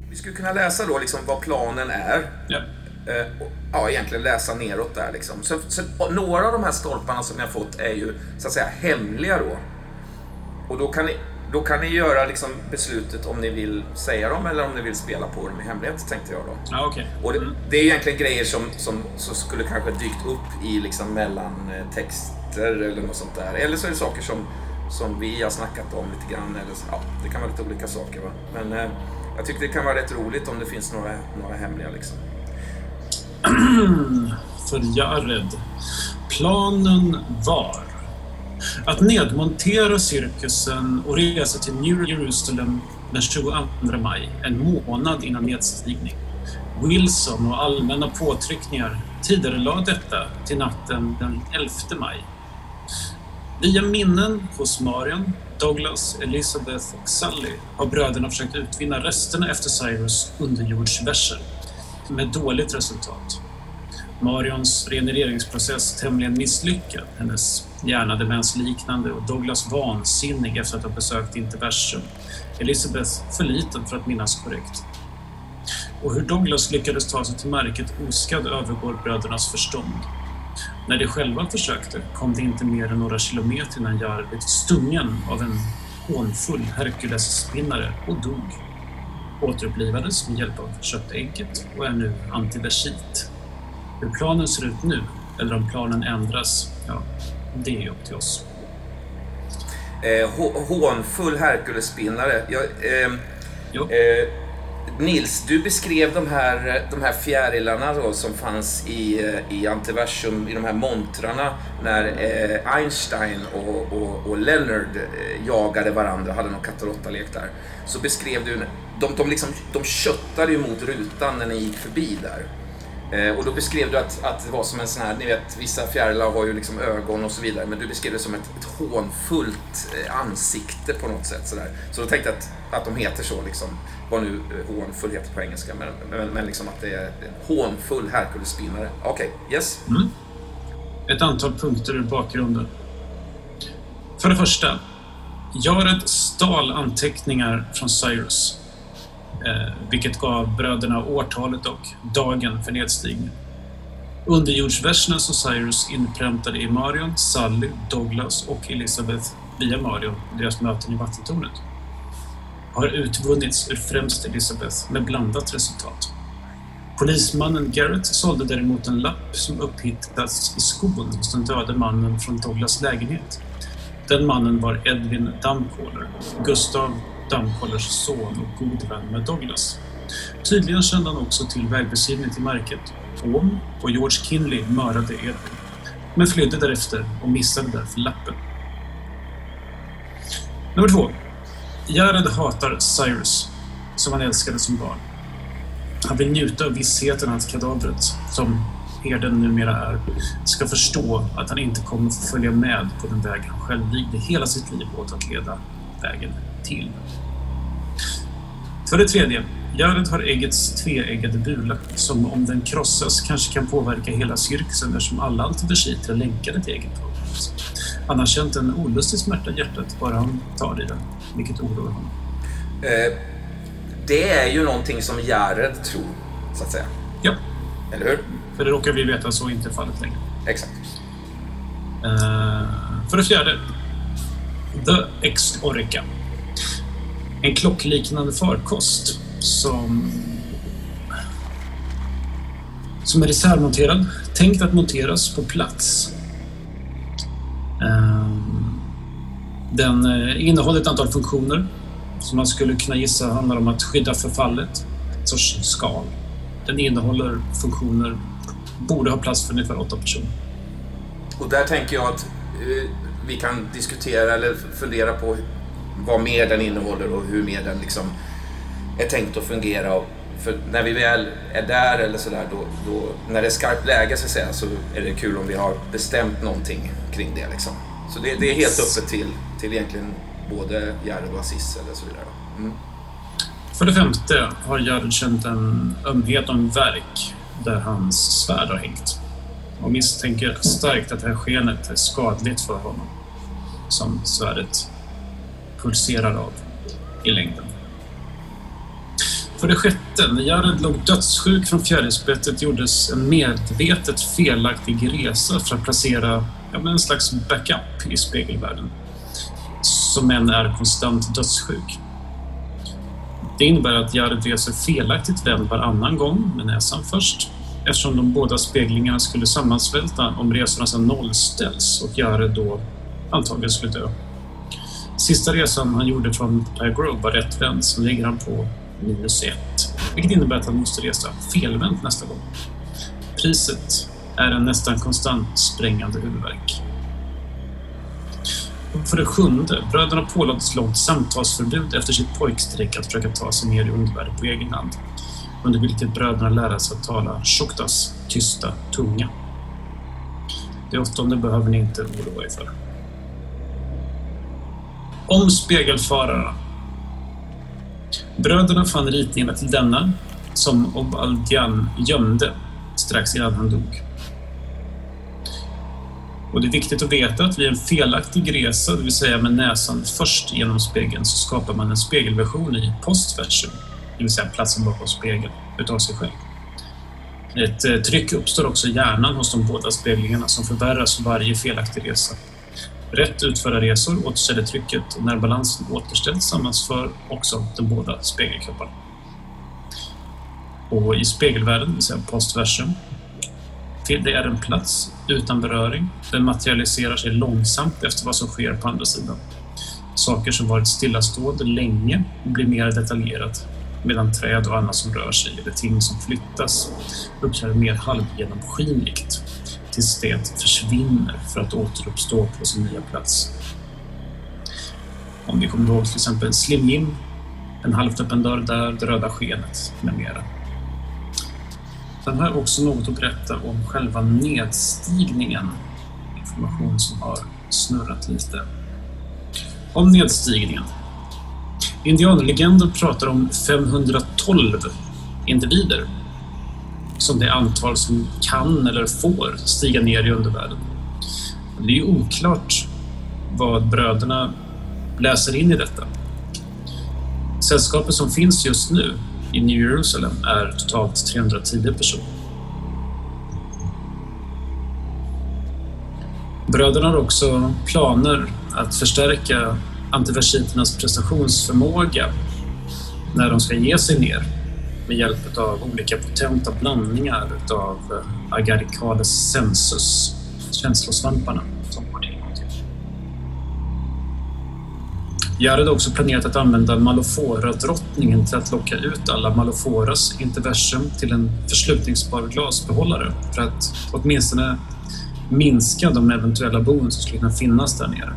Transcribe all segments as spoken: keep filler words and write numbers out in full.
vi skulle kunna läsa då liksom vad planen är. Ja. Eh, och, ja, egentligen läsa neråt där liksom. Så, så några av de här stolparna som ni har fått är ju så att säga hemliga då. Och då kan ni, då kan ni göra liksom beslutet om ni vill säga dem eller om ni vill spela på dem i hemlighet, tänkte jag då. Ja, okej. Och det, Mm. det är egentligen grejer som, som, som skulle kanske dykt upp i liksom mellan texter eller något sånt där. Eller så är det saker som, som vi har snackat om lite grann. Eller, ja, det kan vara lite olika saker, va? Men eh, jag tycker det kan vara rätt roligt om det finns några, några hemliga liksom. För Jared. Planen var att nedmontera cirkusen och resa till New Jerusalem den tjugoandra maj, en månad innan nedstigning. Wilson och allmänna påtryckningar tidigare detta till natten den elfte maj. Via minnen hos Marion, Douglas, Elizabeth och Sally har bröderna försökt utvinna resterna efter Cyrus underjordsverser med dåligt resultat. Marions regenereringsprocess tämligen misslyckad, hennes hjärnademensliknande och Douglas vansinnig efter att ha besökt Interversum, Elizabeth för liten för att minnas korrekt. Och hur Douglas lyckades ta sig till märket oskadd övergår brödernas förstånd. När de själva försökte kom det inte mer än några kilometer innan Jared blev stungen av en hånfull Herkules-spinnare och dog. Återupplivades med hjälp av köttägget och är nu antiversit. Hur planen ser ut nu, eller om planen ändras, ja, det är upp till oss. Eh, hånfull Herkules-spinnare. Jag, eh, jo. Eh, Nils, du beskrev de här, de här fjärilarna då, som fanns i, i Antiversum, i de här montrarna, när eh, Einstein och, och, och Leonard eh, jagade varandra, hade någon katt och råtta-lek där. Så beskrev du, de, de, liksom, de köttade ju mot rutan när ni gick förbi där. Eh, och då beskrev du att, att det var som en sån här, ni vet, vissa fjärilar har ju liksom ögon och så vidare, men du beskrev det som ett, ett hånfullt eh, ansikte på något sätt sådär. Så då tänkte jag att, att de heter så liksom, vad nu hånfull heter på engelska, men, men, men liksom att det är en hånfull Herkules-spinnare. Okej, okay, yes. Mm. Ett antal punkter ur bakgrunden. För det första, Jared stal anteckningar från Cyrus, eh, vilket gav bröderna årtalet och dagen för nedstigning. Underjordsverserna som Cyrus inpräntade i Marion, Sally, Douglas och Elizabeth via Marion, deras möten i vattentornet, har utvunnits ur främst Elizabeth med blandat resultat. Polismannen Garrett sålde däremot en lapp som upphittats i skon hos den döde mannen från Douglas lägenhet. Den mannen var Edwin Damcaller, Gustav Damcallers son och god vän med Douglas. Tydligen kände han också till vägbeskrivningen till märket om och George Kinley mördade Edwin, men flydde därefter och missade därför lappen. Nummer två. Jared hatar Cyrus, som han älskade som barn. Han vill njuta av vissheten att kadavret, som herden numera är, ska förstå att han inte kommer få följa med på den väg han själv vigde hela sitt liv åt att leda vägen till. För det tredje, Jared har äggets tveeggade bula som om den krossas kanske kan påverka hela cirkusen eftersom alla antiversiter är länkade till ägget. Han har känt en olustig smärta i hjärtat bara han tar i den, vilket oroar honom. Eh, det är ju någonting som Jared tror, så att säga. Ja. Eller hur? För det råkar vi veta så inte fallet längre. Exakt. Eh, för det fjärde, The Ex-Orica. En klockliknande farkost som som är reservmonterad, tänkt att monteras på plats. Den innehåller ett antal funktioner som man skulle kunna gissa handlar om att skydda förfallet, ett sorts skal. Den innehåller funktioner, borde ha plats för ungefär åtta personer. Och där tänker jag att eh, vi kan diskutera eller fundera på vad mer den innehåller och hur mer den liksom är tänkt att fungera. Och för när vi väl är där eller sådär, då, då, när det är skarpt läge så, att säga, så är det kul om vi har bestämt någonting kring det liksom. Så det, det är helt öppet till, till egentligen både Jared och Aziz eller så vidare. Mm. För det femte har Jared känt en ömhet och en verk där hans svärd har hängt. Och misstänker starkt att det här skenet är skadligt för honom, som svärdet pulserar av i längden. För det sjätte, när Jared låg dödssjuk från fjärilsbettet gjordes en medvetet felaktig resa för att placera ja, en slags backup i spegelvärlden, som än är konstant dödssjuk. Det innebär att Jared reser felaktigt vänd varannan gång med näsan först, eftersom de båda speglingarna skulle sammansvälta om resorna sedan nollställs och Jared då antagligen skulle dö. Sista resan han gjorde från Blair Grove var rätt vänd, så ligger han på minus ett, vilket innebär att han måste resa felvänt nästa gång. Priset är en nästan konstant sprängande huvudvärk. För det sjunde, bröderna pålades långt samtalsförbud efter sitt pojkstreck att försöka ta sig ner i undervärlden på egen hand, under vilket bröderna lärde sig att tala Shoktas tysta tunga. Det åttonde behöver ni inte oroa er för. Om spegelfararna. Bröderna fann ritningarna till denna, som Obadian gömde strax innan han dog. Och det är viktigt att veta att vid en felaktig resa, det vill säga med näsan först genom spegeln, så skapar man en spegelversion i postversum, det vill säga platsen bakom spegeln, utav sig själv. Ett eh, tryck uppstår också i hjärnan hos de båda speglingarna som förvärras varje felaktig resa. Rätt utförda resor återställer trycket och när balansen återställs sammansför också de båda spegelkropparna. Och i spegelvärlden, det vill säga postversum, det är en plats utan beröring. Den materialiserar sig långsamt efter vad som sker på andra sidan. Saker som varit stillastående länge blir mer detaljerat, medan träd och annat som rör sig eller ting som flyttas uppträder mer halvgenomskinligt tills det försvinner för att återuppstå på sin nya plats. Om vi kommer ihåg till exempel Slim Jim, en halvt öppen dörr där, det röda skenet med mera. Den har också något att berätta om själva nedstigningen. Information som har snurrat lite. Om nedstigningen. Indianerlegenden pratar om femhundratolv individer som det antal som kan eller får stiga ner i undervärlden. Det är ju oklart vad bröderna läser in i detta. Sällskapet som finns just nu i New Jerusalem är totalt trehundratio personer. Bröderna har också planer att förstärka antiversiternas prestationsförmåga när de ska ge sig ner med hjälp av olika potenta blandningar av agaricales sensus, känslosvamparna som går tillgång till. Jared har också planerat att använda Malofora-drottningen till att locka ut alla Maloforas interversum till en förslutningsbar glasbehållare för att åtminstone minska de eventuella boenden som skulle kunna finnas där nere.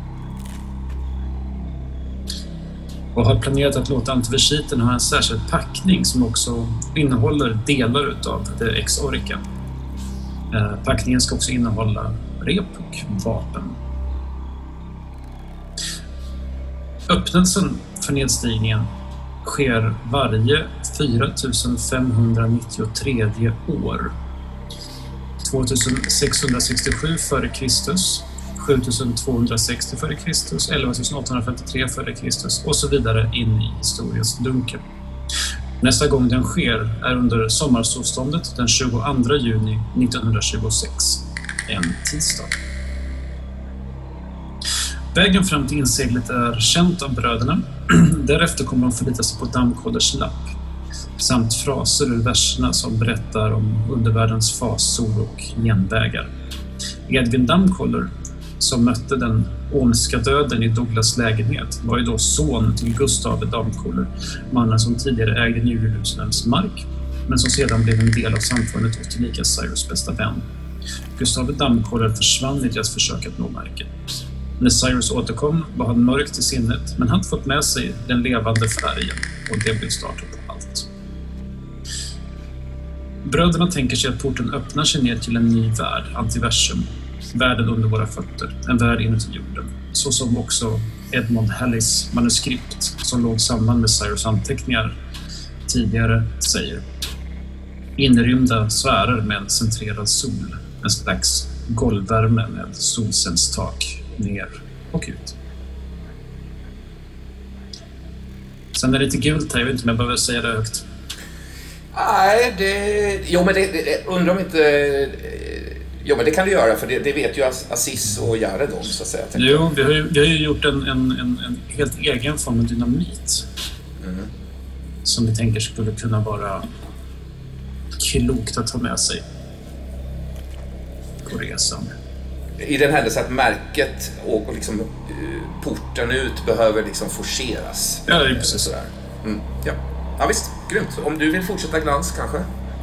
Och har planerat att låta antiversiten ha en särskild packning som också innehåller delar utav det Exorica. Eh, packningen ska också innehålla rep och vapen. Öppnelsen för nedstigningen sker varje fyra tusen femhundranittiotre år. tvåtusensexhundrasextiosju före Kristus, sjutusentvåhundrasextio före Kristus, elvatusen åttahundrafemtiotre före Kristus och så vidare in i historiens dunkel. Nästa gång den sker är under sommarsolståndet den tjugoandra juni nittonhundratjugosex, en tisdag. Vägen fram till inseglet är känt av bröderna. Därefter kommer de förlita sig på Dammkollers lapp samt fraser ur verserna som berättar om undervärldens fasor och genvägar. Edvin Dammkoller, som mötte den ondska döden i Douglas lägenhet, var ju då son till Gustav Dammkoller, mannen som tidigare ägde New Jerusalems mark, men som sedan blev en del av samfundet och tillika Cyrus bästa vän. Gustav Dammkoller försvann i deras försök att nå marken. När Cyrus återkom var han mörkt i sinnet, men hade fått med sig den levande färgen och det blev starten på allt. Bröderna tänker sig att porten öppnar sig ner till en ny värld, antiversum, världen under våra fötter, en värld inuti jorden, så som också Edmond Halleys manuskript som låg samman med Cyrus anteckningar tidigare säger. Inrymda sfärer med en centrerad sol, en slags golvvärme med solcellstak ner och ut. Sen är det lite gult här, jag vet inte om jag behöver säga det högt. Nej, det... Jo, men det, det undrar om inte... Jo, men det kan du göra, för det, det vet ju Aziz och Jared om, så att säga. Jo, vi har ju, vi har ju gjort en, en, en, en helt egen form av dynamit. Mm. Som vi tänker skulle kunna vara klokt att ta med sig på resan. I den händelse att märket och liksom porten ut behöver liksom forceras. Ja, det är precis så. Mm, ja. Ja, visst. Grymt. Om du vill fortsätta glans, kanske?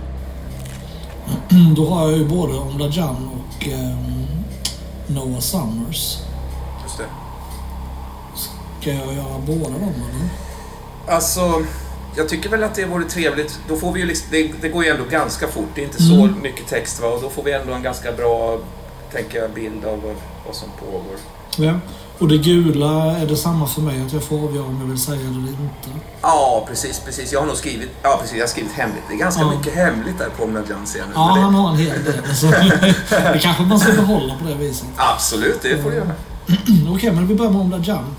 Då har jag ju både Omla Jan och um, Noah Summers. Just det. Ska jag göra båda dem, eller? Alltså, jag tycker väl att det vore trevligt. Då får vi ju liksom, det, det går ju ändå ganska fort. Det är inte så mm. mycket text, va? Och då får vi ändå en ganska bra, tänker jag, bild av vad, vad som pågår. Ja. Och det gula, är det samma för mig att jag får avgöra om jag vill säga det eller inte? Ja, precis, precis. Jag har nog skrivit, ja, precis, jag har skrivit hemligt. Det är ganska ja. mycket hemligt där på Omladjan scenen. Ja, det... han har en hel del. Så det kanske man ska behålla på det viset. Absolut, det får du göra. Okej, okay, men vi börjar med Omladjan.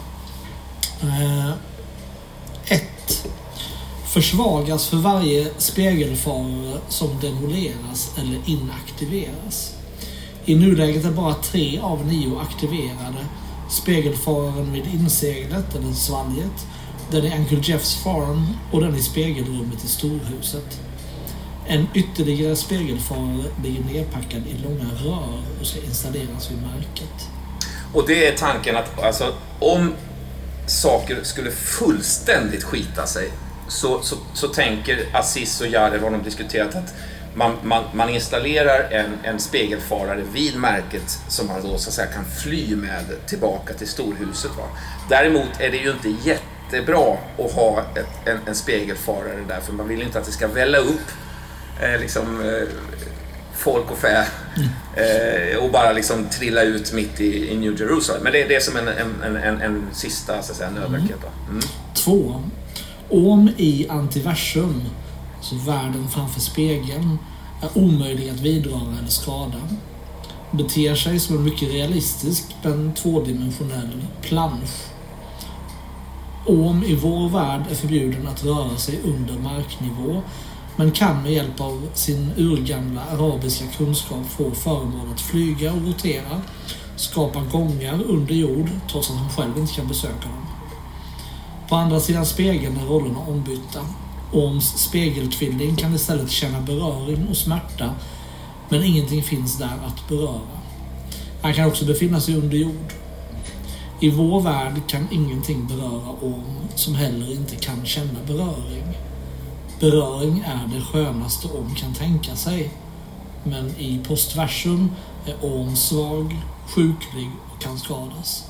Ett. Försvagas för varje spegelfarare som demoleras eller inaktiveras. I nuläget är bara tre av nio aktiverade. Spegelfararen vid inseglet, eller svalget, den i Uncle Jeffs farm och den i spegelrummet i storhuset. En ytterligare spegelfarare ligger nedpackad i långa rör och ska installeras vid märket. Och det är tanken att alltså, om saker skulle fullständigt skita sig så, så, så tänker Aziz och Jared, har de diskuterat att Man, man, man installerar en, en spegelfarare vid märket som man då så att säga kan fly med tillbaka till storhuset. Va? Däremot är det ju inte jättebra att ha ett, en, en spegelfarare där, för man vill inte att det ska välla upp eh, liksom, eh, folk och fä eh, och bara liksom trilla ut mitt i, i New Jerusalem. Men det är det som en, en, en, en sista så att säga, nödvändighet. Mm. Två. Om i antiversum, så världen framför spegeln, är omöjlig att vidröra eller skada. Beter sig som en mycket realistisk men tvådimensionell plansch. Om i vår värld är förbjuden att röra sig under marknivå, men kan med hjälp av sin urgamla arabiska kunskap få föremål att flyga och rotera, skapa gångar under jord trots att hon själv inte kan besöka dem. På andra sidan spegeln är rollerna ombytta. Oms spegeltvilling kan istället känna beröring och smärta, men ingenting finns där att beröra. Han kan också befinna sig under jord. I vår värld kan ingenting beröra Om, som heller inte kan känna beröring. Beröring är det skönaste Om kan tänka sig, men i postversum är Om svag, sjuklig och kan skadas.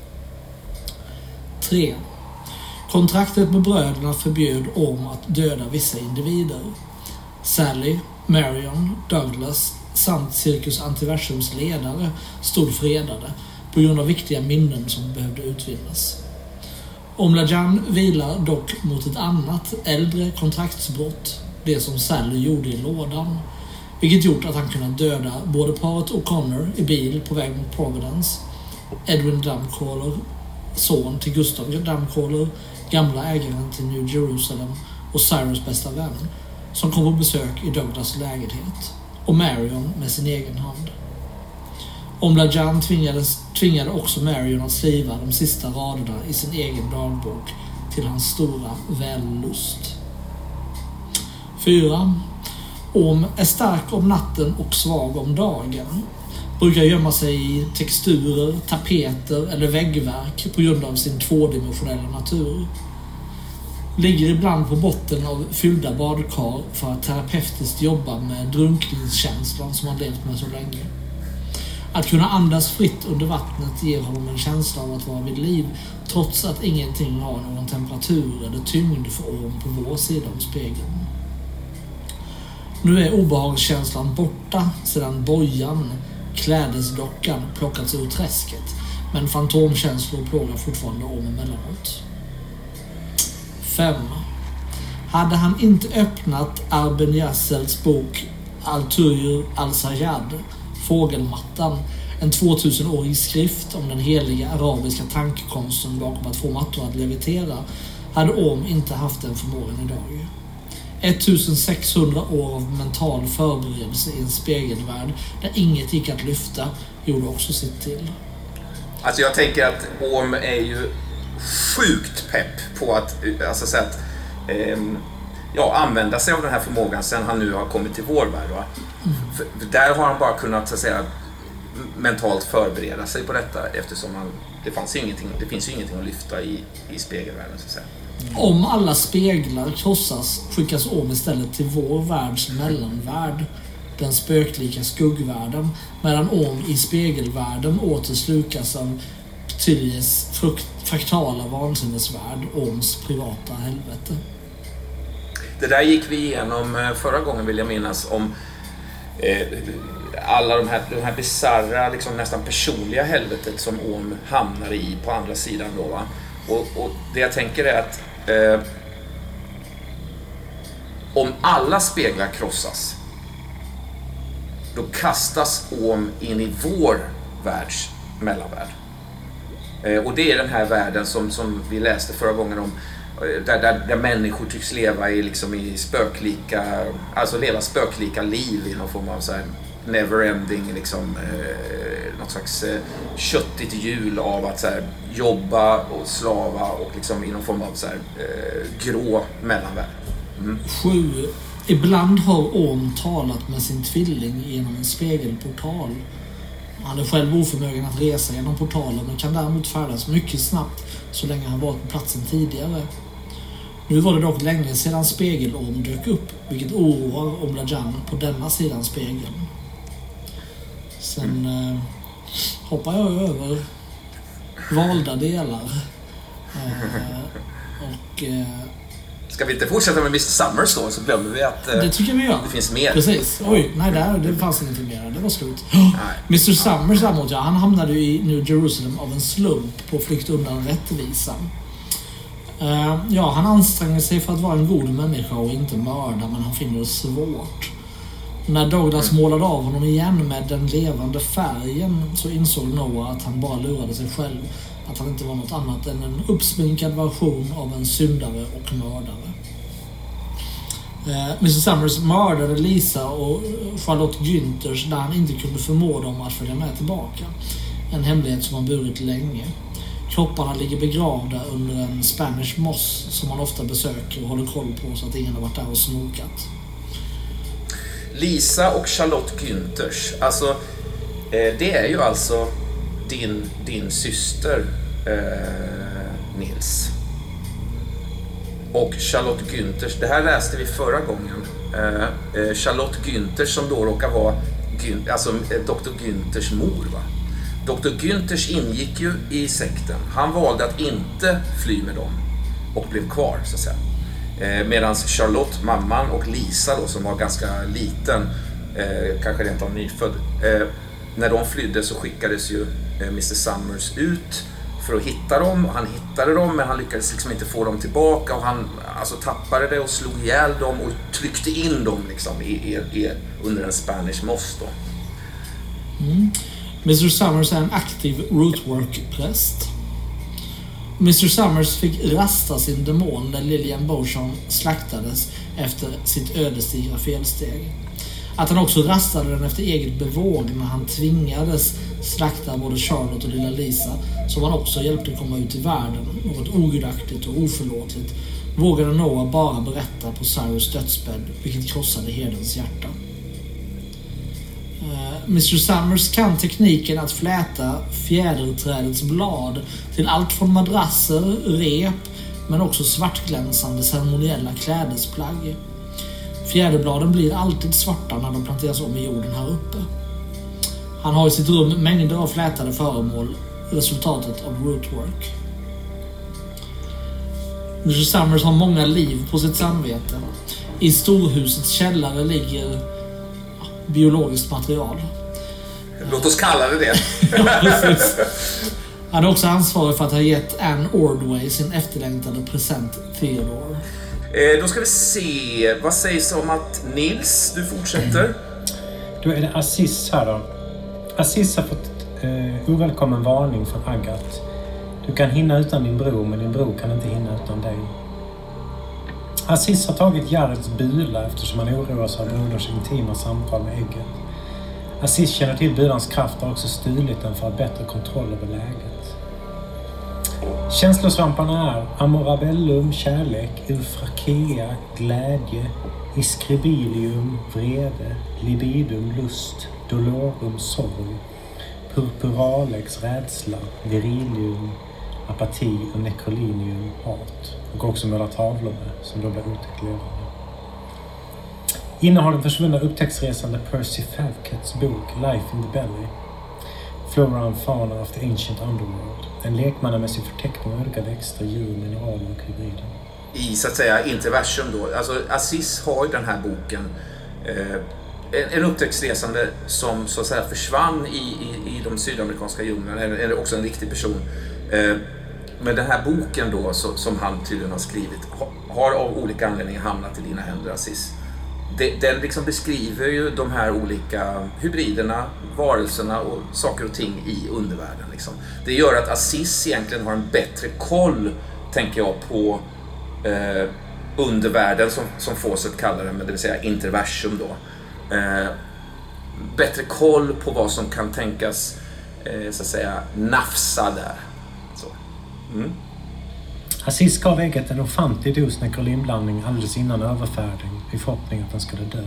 tre. Kontraktet med bröderna förbjöd Om att döda vissa individer. Sally, Marion, Douglas samt Cirkus Antiversums ledare stod fredade på grund av viktiga minnen som behövde utvinnas. Omladjan vilar dock mot ett annat, äldre kontraktsbrott, det som Sally gjorde i lådan, vilket gjort att han kunnat döda både paret O'Connor i bil på väg mot Providence, Edwin Dumbcaller, son till Gustav Dumbcaller, gamla ägaren till New Jerusalem och Cyrus bästa vän, som kom på besök i Douglas lägenhet, och Marion med sin egen hand. Omladjan tvingades, tvingade också Marion att skriva de sista raderna i sin egen dagbok till hans stora vällust. fyra. Om är stark om natten och svag om dagen. Brukar gömma sig i texturer, tapeter eller väggverk på grund av sin tvådimensionella natur. Ligger ibland på botten av fyllda badkar för att terapeutiskt jobba med drunkningskänslan som han levt med så länge. Att kunna andas fritt under vattnet ger honom en känsla av att vara vid liv, trots att ingenting har någon temperatur eller tyngd för Om på vår sida om spegeln. Nu är obehagskänslan borta sedan bojan, klädesdockan, plockats ur träsket, men fantomkänslor plågar fortfarande Om emellanåt. fem. Hade han inte öppnat Arben Yassels bok Al-Tuyr al-Sajjad, Fågelmattan, en tvåtusenårig skrift om den heliga arabiska tankekonsten bakom att få mattor att levitera, hade Orm inte haft den förmågan idag. sextonhundra år av mental förberedelse i en spegelvärld där inget gick att lyfta gjorde också sitt till. Alltså jag tänker att Orm är ju sjukt pepp på att, alltså så att eh, ja, använda sig av den här förmågan sen han nu har kommit till vår värld. Va? Mm. För, för där har han bara kunnat så att säga, mentalt förbereda sig på detta eftersom han, det, fanns ingenting, det finns ju ingenting att lyfta i, i spegelvärlden så att säga. Om alla speglar krossas skickas Orm istället till vår världs mellanvärld, den spöklika skuggvärlden, medan Orm i spegelvärlden åter slukas av Tylies fraktala vansinnesvärld, Orms privata helvete. Det där gick vi igenom förra gången vill jag minnas om eh, alla de här, de här bizarra, liksom nästan personliga helvetet som Orm hamnar i på andra sidan då va. Och, och det jag tänker är att eh, om alla speglar krossas då kastas Orm in i vår världs mellanvärld. Eh, och det är den här världen som, som vi läste förra gången om där, där, där människor tycks leva i, liksom i spöklika, alltså leva spöklika liv i någon form av så här never-ending liksom, eh, något slags eh, köttigt hjul av att så här, jobba och slava och liksom i någon form av så här, eh, grå mellanvärld. Mm. Sju. Ibland har Orm talat med sin tvilling genom en spegelportal. Han är själv oförmögen att resa genom portalen men kan däremot färdas mycket snabbt så länge han varit på platsen tidigare. Nu var det dock länge sedan Spegel-Orm dök upp, vilket oroar Omlajan på denna sidan spegeln. Sen eh, hoppar jag över valda delar. Eh, och... Eh, Ska vi inte fortsätta med mister Summers då så glömmer vi att eh, det, tycker vi gör. Det finns mer. Precis. Oj, nej där, det fanns ingenting mer. Det var slut. Oh, mister Summers däremot, ja, han hamnade ju i New Jerusalem av en slump på flykt undan rättvisan. Uh, ja, han anstränger sig för att vara en god människa och inte mörda, men han finner det svårt. När Douglas mm. målade av honom igen med den levande färgen så insåg Noah att han bara lurade sig själv. Att han inte var något annat än en uppsminkad version av en syndare och mördare. Eh, mister Summers mördade Lisa och Charlotte Günthers där han inte kunde förmå dem att följa med tillbaka. En hemlighet som han burit länge. Kropparna ligger begravda under en Spanish moss som man ofta besöker och håller koll på så att ingen har varit där och snokat. Lisa och Charlotte Günthers, alltså eh, det är ju alltså din, din syster eh, Nils. Och Charlotte Günthers, det här läste vi förra gången. Eh, eh, Charlotte Günthers som då råkar vara Gün, alltså eh, doktor Günthers mor va. doktor Günthers ingick ju i sekten. Han valde att inte fly med dem och blev kvar så att säga. Eh, Medan Charlotte, mamman och Lisa då, som var ganska liten, eh, kanske rent av nyfödd, eh, när de flydde så skickades ju eh, mister Summers ut för att hitta dem. Han hittade dem men han lyckades liksom inte få dem tillbaka och han alltså tappade det och slog ihjäl dem och tryckte in dem liksom i, i, i, under en Spanish moss då. Mm. mister Summers är en aktiv rootwork-präst. mister Summers fick rasta sin demon när Lillian Beauchamp slaktades efter sitt ödesdigra felsteg. Att han också rastade den efter eget bevåg när han tvingades slakta både Charlotte och lilla Lisa, som han också hjälpte komma ut i världen, något ogudaktigt och oförlåtligt, vågade Noah bara berätta på Cyrus dödsbädd, vilket krossade herdens hjärta. mister Summers kan tekniken att fläta fjäderträdets blad till allt från madrasser, rep, men också svartglänsande ceremoniella klädesplagg. Fjäderbladen blir alltid svarta när de planteras om i jorden här uppe. Han har i sitt rum mängder av flätade föremål, resultatet av rootwork. mister Summers har många liv på sitt samvete. I storhusets källare ligger biologiskt material. Låt oss kalla det det. Ja, precis. Han är också ansvarig för att ha gett Anne Ordway sin efterlängtade present Theodore. Eh, då ska vi se, vad sägs om att Nils, du fortsätter? Då är det Aziz här då. Aziz har fått eh, ovälkommen varning från Agat. Du kan hinna utan din bror, men din bror kan inte hinna utan dig. Aziz har tagit Jareds bula eftersom han oroar sig av broderns intima samtal med ägget. Aziz känner till bulans kraft och har också stulit den för att ha bättre kontroll över läget. Känslosvamparna är amorabellum, kärlek, eufrakea, glädje, iskribilium, vrede, libidum, lust, dolorum, sorg, purpuralex, rädsla, virilium, apati och necrolinium, hat. Och också måla tavlor med, som då blir otäckt levande. Innehar den försvunna upptäcktsresande Percy Favcats bok Life in the Belly, Flora and Fauna of the Ancient Underworld. En lekmannamässig förteckning av olika växter, djur, mineraler och hybrider. I så att säga interversum då. Alltså Aziz har ju den här boken. Eh, en, en upptäcktsresande som så att säga försvann i, i, i de sydamerikanska djunglerna. Eller, eller också en riktig person. Eh, men den här boken då så, som han tydligen har skrivit har, har av olika anledningar hamnat i dina händer, Aziz. Den liksom beskriver ju de här olika hybriderna, varelserna och saker och ting i undervärlden. Liksom. Det gör att Aziz egentligen har en bättre koll, tänker jag, på eh, undervärlden som, som Fawcett kallar den, det vill säga interversum då. Eh, bättre koll på vad som kan tänkas eh, så att säga nafsa där. Så. Mm. Aziz gav ägget en ofantlig dos nekrolinblandning alldeles innan överfärden i förhoppning att den skulle dö.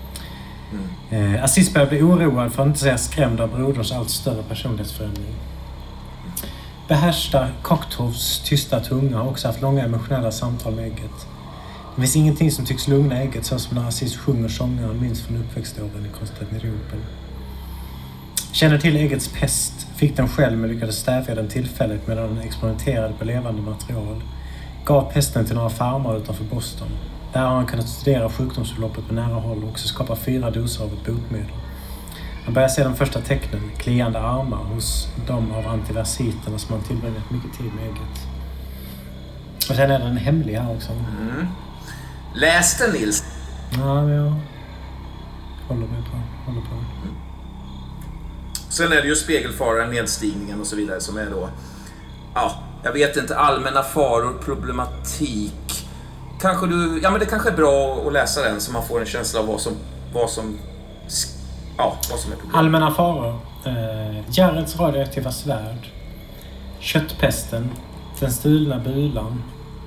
Mm. Eh, Aziz började bli oroad, för att inte säga skrämd, av broderns allt större personlighetsförändring. Behärsta Koktovs tysta tunga har också haft långa emotionella samtal med ägget. Det finns ingenting som tycks lugna ägget, så som när Aziz sjunger sånger han minns från uppväxtåren i Konstantinopel. Känner till äggets pest, fick den själv men lyckades stävja den tillfälligt medan den experimenterade på levande material. Gav pesten till några farmar utanför Boston. Där har han kunnat studera sjukdomsförloppet på nära håll och också skapa fyra doser av ett botemedel. Han börjar se de första tecknen, kliande armar, hos de av antiversiterna som han tillbringat mycket tid med ägget. Och sen är den hemlig här också. Mm. Läs den, Nils. Ja, men jag håller med på. Håller på. Mm. Sen är det ju spegelfaran, nedstigningen och så vidare som är då, ja, jag vet inte, allmänna faror, problematik. Kanske du, ja men det kanske är bra att läsa den så man får en känsla av vad som, vad som, ja, vad som är problemet. Allmänna faror. Eh, Jareds radioaktiva svärd. Köttpesten. Den stulna bulan.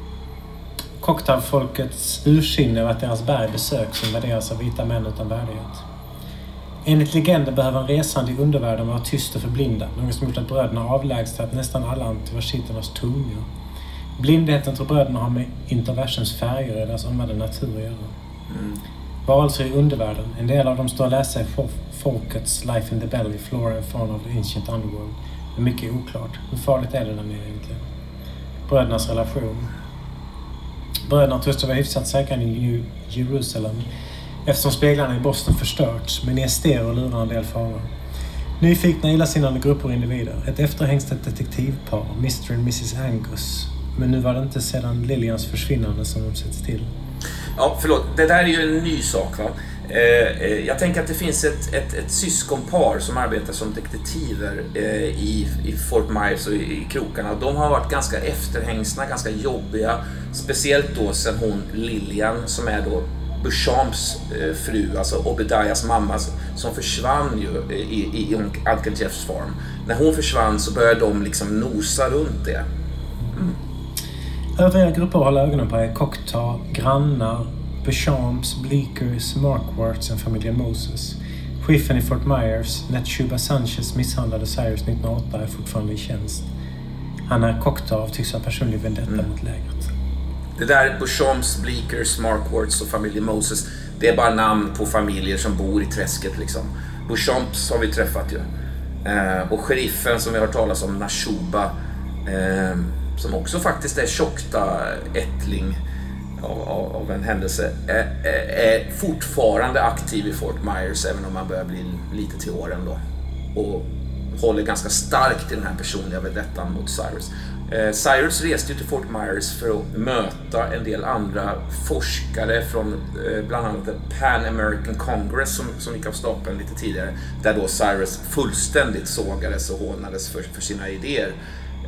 Cocktailfolkets ursinne av att deras berg besöks och invaderas av vita män utan värdighet. Enligt legenden behöver en resande i undervärlden vara tyst och förblindad, något som gjort att bröderna avlägsnat nästan alla antiversiternas tungor. Blindheten tror bröderna har med interversums färger och deras omvärlda natur att göra. Mm. Varelser i undervärlden, en del av dem står att läsa i Folkets Life in the Belly, Flora and Fauna of the Ancient Underworld. Det är mycket oklart. Hur farligt är det där nere egentligen? Brödernas relation. Bröderna tror att vara hyfsat säkra i New Jerusalem, eftersom speglarna i Boston förstörts, men är ster och lurar en del faror. Nyfikna illasinnande grupper och individer. Ett efterhängstet detektivpar, mister och missus Angus. Men nu var det inte sedan Lilians försvinnande som de sätts till. Ja, förlåt. Det där är ju en ny sak, va? Eh, jag tänker att det finns ett, ett, ett syskonpar som arbetar som detektiver eh, i, i Fort Myers och i, i krokarna. De har varit ganska efterhängsna, ganska jobbiga. Speciellt då sen hon Lilian, som är då Beauchamps eh, fru, alltså Obediahs mamma, som försvann ju i, i, i Uncle Jeffs farm. När hon försvann så började de liksom nosa runt det. Mm. Övriga grupper håller ögonen på är Cocteau, grannar, Beauchamps, Bleekers, Markwarts och familjen Moses. Chefen i Fort Myers, Netshuba Sanchez, misshandlade Cyrus nittonhundraåtta, är fortfarande i tjänst. Han är Cocteau och tycks ha personlig vendetta mm. mot lägret. Det där Beauchamps, Bleekers, Markwarts och familjen Moses, det är bara namn på familjer som bor i träsket liksom. Beauchamps har vi träffat ju. Eh, och sheriffen som vi har hört talas om, Netshuba, eh, som också faktiskt är tjockta ättling av, av, av en händelse, är, är, är fortfarande aktiv i Fort Myers, även om man börjar bli lite till åren då. Och håller ganska starkt i den här personliga vedettan mot Cyrus. Eh, Cyrus reste ju till Fort Myers för att möta en del andra forskare från eh, bland annat Pan American Congress som, som gick av stapeln lite tidigare, där då Cyrus fullständigt sågades och hånades för, för sina idéer.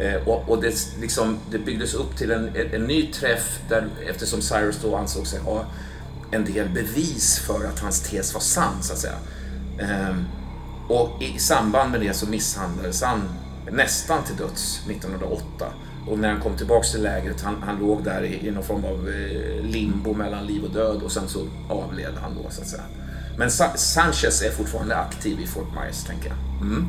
Eh, och och det, liksom, det byggdes upp till en, en, en ny träff där, eftersom Cyrus då ansåg sig ha en del bevis för att hans tes var sann, så att säga. Eh, och i samband med det så misshandlades han nästan till döds nittonhundraåtta. Och när han kom tillbaka till lägret, han, han låg där i, i någon form av eh, limbo mellan liv och död, och sen så avled han då, så att säga. Men Sa- Sanchez är fortfarande aktiv i Fort Myers, tänker jag. Mm.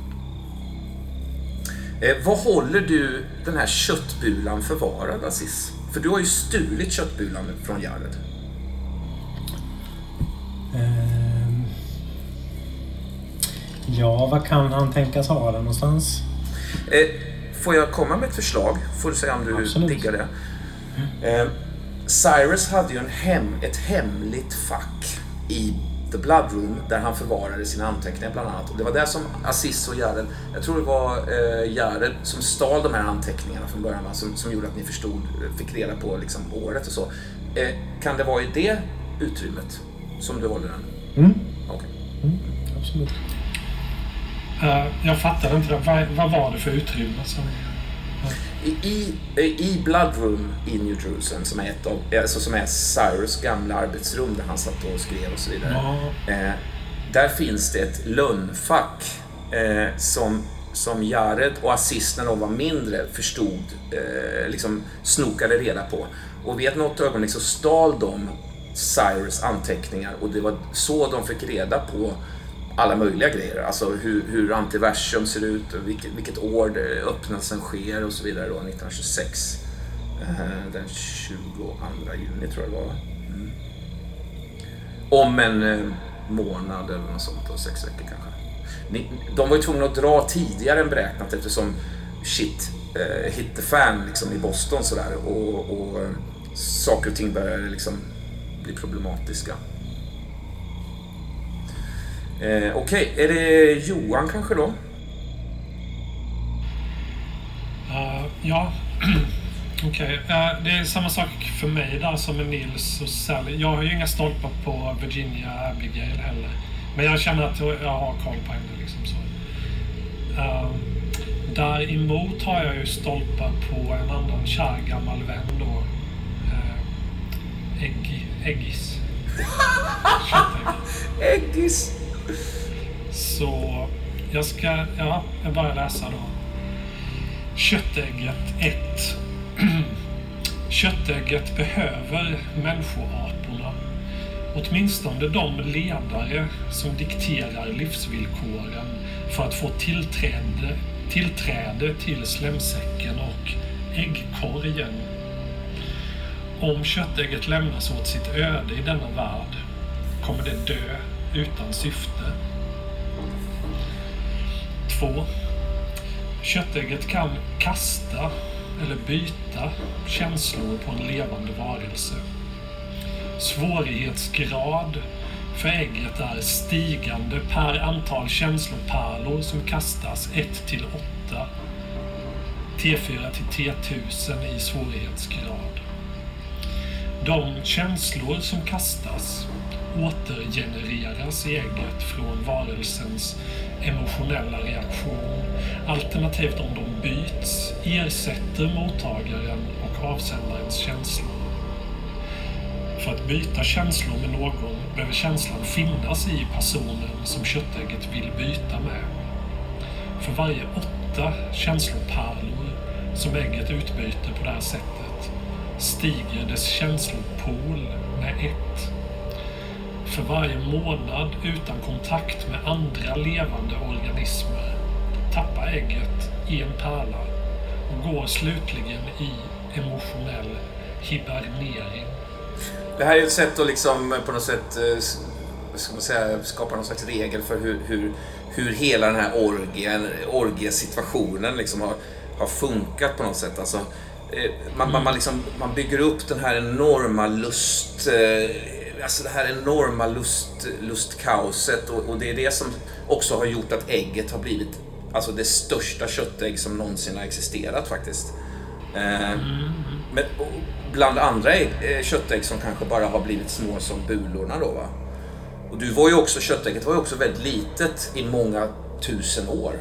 Eh, vad håller du den här köttbulan förvarad, Aziz? För du har ju stulit köttbulan från Jared. Ehm. Ja, vad kan han tänkas ha den någonstans? Eh, får jag komma med ett förslag? Får du säga om du Absolut. diggar det. Eh, Cyrus hade ju en hem, ett hemligt fack i The Blood Room där han förvarade sina anteckningar bland annat. Och det var där som Aziz och Jared, jag tror det var eh, Jared som stal de här anteckningarna från början, som, som gjorde att ni förstod, fick reda på liksom året och så. Eh, kan det vara i det utrymmet som du håller den? Mm. Okay. Mm, absolut. Uh, jag fattade inte det. Vad, vad var det för utrymme som... I, i, I Blood Room i New Jerusalem, som är, ett av, alltså som är Cyrus gamla arbetsrum där han satt och skrev och så vidare. Ja. Eh, där finns det ett lönnfack eh, som, som Jared och Aziz, när de var mindre, förstod, eh, liksom snokade reda på. Och vid ett något ögonblick så stal de Cyrus anteckningar, och det var så de fick reda på alla möjliga grejer, alltså hur, hur antiversum ser ut, vilket, vilket år öppnelsen sker och så vidare då, nittonhundratjugosex, eh, den tjugoandra juni tror jag det var. Mm. Om en eh, månad eller något sånt, och sex veckor kanske. Ni, de var ju tvungna att dra tidigare än beräknat, eftersom shit eh, hit the fan liksom i Boston sådär, och, och eh, saker och ting började liksom bli problematiska. Eh, Okej, okay. Är det Johan kanske då? Uh, ja, okej. Okay. Uh, det är samma sak för mig där som med Nils och Sally. Jag har ju inga stolpar på Virginia Abigail heller. Men jag känner att jag har koll på henne liksom så. Uh, däremot har jag ju stolpar på en annan kär gammal vän då. Uh, Egg, Eggis. Eggis. Så jag ska, ja, jag börjar läsa då. Köttägget ett. Köttägget behöver människoaporna. Åtminstone de ledare som dikterar livsvillkoren för att få tillträde, tillträde till slemsäcken och äggkorgen. Om köttägget lämnas åt sitt öde i denna värld kommer det dö utan syfte. två. Köttägget kan kasta eller byta känslor på en levande varelse. Svårighetsgrad för ägget är stigande per antal känslopärlor som kastas ett till åtta. T fyra till T tusen i svårighetsgrad. De känslor som kastas återgenereras i ägget från varelsens emotionella reaktion, alternativt om de byts, ersätter mottagaren och avsändarens känslor. För att byta känslor med någon behöver känslan finnas i personen som köttägget vill byta med. För varje åtta känslopärlor som ägget utbyter på det här sättet stiger dess känslopol med ett. För varje månad utan kontakt med andra levande organismer tappar ägget en pärla och går slutligen i emotionell hibernering. Det här är ett sätt att liksom på något sätt ska man säga, skapa någon slags regel för hur, hur, hur hela den här orgien, orgiesituationen liksom har, har funkat på något sätt. Alltså, man, man, man, liksom, man bygger upp den här enorma lust... Alltså det här enorma lust, lustkaoset, och, och det är det som också har gjort att ägget har blivit alltså det största köttägg som någonsin har existerat faktiskt. Eh, mm. Men bland andra ägg, köttägg som kanske bara har blivit små som bulorna då, va? Och du var ju också, köttägget var ju också väldigt litet i många tusen år.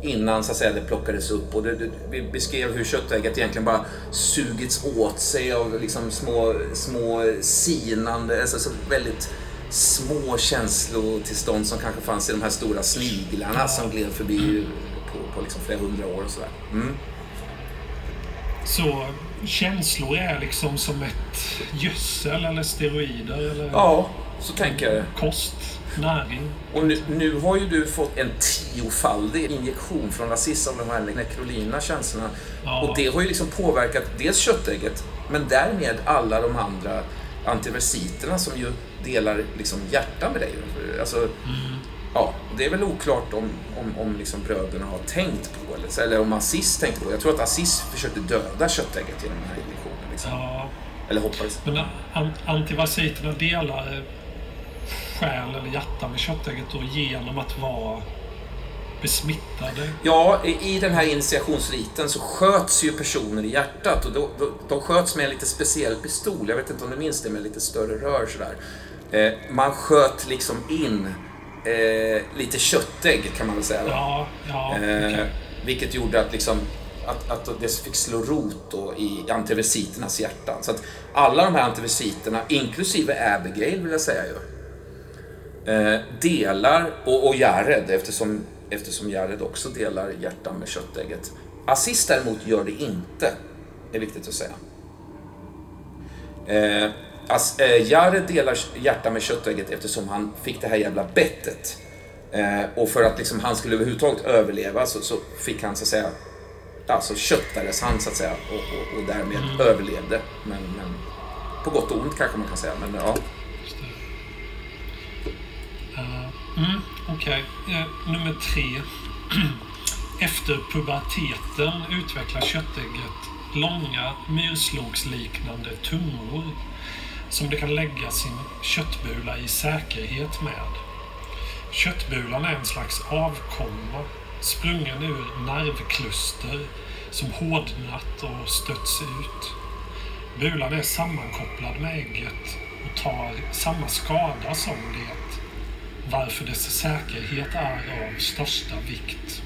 innan så att säga det plockades upp, och det, det, vi beskrev hur köttägget egentligen bara sugits åt sig av liksom små, små sinande, alltså så väldigt små känslotillstånd som kanske fanns i de här stora sniglarna som gled förbi på, på liksom flera hundra år och sådär. Mm. Så känslor är liksom som ett gödsel eller steroider eller ja, så tänker jag. Kost, näring. Och nu, nu har ju du fått en tiofaldig injektion från Aziz av de här nekrolina känslorna. Ja. Och det har ju liksom påverkat dels köttägget, men därmed alla de andra antiversiterna som ju delar liksom hjärta med dig. Alltså, mm. ja, det är väl oklart om, om, om liksom bröderna har tänkt på eller, eller om Aziz tänkte på. Jag tror att Aziz försökte döda köttägget genom den här injektionen. Liksom. Ja. Eller hoppades. Men antiversiterna delar själ eller hjärta med köttägget och genom att vara besmittade. Ja, i den här initiationsriten så sköts ju personer i hjärtat, och då, då, de sköts med en lite speciell pistol. Jag vet inte om du minns det, med lite större rör sådär. Eh, man sköt liksom in eh, lite köttägg kan man väl säga. Ja, ja, eh, okay. Vilket gjorde att liksom Att, att det fick slå rot då i antiversiternas hjärtan. Så att alla de här antiversiterna, inklusive Abigail vill jag säga ju, eh, delar, och, och Jared, eftersom, eftersom Jared också delar hjärtan med köttägget. Aziz däremot gör det inte, är viktigt att säga. Eh, as, eh, Jared delar hjärtan med köttägget eftersom han fick det här jävla bettet. Eh, och för att liksom han skulle överhuvudtaget överleva så, så fick han så att säga, alltså köttades han så att säga, och, och, och därmed mm. överlevde. Men, men på gott och ont kanske man kan säga, men ja. Uh, mm, Okej, okay. uh, nummer tre. Efter puberteten utvecklar köttägget långa myrslågsliknande tungor som det kan lägga sin köttbula i säkerhet med. Köttbulan är en slags avkomma sprungen ur nervkluster som hårdnat och stötts ut. Bulan är sammankopplad med ägget och tar samma skada som det, varför dess säkerhet är av största vikt.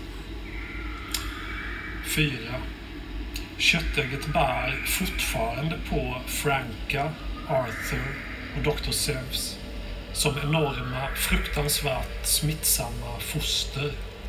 fyra. Köttägget bär fortfarande på Franka, Arthur och doktor Zeus som enorma, fruktansvärt smittsamma foster.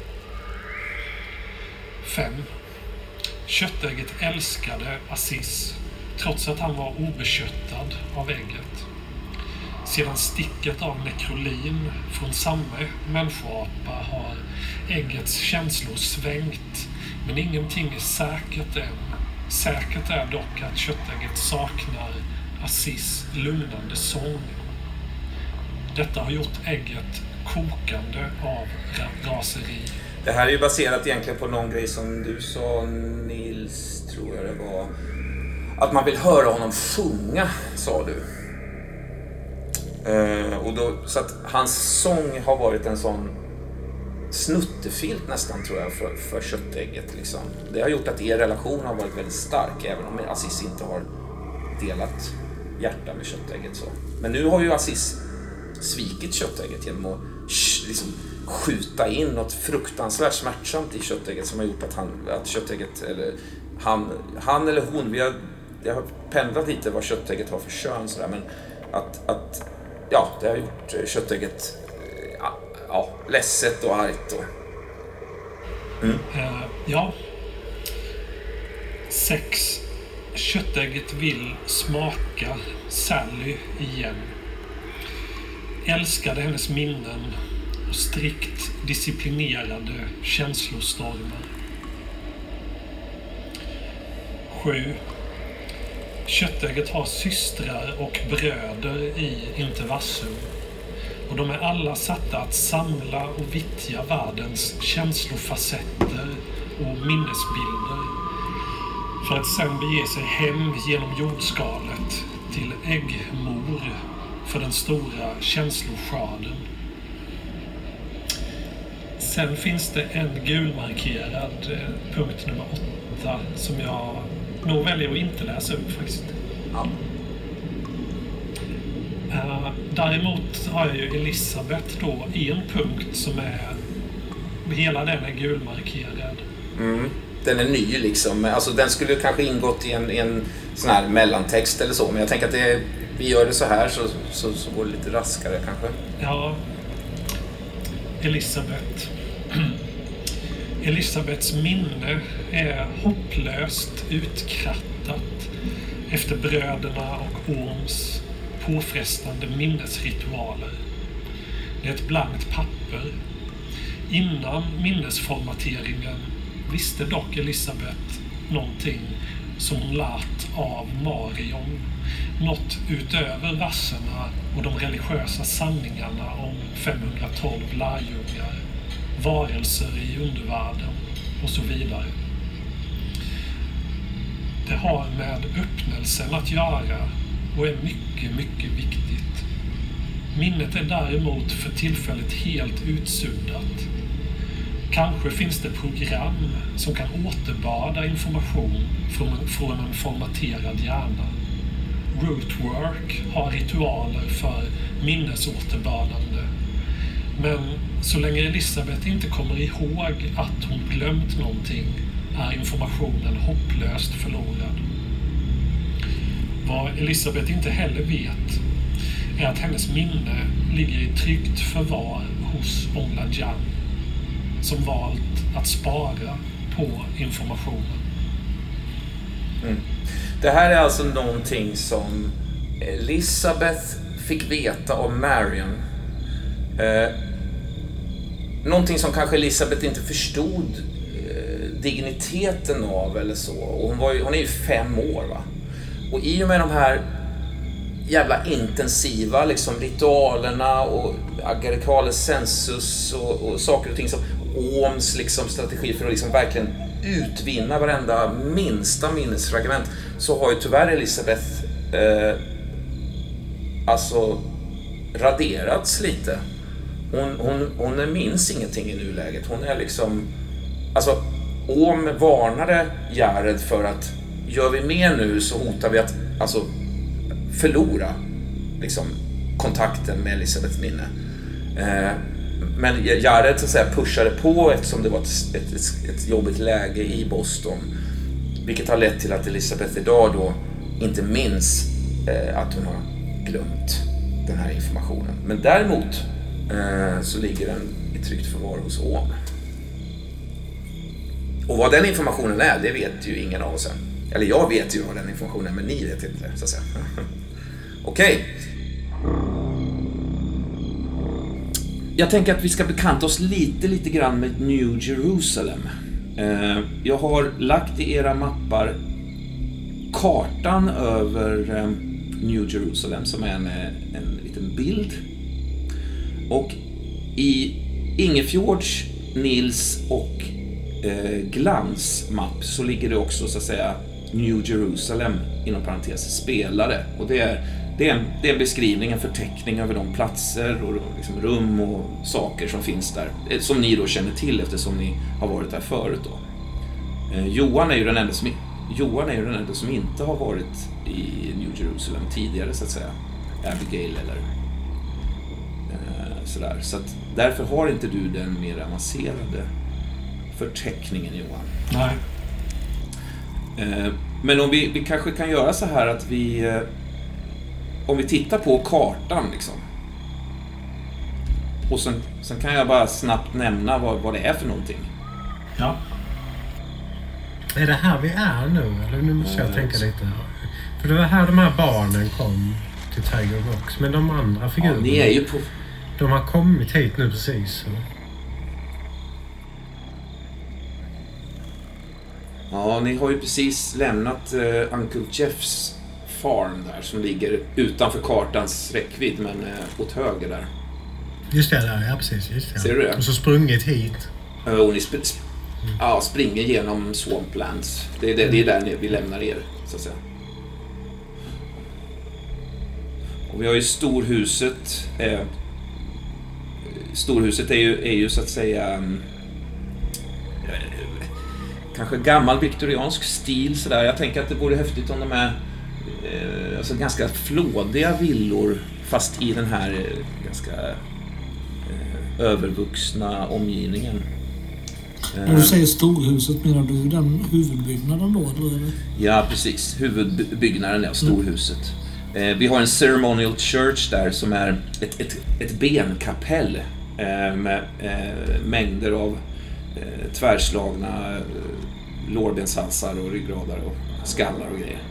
fem. Köttägget älskade Aziz trots att han var obeköttad av ägget. Sedan sticket av nekrolin från samma människoapa har äggets känslor svängt, men ingenting är säkert än. Säkert är dock att köttägget saknar Aziz lugnande sång. Detta har gjort ägget kokande av raseri. Det här är ju baserat egentligen på någon grej som du sa, Nils, tror jag det var. Att man vill höra honom sjunga, sa du. Uh, och då, så att hans sång har varit en sån snuttefilt nästan, tror jag, för, för köttägget. Liksom. Det har gjort att er relation har varit väldigt stark, även om Aziz inte har delat hjärta med köttägget. Så. Men nu har ju Aziz svikit köttägget genom att liksom skjuta in något fruktansvärt smärtsamt i köttägget som har gjort att, han, att köttägget, eller han, han eller hon, vi har, jag har pendlat lite vad köttägget har för kön sådär, men att, att ja, det har gjort köttägget ja, ja, ledset och argt och mm. uh, ja sex. Köttägget vill smaka Sally igen. Älskade hennes minnen och strikt disciplinerade känslostormar. sju. Köttägget har systrar och bröder i Interversum, och de är alla satta att samla och vittja världens känslofacetter och minnesbilder för att sen bege sig hem genom jordskalet till äggmor för den stora känsloskörden. Sen finns det en gulmarkerad eh, punkt nummer åtta som jag nog väljer att inte läsa upp faktiskt. Ja. Uh, däremot har jag ju Elisabeth då i en punkt som är hela den är gulmarkerad. Mm. Den är ny liksom. Alltså den skulle kanske ingått i en, i en sån här mellantext eller så. Men jag tänker att det, vi gör det så här så, så, så går det lite raskare kanske. Ja. Elisabeth. Elisabeths minne är hopplöst utkrattat efter bröderna och Orms påfrestande minnesritualer. Det är ett blankt papper. Innan minnesformateringen visste dock Elisabeth någonting som hon lärt av Marion. Något utöver rasserna och de religiösa sanningarna om femhundratolv lärjungar, varelser i undervärlden och så vidare. Det har med öppnelsen att göra och är mycket, mycket viktigt. Minnet är däremot för tillfället helt utsuddat. Kanske finns det program som kan återbörda information från, från en formaterad hjärna. Rootwork har ritualer för minnesåterbördande. Men så länge Elisabeth inte kommer ihåg att hon glömt någonting är informationen hopplöst förlorad. Vad Elisabeth inte heller vet är att hennes minne ligger i tryggt förvar hos Ongla Jan, som valt att spara på informationen. Mm. Det här är alltså någonting som Elisabeth fick veta om Marion. Eh, någonting som kanske Elisabeth inte förstod eh, digniteten av eller så. Och hon, var ju, hon är ju fem år va. Och i och med de här jävla intensiva liksom, ritualerna och agaricales sensus och, och saker och ting som Ohms liksom, strategi för att liksom, verkligen utvinna varenda minsta minnesfragment, så har ju tyvärr Elisabeth eh, alltså raderats lite. Hon, hon, hon minns ingenting i nuläget. Hon är liksom alltså Ohm varnade Jared för att gör vi mer nu så hotar vi att alltså förlora liksom kontakten med Elisabeths minne. Eh, men Jared så att säga pushade på eftersom det var ett, ett, ett jobbigt läge i Boston, vilket har lett till att Elisabeth idag då inte minns eh, att hon har glömt den här informationen. Men däremot eh, så ligger den i tryggt förvar hos Ohm. Och vad den informationen är, det vet ju ingen av oss än. Eller jag vet ju vad den informationen är, men ni vet inte, så att säga. Okej. Okay. Jag tänker att vi ska bekanta oss lite, lite grann med New Jerusalem. Eh, jag har lagt i era mappar kartan över eh, New Jerusalem som är en, en liten bild. Och i Ingefjords, Nils och eh, Glans mapp så ligger det också så att säga New Jerusalem inom parentes spelare. Och det är, det är, en, det är en beskrivning, en förteckning över de platser och liksom rum och saker som finns där. Som ni då känner till eftersom ni har varit där förut då. Eh, Johan är ju den enda som, Johan är ju den enda som inte har varit i New Jerusalem tidigare så att säga. Abigail eller eh, sådär. Så att därför har inte du den mer avancerade förteckningen, Johan. Nej. Eh, men om vi, vi kanske kan göra så här att vi eh, om vi tittar på kartan liksom. Och sen, sen kan jag bara snabbt nämna vad, vad det är för någonting. Ja. Är det här vi är nu? Eller nu måste jag tänka lite. För det var här de här barnen kom till Tiger Rocks. Men de andra figurerna, ja, ni är ju på... de har kommit hit nu precis. Eller? Ja, ni har ju precis lämnat uh, Uncle Jeffs farm där som ligger utanför kartans räckvidd men uh, åt höger där. Just det, där, ja precis. Just det. Ser du det? Och så sprungit hit. Uh, och ni sp- sp- mm. ja, springer genom Swamplands. Det är, det, det är där ni, vi lämnar er, så att säga. Och vi har ju storhuset. Eh, storhuset är ju, är ju så att säga... Um, kanske gammal viktoriansk stil sådär. Jag tänker att det vore häftigt om de är eh, alltså ganska flådiga villor fast i den här eh, ganska eh, övervuxna omgivningen. När du säger storhuset, menar du den huvudbyggnaden då? Eller? Ja, precis. Huvudbyggnaden är storhuset. Mm. Vi har en ceremonial church där som är ett, ett, ett benkapell med mängder av tvärslagna lårbenshalsar och ryggradar och skallar och grejer.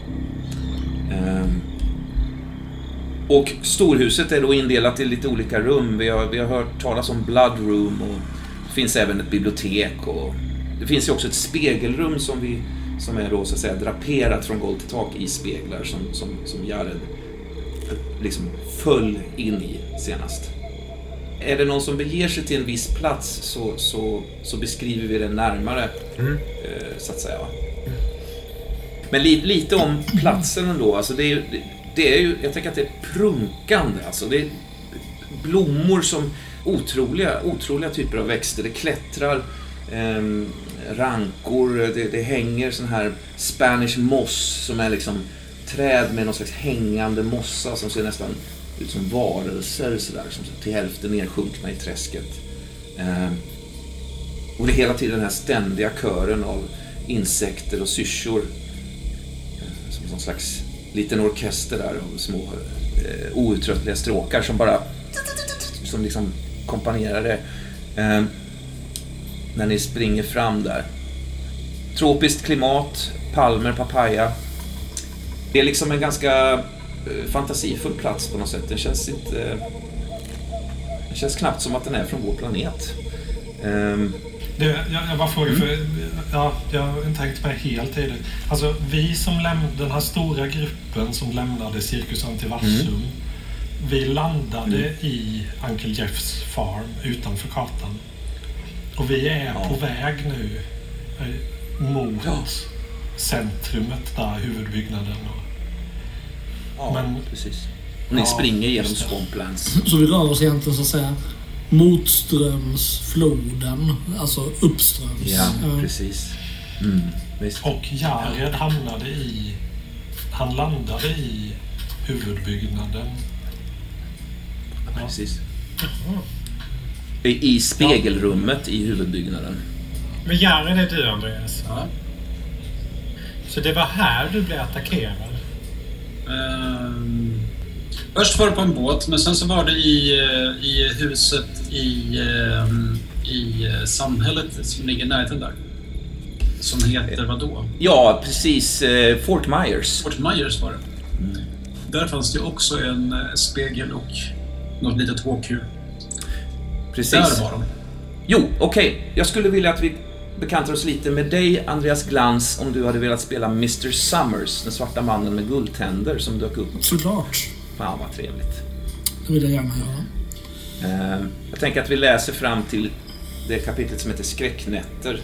Och storhuset är då indelat i lite olika rum. Vi har, vi har hört talas om Blood Room, och det finns även ett bibliotek, och det finns ju också ett spegelrum som, vi, som är då så att säga draperat från golv till tak i speglar som, som, som Jared liksom föll in i senast. Är det någon som beger sig till en viss plats så, så, så beskriver vi den närmare, mm. så att säga. Men li, lite om platsen ändå. Alltså det är, det är ju, jag tänker att det är prunkande. Alltså det är blommor som otroliga, otroliga typer av växter. Det klättrar eh, rankor, det, det hänger sån här Spanish moss som är liksom träd med någon slags hängande mossa som ser nästan ut som varelser så där, som till hälften nedsjunkna i träsket. Eh, och det är hela tiden den här ständiga kören av insekter och syrsor, eh, som någon slags liten orkester där av små eh, outtröttliga stråkar som bara som liksom kompanjerar det eh, när ni springer fram där. Tropiskt klimat, palmer, papaya. Det är liksom en ganska eh, fantasifull plats på något sätt. Den känns inte eh, det känns knappt som att den är från vår planet. Eh, Det, jag, jag bara frågar, för ja, jag har inte tänkt mig helt tidigt. Alltså, vi som lämnade, den här stora gruppen som lämnade Cirkus Antiversum, mm. vi landade mm. i Uncle Jeffs farm utanför kartan. Och vi är ja. på väg nu mot ja. centrumet där, huvudbyggnaden. Och, ja, men, precis. Och ni ja, springer genom Swamplands. Så vi rör oss egentligen så att säga motströmsfloden, alltså uppströms. Ja, precis. Mm, och Jared hamnade i, han landade i huvudbyggnaden. Ja, precis. I, i spegelrummet ja. i huvudbyggnaden. Men Jared är du, Andreas. Ja. Så det var här du blev attackerad? Um... Först var det på en båt, men sen så var det i, i huset i, i samhället som ligger närheten där. Som heter vad då? Ja, precis. Fort Myers. Fort Myers var det. Mm. Där fanns det också en spegel och något litet hårkul. Precis. Där var de. Jo, okej. Okay. Jag skulle vilja att vi bekantar oss lite med dig, Andreas Glans, om du hade velat spela mister Summers, den svarta mannen med guldtänder som dök upp. Såklart. Fan vad trevligt. Det vill jag gärna göra. Uh, jag tänker att vi läser fram till det kapitlet som heter Skräcknätter.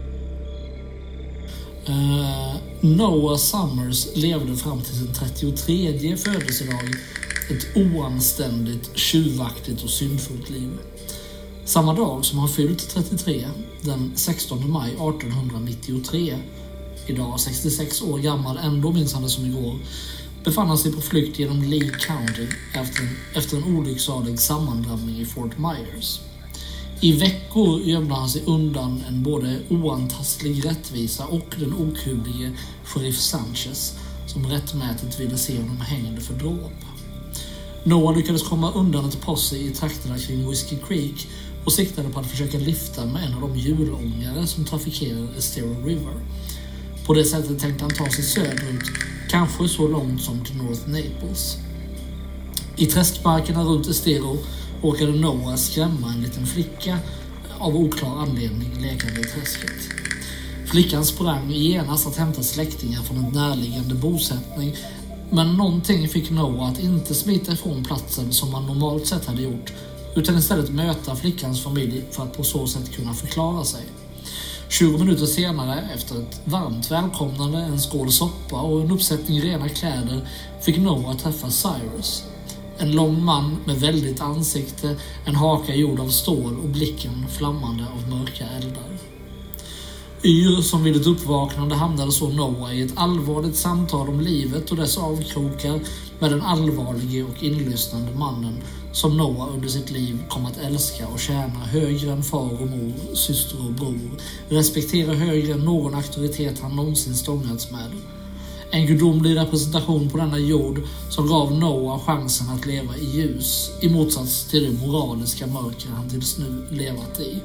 Uh, Noah Summers levde fram till sin trettiotredje födelsedag ett oanständigt, tjuvaktigt och syndfullt liv. Samma dag som han fyllt trettiotre, den sextonde maj artonhundranittiotre, idag sextiosex år gammal, ändå minns han det som igår, befann han sig på flykt genom Lee County efter en, efter en olycksalig sammandrabbning i Fort Myers. I veckor gömde han sig undan en både oantastlig rättvisa och den okuvlige sheriff Sanchez, som rättmätigt ville se honom hängande för dråp. Noah lyckades komma undan ett posse i trakterna kring Whiskey Creek och siktade på att försöka lyfta med en av de hjulångare som trafikerar Estero River. På det sättet tänkte han ta sig söderut, kanske så långt som till North Naples. I träskmarkerna runt Estero råkade Noah skrämma en liten flicka av oklar anledning lekande i träsket. Flickan sprang genast att hämta släktingar från en närliggande bosättning, men någonting fick Noah att inte smita ifrån platsen som man normalt sett hade gjort, utan istället möta flickans familj för att på så sätt kunna förklara sig. tjugo minuter senare, efter ett varmt välkomnande, en skål soppa och en uppsättning rena kläder, fick Noah träffa Cyrus. En lång man med väldigt ansikte, en haka gjord av stål och blicken flammande av mörka eldar. Yr som vid ett uppvaknande hamnade så Noah i ett allvarligt samtal om livet och dess avkrokar med den allvarlige och inlyssnande mannen som Noah under sitt liv kom att älska och tjäna högre än far och mor, syster och bror, respektera högre än någon auktoritet han någonsin stångats med. En gudomlig representation på denna jord som gav Noah chansen att leva i ljus, i motsats till det moraliska mörker han tills nu levat i.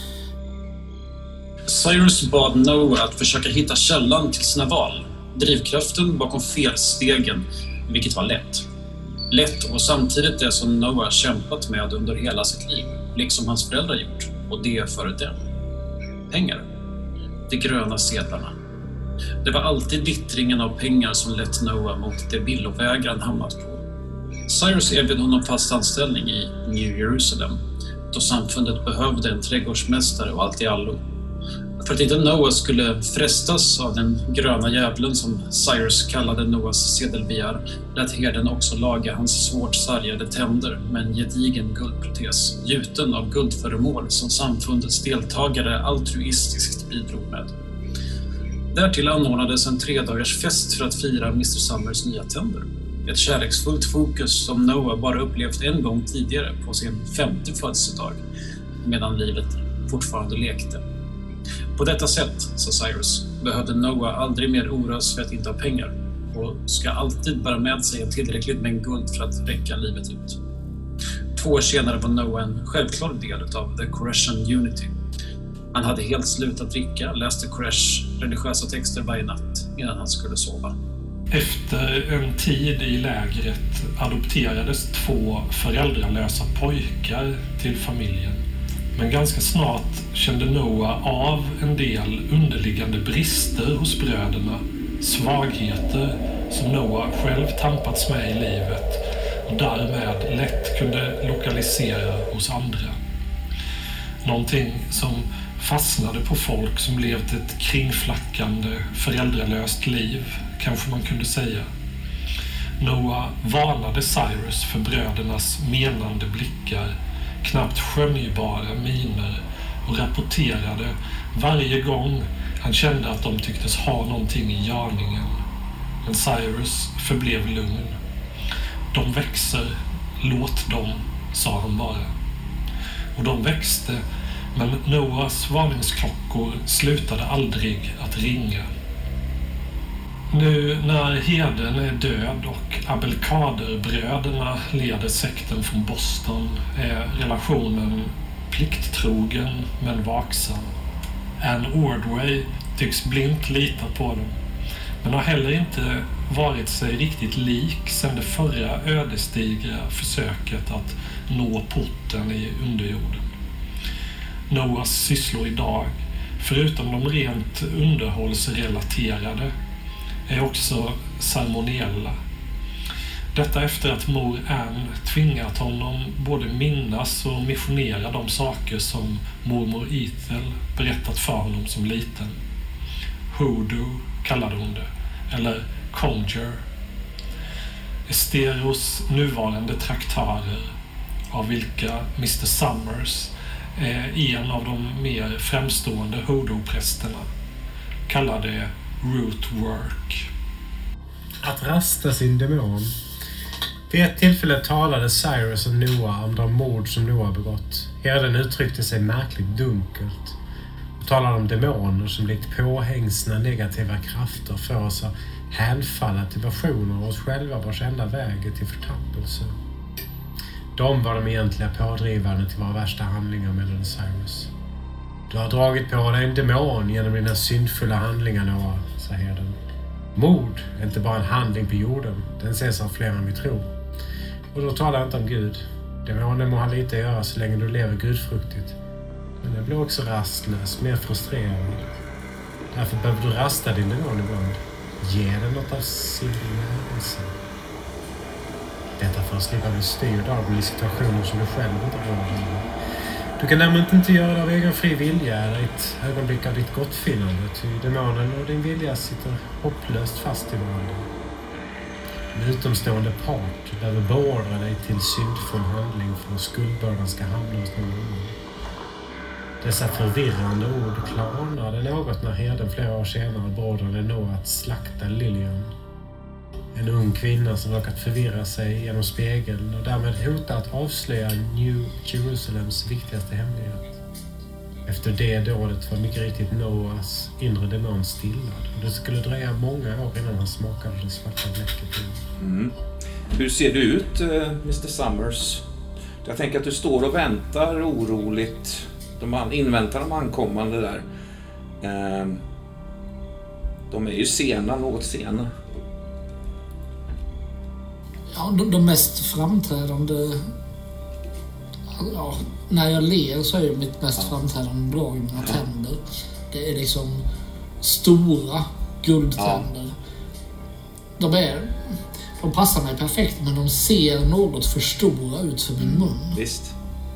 Cyrus bad Noah att försöka hitta källan till sina val, drivkraften bakom felstegen, vilket var lätt. Lätt och samtidigt det som Noah kämpat med under hela sitt liv, liksom hans föräldrar gjort, och det före dem. Pengar. De gröna sedlarna. Det var alltid vittringen av pengar som lett Noah mot det villovägar han hamnat på. Cyrus erbjöd honom fast anställning i New Jerusalem, då samfundet behövde en trädgårdsmästare och allt i allo. För att inte Noah skulle frestas av den gröna djävulen som Cyrus kallade Noahs sedelbegär, lät herden också laga hans svårt sargade tänder med en gedigen guldprotes, gjuten av guldföremål som samfundets deltagare altruistiskt bidrog med. Därtill anordnades en tredagars fest för att fira mister Summers nya tänder. Ett kärleksfullt fokus som Noah bara upplevt en gång tidigare på sin femte födelsedag, medan livet fortfarande lekte. På detta sätt, sa Cyrus, behövde Noah aldrig mer oroas för att inte ha pengar och ska alltid bära med sig en tillräckligt mängd guld för att räcka livet ut. Två år senare var Noah en självklar del av The Koreshan Unity. Han hade helt slutat dricka och läste Koresh religiösa texter varje natt innan han skulle sova. Efter en tid i lägret adopterades två föräldralösa pojkar till familjen. Men ganska snart kände Noah av en del underliggande brister hos bröderna, svagheter som Noah själv tampats med i livet och därmed lätt kunde lokalisera hos andra. Någonting som fastnade på folk som levt ett kringflackande, föräldralöst liv, kanske man kunde säga. Noah varnade Cyrus för brödernas menande blickar, knappt skönjbara miner och rapporterade varje gång han kände att de tycktes ha någonting i görningen. Men Cyrus förblev lugn. De växer, låt dem, sa han bara. Och de växte, men Noahs varningsklockor slutade aldrig att ringa. Nu när herden är död och Abelkader-bröderna leder sekten från Boston är relationen plikttrogen men vaksam. Anne Ordway tycks blint lita på dem, men har heller inte varit sig riktigt lik sedan det förra ödesdigra försöket att nå porten i underjorden. Noahs sysslor idag, förutom de rent underhållsrelaterade, är också ceremoniella. Detta efter att mor Anne tvingat honom både minnas och missionera de saker som mormor Ethel berättat för honom som liten. Hoodoo kallade hon det, eller conjure. Esteros nuvarande traktarer, av vilka mister Summers är en av de mer framstående hoodoo-prästerna, kallar det root work. Att rasta sin demon. Vid ett tillfälle talade Cyrus och Noah om de mord som Noah begått. Herden uttryckte sig märkligt dunkelt och talade om demoner som likt påhängsna negativa krafter för oss att hänfalla till versioner av oss själva vars enda väg till förtappelse. De var de egentliga pådrivande till våra värsta handlingar, menade Cyrus. Du har dragit på dig en demon genom dina syndfulla handlingar, Noah, sa herden. Mord är inte bara en handling på jorden, den ses av fler än vi tror. Och då talar jag inte om Gud. Demonen må ha lite att göra så länge du lever gudfruktigt. Men den blir också rastlös, mer frustrerad. Därför behöver du rasta din demon ibland. Ge den något av sin närelse. Detta för att slippa bli styrd av situationer som du själv inte råder över. Du kan nämligen inte göra det av egen fri vilja eller ett ögonblick av ditt gottfinnande, ty demonen och din vilja sitter hopplöst fast i varandra. En utomstående part behöver beordra dig till syndfull handling för att skuldbördan ska hamna hos någon annan. Dessa förvirrande ord klarnade något när herden flera år senare beordrade Noah att slakta Lilian. En ung kvinna som råkat förvirra sig genom spegeln och därmed hota att avslöja New Jerusalems viktigaste hemlighet. Efter det dådet var mycket riktigt Noahs inre demon stillad. Och det skulle dröja många år innan han smakade det svarta bläcket. Mm. Hur ser du ut, mister Summers? Jag tänker att du står och väntar oroligt. De inväntar de ankommande där. De är ju sena, något sena. Ja, de, de mest framträdande... Ja, när jag ler så är ju mitt mest ja. framträdande drag mina ja. tänder. Det är liksom stora guldtänder. Ja. De är... De passar mig perfekt, men de ser något för stora ut för min mun. Mm, visst.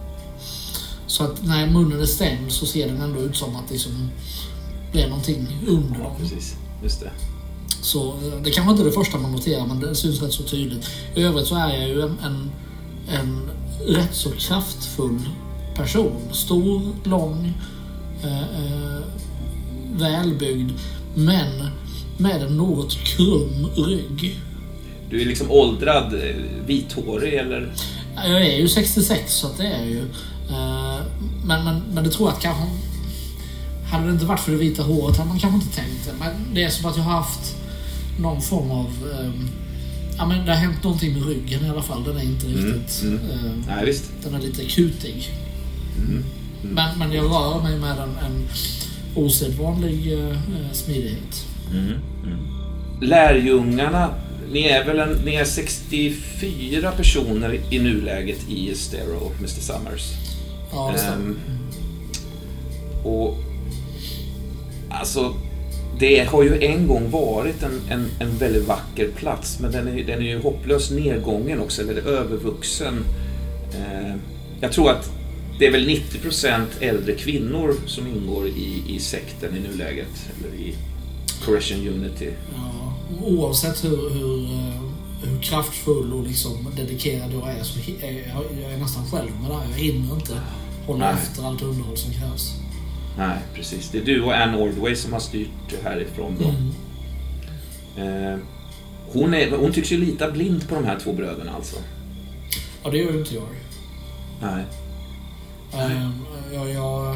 Så att när munnen är stängd så ser den ändå ut som att det liksom blir någonting under. Ja, precis. Just det. Så det kanske inte är det första man noterar, men det syns rätt så tydligt. I övrigt så är jag ju en, en, en rätt så kraftfull person. Stor, lång, eh, eh, välbyggd, men med en något krum rygg. Du är liksom åldrad, vithårig eller? Jag är ju sextiosex, så att det är ju. Eh, men, men, men det tror jag att kanske... Hade det inte varit för det vita håret hade man kanske inte tänkt det. Men det är som att jag har haft någon form av... Eh, ja, men det har hänt någonting med ryggen i alla fall. Den är inte riktigt... Mm, mm. Eh, Nej, visst. Den är lite kutig. Mm, mm. Men, men jag rör mig med en, en osedvanlig eh, smidighet. Mm, mm. Lärjungarna, ni är väl en, ni är sextiofyra personer i nuläget i Estero, mister Summers. Ja, det stämmer. Um, och alltså det har ju en gång varit en, en, en väldigt vacker plats, men den är, den är ju hopplöst nedgången också, eller övervuxen. Uh, jag tror att det är väl nittio procent äldre kvinnor som ingår i, i sekten i nuläget, eller i Correction Unity. Ja, oavsett hur, hur, hur kraftfull och liksom dedikerad jag är, så är jag, jag är nästan själv med det här. Jag hinner inte hålla Nej. efter allt underhåll som krävs. Nej, precis. Det är du och Anne Ordway som har styrt härifrån då. Mm. Eh, hon, är, hon tycks ju lita blind på de här två bröderna alltså. Ja, det gör ju inte jag. Nej. Eh, jag, jag...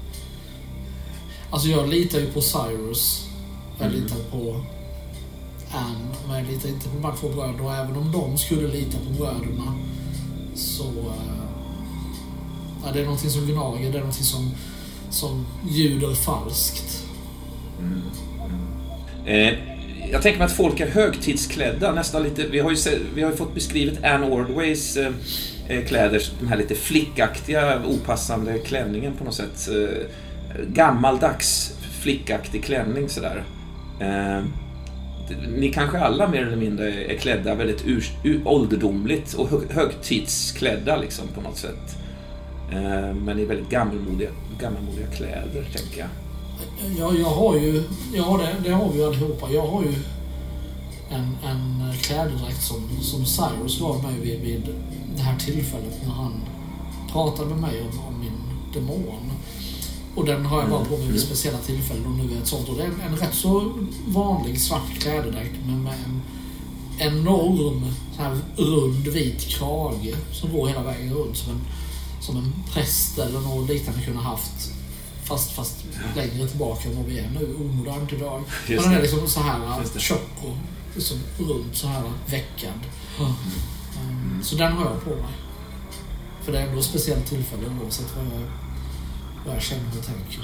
Alltså jag litar ju på Cyrus. Jag mm. litar på Anne, men jag litar inte på de här två bröderna. Och även om de skulle lita på bröderna så... Uh, ja, det är någonting som gnager. Det är någonting som, som ljuder falskt. Mm. Mm. Eh, jag tänker mig att folk är högtidsklädda. Nästan lite, vi, har ju se, vi har ju fått beskrivet Anne Ordways eh, kläder. Den här lite flickaktiga, opassande klänningen på något sätt. Eh, gammaldags flickaktig klänning sådär. Eh, ni kanske alla mer eller mindre är klädda väldigt ur, ur, ålderdomligt och hög, högtidsklädda liksom på något sätt. Eh, men i väldigt gammalmodiga, gammalmodiga kläder, tänker jag. Ja, jag har ju, ja det, det har vi ju allihopa. Jag har ju en, en klädedräkt som, som Cyrus gav mig vid, vid det här tillfället när han pratade med mig om, om min demon. Och den har jag bara på mig vid speciella tillfällen och nu är ett sånt. Och det är en, en rätt så vanlig svart klädedräkt men med en enorm så här rund vit krage som går hela vägen runt som en, som en präst eller något liknande kunde haft fast, fast längre tillbaka än vad vi är nu, omodernt idag. Men den är liksom så här tjock och liksom runt så här veckad. Mm. Um, så den har jag på mig. För det är ändå ett speciellt tillfälle oavsett vad jag vad jag känner och tänker.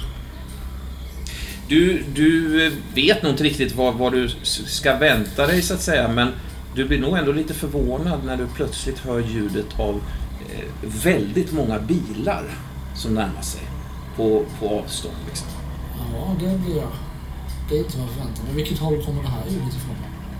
Du, du vet nog inte riktigt vad, vad du ska vänta dig så att säga, men du blir nog ändå lite förvånad när du plötsligt hör ljudet av eh, väldigt många bilar som närmar sig på, på avstånd liksom. Ja, det blir jag. Det är inte vad jag förväntar mig. Vilket håll kommer det här ljudet ifrån?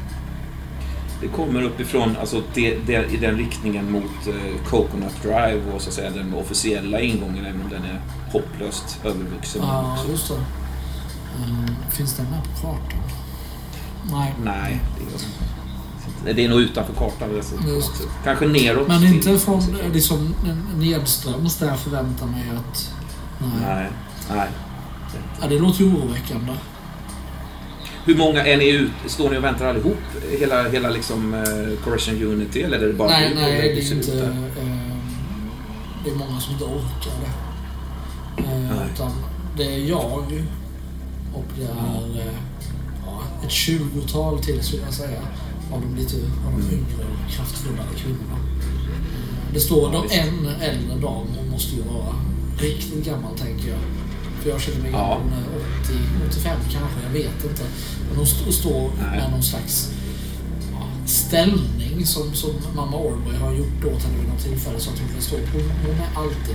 Det kommer uppifrån, alltså det, det, i den riktningen mot eh, Coconut Drive och så att säga den officiella ingången, även om den är hopplöst övervuxen. Ja, just det. Um, finns den med på kartan? Nej. Nej, det är, det är nog utanför kartan. Alltså. Kanske neråt. Men inte från liksom, nedströms där jag förväntar mig att... Nej, nej. nej. Ja, det låter ju oroväckande. Hur många är ni ut? Står ni och väntar allihop? Hela, hela liksom uh, Corrosion Unity? Eller är det bara nej, du? nej, det är ser inte... ut där? Uh, det är många som inte orkar det. Uh, Nej. utan det är jag och det är uh, ja, ett tjugotal till, skulle jag säga, av de lite av de yngre och kraftfullare kvinnorna. Uh, det står då en äldre dam, hon måste ju vara riktigt gammal, tänker jag. För jag känner mig Ja. gammal, åttio åttiofem kanske, jag vet inte. Men hon st- står Nej. med någon slags ja, ställning som, som mamma Orway har gjort åt henne vid något tillfälle, så att hon förstår. Hon, hon är alltid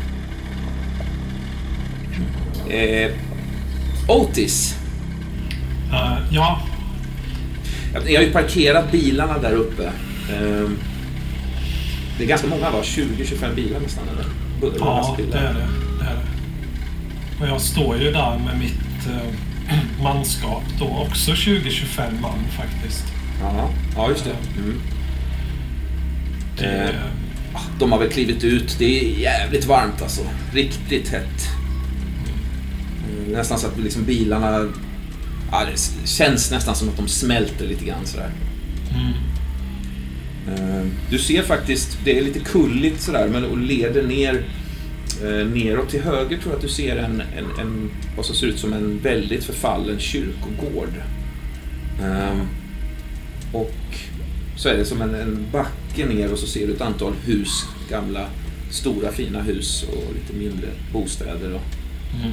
här. Eh, Otis. Uh, ja, Jag har ju parkerat bilarna där uppe. Eh, det är ganska många, va? tjugo till tjugofem bilar nästan, eller? ja det är det. det är det. Och jag står ju där med mitt eh, manskap då, också tjugo till tjugofem man faktiskt. Ja, ja just det. Mm. Det, Eh. De har väl klivit ut. Det är jävligt varmt alltså. Riktigt hett. Mm, nästan så att liksom bilarna... Ja, det känns nästan som att de smälter lite grann sådär. mm, Eh, Du ser faktiskt, det är lite kulligt sådär, men och leder ner eh, neråt till höger tror jag att du ser en, en, en vad som ser ut som en väldigt förfallen kyrkogård. Eh, och så är det som en, en backe ner och så ser du ett antal hus, gamla stora fina hus och lite mindre bostäder. Och... mm.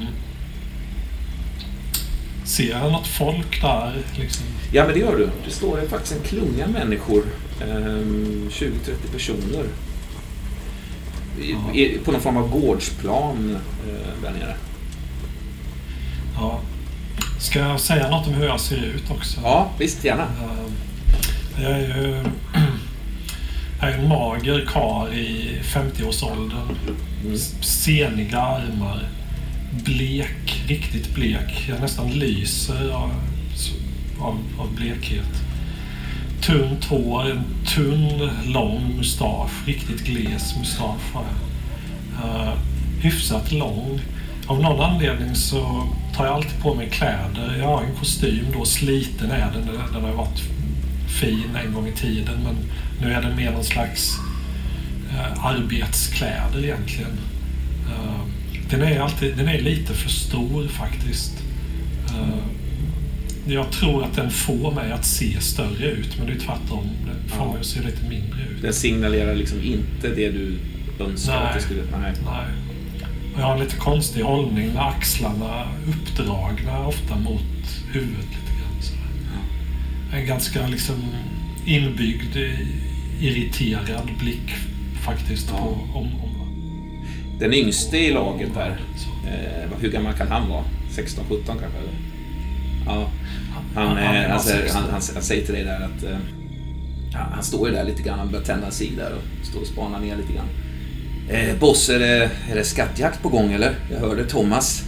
Ser jag något folk där liksom? Ja, men det gör du. Det står faktiskt en klunga människor, eh, tjugo till trettio personer. I, Ja. i, på någon form av gårdsplan eh, där nere. Ja. Ska jag säga något om hur jag ser ut också? Ja, visst, gärna. Eh, Jag är ju jag är en mager karl i femtioårsåldern. Mm. Seniga armar. Blek, riktigt blek. Jag nästan lyser av, av, av blekhet. Tunt hår, en tunn, lång mustasch. Riktigt gles mustasch har jag. Uh, hyfsat lång. Av någon anledning så tar jag alltid på mig kläder. Jag har en kostym då, sliten är den. Den har varit fin en gång i tiden, men nu är den mer någon slags uh, arbetskläder egentligen. Uh, den är alltid, den är lite för stor faktiskt. Uh, jag tror att den får mig att se större ut, men det är tvärtom. Den får Ja. mig att se lite mindre ut. Den signalerar liksom inte det du önskar Nej. att det skulle... Nej. Nej. Och jag har en lite konstig hållning med axlarna uppdragna ofta mot huvudet lite grann. Sådär. En ganska liksom inbyggd, irriterad blick faktiskt Ja. på om, om Den yngste i laget där, så. eh, hur gammal kan han vara? sexton sjutton kanske? Eller? Ja. Han, Han- han är eh, han, säger, sexton. han, han, han säger till dig där att eh, ja, han står ju där lite grann, han börjar tända en cigg där och står och spanar ner lite grann. Eh, boss, är det, är det skattjakt på gång eller? Jag hörde Thomas.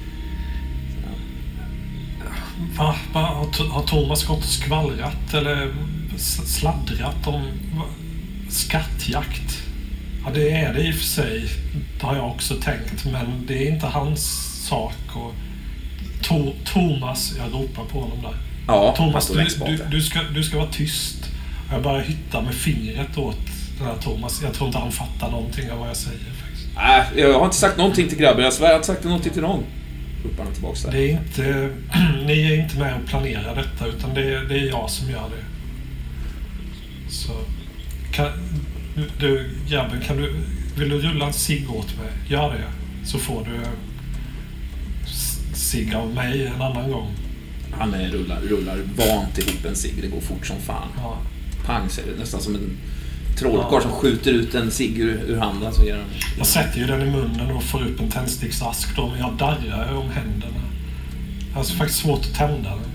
Va, va, har, T- har Thomas gått och skvallrat eller s- sladdrat om va, skattjakt? Ja, det är det i och för sig. Det har jag också tänkt, men det är inte hans sak. Och to, Thomas, jag ropar på honom där. Ja, han Thomas, står du, längst bak du, där. du, ska, du ska vara tyst. Jag börjar hytta med fingret åt den här Thomas. Jag tror inte han fattar någonting av vad jag säger faktiskt. Nej, jag har inte sagt någonting till grabben, jag svär, jag har inte sagt någonting till någon. Ropar han tillbaks där. Det är inte, ni är inte med och planerar detta, utan det är, det är jag som gör det. Så, kan, du, grabben, kan du, vill du rulla en cigg åt mig? Gör det, så får du s- cigg av mig en annan gång. Han är, rullar, rullar vant ihop en cigg, det går fort som fan. Ja. Pang, säger det, nästan som en trollkarl Ja. som skjuter ut en cigg ur, ur handen. Så ger han... Jag sätter ju den i munnen och får upp en tändsticksask då, men jag darrar om händerna. Jag har faktiskt svårt att tända den.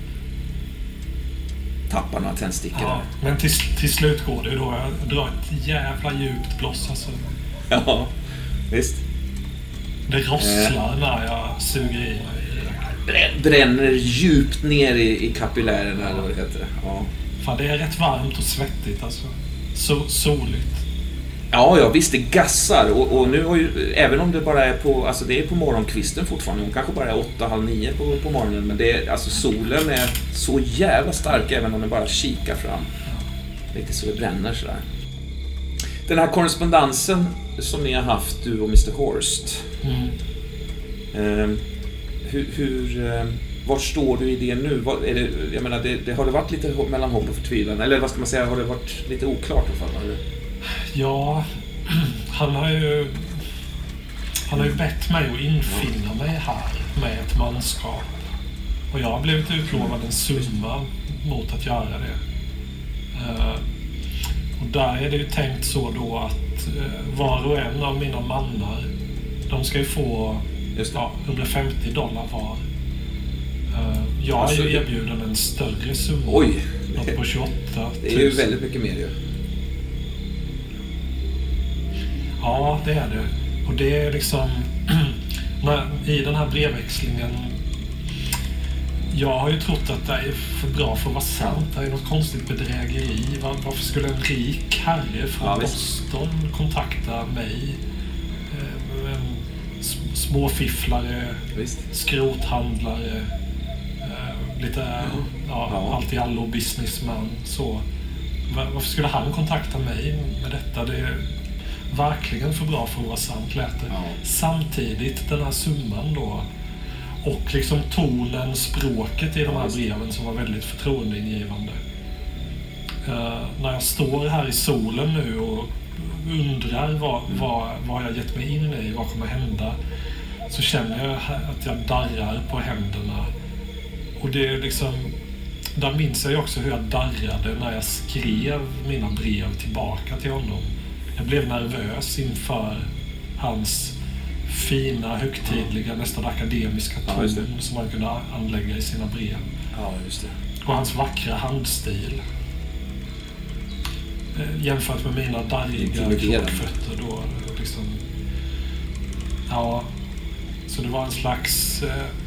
Tappar några tändstickor Ja, där. men till, till slut går det ju då. Jag drar ett jävla djupt bloss alltså. Ja, visst. Det rosslar när jag suger i mig. Brän- Bränner djupt ner i, i kapillärerna eller vad det heter. Ja. Fan, det är rätt varmt och svettigt alltså. Så, soligt. Ja, ja, visst det gassar och, och nu har ju, även om det bara är på, alltså det är på morgonkvisten fortfarande, hon kanske bara är åtta, halv nio på, på morgonen, men det är, alltså solen är så jävla stark även om den bara kikar fram. Lite så det bränner sådär. Den här korrespondensen som ni har haft, du och mister Horst. Mm. Eh, hur, hur eh, var står du i det nu? Vad, är det, jag menar, det, det har det varit lite mellan hopp och förtvivlan, eller vad ska man säga, har det varit lite oklart i alla fall? Eller? Ja, han har ju han har ju bett mig att infinna mig här med ett manskap. Och jag har blivit utlovad en summa mot att göra det. Uh, och där är det ju tänkt så då att uh, var och en av mina mannar, de ska ju få ja, hundrafemtio dollar var. Uh, jag alltså, är ju erbjuden en större summa. Oj! Något på tjugoåtta tusen. Det är ju väldigt mycket mer ju. Ja, det är det. Och det är liksom när, i den här brevväxlingen, jag har ju trott att det är för bra för att vara sant. Det är något konstigt bedrägeri. Var, varför skulle en rik herre från ja, Boston kontakta mig? En småfifflare, visst. Skrothandlare, lite ja, ja. allt i allo businessman. Så. Varför skulle han kontakta mig med detta? Det är verkligen för bra för att vara sant, lät det. Ja. Samtidigt den här summan då och liksom tonen, språket i de här breven som var väldigt förtroendeingivande. Uh, när jag står här i solen nu och undrar vad, mm. vad, vad jag gett mig in i, vad kommer hända, så känner jag att jag darrar på händerna. Och det är liksom, där minns jag ju också hur jag darrade när jag skrev mina brev tillbaka till honom. Jag blev nervös inför hans fina, högtidliga, nästan akademiska ton ja, som man kunde anlägga i sina brev. Ja, just det. Och hans vackra handstil. Jämfört med mina darriga kråkfötter då. Liksom, ja, så det var en slags...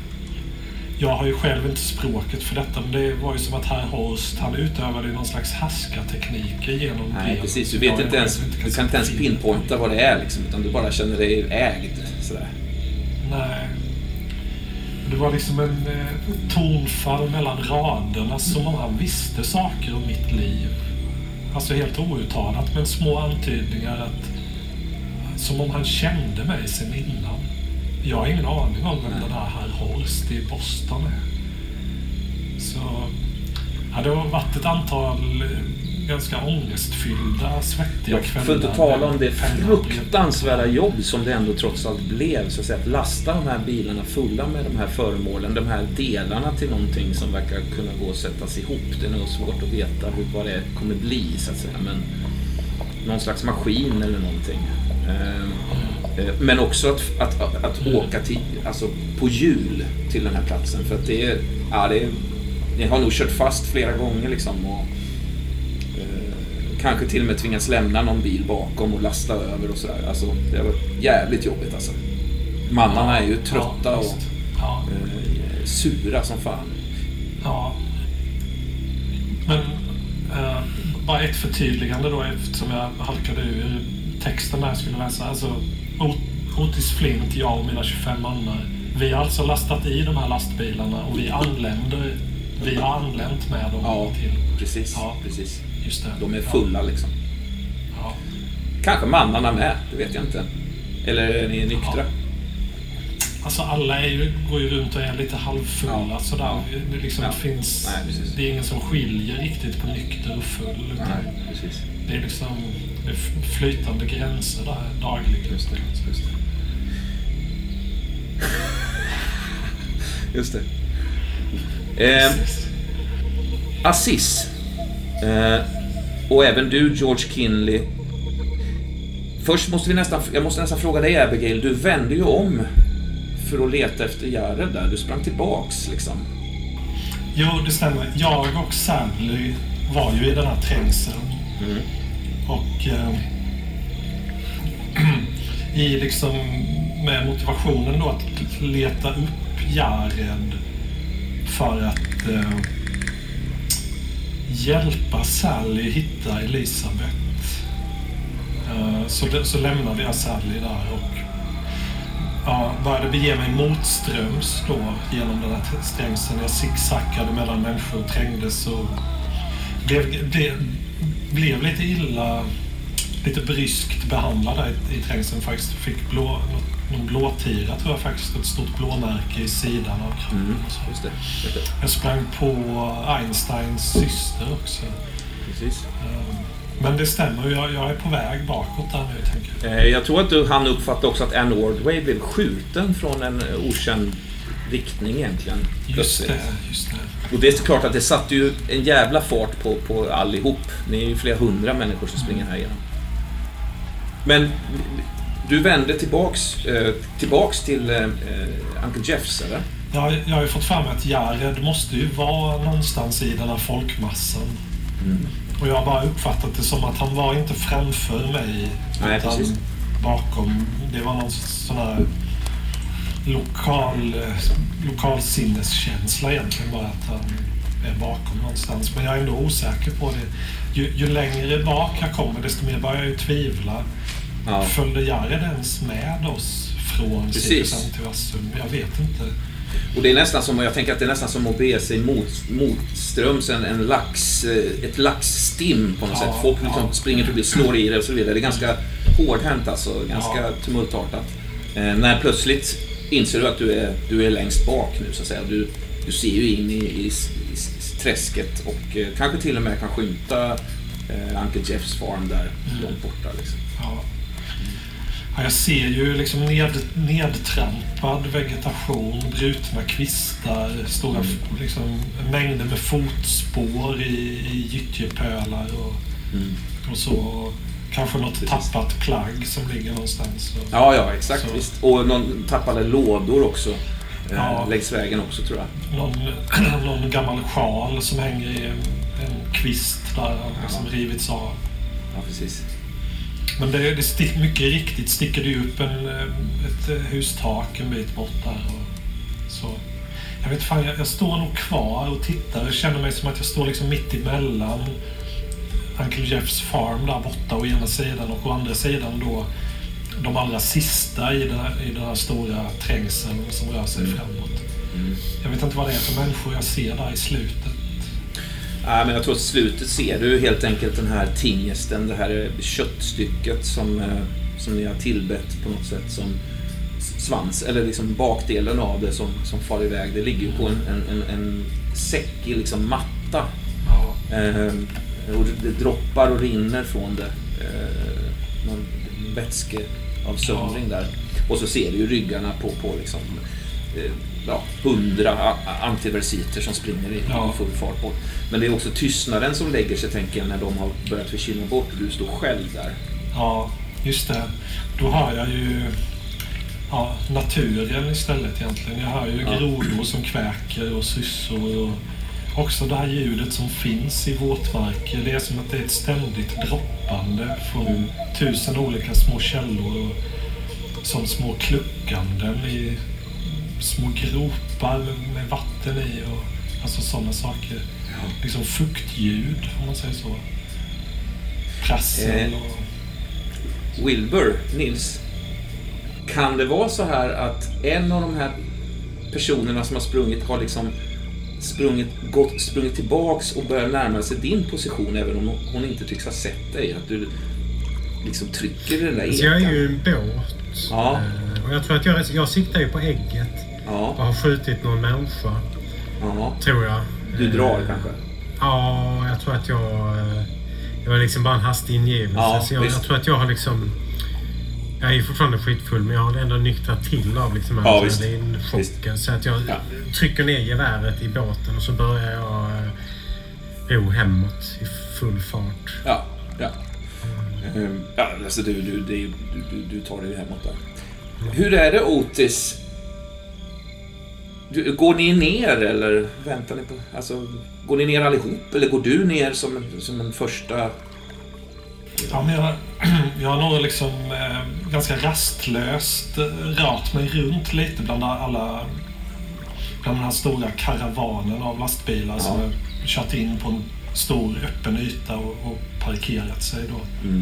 Jag har ju själv inte språket för detta, men det var ju som att herr Horst, han utövade någon slags härskartekniker genom Nej, brev. precis. Du vet inte ens, inte du kan inte ens pinpointa vad det är liksom, utan du bara känner dig ägd sådär. Nej. Det var liksom en eh, tonfall mellan raderna som om han visste saker om mitt liv. Alltså helt outtalat, men små antydningar att som om han kände mig sen innan. Jag har ingen aning om vem den här herr Horst i Boston är. Så ja, det har varit ett antal ganska ångestfyllda, svettiga kvällar. För att inte tala om det fruktansvärda jobb som det ändå trots allt blev, så att säga, att lasta de här bilarna fulla med de här föremålen, de här delarna till någonting som verkar kunna gå och sättas ihop. Det är nog svårt att veta hur, vad det kommer bli, så att säga, men någon slags maskin eller någonting. Men också att, att, att, att åka till, alltså på hjul till den här platsen, för att det är, ja, det är, ni har nog kört fast flera gånger liksom, och eh, kanske till och med tvingats lämna någon bil bakom och lasta över och sådär. Alltså det var jävligt jobbigt alltså. Mannarna är ju trötta ja, och ja. eh, sura som fan. Ja. Men eh, bara ett förtydligande då, eftersom jag halkade ur texten där jag skulle läsa. Alltså Otis Flint, jag och mina tjugofem mannar, vi har alltså lastat i de här lastbilarna och vi anländer, vi har anlänt med dem ja, till. Precis, ja, precis. Just det. De är fulla ja. liksom. Ja. Kanske mannarna med, det vet jag inte. Eller är ni nyktra? Ja. Alltså alla är ju, går ju runt och är lite halvfulla ja. sådär. Ja. Det, liksom ja. finns, Nej, det är ingen som skiljer riktigt på nykter och full. Utan Nej, precis. Det är liksom det är flytande gränser där dagligen. Just det, just det. Just det. Eh, Aziz. Eh, och även du, George Kinley. Först måste vi nästan, jag måste nästan fråga dig, Abigail. Du vände ju om för att leta efter Jared där. Du sprang tillbaks liksom. Jo, det stämmer. Jag och Sally var ju i den här trängseln. Mm. Och eh, i liksom med motivationen då att leta upp Jared för att eh, hjälpa Sally hitta Elisabeth. Uh, så, det, så lämnade jag Sally där och ja, började bege mig motströms då genom den här stängseln. Jag zigzackade mellan människor och trängdes och blev, blev, blev lite illa, lite bryskt behandlad där i, i trängseln. Faktiskt fick blå, någon blåtira tror jag faktiskt, ett stort blåmärke i sidan av kroppen. Mm, just det, just det. Jag sprang på Einsteins syster också. Precis. Men det stämmer, jag, jag är på väg bakåt där nu, tänker jag. Jag tror att du hann uppfatta också att Anne Ordway blev skjuten från en okänd riktning egentligen. Just det, just det. Och det är klart att det satte ju en jävla fart på, på allihop. Ni är ju flera hundra människor som springer här igenom. Men du vände tillbaks, eh, tillbaks till eh, Uncle Jeffs, eller? Ja, jag har ju fått fram att Jared måste ju vara någonstans i den här folkmassan. Mm. Och jag har bara uppfattat det som att han var inte framför mig. Nej, utan precis. Bakom. Det var någon sån här lokal, lokal sinneskänsla egentligen, bara att han är bakom någonstans. Men jag är ändå osäker på det. Ju, ju längre bak jag kommer, desto mer börjar jag ju tvivla. Ja. Följde Jared ens med oss från Cirkusen till Vassum? Jag vet inte. Och det är nästan som, jag tänker att det är nästan som att bege sig mot, motströms en, en lax, ett laxstim på något ja, sätt. Folk liksom ja. springer förbi, slår i det och så vidare. Det är ganska hårdhänt alltså, ganska ja. tumultartat. Eh, när plötsligt inser du att du är, du är längst bak nu så att säga. Du, du ser ju in i, i, i träsket och eh, kanske till och med kan skymta eh, Uncle Jeffs farm där mm. långt borta liksom. Ja. Jag ser ju liksom ned, nedtrampad vegetation, brutna kvistar, stora mm. liksom, mängder med fotspår i, i gyttjepölar och, mm. och så. Kanske något Precis. tappat plagg som ligger någonstans. Och, ja, ja, exakt. Visst. Och någon tappade lådor också. Ja. Längs vägen också, tror jag. Någon, någon gammal sjal som hänger i en, en kvist där liksom ja. rivits av. Ja, precis. Men det, det stick, mycket riktigt sticker det upp en, ett hustak en bit bort där. Och så. Jag vet fan, jag, jag står nog kvar och tittar. Jag känner mig som att jag står liksom mitt emellan Uncle Jeffs farm där borta å ena sidan och å andra sidan då de allra sista i den här, i den här stora trängseln som rör sig mm. framåt. Mm. Jag vet inte vad det är för människor jag ser där i slutet. Ja, men jag tror att slutet ser du helt enkelt den här tingesten, det här köttstycket som, som ni har tillbett på något sätt som svans, eller liksom bakdelen av det som, som far iväg. Det ligger ju på en, en, en, en säckig liksom matta. Ja. Eh, och det, det droppar och rinner från det. Eh, någon vätske av söndring ja. där. Och så ser du ju ryggarna på, på liksom eh, ja, hundra antiversiter som springer i ja. full fart bort. Men det är också tystnaden som lägger sig, tänker jag, när de har börjat försvinna bort och du står själv där. Ja, just det. Då har jag ju ja, naturen istället egentligen. Jag har ju ja. grodor som kväker och syssor och också det här ljudet som finns i våtmarker. Det är som att det är ett ständigt droppande från mm. tusen olika små källor och som små kluckanden i små gropar med, med vatten i och alltså sådana saker. Ja. Liksom fuktljud, om man säger så. Prassel och... Eh, Wilbur, Nils, kan det vara så här att en av de här personerna som har sprungit har liksom sprungit, gått, sprungit tillbaks och börjar närma sig din position även om hon inte tycks ha sett dig? Att du liksom trycker i den där ekan. Jag är ju en båt. Ja. Och jag tror att jag, jag siktar ju på ägget. Ja. Och har skjutit någon människa. Ja. Tror jag. Du drar kanske? Ja, jag tror att jag... Det var liksom bara en hastig ingivelse. Ja, så jag, jag tror att jag har liksom... Jag är fortfarande skitfull, men jag har ändå nyktrat till av liksom ja, adrenalinchocken. Så att jag ja. trycker ner geväret i båten och så börjar jag ro hemåt i full fart. Ja, ja. Mm. Ja, alltså du, du, du, du, du tar dig hemåt där. Mm. Hur är det, Otis? Du, går ni ner eller väntar ni på... Alltså, går ni ner allihop eller går du ner som en, som en första... Ja, men jag, jag har nog liksom eh, ganska rastlöst rört mig runt lite bland alla bland den här stora karavanen av lastbilar ja. som har kört in på en stor öppen yta och, och parkerat sig då. Mm.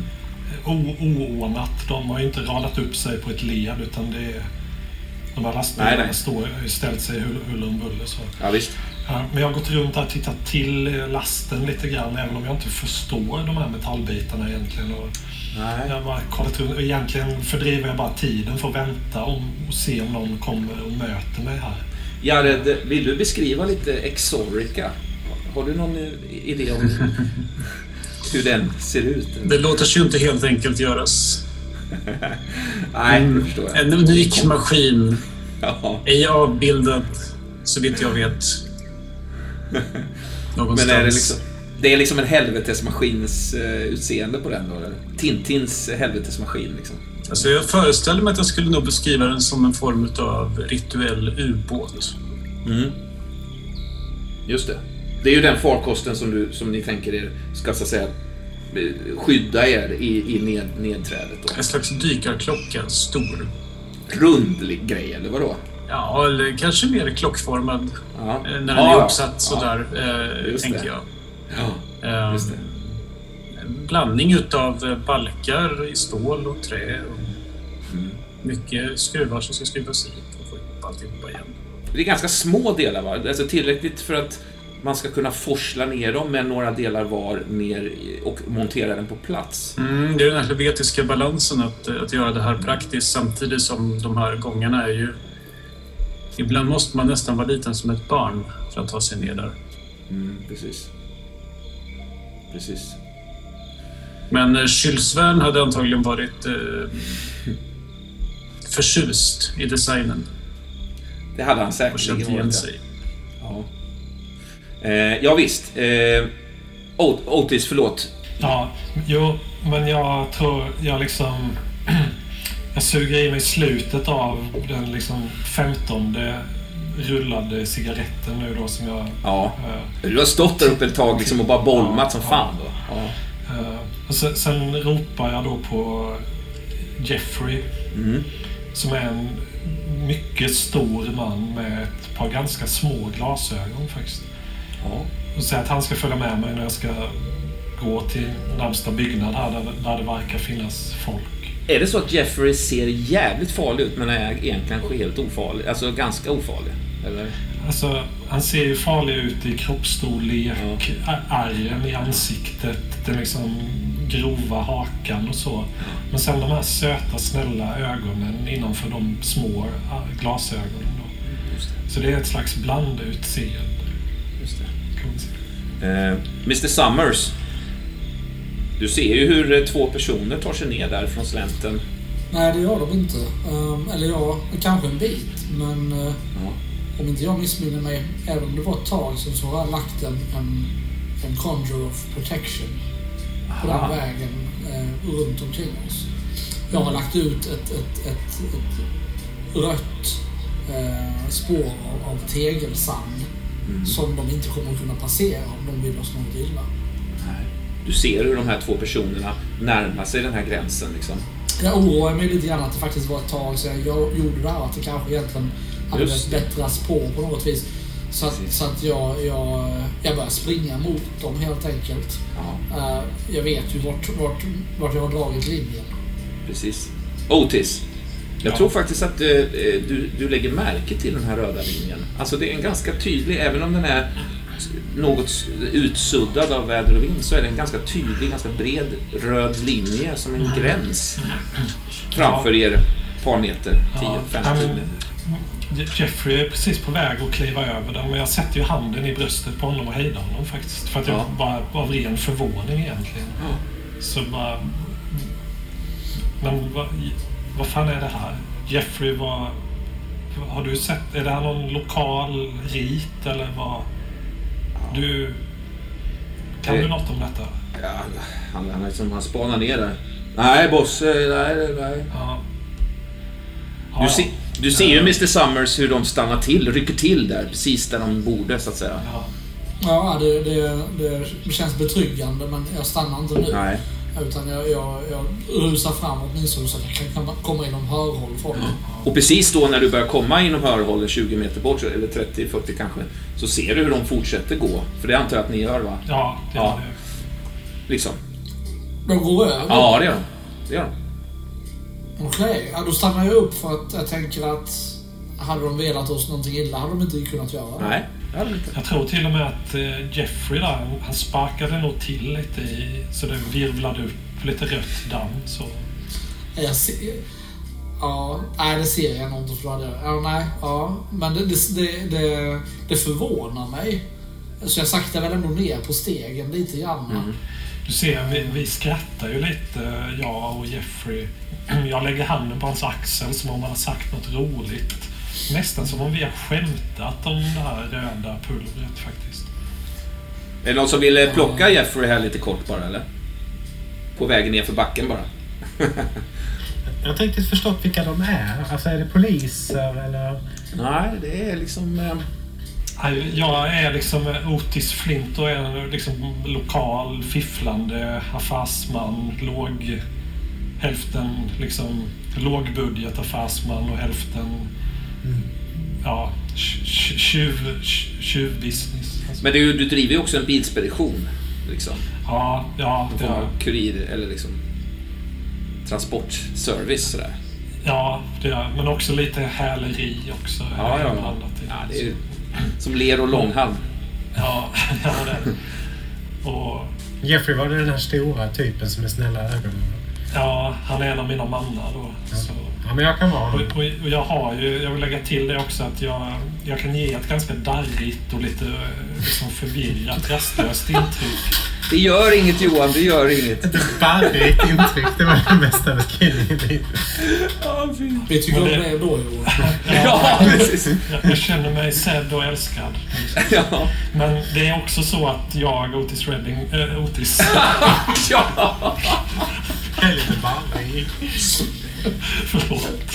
oordnat. De har ju inte radat upp sig på ett led, utan det är de här lastbilarna står ställt sig huller om buller. Så. Ja, visst. Ja, men jag har gått runt och tittat till lasten lite grann, även om jag inte förstår de här metallbitarna egentligen. Och Nej. Jag har bara kollat runt. Egentligen fördriver jag bara tiden för att vänta om, och se om någon kommer och möter mig här. Jared, vill du beskriva lite Exorica? Har du någon idé om hur den ser ut? Det låter sig ju inte helt enkelt göras. Nej, det förstår jag. En unik maskin. Ja. Ej avbildad, så vitt jag vet. Någonstans. Men är det liksom... Det är liksom en helvetesmaskins uh, utseende på den då, eller? Tintins helvetesmaskin liksom. Alltså jag föreställer mig att jag skulle nog beskriva den som en form av rituell ubåt. Mm. Just det. Det är ju den farkosten som, du, som ni tänker er ska så att säga skydda er i, i ned, nedträdet då. En slags dykarklocka, stor. Rundlig grej, eller vadå? Ja, eller kanske mer klockformad. Ja. När den ja, är uppsatt ja. sådär, eh, Just tänker det. jag. Ja, just det. En blandning utav balkar i stål och trä. Och mm. mycket skruvar som ska skruvas i och få ihop alltihopa igen. Det är ganska små delar, va? Alltså tillräckligt för att man ska kunna forsla ner dem med några delar var ner och montera den på plats. Mm, det är den här helvetiska balansen att, att göra det här praktiskt samtidigt som de här gångarna är ju... Ibland måste man nästan vara liten som ett barn för att ta sig ner där. Mm, precis. Precis. Men eh, Kylsvärn hade antagligen varit eh, förtjust i designen. Det hade han Och säkert känt igen sig. Ja. Eh, ja visst. Eh, Otis, förlåt. Ja, jo, men jag tror jag liksom jag suger i mig slutet av den liksom femtonde rullade cigaretten nu då som jag... Ja. Äh, du har stått där uppe ett tag liksom och bara bolmat ja, som ja. fan då. Ja. Äh, och sen, sen ropar jag då på Jeffrey Mm. som är en mycket stor man med ett par ganska små glasögon faktiskt. Ja. Och säger att han ska följa med mig när jag ska gå till närmsta byggnad här där, där det verkar finnas folk. Är det så att Jeffrey ser jävligt farlig ut men är egentligen helt ofarlig? Alltså ganska ofarlig? Eller? Alltså, han ser ju farlig ut i kroppsstorlek, ja. Ärren i ansiktet, den liksom grova hakan och så. Men sen de här söta, snälla ögonen innanför de små glasögonen då. Just det. Så det är ett slags blandutseende. Just det. Eh, mister Summers, du ser ju hur två personer tar sig ner där från slänten. Nej, det gör de inte. Um, eller ja, kanske en bit. Men uh, Ja. om inte jag missminner mig, även om det var ett tag sedan, så har jag lagt en, en, en Conjure of Protection på Aha. den vägen uh, runt omkring oss. Jag har lagt ut ett, ett, ett, ett rött uh, spår av, av tegelsand Mm. som de inte kommer att kunna passera om de vill oss något illa. Du ser hur de här två personerna närmar sig den här gränsen liksom. Jag oroar mig lite grann att det faktiskt var ett tag sedan jag gjorde det här, att det kanske egentligen hade Just det. bättras på på något vis. Så att, så att jag, jag, jag börjar springa mot dem helt enkelt. Ja, Uh, jag vet ju vart, vart, vart jag har dragit linjen. precis. Otis, jag Ja. tror faktiskt att eh, du, du lägger märke till den här röda linjen. Alltså det är en ganska tydlig, även om den är något utsuddad av väder och vind, så är det en ganska tydlig, ganska bred röd linje som en gräns framför er ett par meter, tio Ja, femton. men Jeffrey är precis på väg att kliva över den, men jag sätter ju handen i bröstet på honom och hejdar honom faktiskt. För att jag Ja. bara av ren förvåning egentligen. Ja. Så bara... Men vad, vad fan är det här? Jeffrey, vad... Har du sett... Är det här någon lokal rit eller vad? Du... Kan Eh. du något om detta? Ja, han, han, liksom, han spanar ner där. Nej, boss, eh, nej, nej. Ja. Du, Ja, se, du ser ju mister Summers hur de stannar till, rycker till där, precis där de borde så att säga. ja. Ja, det, det, det känns betryggande, men jag stannar inte nu. Nej. Utan jag, jag, jag rusar fram åtminstone så att jag kan komma inom hörhåll från dem. Och precis då när du börjar komma inom hörhållen tjugo meter bort, eller trettio fyrtio kanske, så ser du hur de fortsätter gå. För det antar jag att ni gör, va? Ja, det Ja. är det. Liksom. De går över? Ja, det gör de. Det gör de. Okej, okay. Ja, då stannar jag upp för att jag tänker att hade de velat oss någonting illa hade de inte kunnat göra. Nej, det hade de inte. Jag tror till och med att Jeffrey där, han sparkade nog till lite i, så det virvlade upp lite rött damm. Så. Jag ser... Ja, nej det ser jag nog inte för det. Ja, nej, ja. Men det, det, det, det förvånar mig. Så jag saktar väl ändå ner på stegen lite grann. Mm. Du ser, vi, vi skrattar ju lite, jag och Jeffrey. Jag lägger handen på hans axel som om han har sagt något roligt. Nästan som om vi har skämtat om det här röda pulvret faktiskt. Är det någon som vill plocka Jeffrey här lite kort bara, eller? På vägen ner för backen bara. Jag har inte riktigt förstått vilka de är. Alltså är det poliser eller? Nej, det är liksom... Eh... Jag är liksom Otis Flint och är en liksom lokal fifflande affärsman, låg hälften liksom lågbudget affärsman och hälften mm. ja tjuv tjuvbusiness. Alltså. Men du, du driver ju också en bilspedition liksom. Ja, ja, det är kurir eller liksom transportservice sådär. Ja, det är, men också lite häleri också. Ja, ja. Ja, det är ju som ler och långhalm. Ja, ja det. Och Jeffrey var det den här stora typen som är snälla ögonen. Ja, han är en av mina mannar då. Ja. Så. Ja, men jag kan vara och, och, och jag har ju, jag vill lägga till det också att jag, jag kan ge ett ganska darrigt och lite liksom förvirrat, rastlöst intryck. Det gör inget Johan, det gör inget. Ett darrigt intryck, det var den bästa beskrivningen i livet. Ja, fint. Vi tycker om det då, Johan. Ja, ja, precis. Jag, jag känner mig sedd och älskad. Ja. Men det är också så att jag, Otis Redding, äh, Otis... ja. Jag är lite barrig. Förlåt.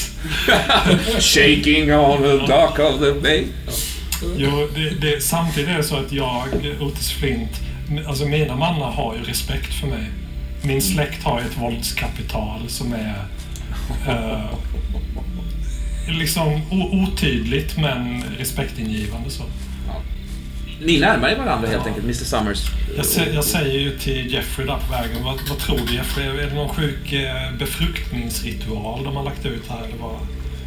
Shaking on the dock of the bay. Jo, det, det, samtidigt är det så att jag, Otis Flint, alltså mina mannar har ju respekt för mig. Min släkt har ju ett våldskapital som är uh, liksom otydligt men respektingivande så. Ni närmar er varandra helt ja. enkelt, mister Summers. Jag, sä, jag säger ju till Jeffrey där på vägen, vad, vad tror du Jeffrey? Är det någon sjuk eh, befruktningsritual de har lagt ut här eller vad?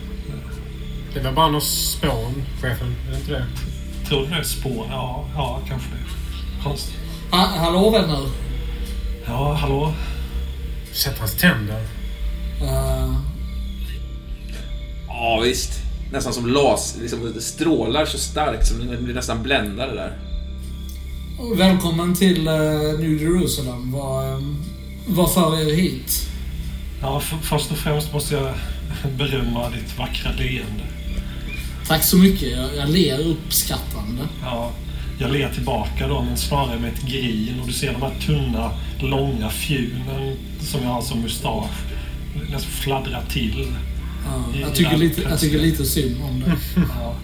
Det var bara någon spån, chefen, är det inte det? Tror du det är spån? Ja, ja kanske det. Konstigt. Ha, hallå vänner? Ja, hallå? Sätt hans tänder. Uh... Ja, visst. Nästan som las, liksom det strålar så starkt som det blir nästan bländade där. Välkommen till uh, New Jerusalem. Vad, um, vad för er hit? Ja, för, först och främst måste jag berömma ditt vackra leende. Tack så mycket. Jag, jag ler uppskattande. Ja, jag ler tillbaka då, men snarare med ett grin. Och du ser de här tunna, långa fjunen som jag har som mustasch nästan fladdra till. Ja, jag, tycker lite, jag tycker lite synd om det. Ja.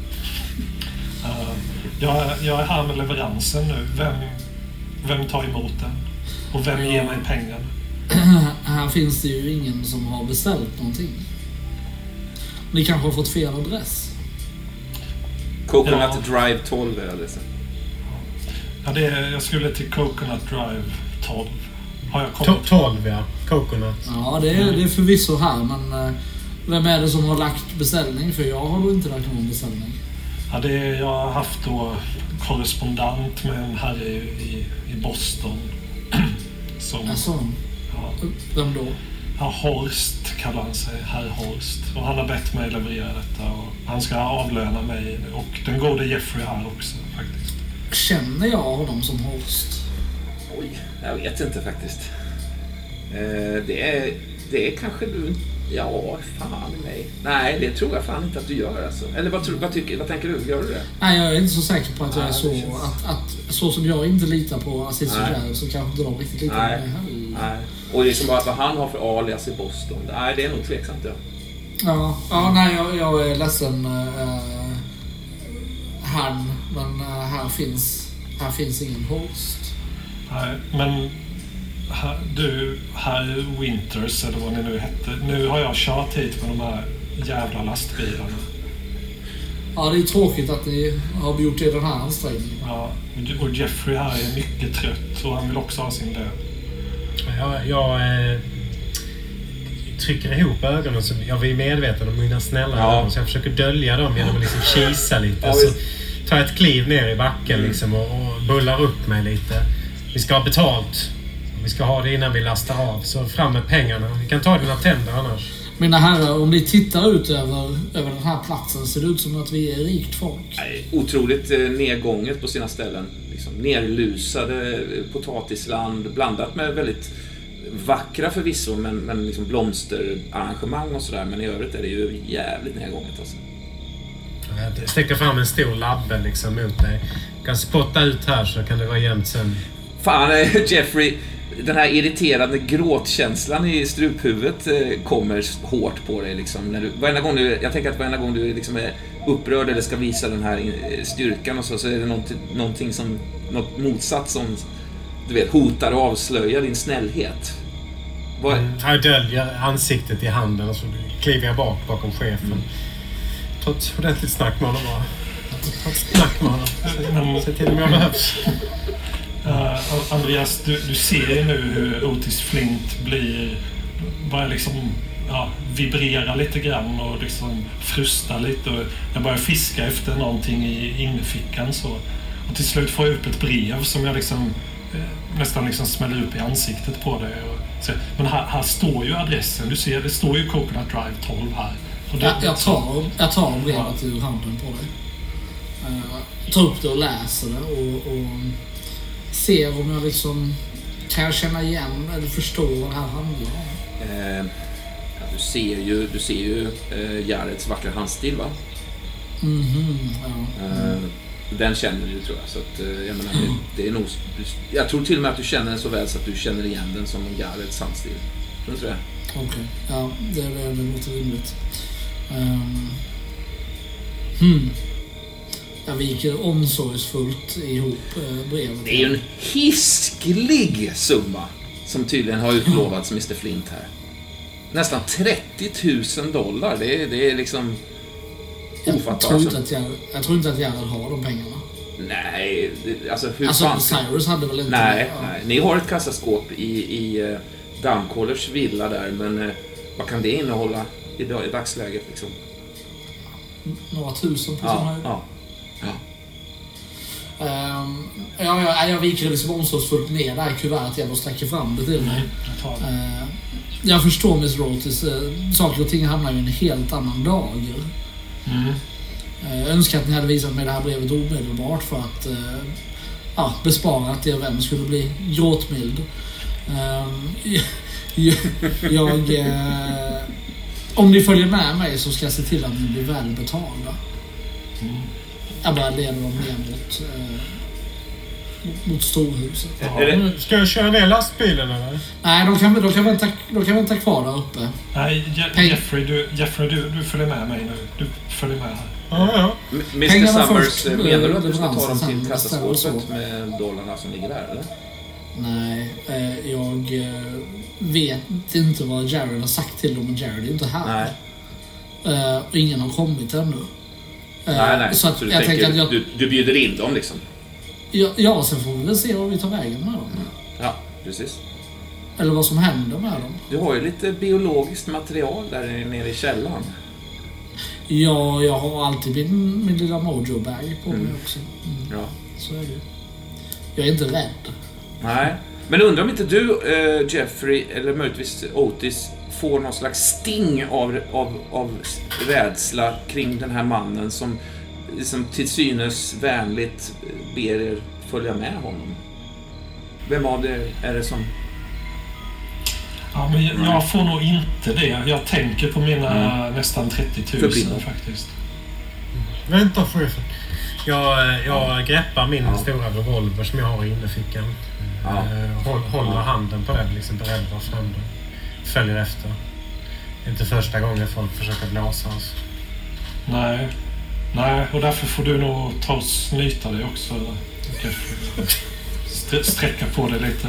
Uh, jag, jag är här med leveransen nu. Vem, vem tar emot den? Och vem ger mig pengarna? Här finns det ju ingen som har beställt någonting. Ni kanske har fått fel adress. Coconut ja. Drive tolv är adressen. Ja, det är, jag skulle till Coconut Drive tolv. Har jag kommit? tolv, ja. Coconut. Ja, det är, det är förvisso här, men vem är det som har lagt beställning? För jag har då inte lagt någon beställning. Ja, det är, jag har haft då korrespondent med en herre i, i, i Boston. Som, alltså, ja, vem då? Ja, Horst kallar han sig, herr Horst. Och han har bett mig leverera detta och han ska avlöna mig. Och den gode Jeffrey här också faktiskt. Känner jag honom som Horst? Oj, jag vet inte faktiskt. Eh, det är, det är kanske du... Ja, fan i mig. Nej, det tror jag fan inte att du gör alltså. Eller vad, tror, vad, tycker, vad tänker du? Gör du det? Nej, jag är inte så säker på att jag Nej, är så... känns... Att, att, så som jag inte litar på Aziz Ojari så kanske inte de riktigt litar Nej. på mig heller. Nej. Och det är som bara vad han har för alias i Boston. Nej, det är nog tveksamt, ja. Ja, ja nej, jag, jag är ledsen äh, han, men äh, här finns här finns ingen Horst. Nej, men här, du, herr Winters eller vad ni nu hette. Nu har jag kört hit med de här jävla lastbilarna. Ja, det är tråkigt att ni har gjort det den här ansträngningen. Ja, och Jeffrey här är mycket trött och han vill också ha sin lön. Jag, jag, eh, trycker ihop ögonen så jag är medveten om mina snälla ja. ögon. Så jag försöker dölja dem genom att liksom kisa lite. Ja, så tar jag ett kliv ner i backen liksom, och, och bullar upp mig lite. Vi ska ha betalt. Vi ska ha det innan vi lastar av. Så fram med pengarna. Vi kan ta dina tänder annars. Mina herrar, om ni tittar ut över, över den här platsen ser det ut som att vi är rikt folk. Nej, otroligt nedgånget på sina ställen. Liksom nerlusade potatisland blandat med väldigt vackra förvisso, men, men liksom blomsterarrangemang och sådär. Men i övrigt är det ju jävligt nedgånget alltså. Jag sticker fram en stor labbe liksom mot dig. Du kan spotta ut här så kan det vara jämnt sen. Fan, Jeffrey, den här irriterande gråtkänslan i struphuvudet kommer hårt på dig liksom. När du, varenda gång du, jag tänker att varenda gång du liksom är upprörd eller ska visa den här styrkan och så, så är det någonting, någonting som, något motsatt som, du vet, hotar och avslöjar din snällhet. Vad... Mm, jag döljer ansiktet i handen och så kliver jag bak bakom chefen. Mm. Ta ett ordentligt snack med honom bara. Ta ett snack med honom. Se till om jag behövs. Uh, Andreas, du, du ser ju nu hur Otis Flint blir, börjar liksom ja, vibrera lite grann och liksom frusta lite. Och jag börjar fiska efter någonting i innerfickan så. Och till slut får jag upp ett brev som jag liksom eh, nästan liksom smäller upp i ansiktet på dig. Och, så, men här, här står ju adressen, du ser, det står ju Coconut Drive tolv här. Och det, jag, jag, tar, jag tar brevet ur handen på dig. Uh, tar upp det och läser det och, och ser om jag liksom kan jag känna igen eller förstå vad det här handlar om. Eh, ja, du ser ju, du ser ju eh, Jareds vackra handstil, va? Mhm, ja. Eh, den känner du, tror jag. Så att, eh, jag menar, det, det är nog, jag tror till och med att du känner den så väl så att du känner igen den som Jareds handstil. Tror du det? Okej, okay. Ja, det, det, det låter rimligt. Um, hmm. Jag viker omsorgsfullt ihop eh, brevet. Det är ju en hisklig summa som tydligen har utlovats mister Flint här. Nästan trettio tusen dollar. Det är, det är liksom ofattbart. Jag tror inte att jag, jag tror inte att jag har de pengarna. Nej, det, alltså hur alltså, fan... Cyrus hade väl inte... Nej, det, ja. nej, ni har ett kassaskåp i, i uh, Damkollers villa där, men uh, vad kan det innehålla i, i dagsläget liksom? Några tusen på ja, sån här. Ja, ja. Um, ja, ja, jag viker liksom omsorgsfullt ner där i kuvertet igen och sträcker fram det till mig. Mm, uh, jag förstår Miss Rotis. Uh, saker och ting hamnar i en helt annan dager. Mm. Uh, jag önskar att ni hade visat mig det här brevet omedelbart för att uh, ja, bespara att er vän skulle bli gråtmild. Um, jag... jag uh, om ni följer med mig så ska jag se till att ni blir väl betalda. Mm. Jag bara leder dem ner mot, eh, mot storhuset. Ja. Ska jag köra ner lastbilen eller? Nej, de kan, de kan, vänta, de kan vänta kvar där uppe. Nej, Je- Jeffrey, du, Jeffrey du, du följer med mig nu. Du följer med här. Ja, ja. M- mister Summers, menar du att du ska ta dem till kassaskåpet med dollarna som ligger där, eller? Nej, eh, jag eh, vet inte vad Jared har sagt till dem, men Jared är inte här. Nej. Eh, och ingen har kommit ännu. Nej, nej. Så, att så du, jag tänker, att jag, du, du bjuder in dem liksom? Ja, ja, sen får vi väl se vad vi tar vägen med dem. Ja, precis. Eller vad som händer med dem. Du har ju lite biologiskt material där nere i källaren. Ja, jag har alltid min, min lilla mojo-bag på mm. mig också. Mm. Ja. Så är det. Jag är inte rädd. Nej. Men undrar om inte du, uh, Jeffrey, eller möjligtvis Otis, får någon slags sting av, av, av rädsla kring den här mannen som, som till synes vänligt ber er följa med honom. Vem av det är det som... Ja, men jag, jag får nog inte det. Jag tänker på mina mm. nästan trettio tusen faktiskt. Mm. Vänta, chefen. Jag, jag greppar min ja. stora revolver som jag har i innerfickan. Ja. Håll, håller ja. handen på den, liksom beredd var fram den. Följer efter. Inte första gången folk försöker blåsa oss. Nej. Nej, och därför får du nog ta och snyta dig också. St- sträcka på dig lite.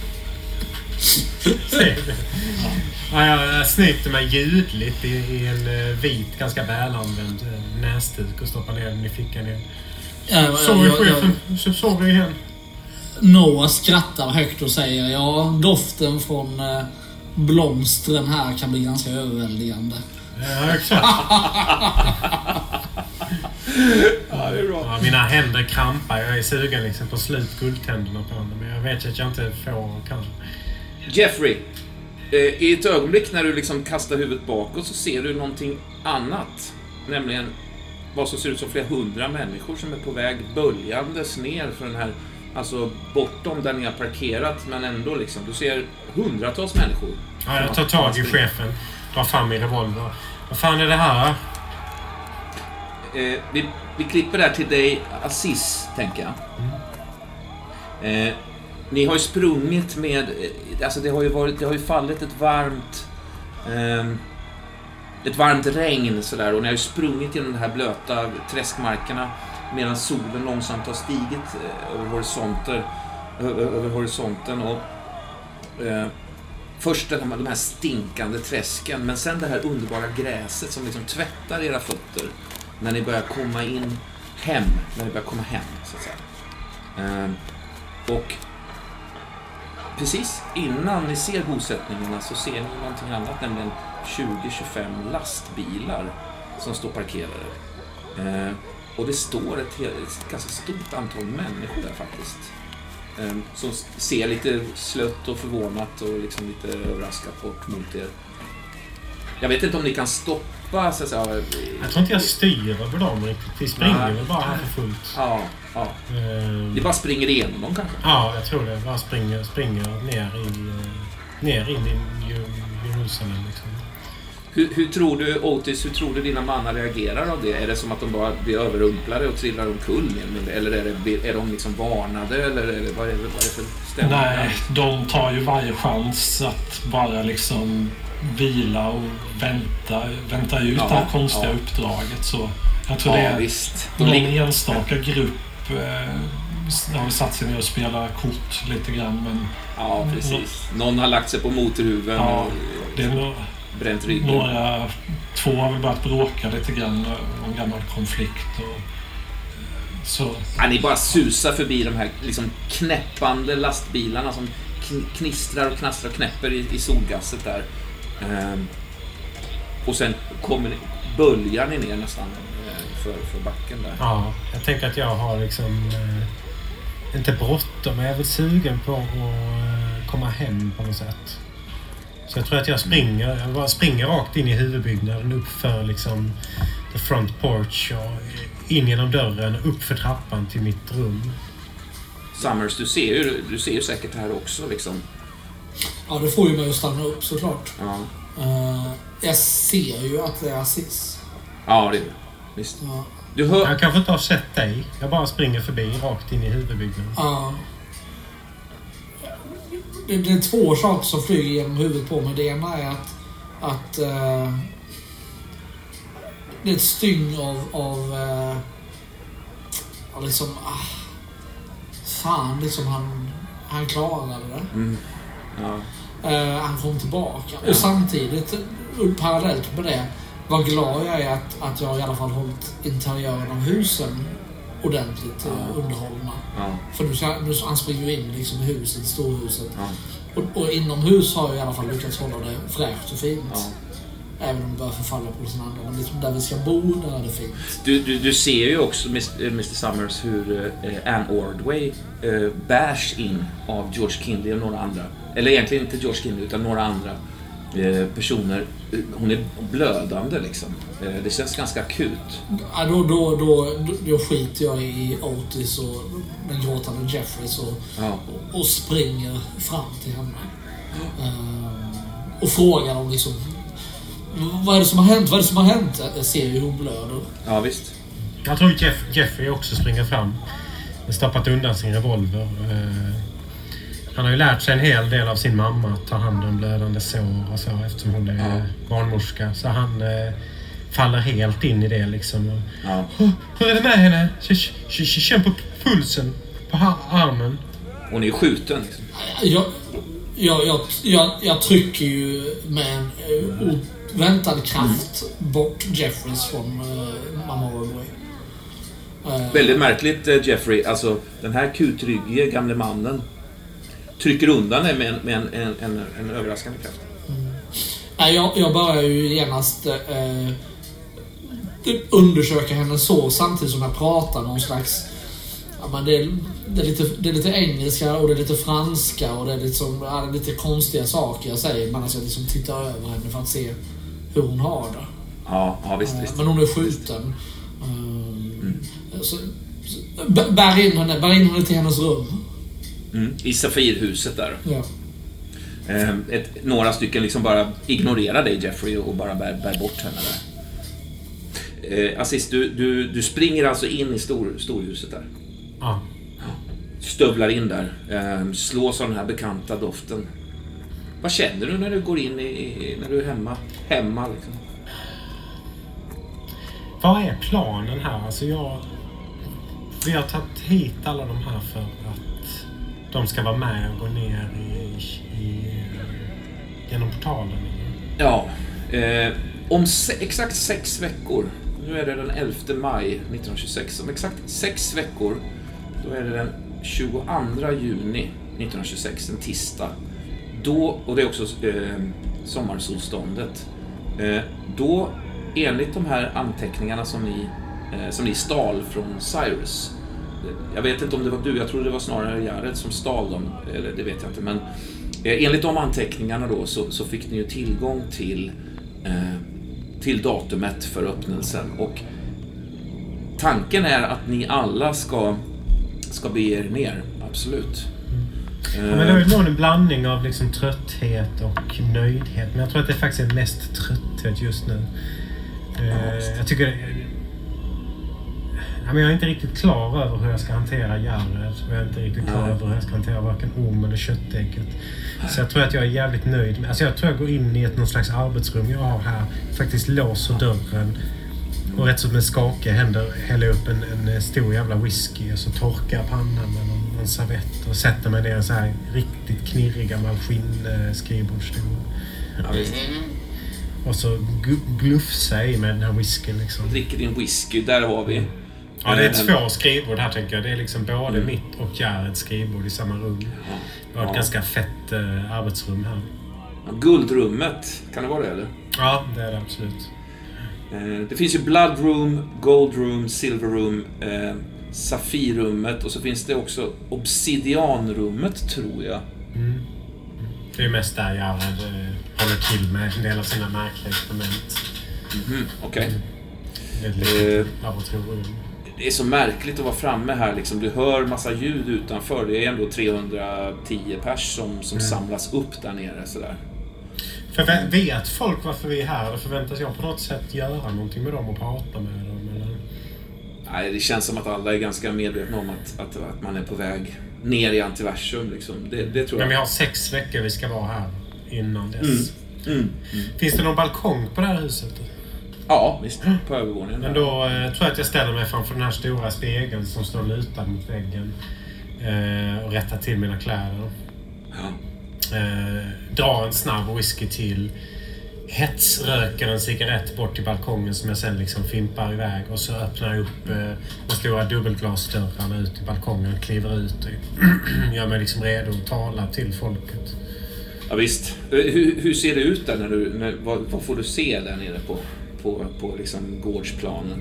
Ja. Ja, jag snyter mig ljudligt i, i en vit, ganska välanvänd näsduk och stoppar ner den i fickan igen. Ja, sorry, chefen. Jag... Sorry igen. Noah skrattar högt och säger ja, doften från blomstren här kan bli ganska överväldigande. Ja, exakt. Ja, det är bra. Ja, mina händer krampar. Jag är sugen liksom på slut guldtänderna på dem. Men jag vet att jag inte får kanske. Jeffrey, eh, i ett ögonblick när du liksom kastar huvudet bakåt så ser du någonting annat. Nämligen vad som ser ut som flera hundra människor som är på väg böljandes ner för den här, alltså bortom där ni har parkerat, men ändå liksom, du ser hundratals människor. Ja, jag tar tag i chefen, drar fram min revolver. Vad fan är det här? Eh, vi, vi klipper där till dig, Aziz, tänker jag. Eh, ni har ju sprungit med, eh, alltså det har ju varit, det har ju fallit ett varmt, eh, ett varmt regn sådär, och ni har ju sprungit genom de här blöta träskmarkerna medan solen långsamt har stigit eh, över horisonter, över, över horisonten och eh, först den här, de här stinkande träsken, men sen det här underbara gräset som liksom tvättar era fötter när ni börjar komma in hem, när ni börjar komma hem så att säga. Eh, och precis innan ni ser bosättningarna så ser ni någonting annat, nämligen tjugo till tjugofem lastbilar som står parkerade. Eh, och det står ett, ett ganska stort antal människor där faktiskt. Eh, som ser lite slött och förvånat och liksom lite överraskat bort mot er. Jag vet inte om ni kan stoppa så att säga. Jag tror inte jag styr över dem riktigt. Vi springer väl bara här för fullt. Ja, ja. Ehm, Ni bara springer igenom dem kanske? Ja, jag tror det. Bara springer, springer ner, i, ner in i Jerusalem liksom. Hur, hur tror du, Otis, hur tror du dina mannar reagerar av det? Är det som att de bara blir överrumplade och trillar omkull? Eller är, det, är de liksom varnade? Eller är det, vad, är det, vad är det för stämning? Nej, de tar ju varje chans att bara liksom vila och vänta, vänta ut Ja, det här konstiga ja. uppdraget. Så jag tror Ja, det är visst. någon De ligger- enstaka grupp eh, har satt sig ner och spelat kort lite grann. Men Ja, precis. Någon har lagt sig på motorhuven ja, och det är nog bränt ryggen. några, två har väl börjat bråka lite grann om gammal konflikt och så. Ja, ni bara susar förbi de här liksom knäppande lastbilarna som kn- knistrar och knastrar och knäpper i, i solgasset där. Ehm, och sen kommer ni, böljar ni ner nästan eh, för, för backen där. Ja, jag tänker att jag har liksom eh, inte bråttom, men jag är väl sugen på att eh, komma hem på något sätt. Så jag tror att jag springer, jag bara springer rakt in i huvudbyggnaden, upp för liksom the front porch och in genom dörren, upp för trappan till mitt rum. Summers, du ser ju, du ser ju säkert det här också liksom. Ja, det får ju mig att stanna upp såklart. Ja, Uh, jag ser ju att det är Aziz. ja det är det. Visst. Ja. Du hör... Jag kanske inte har sett dig, jag bara springer förbi rakt in i huvudbyggnaden. Ja. Det, det är två saker som flyger genom huvudet på mig. Det ena är att, att uh, det är ett styng av, av uh, ja, liksom, ah, fan, liksom han, han klarade det. Mm. Ja. Uh, han kom tillbaka. Ja. Och samtidigt, parallellt med det, vad glad jag är att, att jag i alla fall hållit interiören av husen ordentligt uh, Ja. underhållna. Ja. För nu, ska, nu han springer ju in liksom i huset, storhuset. Ja. Och, och inomhus har jag i alla fall lyckats hålla det fräscht och fint. Ja. Även om det börjar förfalla på sina andra. Men liksom där vi ska bo, där är det fint. Du, du, du ser ju också, mister Summers, hur eh, Anne Ordway eh, bärs in av George Kindley och några andra. Eller egentligen inte George Kindley utan några andra eh, personer. Hon är blödande liksom. Eh, det känns ganska akut. Ja, då, då, då, då, då skiter jag i Otis och den gråtande Jeffries och, Ja. och, och springer fram till henne. Uh, och frågar dem liksom, vad är det som har hänt? Vad är det som har hänt? Jag ser ju hur hon blöder. Ja, visst. Jag tror Jeff, Jeffrey också springer fram. Han stoppat undan sin revolver. Eh, han har ju lärt sig en hel del av sin mamma att ta hand om blödande sår och så, eftersom hon är Ja. barnmorska. Så han eh, faller helt in i det liksom. Och, Ja. "Åh, hur är det med henne? Känn på pulsen, på ha- armen. Hon är ju skjuten liksom. Jag, jag, jag, jag, jag trycker ju med en uh, oväntad kraft bort Jeffries från uh, Mamma Ordway. Uh, Väldigt märkligt, eh, Jeffrey. Alltså, den här kutryggiga gamle mannen trycker undan det med en, med en, en, en, en överraskande kraft. Nej, jag, jag börjar ju genast eh, undersöka henne så samtidigt som jag pratar någon slags... Ja, men det, är, det, är lite, det är lite engelska och det är lite franska och det är liksom, ja, det är lite konstiga saker jag säger. Man ska liksom titta över henne för att se hur hon har det. Ja, ja visst, visst. Men hon är skjuten. Mm. Så, så, bär, in henne, bär in henne till hennes rum. Mm. I Safirhuset där. Ja. Ett, några stycken liksom bara ignorerar dig, Jeffrey, och bara bär, bär bort henne där. Eh, Aziz, du, du, du springer alltså in i stor, storhuset där. Ja. Stövlar in där. Eh, slås av den här bekanta doften. Vad känner du när du går in i, när du är hemma? Hemma liksom. Vad är planen här? Alltså jag... Vi har tagit hit alla de här för att de ska vara med och gå ner i, i, genom portalen. Ja. Eh, om se, exakt sex veckor, nu är det den elfte maj nittonhundratjugosex, om exakt sex veckor, då är det den tjugoandra juni nittonhundratjugosex, en tisdag. Då, och det är också eh, sommarsolståndet. Eh, då, enligt de här anteckningarna som ni, eh, som ni stal från Cyrus, jag vet inte om det var du, jag tror det var snarare Jared som stal dem, eller det vet jag inte, men eh, enligt de anteckningarna då så, så fick ni ju tillgång till eh, till datumet för öppnelsen, och tanken är att ni alla ska ska bege er ner, absolut. Ja, men det är nog en blandning av liksom trötthet och nöjdhet, men jag tror att det faktiskt är mest trötthet just nu. Eh, jag tycker ja, men jag är inte riktigt klar över hur jag ska hantera Jared, och jag är inte riktigt klar över hur jag ska hantera varken orm eller köttägget. Så jag tror att jag är jävligt nöjd med, alltså jag tror jag går in i ett någon slags arbetsrum jag har här, faktiskt låser dörren och rätt som med skaka händer häller upp en, en stor jävla whisky och så torkar pannan med någon, någon servett och sätter mig ner i så här riktigt knirrig gammal skinnskrivbordsstol. Ja, och så glufsar i med den här whiskyn liksom. Dricker din whisky, där har vi. Ja, det är två skrivbord här tänker jag. Det är liksom både mm. mitt och Jareds skrivbord i samma rum. Ja. Vi har ett ja. ganska fett äh, arbetsrum här. Ja, guldrummet, kan det vara det eller? Ja, det är det absolut. Eh, det finns ju Blood Room, Gold Room, Silver Room, eh, Safirrummet, och så finns det också Obsidianrummet, tror jag. Mm. Det är mest där Jared äh, håller till med en del av sina märkliga experiment. Mm-hmm. Okej. Okay. Mm. Det är ett litet eh, laboratorium. Det är så märkligt att vara framme här liksom. Du hör massa ljud utanför. Det är ändå trehundratio pers som, som mm. samlas upp där nere sådär. För vet folk varför vi är här? Eller förväntas jag på något sätt göra någonting med dem och prata med dem? Eller? Nej, det känns som att alla är ganska medvetna om att, att, att man är på väg ner i antiversum liksom. Det, det tror jag. Men vi har sex veckor vi ska vara här innan dess. Mm. Mm. Mm. Finns det någon balkong på det här huset? Ja, visst. På övervåningen. Men då eh, tror jag att jag ställer mig framför den här stora spegeln som står lutad mot väggen. Eh, och rättar till mina kläder. Ja. Eh, drar en snabb whisky till. Hetsröker en cigarett bort till balkongen som jag sen liksom fimpar iväg. Och så öppnar jag upp eh, de stora dubbelglasdörrarna ut i balkongen och kliver ut. Och gör mig liksom redo att tala till folket. Ja, visst. Hur, hur ser det ut där när du... När, vad, vad får du se där nere på... på, på liksom gårdsplanen?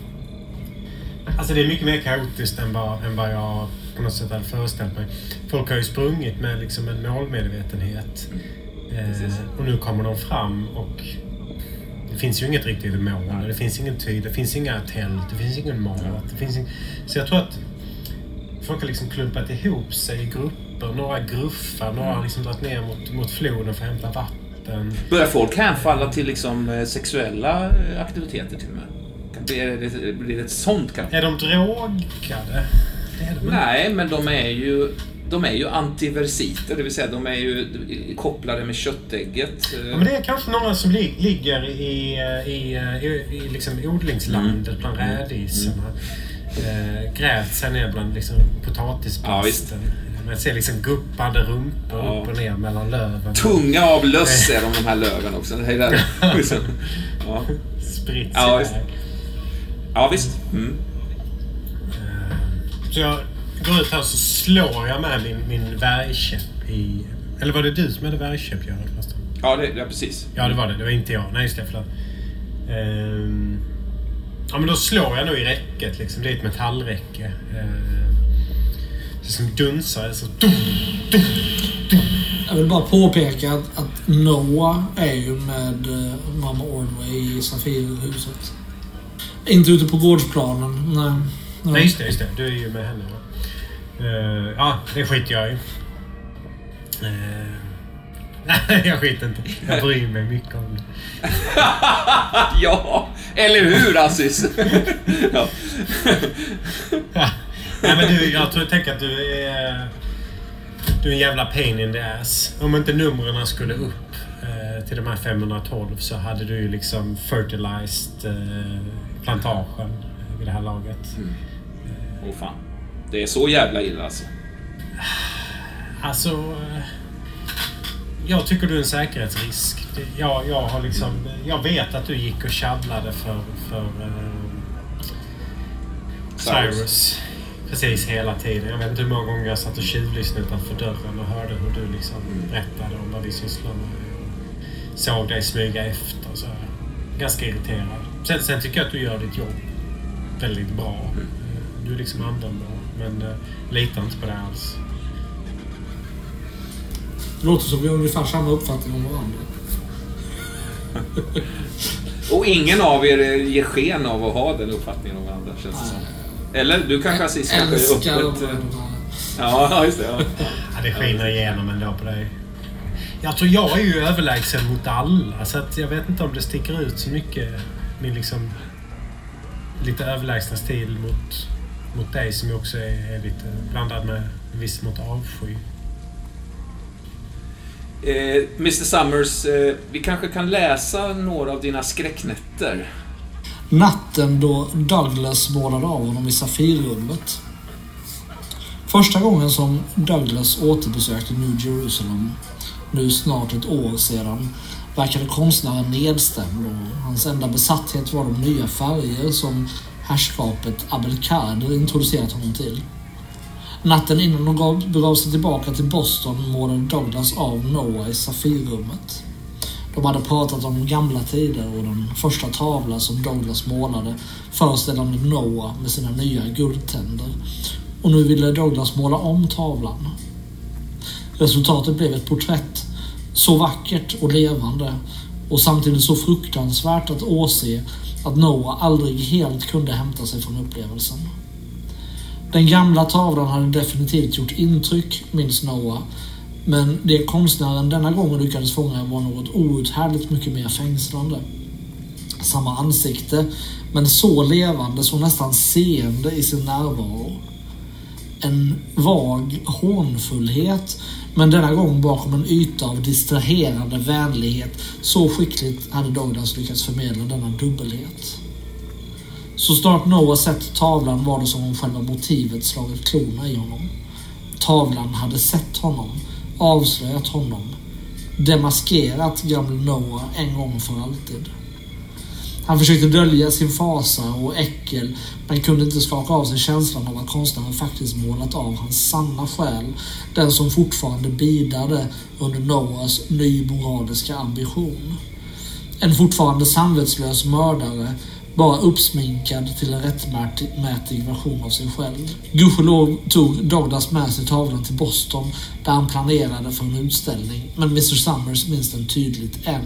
Alltså det är mycket mer kaotiskt än vad, än vad jag på något sätt hade föreställt mig. Folk har ju sprungit med liksom en målmedvetenhet. Mm. Eh, och nu kommer de fram och det finns ju inget riktigt mål. Det finns ingen tid, det finns inga tält, det finns ingen mat. Det finns ing... Så jag tror att folk har liksom klumpat ihop sig i grupper. Några gruffar, några har liksom dragit ner mot, mot floden för att hämta vatten. Börjar folk hänfalla till liksom sexuella aktiviteter till och med? Blir det, blir det ett sånt kanske? Är de drogade? Det är de. Nej, men de är ju de är ju antiversiter, det vill säga de är ju kopplade med köttägget. Ja, men det är kanske några som li- ligger i, i, i, i liksom odlingslandet mm. bland rädisorna. Mm. Eh, grävt sig ner bland liksom potatisplasten. Ja, man ser liksom guppande rumpor ja. upp och ner mellan löven. Tunga av löss är de, de här löven också. Det är där. Ja. Spritt ja, visst. Ja, visst. Mm. Så jag går ut här så slår jag med min, min värjkäpp i... Eller var det du som hade värjkäpp, Göran? Ja, det, ja, precis. Ja, det var det. Det var inte jag. Nej, just det. Förlåt. Ehm... Ja, men då slår jag nog i räcket. Liksom. Det är ett metallräcke. Ehm... Det som dunsar. Så... Jag vill bara påpeka att, att Noah är ju med uh, Mama Ordway i Safirhuset. Inte ute på gårdsplanen. Nej, nej. nej just det, just det. Du är ju med henne. Uh, ja, det skiter jag i. Uh, nej, jag skiter inte. Jag bryr mig mycket om det. Ja, eller hur, Aziz? Ja. Ja. Nej, men du, jag tror jag tänker att du är... Du är en jävla pain in the ass. Om inte numren skulle upp eh, till de här femhundratolv så hade du ju liksom fertilized eh, plantagen vid det här laget. Mm. Åh fan. Det är så jävla illa alltså. Alltså... Eh, jag tycker du är en säkerhetsrisk. Jag, jag har liksom... Jag vet att du gick och tjabblade för, för eh, Cyrus. Precis hela tiden. Jag vet inte hur många gånger jag satt och tjuvlyssnade utanför dörren och hörde hur du liksom berättade om vad vi sysslar med. Såg dig smyga efter och så. Ganska irriterad. Sen, sen tycker jag att du gör ditt jobb väldigt bra. Du är liksom användbar. Men uh, litar inte på det alls. Det låter som vi har ungefär samma uppfattning om varandra. Och ingen av er ger sken av att ha den uppfattningen om varandra, känns det som. Eller du kanske har sist kanske öppet. Ja, just det. Ja. Ja, det skiner igenom ändå på dig. Jag tror jag är ju överlägsen mot alla. Så att jag vet inte om det sticker ut så mycket. Min liksom lite överlägsna stil mot, mot dig som också är, är lite blandad med en viss mot avsky. Eh, mister Summers, eh, vi kanske kan läsa några av dina skräcknätter. Natten då Douglas målade av honom i Safirrummet. Första gången som Douglas återbesökte New Jerusalem, nu snart ett år sedan, verkade konstnären nedstämd och hans enda besatthet var de nya färger som härskapet Abelkader introducerat honom till. Natten innan de gav, begav sig tillbaka till Boston målade Douglas av Noah i Safirrummet. De hade pratat om gamla tider och den första tavlan som Douglas målade föreställde Noah med sina nya guldtänder. Och nu ville Douglas måla om tavlan. Resultatet blev ett porträtt, så vackert och levande och samtidigt så fruktansvärt att åse att Noah aldrig helt kunde hämta sig från upplevelsen. Den gamla tavlan hade definitivt gjort intryck, minns Noah, men det konstnären denna gången lyckades fånga var något outhärdligt mycket mer fängslande. Samma ansikte, men så levande, så nästan seende i sin närvaro. En vag hånfullhet, men denna gång bakom en yta av distraherande vänlighet. Så skickligt hade Douglas lyckats förmedla denna dubbelhet. Så snart Noah sett tavlan var det som om själva motivet slagit klorna i honom. Tavlan hade sett honom, avslöjat honom, demaskerat gamle Noah en gång för alltid. Han försökte dölja sin fasa och äckel, men kunde inte skaka av sig känslan av att konstnären faktiskt målat av hans sanna själ, den som fortfarande bidade under Noahs nymoraliska ambition. En fortfarande samvetslös mördare, bara uppsminkad till en rättmätig version av sig själv. Gudskelov tog Douglas med sig tavlan till Boston där han planerade för en utställning, men mister Summers minns den tydligt än.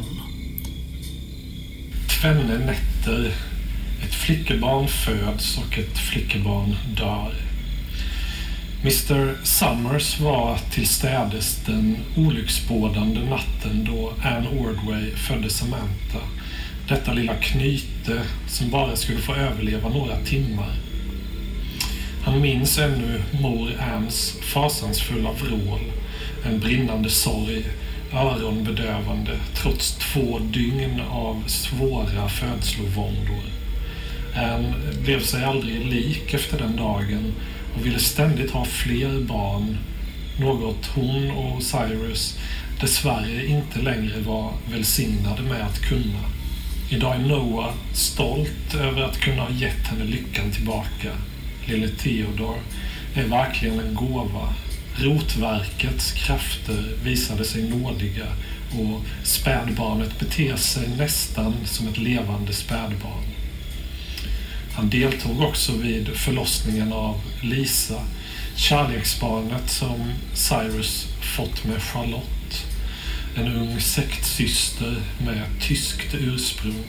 Tvenne nätter. Ett flickebarn föds och ett flickebarn dör. mister Summers var tillstädes den olycksbådande natten då Anne Ordway födde Samantha. Detta lilla knyte som bara skulle få överleva några timmar. Han minns ännu mor Anns fasansfulla vrål, en brinnande sorg, öronbedövande trots två dygn av svåra födslovåndor. Anne blev sig aldrig lik efter den dagen och ville ständigt ha fler barn, något hon och Cyrus dessvärre inte längre var välsignade med att kunna. Idag är Noah stolt över att kunna ha gett henne lyckan tillbaka. Lille Theodore är verkligen en gåva. Rotverkets krafter visade sig nådiga och spädbarnet beter sig nästan som ett levande spädbarn. Han deltog också vid förlossningen av Lisa, kärleksbarnet som Cyrus fått med Charlotte, en ung sektsyster med tyskt ursprung.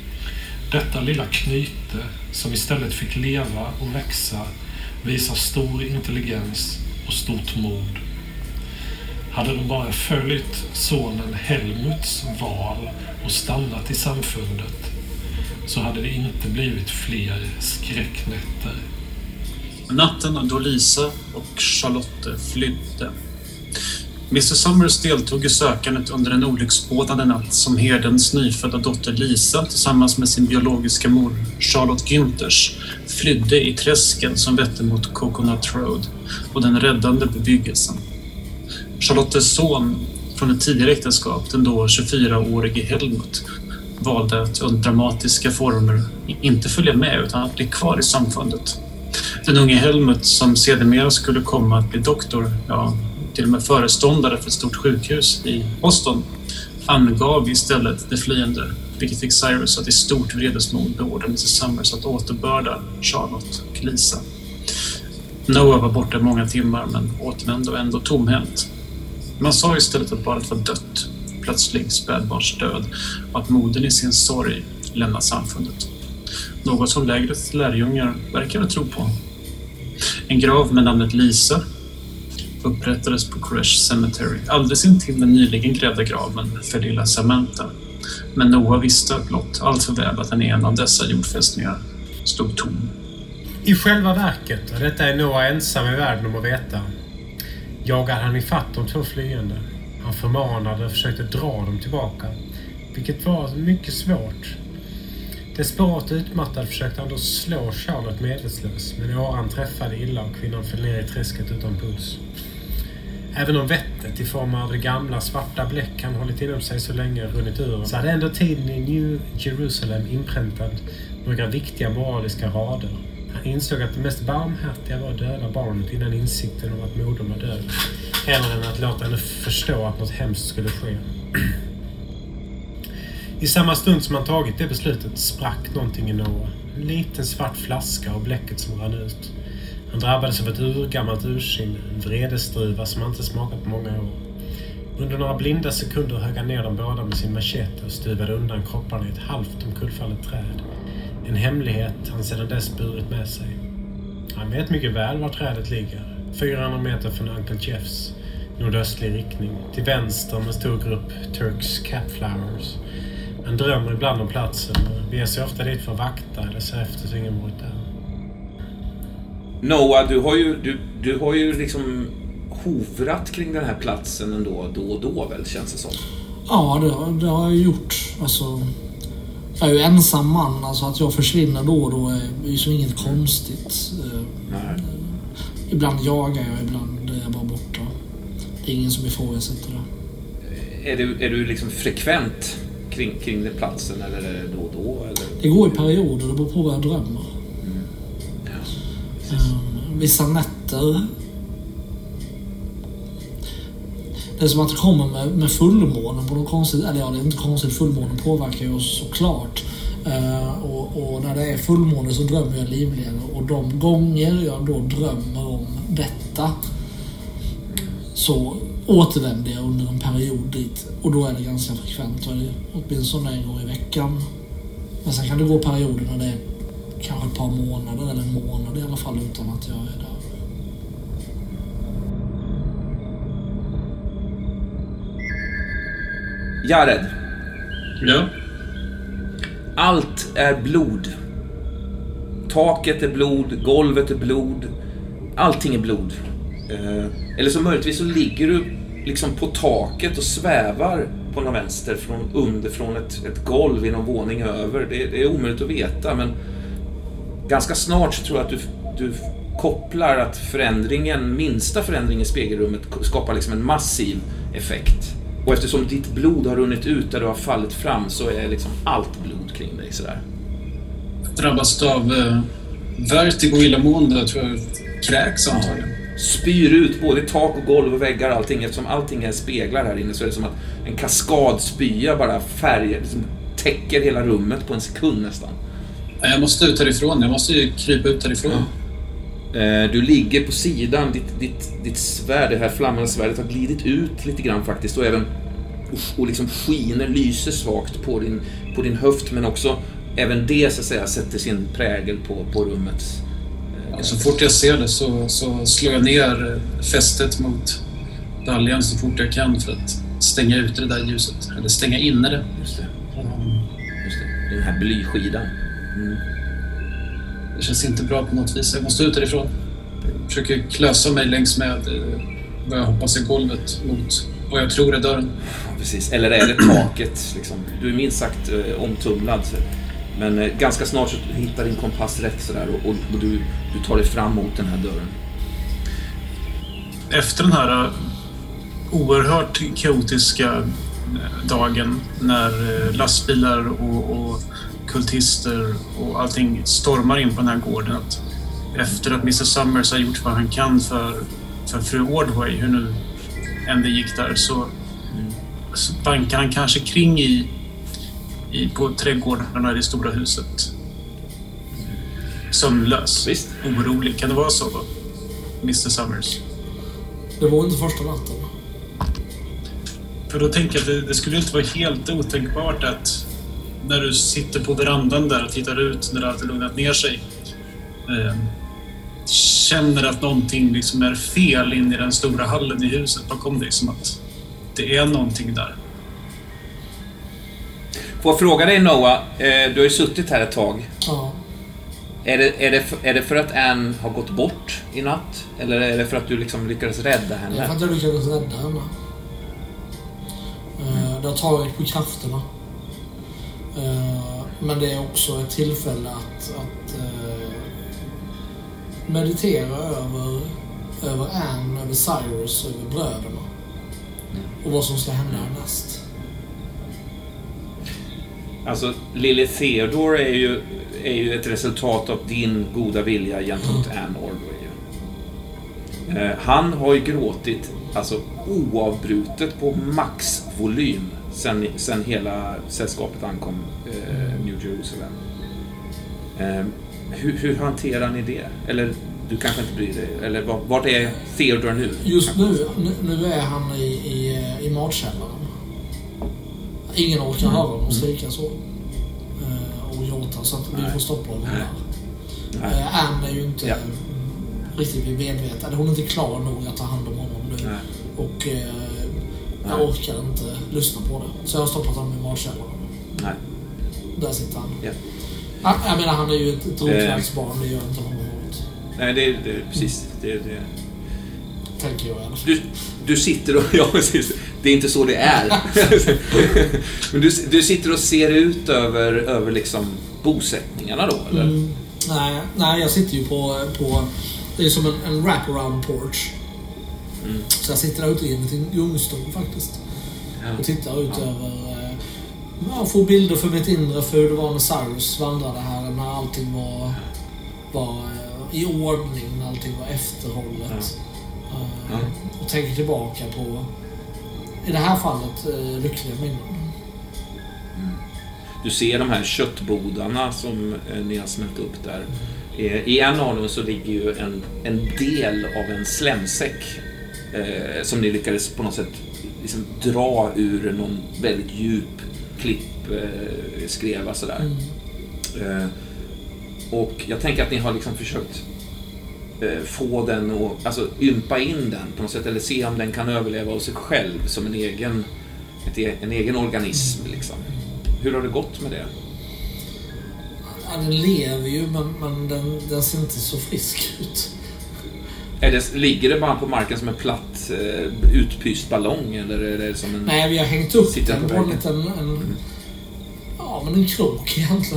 Detta lilla knyte, som istället fick leva och växa, visar stor intelligens och stort mod. Hade de bara följt sonen Helmuts val och stannat i samfundet, så hade det inte blivit fler skräcknätter. Natten då Lisa och Charlotte flydde. mister Summers deltog i sökandet under en olycksbådande natt som herdens nyfödda dotter Lisa tillsammans med sin biologiska mor Charlotte Günthers flydde i träsken som vette mot Coconut Road och den räddande bebyggelsen. Charlottes son från ett tidigare äktenskap, den då tjugofyraårige Helmut, valde att under dramatiska former inte följa med utan att bli kvar i samfundet. Den unge Helmut, som sedermera skulle komma att bli doktor, ja, till och med föreståndare för ett stort sjukhus i Boston, angav istället det flyende, vilket fick Cyrus att i stort vredesmod beordra mister Summers att återbörda Charlotte och Lisa. Noah var borta många timmar men återvände ändå tomhänt. Man sa istället att barnet var dött, plötslig spädbarns död, och att modern i sin sorg lämnade samfundet. Något som lägrets lärjungar verkade tro på. En grav med namnet Lisa upprättades på Koresh Cemetery, alldeles intill den nyligen grävda graven för lilla Samantha. Men Noah visste blott allt för väl att en en av dessa jordfästningar stod tom. I själva verket, och detta är Noah ensam i världen om att veta, jagade han ifatt de två flyende. Han förmanade och försökte dra dem tillbaka, vilket var mycket svårt. Desperat utmattad försökte han då slå Charlotte medvetslös, men åran träffade illa och kvinnan föll ner i träsket utan puls. Även om vettet i form av det gamla svarta bläck han hållit inom sig så länge runnit ur, så hade ändå tiden i New Jerusalem inpräntad några viktiga moraliska rader. Han insåg att det mest barmhärtiga var att döda barnet innan insikten om att modern var död, hellre än att låta henne förstå att något hemskt skulle ske. I samma stund som han tagit det beslutet sprack någonting i Noah. En liten svart flaska och bläcket som rann ut. Han drabbades av ett urgammalt ursinne, en vredesdriva som han inte smakat på många år. Under några blinda sekunder högg han ner dem båda med sin machete och stuvade undan kropparna i ett halvt omkullfallet träd. En hemlighet han sedan dess burit med sig. Han vet mycket väl var trädet ligger. fyrahundra meter från Uncle Jeffs, nordöstlig riktning. Till vänster med en stor grupp Turks Capflowers. Han drömmer ibland om platsen och beger sig ofta dit för att vakta eller se efter så ingen varit där. Noah, du har ju, du, du har ju liksom hovrat kring den här platsen ändå, då och då väl, känns det som. Ja, det, det har jag gjort. Alltså, jag är ju ensam man, alltså att jag försvinner då och då är ju så inget konstigt. Nej. Ibland jagar jag, ibland är jag bara borta. Det är ingen som ifrågasätter det. Är du, är du liksom frekvent kring, kring den platsen, eller är det då och då? Eller? Det går i perioder, det beror på vad jag drömmer. Mm. Ja. Um, vissa nätter. Det är som att det kommer med, med fullmånen på något konstigt. Eller ja, det är inte konstigt, fullmånen påverkar ju oss såklart. Uh, och, och när det är fullmåne så drömmer jag livligare. Och de gånger jag då drömmer om detta, så återvänder jag under en period dit. Och då är det ganska frekvent. Och det är åtminstone en gång i veckan. Men sen kan det gå perioder när det är kanske ett par månader eller en månad i alla fall utan att jag är där. Jared. Ja. Allt är blod. Taket är blod, golvet är blod. Allting är blod. Eh, eller så möjligtvis så ligger du liksom på taket och svävar på någon vänster från under från ett, ett golv i någon våning över. Det, det är omöjligt att veta, men ganska snart så tror jag att du, du kopplar att förändringen, minsta förändring i spegelrummet skapar liksom en massiv effekt. Och eftersom ditt blod har runnit ut där du har fallit fram, så är liksom allt blod kring dig sådär. Drabbas av eh, vertigo, illamående, tror jag, kräks antagligen. spyr ut både tak och golv och väggar och allting. Eftersom allting är speglar här inne så är det som att en kaskad spya bara färger liksom täcker hela rummet på en sekund nästan. Jag måste ut härifrån, jag måste ju krypa ut härifrån. Mm. Du ligger på sidan, ditt, ditt, ditt svärd, det här flammande svärdet har glidit ut lite grann faktiskt och även och, och liksom skiner, lyser svagt på din, på din höft, men också även det så att säga sätter sin prägel på, på rummets. Ja, så fort jag ser det så, så slår jag ner fästet mot baljan så fort jag kan för att stänga ut det där ljuset, eller stänga inne det. Just det. Just det. Den här blyskidan. Mm. Det känns inte bra på något vis. Jag måste ut därifrån. Jag försöker klösa mig längs med vad jag hoppas är golvet mot vad jag tror är dörren. Ja, precis. Eller är det taket? Liksom. Du är minst sagt eh, omtumlad. Men eh, ganska snart så hittar din kompass rätt sådär, och, och, och du, du tar dig fram mot den här dörren. Efter den här oerhört kaotiska dagen när lastbilar och, och kultister och allting stormar in på den här gården, att efter att mister Summers har gjort vad han kan för, för fru Ordway, hur nu än det gick där, så, mm. så bankar han kanske kring i, i på trädgårdarna i det stora huset. Sömnlös. Visst. Orolig. Kan det vara så då? mister Summers. Det var inte första natten. För då tänker jag att det, det skulle inte vara helt otänkbart att när du sitter på verandan där och tittar ut när det alltid lugnat ner sig, eh, känner att någonting liksom är fel in i den stora hallen i huset bakom dig, som att det är någonting där. Får jag fråga dig, Noah, eh, du har ju suttit här ett tag. Ja. Är det, är, det för, är det för att Anne har gått bort i natt? Eller är det för att du liksom lyckades rädda henne? Det är för att jag lyckades rädda henne. Mm. Det har tagit på krafterna. Men det är också ett tillfälle att, att meditera över, över Anne, över Cyrus, över bröderna. Och vad som ska hända näst. Alltså, Lily Theodore är ju, är ju ett resultat av din goda vilja gentemot mm. Anne Ordway. Eh, han har ju gråtit alltså oavbrutet på maxvolym sen, sen hela sällskapet ankom eh, New Jerusalem. Eh, hur, hur hanterar ni det? Eller du kanske inte bryr dig? Eller vart är Theodore nu? Just nu, nu, nu är han i, i, i matkällaren. Ingen orkar höra honom skrika så. Eh, och gråta, så att vi får stoppa honom där. Eh, Anne är ju inte ja. riktigt vid medvetande. Hon är inte klar nog att ta hand om honom nu. Nej. Och eh, jag Nej. orkar inte lyssna på det. Så jag har stoppat honom i matkällaren. Nej. Där sitter han. Ja. Ah, jag menar, han är ju ett drogklädsbarn. Det gör inte honom något. Nej, det är, det är precis. Det är, det. Tänker jag i alla fall. Du, du sitter och... Ja, precis. Det är inte så det är. Men du, du sitter och ser ut över, över liksom bosättningarna då, eller? Mm, nej, nej, jag sitter ju på... på det är som en, en wraparound porch. Mm. Så jag sitter där ute i en liten gungstol faktiskt. Ja. Och tittar ut ja. över... Ja, får bilder för mitt inre för hur det var när Cyrus vandrade här. När allting var, var i ordning, när allting var efterhållet. Ja. Ja. Och tänker tillbaka på, i det här fallet, lyckliga minnen. Mm. Du ser de här köttbodarna som ni har smält upp där. Mm. I en av dem så ligger ju en, en del av en slemsäck eh, som ni lyckades på något sätt liksom dra ur någon väldigt djup klipp eh, skreva sådär. Mm. Eh, och jag tänker att ni har liksom försökt eh, få den och alltså ympa in den på något sätt, eller se om den kan överleva av sig själv som en egen, ett, en egen organism liksom. Hur har det gått med det? Ja, den lever ju, men, men den, den ser inte så frisk ut. Är det, ligger det bara på marken som en platt uh, utpyst ballong, eller är det som en... Nej, vi har hängt upp den på en liten... En, mm. Ja, men en krok egentligen.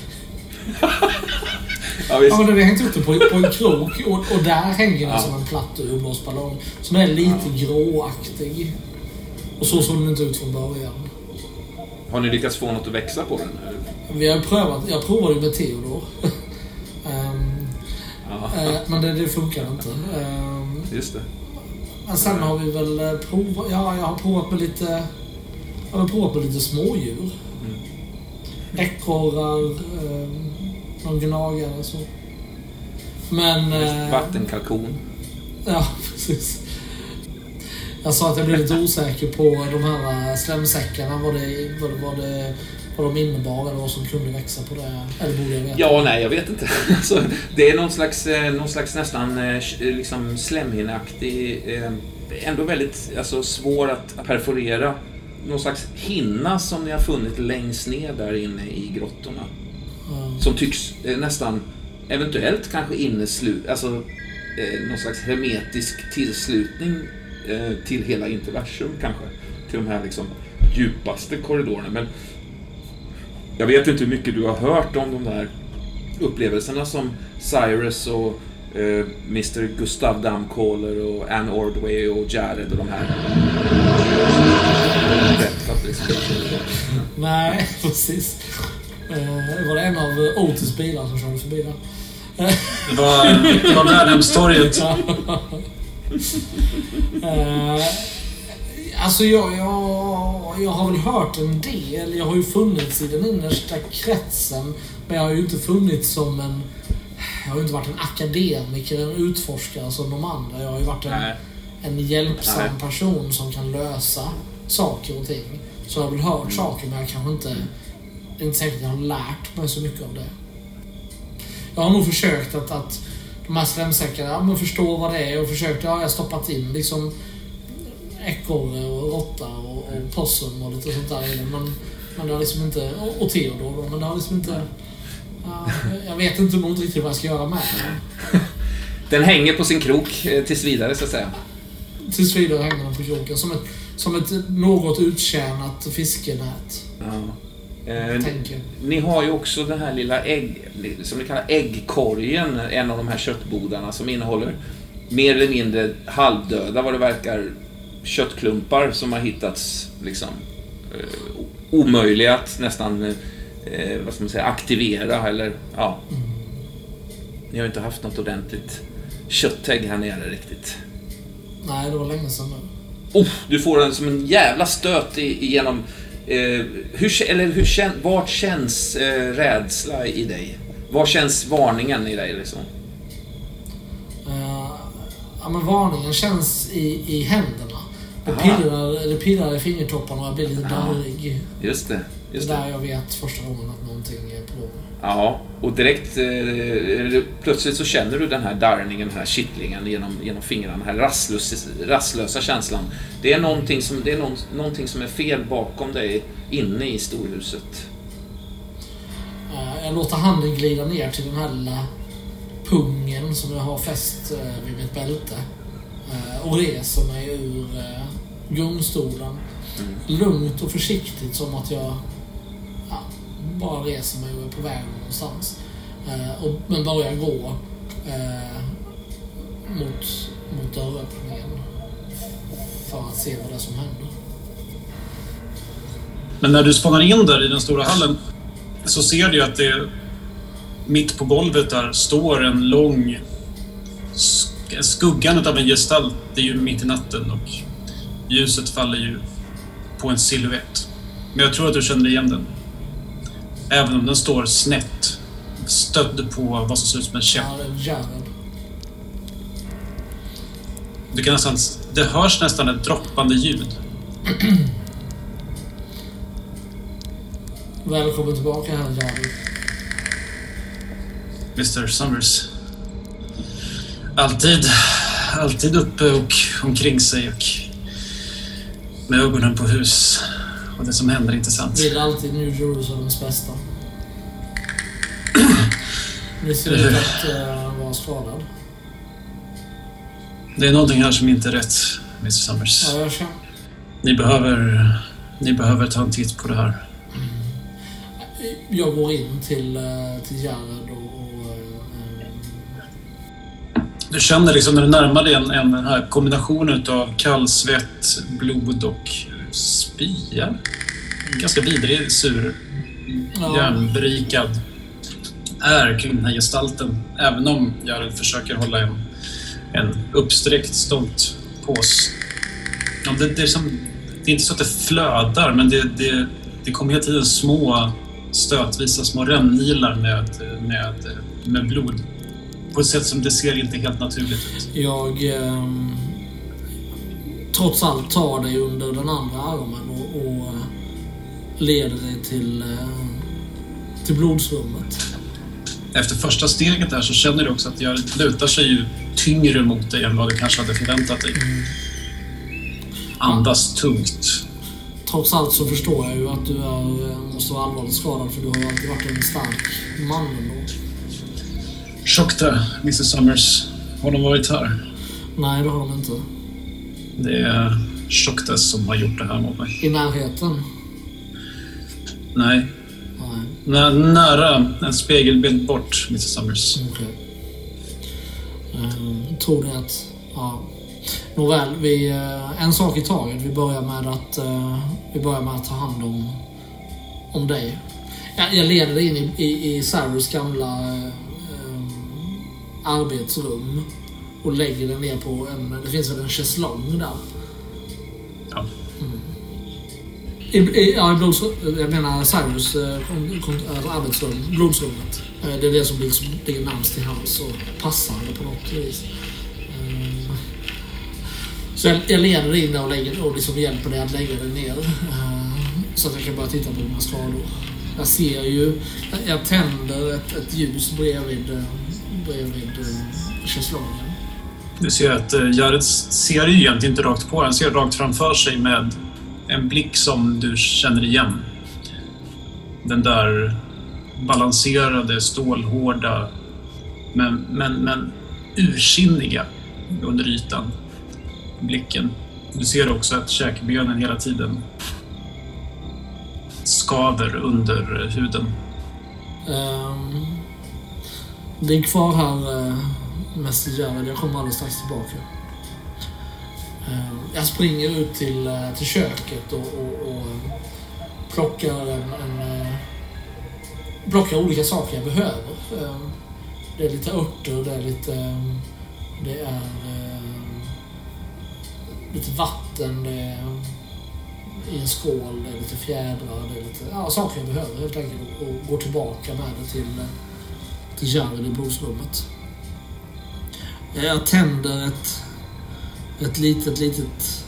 ja, visst. Ja, men vi har hängt upp den på, på en krok och, och där hänger den ja. som en platt urblåsballong som är lite ja. gråaktig. Och så såg den inte ut från början. Har ni lyckats få något att växa på den? Vi har prövat, jag provade med Theodore. um, uh, men det, det funkar inte. Um, just det. Men sen har vi väl provat, ja, jag har provat med lite, jag har provat med lite smådjur. Mm. Ekorrar, eh, någon gnagare så. Men... Eh, vattenkalkon. Ja, precis. Jag sa att jag blev lite osäker på de här slemsäckarna, vad det, vad, vad det, vad de innebar eller vad som kunde växa på det. Eller borde jag veta? Ja, nej, jag vet inte. Alltså, det är någon slags, någon slags nästan liksom slemhinneaktig, ändå väldigt alltså, svår att perforera. Någon slags hinna som ni har funnit längst ner där inne i grottorna. Mm. Som tycks nästan, eventuellt kanske inneslut, alltså någon slags hermetisk tillslutning till hela interversum kanske, till de här liksom djupaste korridorerna. Men jag vet inte hur mycket du har hört om de där upplevelserna som Cyrus och eh, mister Gustav Damcaller och Anne Ordway och Jared och de här berättat liksom. Nej, precis. Eh, var det en av Otis bilar som körde förbi där? Det var, det var Värnhemstorget. uh, alltså jag, jag, jag har väl hört en del. Jag har ju funnits i den innersta kretsen. Men jag har ju inte funnits som en... Jag har ju inte varit en akademiker, en utforskare som de andra. Jag har ju varit en, en hjälpsam Nej. person som kan lösa saker och ting. Så jag har väl hört mm. saker, men jag kanske inte... Det är inte säkert att jag har lärt mig så mycket av det. Jag har nog försökt att, att de här slemsäckarna, ja, men förstå vad det är och försökt, ja, jag har stoppat in liksom ekorre och råtta och, och possum och lite sånt där, men, men det har liksom inte, och, och Theodor, men det har liksom inte, ja, jag vet inte nog riktigt vad jag ska göra med den. Den hänger på sin krok tills vidare så att säga. Tills vidare hänger den på kroken, som ett, som ett något uttjänat fiskenät. Ja. Eh, ni har ju också den här lilla ägg, som ni kallar äggkorgen, en av de här köttbodarna som innehåller mer eller mindre halvdöda, vad det verkar, köttklumpar som har hittats liksom eh, omöjliga att nästan eh, vad ska man säga, aktivera eller ja. Mm. Ni har ju inte haft något ordentligt köttägg här nere riktigt. Nej, det var länge sedan nu. Oh, du får den som en jävla stöt igenom. Eh, hur, eller hur kän, vart känns eh, rädsla i dig? Var känns varningen i dig liksom? Uh, ja, men varningen känns i, i händerna. Det pirrar, det pirrar i fingertopparna och jag blir lite darrig. Just det. Just det är där det. jag vet första gången att någonting är på gång. Ja, och direkt eh, plötsligt så känner du den här darrningen, den här kittlingen genom, genom fingrarna, den här rastlösa, rastlösa känslan. Det är någonting som, det är någon, någonting som är fel bakom dig inne i storhuset. Uh, jag låter handen glida ner till den här lilla pungen som jag har fäst uh, vid mitt bälte. Uh, och reser mig ur uh, gungstolen. Mm. Lugnt och försiktigt, som att jag ja, bara reser mig och är på väg någonstans. Uh, och, men börjar gå uh, mot, mot dörröppningen för att se vad det är som händer. Men när du spånar in där i den stora hallen så ser du att det mitt på golvet där står en lång skuggan av en gestalt. Det är ju mitt i natten och ljuset faller ju på en silhuett. Men jag tror att du känner igen den. Även om den står snett, stödd på vad som ser ut som en käpp. Du kan nästan, det hörs nästan ett droppande ljud. Välkommen tillbaka här, Jared. mister Summers. Alltid, alltid uppe och omkring sig och med ögonen på hus och det som händer är intressant. Det är alltid New Jerusalems bästa. Ni ser ut att uh, vara skadad. Det är någonting här som inte är rätt, mister Summers. Ja, jag känner. Ni behöver, ni behöver ta en titt på det här. Mm. Jag går in till, till Jared och... och uh, du känner liksom när du närmar dig en, en den här kombinationen av kallsvett, blod och spya. Ganska vidrig, sur, ja. Järnberikad är kring den här gestalten. Även om Jared försöker hålla en en uppsträckt stolt pås. Ja, det, det, är som, det är inte så att det flödar, men det, det, det kommer hela tiden små stötvisa små rännilar med, med, med blod. På ett sätt som det ser inte helt naturligt ut. Jag eh, trots allt tar dig under den andra armen och, och leder dig till, eh, till blodsrummet. Efter första steget där så känner du också att jag lutar sig ju tyngre mot dig än vad du kanske hade förväntat dig. Mm. Andas tungt. Trots allt så förstår jag ju att du är, måste vara allvarligt skadad, för du har ju alltid varit en stark man ändå. Ursäkta, missus Summers. Har de varit här? Nej, det har de inte. Det är Ursäkta som har gjort det här mot mig. I närheten? Nej. Nej. N- nära en spegelbild bort, missus Summers. Okej. Okay. Um, tror ni att... Ja. Nåväl, vi, uh, en sak i taget. Vi börjar med att, uh, vi börjar med att ta hand om, om dig. Jag, jag leder dig in i, i, i Cyrus gamla uh, arbetsrum och lägger den ner på en... Det finns väl en chaiselong där. Ja. Mm. I, i, ja, blods, jag menar Cyrus uh, arbetsrum, blodsrummet. Uh, det är det som liksom ligger närmast till hans och passande på något vis. Uh, så jag, jag leder dig in där och, lägger, och liksom hjälper dig att lägga dig ner. Uh, så att jag kan börja titta på dina skador. Jag ser ju, jag tänder ett, ett ljus bredvid, bredvid uh, chaiselongen. Du ser att uh, Jared ser ju egentligen inte rakt på. Han ser rakt framför sig med en blick som du känner igen. Den där balanserade, stålhårda, men, men, men ursinniga under ytan. Blicken. Du ser också att käkbenen hela tiden skaver under huden. Um, det är kvar här, uh, mäster Jared. Jag kommer alldeles strax tillbaka. Uh, jag springer ut till, uh, till köket och, och, och plockar en, en uh, plockar olika saker jag behöver. Uh, det är lite örter, det är lite um, det är uh, lite vatten, det är i en skål, det är lite fjädrar, det är lite ja, saker jag behöver helt enkelt, och gå tillbaka med det till, till Jared i blodsrummet. Jag tänder ett ett litet, litet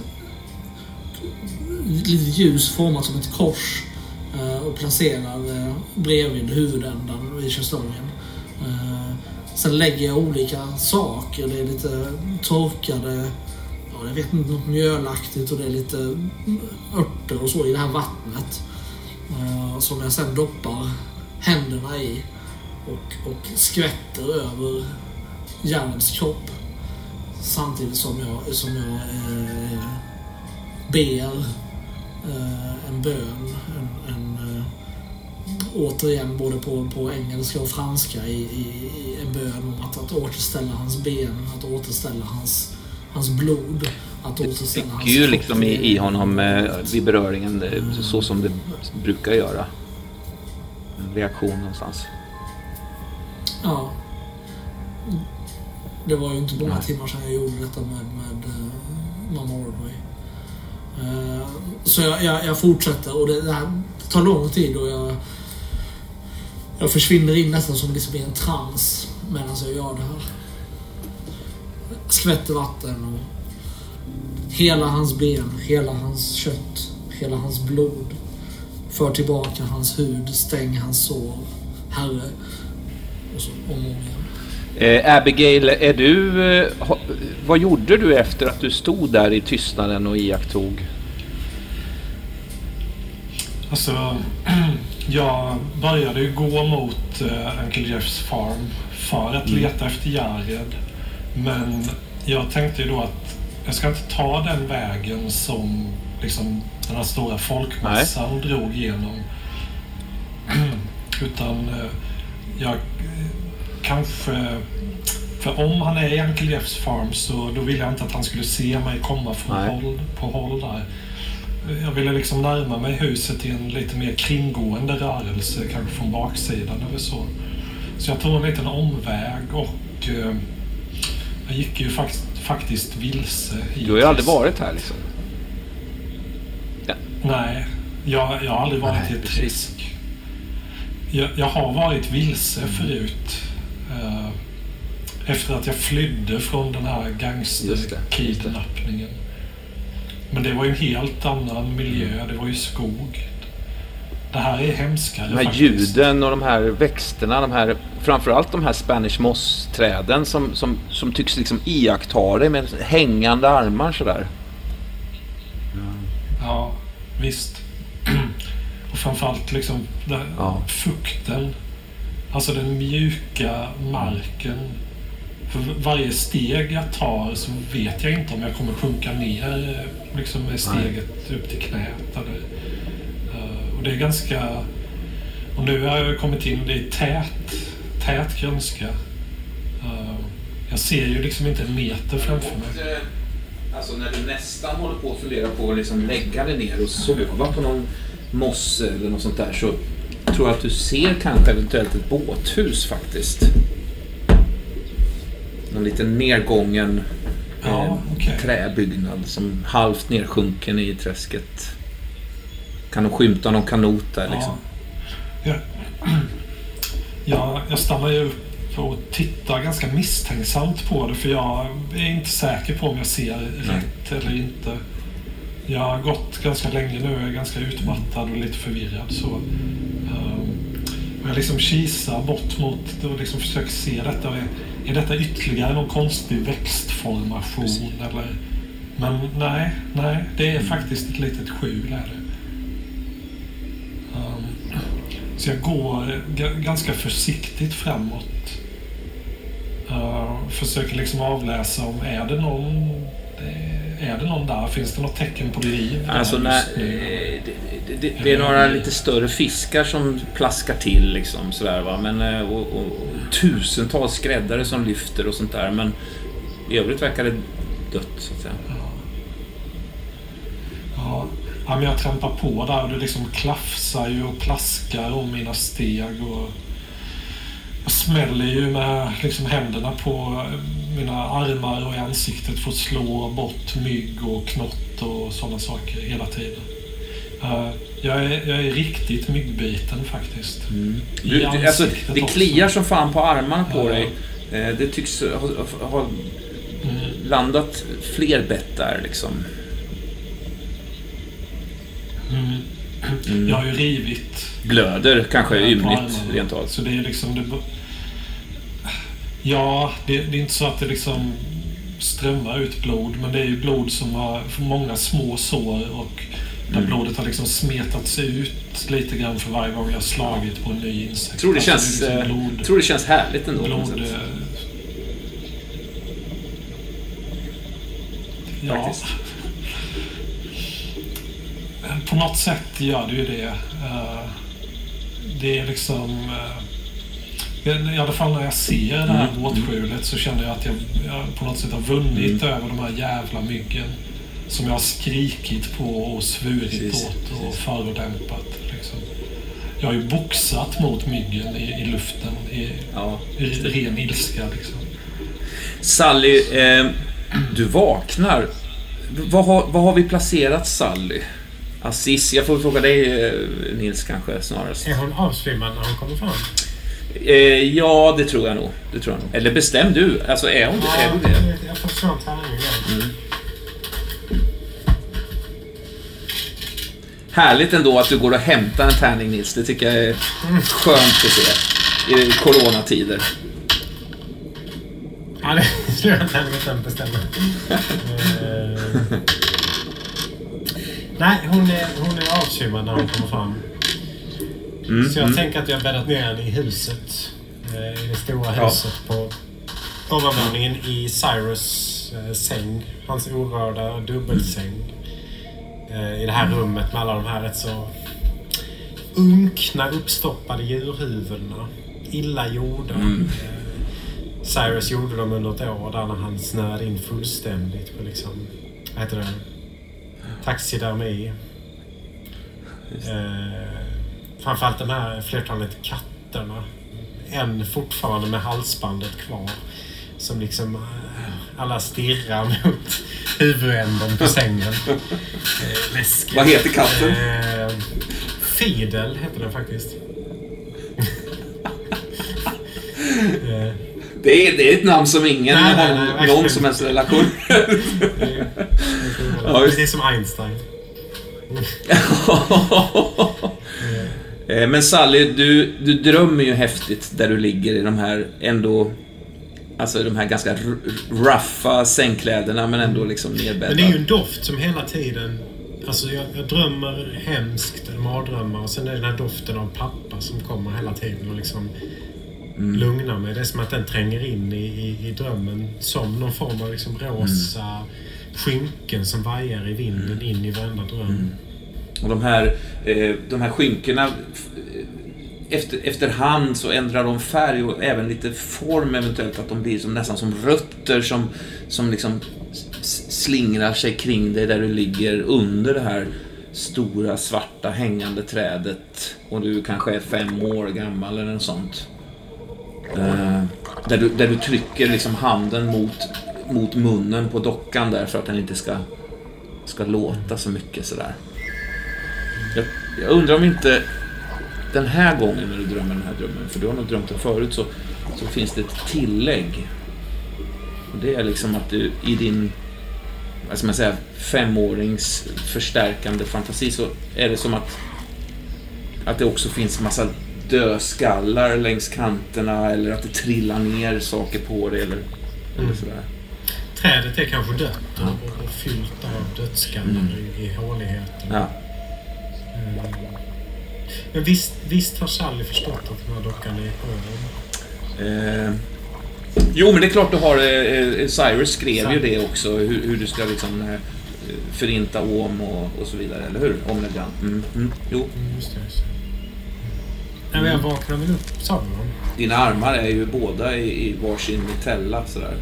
litet ljus format som ett kors och placerar bredvid huvudändan vid chaiselongen. Sen lägger jag olika saker, det är lite torkade, ja, jag vet inte, något mjölaktigt, och det är lite örter och så i det här vattnet uh, som jag sen doppar händerna i och, och skvätter över Jareds kropp samtidigt som jag, som jag uh, ber uh, en bön, en, en, uh, återigen både på, på engelska och franska i, i, i en bön om att, att återställa hans ben, att återställa hans hans blod, att återställa hans... Det är ju liksom i, i honom eh, vid beröringen eh, så som det brukar göra. En reaktion någonstans. Ja. Det var ju inte många timmar sedan jag gjorde detta med, med uh, Mama Ordway. Uh, så jag, jag, jag fortsätter, och det, det här tar lång tid, och jag jag försvinner in nästan som liksom i en trans medan jag gör det här. Skvätter vatten och hela hans ben, hela hans kött, hela hans blod, för tillbaka hans hud, stäng hans sår, Herre, och så om och om igen. Eh, Abigail, är du, eh, ha, vad gjorde du efter att du stod där i tystnaden och iakttog? Alltså, jag började ju gå mot uh, Uncle Jeffs farm för att leta efter Jared. Men jag tänkte ju då att jag ska inte ta den vägen som liksom den här stora folkmassan Nej. drog igenom. Utan uh, jag kanske... För om han är i Uncle Jeffs farm så då vill jag inte att han skulle se mig komma från håll, på håll där. Jag ville liksom närma mig huset i en lite mer kringgående rörelse, kanske från baksidan eller så. Så jag tog en liten omväg och eh, Jag gick ju faktiskt, faktiskt vilse. Du har ju aldrig varit här liksom. Ja. Nej, jag, jag har aldrig varit Nej, i ett träsk. Jag, jag har varit vilse förut. Uh, efter att jag flydde från den här gangsterkidnappningen. Men det var ju en helt annan miljö. Det var ju skog. Det här är hemskare. De här faktiskt. ljuden och de här växterna, de här, framförallt de här Spanish moss-träden som, som, som tycks liksom iaktta det med hängande armar sådär. Mm. Ja, visst. Och framförallt liksom där, ja. fukten. Alltså den mjuka marken. För varje steg jag tar så vet jag inte om jag kommer sjunka ner liksom med steget Nej. upp till knät. Eller, uh, och det är ganska... Och nu har jag kommit in, det är tät, tät grönska. Uh, jag ser ju liksom inte en meter framför mig. Alltså när du nästan håller på att fundera på att liksom lägga dig ner och sova på någon mosse eller något sånt där, så tror jag att du ser kanske eventuellt ett båthus faktiskt. Någon liten nedgången ja, eh, okay. träbyggnad som halvt nersjunken i träsket. Kan de skymta någon kanot där liksom? Ja. Ja, jag stannar ju upp och tittar ganska misstänksamt på det, för jag är inte säker på om jag ser Nej. rätt eller inte. Jag har gått ganska länge nu, jag är ganska utmattad och lite förvirrad. Så, um, och jag liksom kisar bort mot och liksom försöker se detta. Är, är detta ytterligare någon konstig växtformation? Eller? Men nej, nej, det är faktiskt ett litet skjul här. Um, så jag går g- ganska försiktigt framåt. Uh, försöker liksom avläsa om är det någon... Är det någon där? Finns det något tecken på liv? Alltså när, det, det, det, det är några lite större fiskar som plaskar till liksom sådär va, men och, och, och tusentals skräddare som lyfter och sånt där, men i övrigt verkar det dött så att säga. Ja. Ja, ja men jag trampar på där och det liksom klafsar ju och plaskar om mina steg och jag smäller ju med liksom händerna på mina armar och i ansiktet för att slå bort mygg och knott och sådana saker hela tiden. Uh, jag, är, jag är riktigt myggbiten faktiskt. Mm. Du, du, alltså, det kliar som fan på armarna på uh, dig. Uh, det tycks ha, ha mm. landat fler bett där liksom. Mm. Mm. Jag har ju rivit. Blöder kanske är ymligt rent av. Så det är liksom... Det, ja, det, det är inte så att det liksom strömmar ut blod, men det är ju blod som har många små sår och där mm. blodet har liksom smetats ut lite grann för varje gång jag har slagit på en ny insekt. Tror det känns, alltså, det liksom blod, tror det känns härligt ändå. Blod, ja. Faktiskt. På något sätt gör det ju det. Det är liksom... I alla fall när jag ser det här båtskjulet så känner jag att jag, jag på något sätt har vunnit mm. över de här jävla myggen som jag har skrikit på och svurit precis, åt och precis. förolämpat. Liksom. Jag har ju boxat mot myggen i, i luften i, ja, i ren ilska. Liksom. Sally, eh, du vaknar. Vad har, vad har vi placerat Sally? Assis, jag får fråga dig Nils kanske snarast. Är hon avsvimmad när hon kommer fram? Eh, ja, det tror jag nog. Det tror jag nog. Eller bestäm du. Alltså är hon ja, är du det? Jag får slå en tärning igen. Mm. Härligt ändå att du går och hämtar en tärning, Nils. Det tycker jag är skönt att se i coronatider. Ja, det är en tärning som bestämmer. Nej, hon är, hon är avsvimmad när hon kommer fram. Mm, så jag mm. tänker att jag bäddat ner henne i huset. I det stora huset ja. på ovanvåningen i Cyrus eh, säng. Hans orörda dubbelsäng. Eh, I det här rummet med alla de här rätt så unkna uppstoppade djurhuvudena. Illa gjorda. Mm. Eh, Cyrus gjorde dem under ett år där när han snöade in fullständigt på liksom, vad heter det? Taxidermi. Eh, framförallt de här flertalet katterna. En fortfarande med halsbandet kvar. som liksom alla stirrar mot huvudänden på sängen. Eh, läskigt. Vad heter katten? Eh, Fidel heter den faktiskt. eh. Det är, det är ett namn som ingen nej, nej, har nej, någon som helst relation. det, är, ja, det är som Einstein. Men Sally, du, du drömmer ju häftigt där du ligger i de här ändå, alltså de här ganska ruffa sängkläderna, men ändå liksom nedbäddad. Men det är ju en doft som hela tiden, alltså jag, jag drömmer hemskt, eller mardrömmar, och sen är det den här doften av pappa som kommer hela tiden och liksom mm. lugnar mig. Det är som att den tränger in i, i, i drömmen som någon form av liksom rosa mm. skynken som vajar i vinden in i varenda dröm. Mm. Och de här, eh, de här skynkorna, efter, efterhand så ändrar de färg och även lite form eventuellt, att de blir som, nästan som rötter som, som liksom slingrar sig kring dig där du ligger under det här stora svarta hängande trädet, och du kanske är fem år gammal eller något sånt. Eh, där, du, där du trycker liksom handen mot, mot munnen på dockan där för att den inte ska, ska låta så mycket sådär. Jag, jag undrar om inte den här gången när du drömmer den här drömmen, för du har nog drömt den förut, så, så finns det ett tillägg. Och det är liksom att du i din, vad ska man säga, femårings förstärkande fantasi, så är det som att att det också finns massa dödskallar längs kanterna, eller att det trillar ner saker på det eller, mm. eller sådär. Trädet är kanske dött och, och fyllt av dödskallar mm. i, i håligheten. Ja. Men visst, visst har Sally förstått att den här dockan är på eh, Jo, men det är klart du har eh, Cyrus skrev Cyrus. ju det också, hur, hur du ska liksom eh, förinta Om och, och så vidare, eller hur? Om det mm, mm, Jo. Mm, just det, just det. Mm. Jag vaknar väl upp, sa du? Dina armar är ju båda i, i varsin mitella sådär.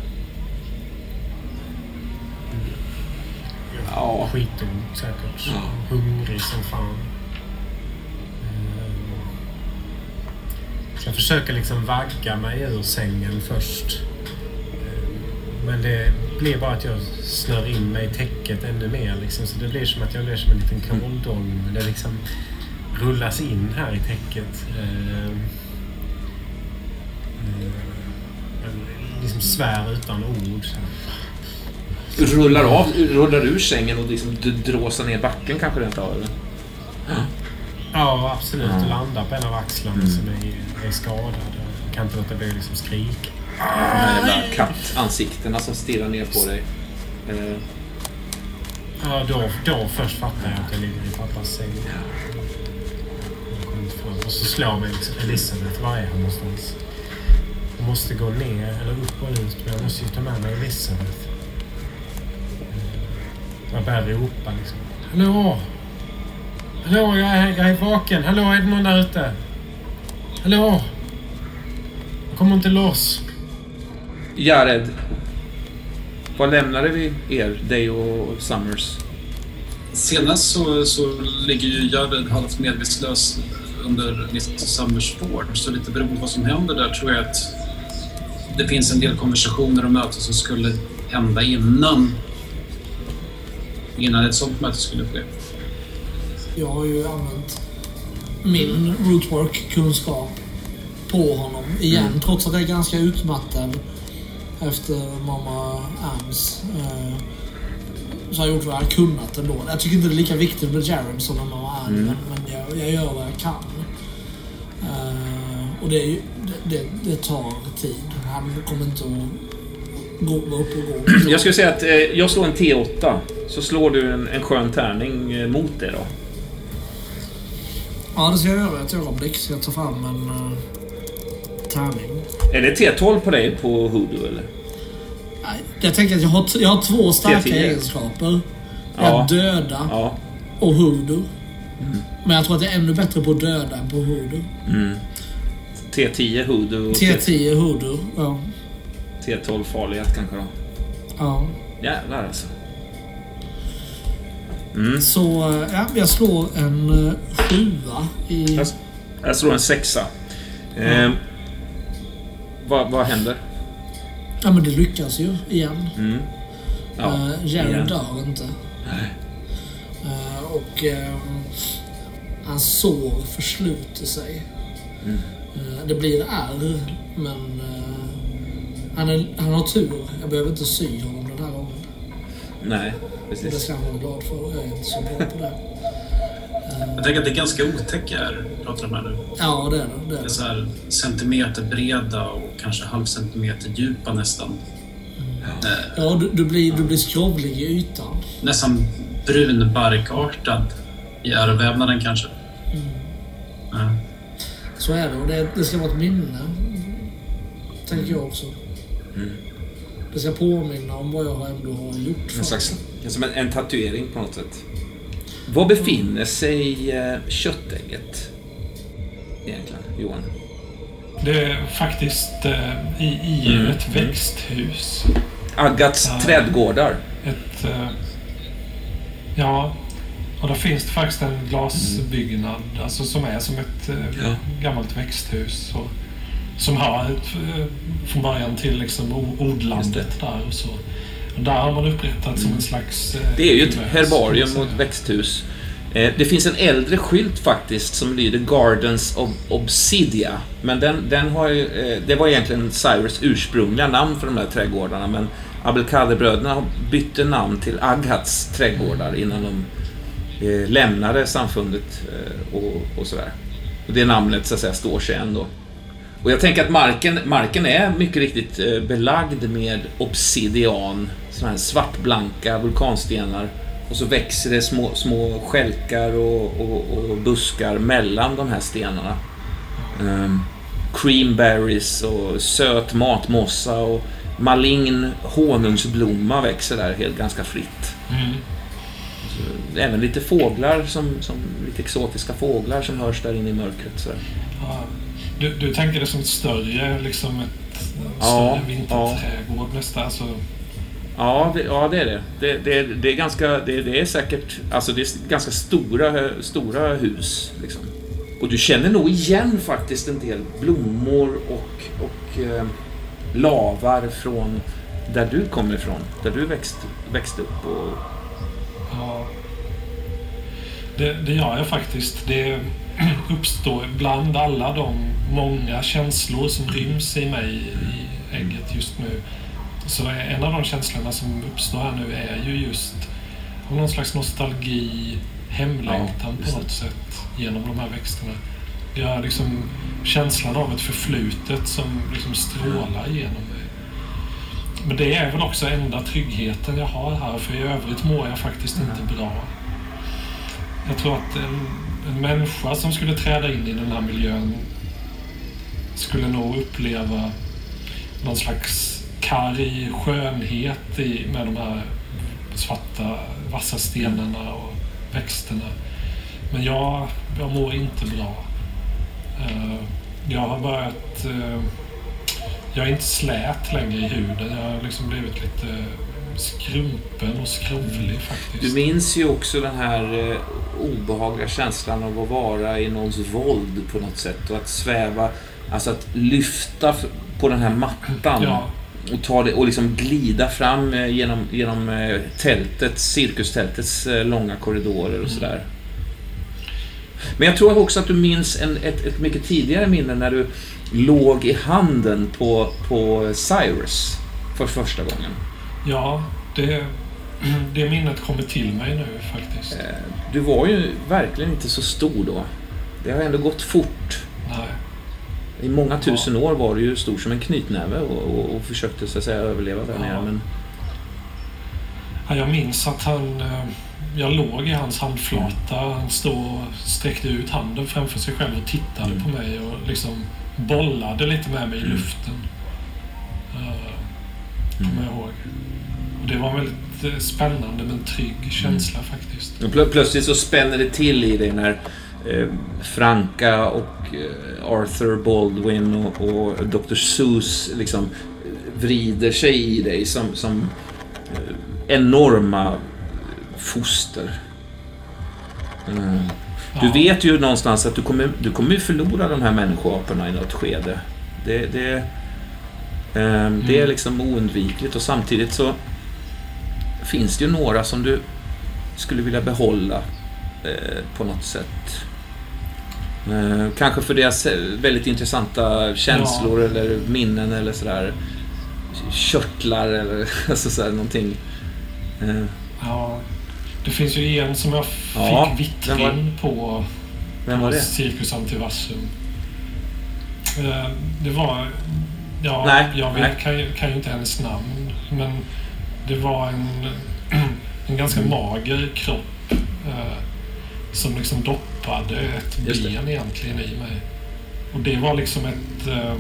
Ja. Skitont säkert. Ja. Hungrig som fan. Så jag försöker liksom vagga mig ur sängen först. Men det blir bara att jag snör in mig i täcket ännu mer. Liksom. Så det blir som att jag blir som en liten kåldolm. Det liksom rullas in här i täcket. Liksom svär utan ord. Rullar av, rullar ur sängen och liksom dråsar ner backen kanske rent av, eller? Ja. Ja, absolut. Och landar på en av axlarna mm. som är, är skadad. Jag kan inte låta bli liksom skrik. De här jävla kattansiktena som stirrar ner på dig. Eh. Ja, då, då först fattar jag att jag ligger i pappas säng. Och så slår mig liksom Elisabeth, var är hon någonstans? Jag måste gå ner eller upp och ut, men jag måste ju ta med mig Elisabeth. Jag börjar ropa liksom. Hallå! Hallå, jag är, jag är vaken. Hallå, är det någon där ute? Hallå! Jag kommer inte loss. Jared, vad lämnade vi er, dig och Summers? Senast så, så ligger ju Jared halvt medvetslös under mitt Summers vård. Så lite beroende på vad som händer där tror jag att det finns en del konversationer och möten som skulle hända innan innan ett sånt möte skulle ske. Jag har ju använt min rootwork-kunskap på honom igen, mm. trots att jag är ganska utmattad efter mamma Ams. Eh, så har jag gjort vad jag kunnat ändå. Jag tycker inte det är lika viktigt med Jared som när mamma Ams, mm. men, men jag, jag gör vad jag kan. Eh, och det, är, det, det, det tar tid. Han kommer inte att gå upp och gå. Jag skulle säga att eh, jag slår en T åtta. Så slår du en, en skön tärning eh, mot det då. Ja, det ska jag göra ett ögonblick. Ska jag ta fram en uh, tärning. Är det T tolv på dig på Hoodoo eller? Nej, jag tänker att jag har, jag har två starka T tio egenskaper. Jag ja. döda ja. och Hoodoo. Mm. Men jag tror att jag är ännu bättre på att döda än på Hoodoo. Mm. T tio Hoodoo och T tio Hoodoo, ja. T tolv farlighet kanske då. Ja. Jävlar alltså. Mm. Så ja, jag slår en uh, sjua i... Jag, jag slår en sexa. Mm. Eh, vad, vad händer? Ja, men det lyckas ju igen. Mm. Ja, uh, Jared igen. dör inte. Nej. Uh, och uh, hans sår försluter sig. Mm. Uh, det blir ärr, men uh, han, är, han har tur. Jag behöver inte sy honom den här gången. Nej, Och det precis. ska han vara glad för. Jag är inte så bra på det. Jag tänker att det är ganska otäcka här, pratar de här nu. Ja, det är det. Det Det är är så här centimeter breda och kanske halv centimeter djupa nästan. Ja, ja du, du, blir, du blir skrovlig i ytan. Nästan brunbarkartad i ärrvävnaden kanske. Mm. Ja. Så är det. Och det, det ska vara ett minne. Tänker jag också. Mm. Det ska påminna om vad jag ändå har gjort. En slags, som en, en tatuering på något sätt. Var befinner sig eh, köttägget egentligen, Johan? Det är faktiskt eh, i, i Mm. ett växthus. Aggats Ja. trädgårdar. Ett, eh, ja, och där finns det faktiskt en glasbyggnad mm. alltså som är som ett eh, Ja. gammalt växthus. Och, som har ett, eh, från början till liksom o- odlandet där och så. Och där har man upprättat mm. som en slags... Eh, Det är ju ett kuvert, herbarium så att och säga. ett växthus. Eh, det finns en äldre skylt faktiskt som lyder Gardens of Obsidia. Men den, den har ju, eh, det var egentligen Cyrus ursprungliga namn för de här trädgårdarna. Men Abelkaderbröderna bytte namn till Aghats trädgårdar innan de eh, lämnade samfundet eh, och, och sådär. Och det namnet så att säga står sig ändå. Och jag tänker att marken, marken är mycket riktigt eh, belagd med obsidian, sådana här svartblanka vulkanstenar. Och så växer det små, små skälkar och, och, och buskar mellan de här stenarna. Um, creamberries och söt matmossa och malign honungsblomma växer där helt ganska fritt. Mm. Så, även lite fåglar, som, som lite exotiska fåglar som hörs där inne i mörkret. Så. Ja. Du, du tänker det som ett större, liksom ett Ja, större vinterträdgård nästan. Alltså, Ja, det, ja, det är det. Det, det, det är ganska, det, det är säkert, alltså det är ganska stora, stora hus liksom. Och du känner nog igen faktiskt en del blommor och, och eh, lavar från där du kommer ifrån, där du växt, växte upp. Och... ja. Det, det gör jag faktiskt. Det uppstår bland alla de många känslor som ryms i mig i ägget just nu. Så en av de känslorna som uppstår här nu är ju just någon slags nostalgi, hemlängtan Ja, på något sätt genom de här växterna. Det är liksom känslan av ett förflutet som liksom strålar genom mig. Men det är väl också enda tryggheten jag har här, för i övrigt mår jag faktiskt inte bra. Jag tror att en, en människa som skulle träda in i den här miljön skulle nog uppleva någon slags karg skönhet i, med de här svarta vassa stenarna och växterna. Men jag, jag mår inte bra. Uh, jag har börjat... Uh, jag är inte slät längre i huden. Jag har liksom blivit lite skrumpen och skrovlig faktiskt. Du minns ju också den här eh, obehagliga känslan av att vara i någons våld på något sätt. Och att sväva, alltså att lyfta f- på den här mattan. Ja. Och, ta det, och liksom glida fram eh, genom, genom eh, tältets, cirkustältets eh, långa korridorer och sådär. Men jag tror också att du minns en, ett, ett mycket tidigare minne när du låg i handen på, på Cyrus för första gången. Ja, det, det minnet kommer till mig nu faktiskt. Eh, du var ju verkligen inte så stor då. Det har ändå gått fort. Nej. I många tusen år var du ju stor som en knytnäve och, och, och försökte så att säga överleva där Ja. nere. Men... Ja, jag minns att han... eh, Jag låg i hans handflata. Han stod och sträckte ut handen framför sig själv och tittade Mm. på mig och liksom bollade lite med mig i luften. Uh, kommer jag ihåg. Och det var en väldigt eh, spännande men trygg känsla faktiskt. Och plö- plötsligt så spänner det till i dig när eh, Franka och eh, Arthur Baldwin och, och doktor Seuss liksom vrider sig i dig som, som eh, enorma foster. Mm. Du Ja. vet ju någonstans att du kommer, du kommer ju förlora de här människoaporna i något skede. Det, det, Mm. Det är liksom oundvikligt, och samtidigt så finns det ju några som du skulle vilja behålla eh, på något sätt. Eh, kanske för deras väldigt intressanta känslor, ja. Eller minnen eller sådär, körtlar eller alltså sådär någonting. Eh. Ja, det finns ju en som jag fick ja, vittring var... på, vem var på det? Cirkus Antiversum. Eh, det var, ja, nej, jag vet, nej. Kan, kan ju inte hennes namn, men det var en, en ganska mm. mager kropp eh, som liksom doppade ett ben egentligen i mig. Och det var liksom ett eh,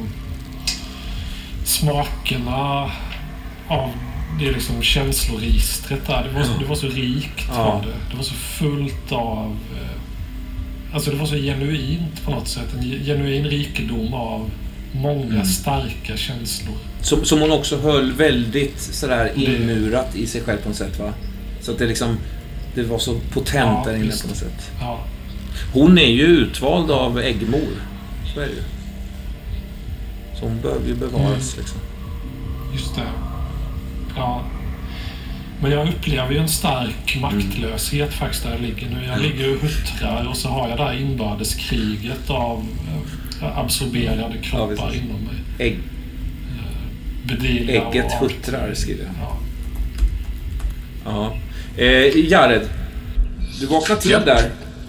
smakerna av det liksom känsloregistret där. Det var, mm. det var så rikt, ja. var det. Det var så fullt av eh, alltså det var så genuint på något sätt. En genuin rikedom av många mm. starka känslor. Som, som hon också höll väldigt sådär inmurat i sig själv på något sätt, va? Så att det liksom, det var så potent, ja, där inne på något sätt. Ja. Hon är ju utvald av äggmor. Så är det ju. Så hon behöver ju bevaras, mm. liksom. Just det. Ja. Men jag upplever ju en stark maktlöshet mm. faktiskt där jag ligger nu. Jag ligger och huttrar, och så har jag det här inbördeskriget av äh, absorberade kroppar, ja, inom mig. Ägg. Bedrila Ägget huttrar, skriver jag. Ja. Ja. Eh, Jared, du vaknar till, ja. Där.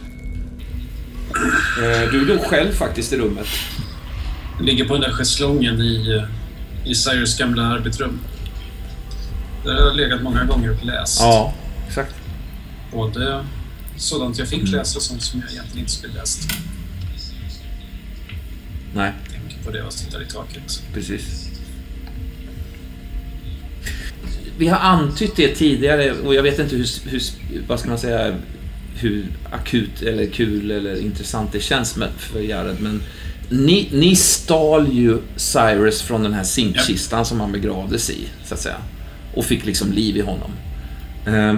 Eh, du låg själv faktiskt i rummet. Jag ligger på den där schäslongen i, i Cyrus gamla arbetsrum. Där har jag legat många gånger och läst. Ja, exakt. Både sådant jag fick läsa och sånt som jag egentligen inte skulle läst. Nej. Tänk på det och tittar i taket. Precis. Vi har antytt det tidigare, och jag vet inte hur, hur vad ska man säga, hur akut eller kul eller intressant det känns med för Jared, men ni, ni stal ju Cyrus från den här zinkkistan, ja. Som han begravdes i, så att säga, och fick liksom liv i honom. Eh,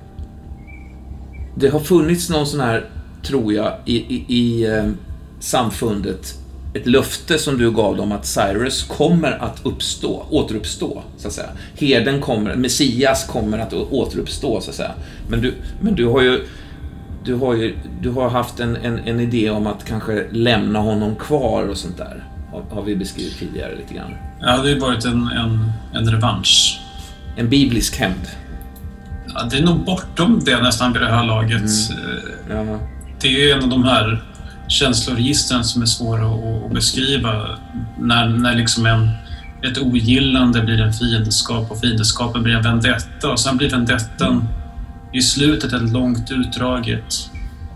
det har funnits någon sån här, tror jag, i, i, i eh, samfundet, ett löfte som du gav dem att Cyrus kommer att uppstå, återuppstå, så att säga. Herden kommer, Messias kommer att återuppstå, så att säga. Men du, men du har ju du har ju du har haft en, en, en idé om att kanske lämna honom kvar och sånt där. Har, har vi beskrivit tidigare lite grann. Ja, det har ju varit en, en, en revansch. En biblisk hämnd. Ja, det är nog bortom det nästan vid det här laget. Mm. Ja. Det är ju en av de här känsloregistren som är svåra att, att beskriva. När, när liksom en, ett ogillande blir en fiendskap, och fiendskapen blir en vendetta, och sen blir vendettan mm. i slutet ett långt utdraget,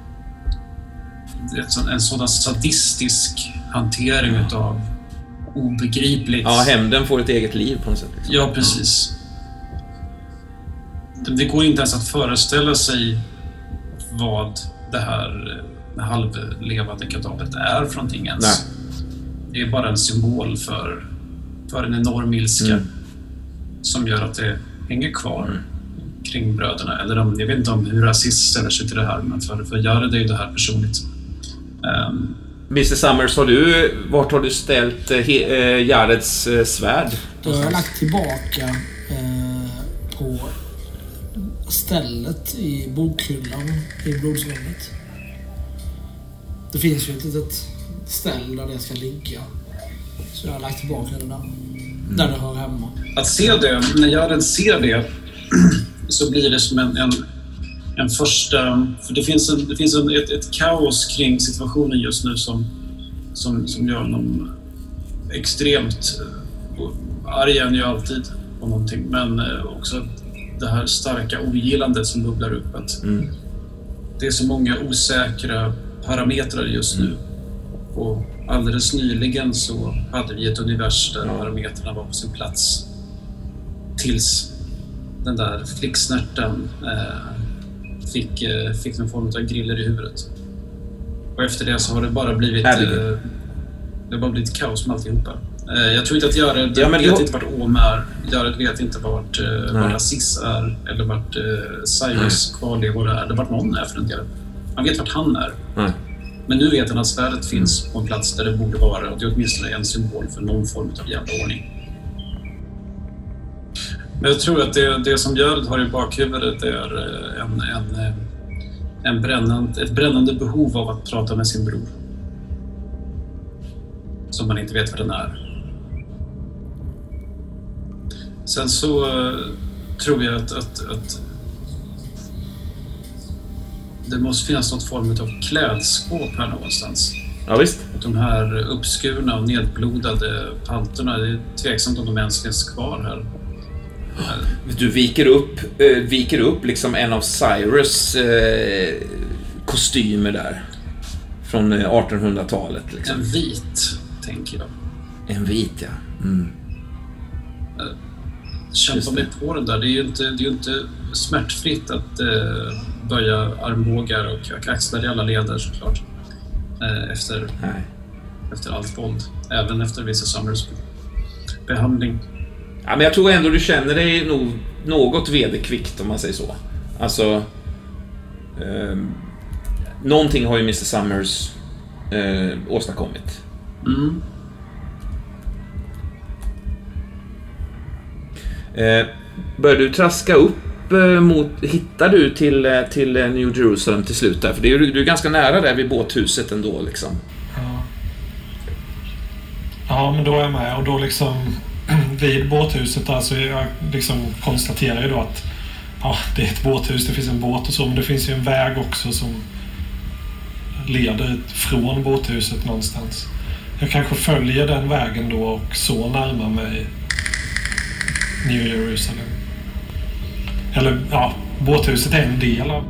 ett, en sådan sadistisk hantering mm. utav obegripligt. Ja, hämnden får ett eget liv på något sätt. Liksom. Ja, precis. Det går inte ens att föreställa sig vad det här halvlevande kadavret är för någonting ens. Nej. Det är bara en symbol för, för en enorm ilska mm. som gör att det hänger kvar mm. kring bröderna. Eller om, jag vet inte om hur rasist ställer sig till det här, men för, för Jared är ju det här personligt. Um, mister Summers, har du, vart har du ställt eh, eh, Jareds eh, svärd? Då har jag lagt tillbaka eh, på stället i bokhyllan i blodsrummet. Det finns ju ett litet ställ där det ska ligga. Så jag har lagt tillbaka det där. Mm. Där det hör hemma. Att se det, när Jared ser det, så blir det som en, en, en första... För det finns, en, det finns en, ett, ett kaos kring situationen just nu som, som, som gör honom extremt arg, är ju alltid på någonting. Men också det här starka ogillandet som bubblar upp. Att mm. det är så många osäkra parametrar just nu. Och alldeles nyligen så hade vi ett univers där parametrarna var på sin plats. Tills den där flicksnärten eh, fick, eh, fick någon form av griller i huvudet. Och efter det så har det bara blivit, eh, det har bara blivit kaos med alltihopa. Eh, jag tror inte att Jared ja, vet du... inte vart Om är. Jared vet inte vart, eh, vart Aziz är. Eller vart eh, Cyrus kvarlevor är. Eller vart någon är för den delen. Man vet vart han är. Mm. Men nu vet han att svärdet finns på en plats där det borde vara, och det är åtminstone en symbol för någon form av jävla ordning. Men jag tror att det, det som Jared har i bakhuvudet är en, en, en brännande, ett brännande behov av att prata med sin bror. Som man inte vet vad den är. Sen så uh, tror jag att, att, att det måste finnas något form av klädskåp här någonstans. Ja, visst. Att de här uppskurna och nedblodade panterna, det är tveksamt om de ens finns kvar här. Du viker upp, äh, viker upp liksom en av Cyrus äh, kostymer där. Från äh, artonhundratalet. Liksom. En vit, tänker jag. En vit, ja. Mm. Kämpa mig på den där. Det är ju inte, det är ju inte smärtfritt att äh, böja armbågar och axlar i alla leder, såklart. Äh, efter, Nej. efter allt våld. Även efter vissa Summers behandling. Ja, men jag tror ändå du känner dig nog något vederkvickt, om man säger så. Alltså... Eh, någonting har ju mister Summers eh, åstadkommit. Mm. Eh, börjar du traska upp eh, mot... Hittar du till, eh, till New Jerusalem till slut där? För det är, du är ganska nära där vid båthuset ändå, liksom. Ja. Ja, men då är jag med. Och då liksom... vid båthuset där så jag liksom konstaterar ju då att ja, det är ett båthus, det finns en båt och så, men det finns ju en väg också som leder från båthuset någonstans. Jag kanske följer den vägen då och så närmar mig New Jerusalem. Eller ja, båthuset är en del av.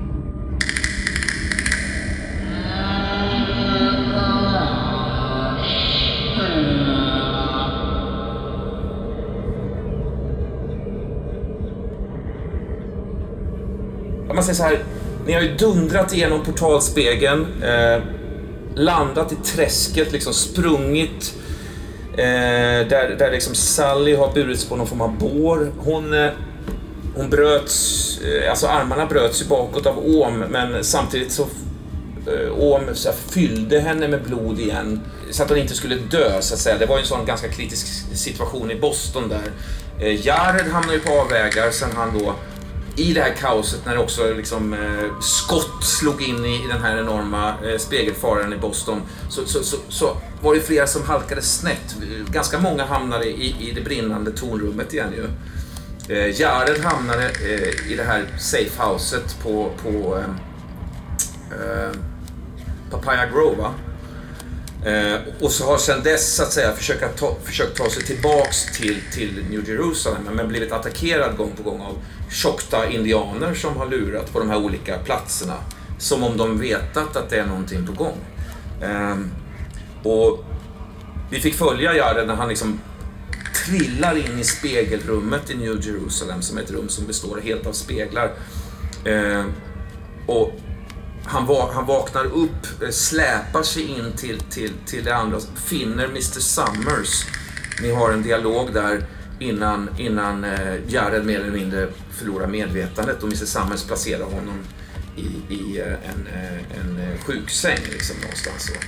Man säger så här, ni har ju dundrat igenom portalspegeln, eh, landat i träsket, liksom sprungit eh, där, där liksom Sally har burits på någon form av bår. Hon, eh, hon bröts, eh, alltså armarna bröts ju bakåt av Om, men samtidigt så eh, Om så här, fyllde henne med blod igen så att hon inte skulle dö, så att säga. Det var ju en sån ganska kritisk situation i Boston där. Eh, Jared hamnade ju på avvägar sen han då i det här kaoset, när det också liksom, eh, skott slog in i, i den här enorma eh, spegelfaren i Boston, så, så, så, så var det flera som halkade snett. Ganska många hamnade i, i det brinnande tornrummet igen ju. Eh, Jared hamnade eh, i det här safehouset på, på eh, eh, Papaya Grove, va? Eh, och så har sedan dess så att säga försökt ta, försökt ta sig tillbaks till, till New Jerusalem, men blivit attackerad gång på gång av Choctaw-indianer som har lurat på de här olika platserna, som om de vetat att det är någonting på gång. Eh, och vi fick följa Jared när han liksom trillar in i spegelrummet i New Jerusalem, som är ett rum som består helt av speglar. Eh, och Han, va- han vaknar upp, släpar sig in till, till, till det andra, finner mister Summers. Ni har en dialog där innan, innan eh, Jared mer eller mindre förlorar medvetandet, och mister Summers placerar honom i, i eh, en, eh, en sjuksäng liksom, någonstans så.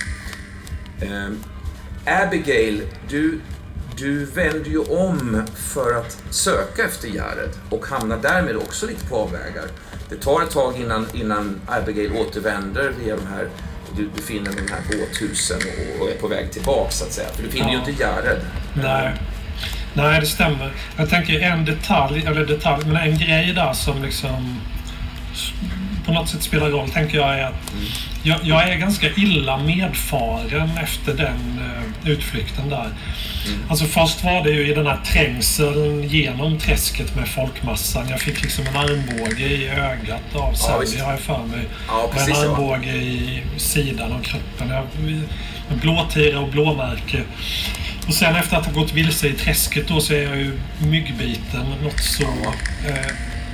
Eh, Abigail, du, du vänder ju om för att söka efter Jared och hamnar därmed också lite på avvägar. Det tar ett tag innan, innan Abigail återvänder via de här, du befinner de här båthusen och, och är på väg tillbaka, så att säga. För du finner ja. ju inte Jared. Nej. Nej, det stämmer. Jag tänker en detalj, eller detalj, men en grej där som liksom på något sätt spelar roll, tänker jag, är att mm. jag, jag är ganska illa medfaren efter den uh, utflykten där. Mm. Alltså först var det ju i den här trängseln genom träsket med folkmassan. Jag fick liksom en armbåge i ögat av Sally, ja, har jag för mig. Ja, precis, en armbåge ja. i sidan av kroppen. Jag, med blåtira och blåmärke. Och sen efter att ha gått vilse i träsket då, så är jag ju myggbiten. Något så... Eh,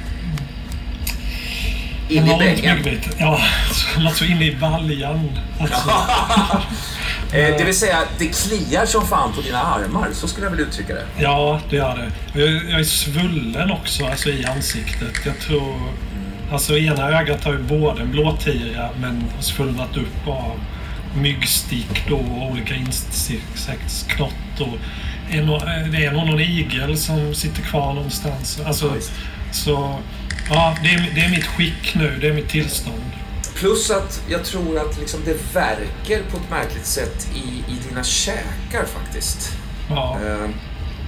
in i bängen. Ja, något så inne i baljan. Alltså. eh, det vill säga, det kliar som fan på dina armar. Så skulle jag väl uttrycka det. Ja, det gör det. Jag, jag är svullen också, alltså i ansiktet. Jag tror... Mm. Alltså ena ögat har ju både en blåtira, men svullnat upp av myggstick då, och olika insektsknott och är no, det är någon igel som sitter kvar någonstans. Alltså, Ja, så ja, det är, det är mitt skick nu, det är mitt tillstånd. Plus att jag tror att liksom det verkar på ett märkligt sätt i, i dina käkar faktiskt. Ja. Uh, mm.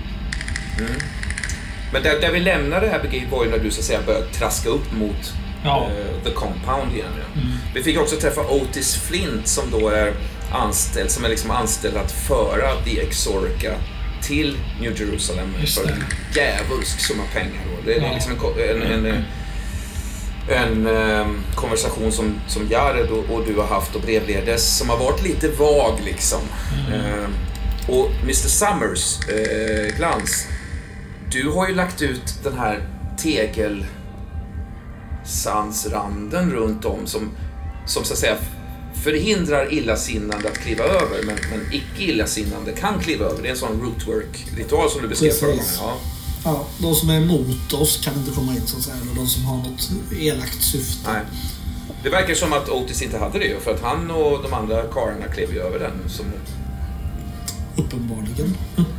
Men där, där vi lämnar det här begreppet var ju när du så att säga började traska upp mot Ja. uh, The Compound igen. Ja. Mm. Vi fick också träffa Otis Flint som då är anställd, som är liksom anställd att föra The Exorca till New Jerusalem Just för det. en djävulsk summa pengar. Då. Det är Ja. liksom en, en, en, en um, konversation som, som Jared och, och du har haft och brevledes som har varit lite vag liksom. Mm. Um, och mister Summers, uh, Glans, du har ju lagt ut den här tegelsandsranden runt om som, som så att säga förhindrar illasinnande att kliva över, men, men icke illasinnande kan kliva över. Det är en sån rootwork-ritual som du beskrev förra gången. Ja. Ja, de som är emot oss kan inte komma in så att säga, eller de som har något elakt syfte. Nej. Det verkar som att Otis inte hade det, för att han och de andra karlarna klev ju över den. Som... Uppenbarligen.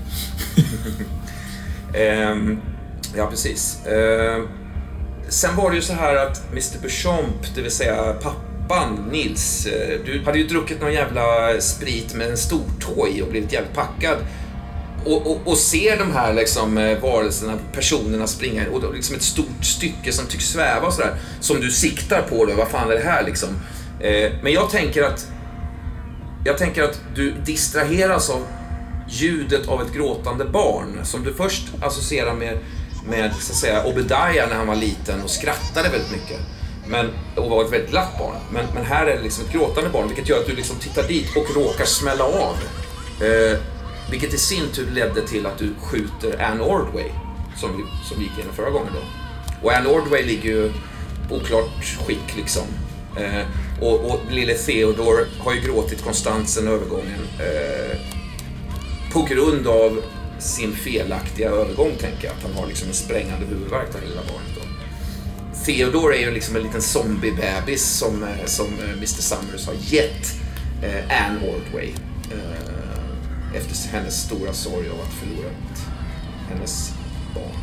ehm, ja, precis. Ehm, sen var det ju så här att mister Beauchamp, det vill säga pappan Nils, du hade ju druckit någon jävla sprit med en stor tå i och blivit jävligt packad. Och, och, och ser de här liksom, varelserna, personerna springa och liksom ett stort stycke som tycks sväva och sådär, som du siktar på då, vad fan är det här liksom? Eh, men jag tänker att jag tänker att du distraheras av ljudet av ett gråtande barn som du först associerar med, med så att säga, Obadiah när han var liten och skrattade väldigt mycket. Men, och var ett väldigt glatt barn. Men, men här är det liksom ett gråtande barn, vilket gör att du liksom tittar dit och råkar smälla av. Eh, Vilket i sin tur ledde till att du skjuter Anne Ordway, som vi, som vi gick igenom förra gången då. Och Anne Ordway ligger ju oklart skick liksom. Eh, och, och lille Theodore har ju gråtit konstant sedan övergången. Eh, på grund av sin felaktiga övergång, tänker jag. Att han har liksom en sprängande huvudvärk, det lilla barnet då. Theodore är ju liksom en liten zombiebebis som, som mister Summers har gett eh, Anne Ordway. Eh, efter hennes stora sorg av att förlora hennes barn.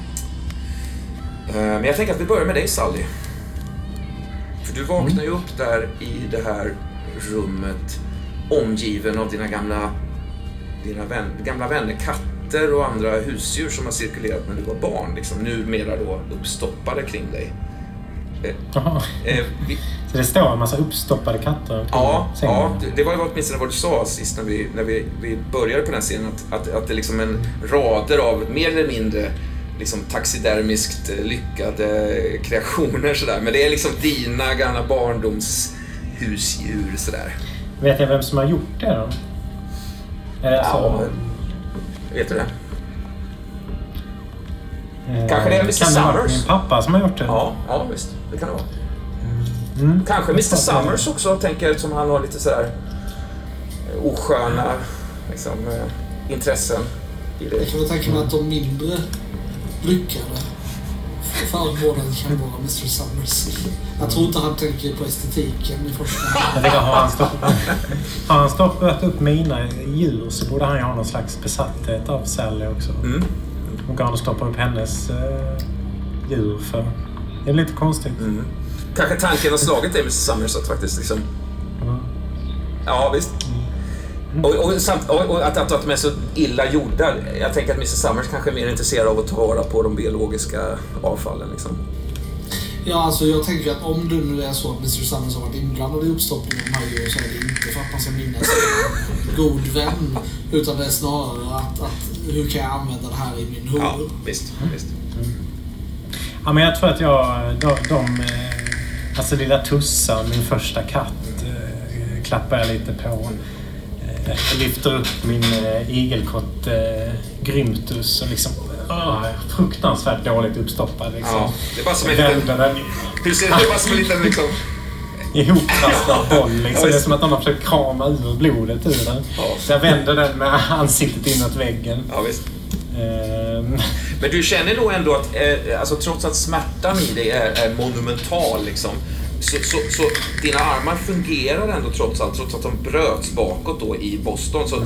Men jag tänker att vi börjar med dig, Sally. För du vaknar ju upp där i det här rummet, omgiven av dina gamla, dina vän, gamla vänner, katter och andra husdjur som har cirkulerat när du var barn. Liksom, numera då uppstoppade kring dig. Jaha. Eh, vi, Så det står en massa uppstoppade katter? Ja, sängen. ja det, det var ju åtminstone vad du sa sist när vi, när vi, vi började på den scenen, att, att, att det är liksom en rader av mer eller mindre liksom taxidermiskt lyckade kreationer sådär. Men det är liksom dina gamla barndomshusdjur sådär. Vet jag vem som har gjort det då? Är det Ja, så? vet du det? Eh, Kanske det är mister kan det vara Summers? min pappa som har gjort det? Ja, ja visst. Det kan det vara. Mm. Kanske mister Summers också, tänker jag, som han har lite sådär osköna liksom, eh, intressen i det. Jag kan väl tänka mig att de mindre lyckade förmånen kan vara mister Summers. Jag tror inte han tänker på estetiken i första hand. Jag tänker, har han stoppat, har han stoppat upp mina djur så borde han ju ha någon slags besatthet av Sally också. Mm. Och kan han stoppa upp hennes eh, djur för. Det är lite konstigt. Mm. Kanske tanken har slagit dig, mister Summers, att faktiskt liksom... Mm. Ja, visst. Och, och, samt, och, och att, att, att de är så illa gjorda. Jag tänker att mister Summers kanske är mer intresserad av att ta vara på de biologiska avfallen liksom. Ja, alltså jag tänker att om det nu är så att mister Summers har varit inblandad i uppstoppningen av de här djuren, så är det inte för att man ska minnas en god vän, utan det är snarare att, att hur kan jag använda det här i min huvud? Ja, visst, visst. Ja, men jag tror att jag, de, de alltså lilla Tussa, min första katt, eh, klappar jag lite på. Eh, jag lyfter upp min eh, igelkott eh, Grymtus och liksom oh, fruktansvärt dåligt uppstoppad. Liksom. Ja, det är bara som en liten... den Hur ser det? Det är bara som en liten liksom... ihoprastad boll. Liksom. Ja, det är som att de har försökt krama ur blodet ur den. Ja. Så jag vänder den med ansiktet inåt väggen. Ja, visst. Eh, Men du känner nog ändå att, eh, alltså, trots att smärtan i dig är, är monumental liksom, så, så, så dina armar fungerar ändå trots allt, trots att de bröts bakåt då i Boston, så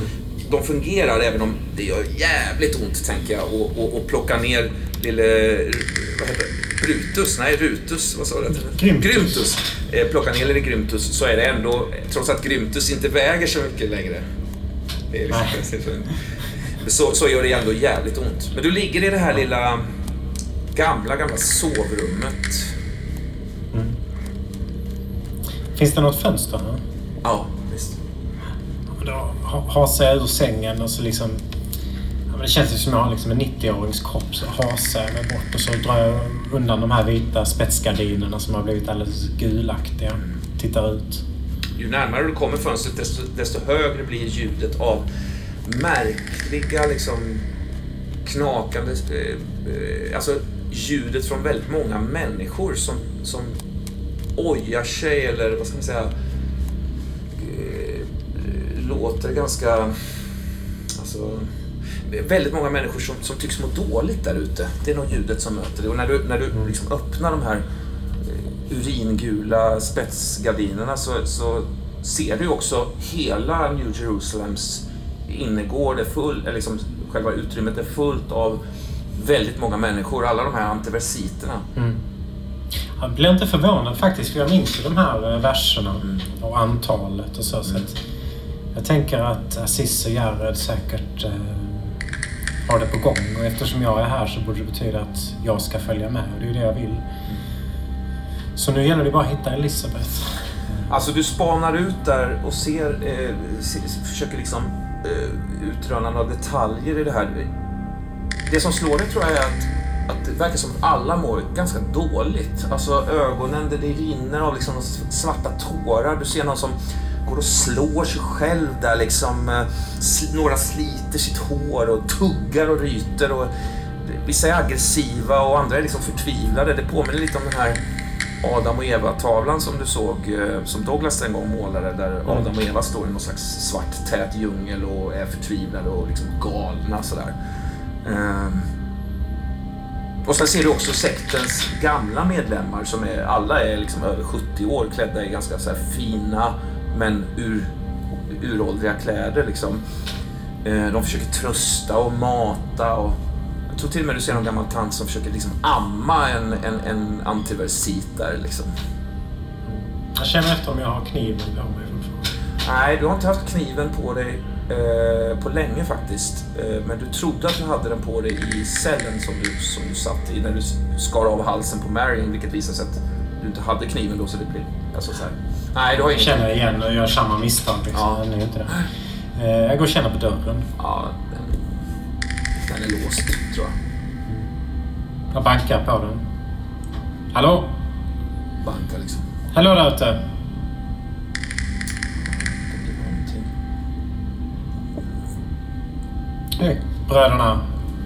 de fungerar även om det gör jävligt ont, tänker jag. Och, och, och plocka ner lille, vad heter det? Brutus, nej Rutus, vad sa du? Grymtus. Grymtus. Eh, plocka ner lille Grymtus, så är det ändå, trots att Grymtus inte väger så mycket längre. Det är liksom, så, så gör det ändå jävligt ont. Men du ligger i det här lilla gamla, gamla sovrummet. Mm. Finns det något fönster här? Ja, visst. Då hasar jag ur sängen och så liksom... Ja, men det känns ju som jag har liksom en nittio-årings kropp, så hasar jag mig bort och så drar jag undan de här vita spetsgardinerna som har blivit alldeles gulaktiga. Tittar ut. Ju närmare du kommer fönstret, desto, desto högre blir ljudet av märkliga, liksom knakande, eh, eh, alltså ljudet från väldigt många människor som, som ojar sig, eller vad ska man säga, eh, låter ganska, alltså väldigt många människor som, som tycks må dåligt där ute. Det är nog ljudet som möter dig. Och när du, när du liksom öppnar de här eh, uringula spetsgardinerna så, så ser du också hela New Jerusalems innergård är full, eller liksom själva utrymmet är fullt av väldigt många människor, alla de här antiversiterna. Mm. Jag blir inte förvånad faktiskt, för jag minns ju de här verserna mm. och antalet och så. Mm. Så att jag tänker att Aziz och Jared säkert eh, har det på gång, och eftersom jag är här så borde det betyda att jag ska följa med, och det är ju det jag vill. Mm. Så nu gäller det bara att hitta Elisabeth. Alltså du spanar ut där och ser, eh, försöker liksom eh, utröna några detaljer i det här. Det som slår dig tror jag är att, att det verkar som att alla mår ganska dåligt. Alltså ögonen, det, det rinner av liksom svarta tårar. Du ser någon som går och slår sig själv där liksom. Eh, sl- några sliter sitt hår och tuggar och ryter. Och, vissa är aggressiva och andra är liksom förtvivlade. Det påminner lite om den här Adam och Eva-tavlan som du såg, som Douglas en gång målade, där Adam och Eva står i någon slags svart tät djungel och är förtvivlade och liksom galna sådär. Um, och sen ser du också sektens gamla medlemmar som är, alla är liksom över sjuttio år, klädda i ganska så här fina men ur, uråldriga kläder liksom. Uh, de försöker trösta och mata, och jag tror till och med du ser någon gammal tant som försöker liksom amma en, en, en antiversit där liksom. Jag känner efter om jag har kniven på mig. Nej, du har inte haft kniven på dig eh, på länge faktiskt. Eh, men du trodde att du hade den på dig i cellen som du, som du satt i när du skar av halsen på Marion, vilket visar sig att du inte hade kniven då, så det blir alltså så här. Nej, du har ingen. Jag känner igen och gör samma misstag liksom. Ja. Nu är inte det. Eh, jag går och känner på dörren. Ja, den, den är låst tror jag. Jag bankar på den. Hallå? Bankar liksom. Hallå där ute. Hej, bröderna.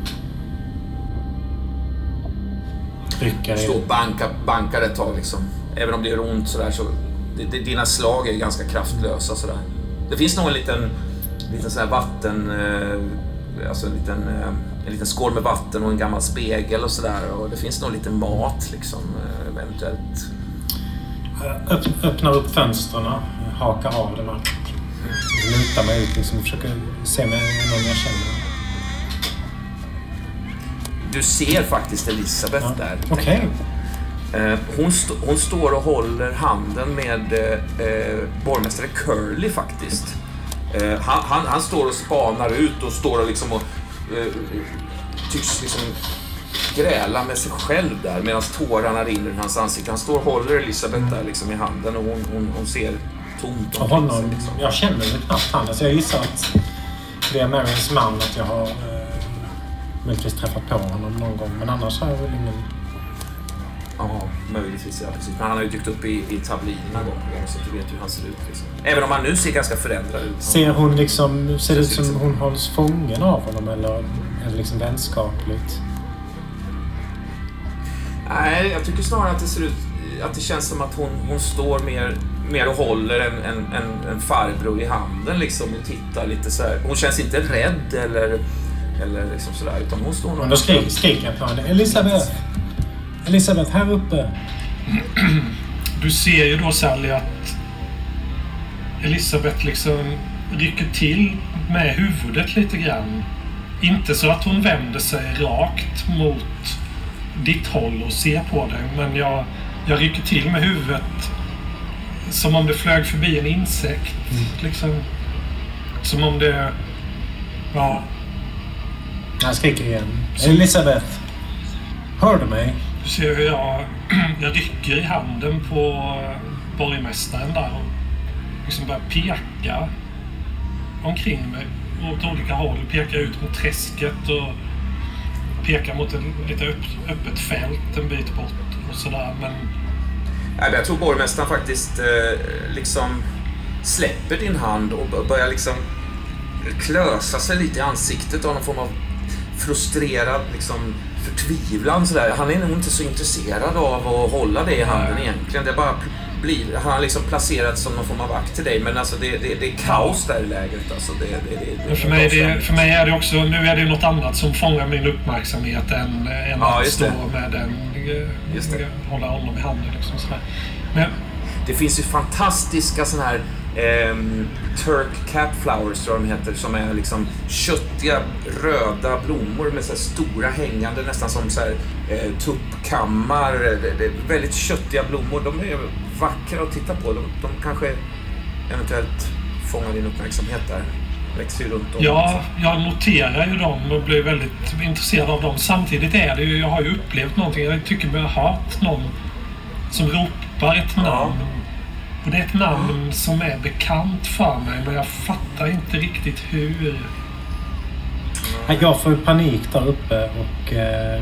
Rycker Stå och banka, bankar ett tag liksom. Även om det gör ont sådär så... Det, det, dina slag är ganska kraftlösa sådär. Det finns nog en liten... liten sån här vatten... Eh, alltså en liten... Eh, en liten skål med vatten och en gammal spegel och sådär. Och det finns nog lite mat liksom, eh, eventuellt. Jag öpp, öppnar upp fönstren, hakar av dem. Lutar mig ut liksom, och försöker se mig någon jag känner. Du ser faktiskt Elisabeth ja. Där. Okej. Okay. Eh, hon, st- hon står och håller handen med eh, borgmästare Curly faktiskt. Eh, han, han, han står och spanar ut och står och liksom och eh, tycks liksom gräla med sig själv där medan tårarna rinner i hans ansikte. Han står och håller Elisabeth där liksom i handen och hon, hon, hon ser tomt och honom, sig, liksom. Jag känner mig knappt han. Alltså jag gissar att det är Marions man, att jag har eh, möjligtvis träffat på honom någon gång, men annars har jag väl ingen... Ja, möjligtvis ja, precis. Men han har ju dykt upp i, i tabliderna gång på gång, så du vet hur han ser ut liksom. Även om han nu ser ganska förändrad ut. Ser hon liksom, ser det ut som liksom hon hålls fången av honom, eller är det liksom vänskapligt? Nej, jag tycker snarare att det ser ut, att det känns som att hon, hon står mer, mer och håller en, en, en, en farbror i handen liksom och tittar lite så här. Hon känns inte rädd eller, eller liksom sådär, utan hon står nog... Men då skriker, skriker jag på henne. Elisabeth! Elisabeth, här uppe! Du ser ju då, Sally, att Elisabeth liksom rycker till med huvudet lite grann. Inte så att hon vänder sig rakt mot ditt håll och ser på dig, men jag, jag rycker till med huvudet som om det flög förbi en insekt. Mm. Liksom. Som om det... Ja. Jag skriker igen. Elisabeth, hör du mig? Du ser hur jag, jag rycker i handen på borgmästaren där och liksom börjar peka omkring mig åt olika håll. Pekar ut mot träsket och pekar mot ett lite öppet fält en bit bort och sådär. Men... Jag tror borgmästaren faktiskt eh, liksom släpper din hand och börjar liksom klösa sig lite i ansiktet av någon form av frustrerad liksom förtvivlan sådär. Han är nog inte så intresserad av att hålla det i handen egentligen. Det bara blir, han har liksom placerat som någon form av vakt till dig, men alltså det, det, det är kaos där i lägret. Alltså det, det, det, det för, mig det, för mig är det också, nu är det ju något annat som fångar min uppmärksamhet än, än ja, att stå det. med den, just det. hålla honom i handen liksom sådär. Men, det finns ju fantastiska sådana här eh, Turk Cat Flowers tror jag de heter, som är liksom köttiga röda blommor med så här stora hängande nästan som så här eh, tuppkammar. Det är väldigt köttiga blommor. De är vackra att titta på. De, de kanske eventuellt fångar din uppmärksamhet där. Växer ju runt om. Ja, jag noterar ju dem och blir väldigt intresserad av dem. Samtidigt är det ju, jag har ju upplevt någonting. Jag tycker mig ha hört någon som ropar ett namn. Ja. Och det är ett namn som är bekant för mig, men jag fattar inte riktigt hur. Jag får panik där uppe och eh,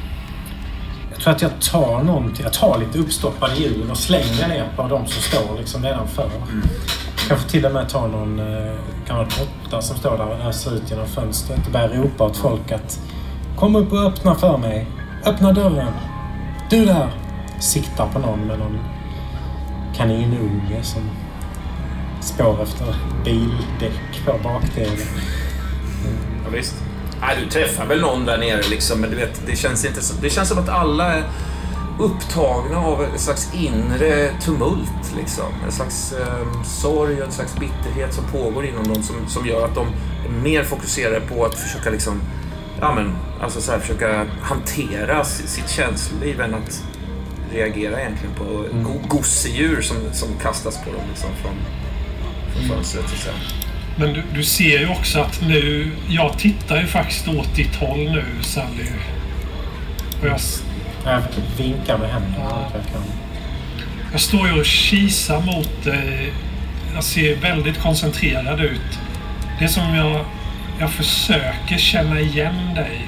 jag tror att jag tar någonting. Jag tar lite uppstoppade hjul och slänger ner på de som står liksom nedanför. Mm. Kanske till och med ta någon eh, kan vara råtta som står där och öser ut genom fönstret och börjar ropa åt folk att kom upp och öppna för mig. Öppna dörren. Du där. Siktar på någon med någon kaninunge som spår efter bildäck på bakdelen. Mm. Ja, visst. Nej, du träffar väl någon där nere liksom, men du vet, det känns inte så, det känns som att alla är upptagna av en slags inre tumult liksom. En slags eh, sorg och en slags bitterhet som pågår inom dem som, som gör att de är mer fokuserade på att försöka liksom, ja men, alltså så här, försöka hantera sitt känsloliv än att reagera egentligen på mm. gosedjur som, som kastas på dem liksom från, från fönstret. Så att men du, du ser ju också att nu, jag tittar ju faktiskt åt ditt håll nu, Sally. Och jag, jag vinkar med händerna. Ja. Jag, kan. jag står ju och kisar mot dig. Jag ser väldigt koncentrerad ut. Det är som jag, jag försöker känna igen dig.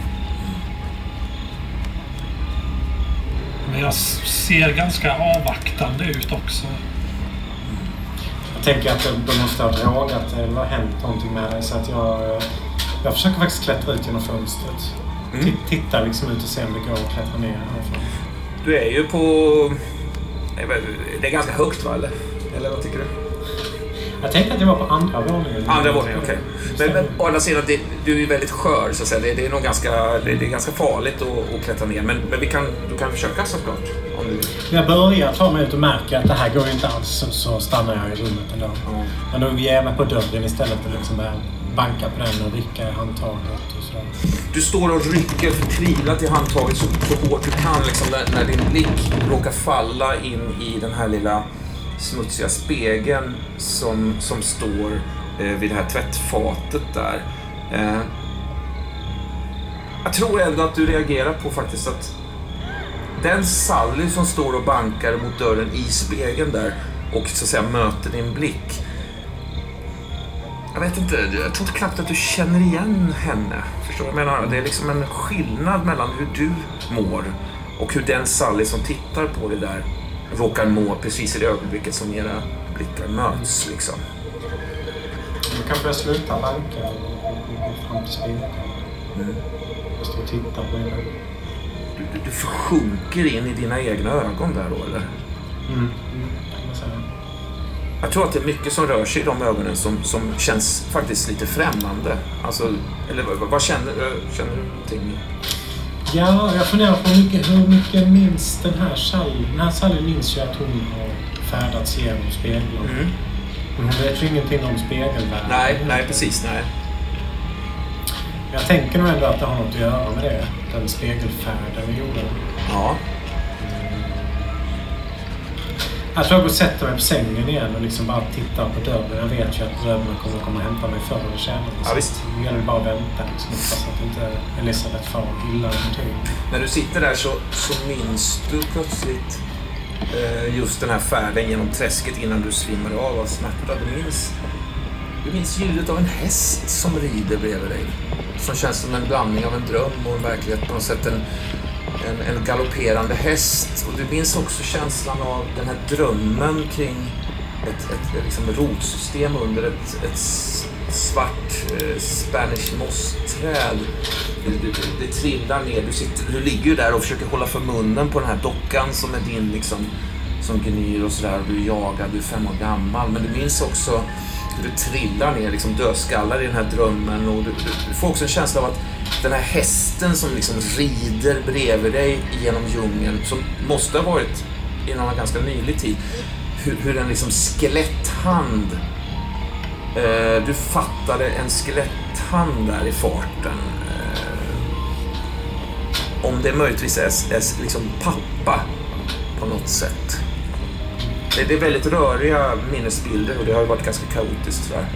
Men jag ser ganska avvaktande ut också. Jag tänker att de måste ha drogat eller har hänt någonting med dig. Så att jag, jag försöker faktiskt klättra ut genom fönstret. Mm. Titta liksom ut och se om det går att klättra ner härifrån. Du är ju på... Det är ganska högt, va? Eller, eller vad tycker du? Jag tänkte att jag var på andra våningen. Andra våningen, okej. Okay. Men, men å andra sidan, det, du är ju väldigt skör så att säga. Det, det är nog ganska, det, det är ganska farligt att, att klättra ner. Men, men vi kan, du kan försöka såklart. Om du... Jag börjar ta mig ut och märker att det här går inte alls. Så, så stannar jag i rummet ändå. Mm. Men då ger jag mig på dörren istället och liksom börjar banka på den och rycka i handtaget. Och så. Du står och rycker förtvivlat i handtaget så, så hårt du kan. Liksom, när, när din blick råkar falla in i den här lilla... smutsiga spegeln som, som står eh, vid det här tvättfatet där. Eh, jag tror ändå att du reagerar på faktiskt att den Sally som står och bankar mot dörren i spegeln där och så att säga möter din blick. Jag vet inte, jag tror knappt att du känner igen henne. Förstår du vad jag menar? Det är liksom en skillnad mellan hur du mår och hur den Sally som tittar på det där råkar må precis i det ögonblicket som era blickar möts liksom. Du kan börja sluta banka och fram till spegeln. Mm. Jag står och tittar på det. Du, du, du försjunker in i dina egna ögon där då, eller? Mm. Mm. Jag tror att det är mycket som rör sig i de ögonen som, som känns faktiskt lite främmande. Alltså, eller vad, vad känner, känner du någonting? Ja, jag funderar på hur mycket, hur mycket minns den här Sally. Den här Sally minns ju att hon har färdats genom spegeln. Mm. Hon vet ju ingenting om spegelvärlden. Nej, nej precis, nej. Jag tänker nog ändå att det har något att göra med det. Den spegelfärden vi gjorde. Ja. Jag tror jag går och sätter mig på sängen igen och liksom bara tittar på dörren. Jag vet ju att bröderna kommer att komma och hämta mig förr eller senare. Ja, visst. Det gäller bara att vänta liksom, fast att inte Elisabeth far illa någonting. När du sitter där så, så minns du plötsligt eh, just den här färden genom träsket innan du svimmar av av smärta. Du minns, du minns ljudet av en häst som rider bredvid dig. Som känns som en blandning av en dröm och en verklighet. På något sätt en, en, en galopperande häst. Och du minns också känslan av den här drömmen kring ett, ett, ett liksom rotsystem under ett, ett svart eh, Spanish moss-träd. Det, det, det trillar ner. Du, sitter, du ligger ju där och försöker hålla för munnen på den här dockan som är din liksom, som gnyr och sådär. Du är jagad, du är fem år gammal. Men du minns också hur du trillar ner, liksom dödskallar i den här drömmen. Och du, du, du får också en känsla av att den här hästen som liksom rider bredvid dig genom djungeln, som måste ha varit i någon ganska nylig tid, hur, hur en liksom skeletthand, eh, du fattade en skeletthand där i farten. Eh, om det möjligtvis är, är liksom pappa på något sätt. Det, det är väldigt röriga minnesbilder och det har ju varit ganska kaotiskt tyvärr.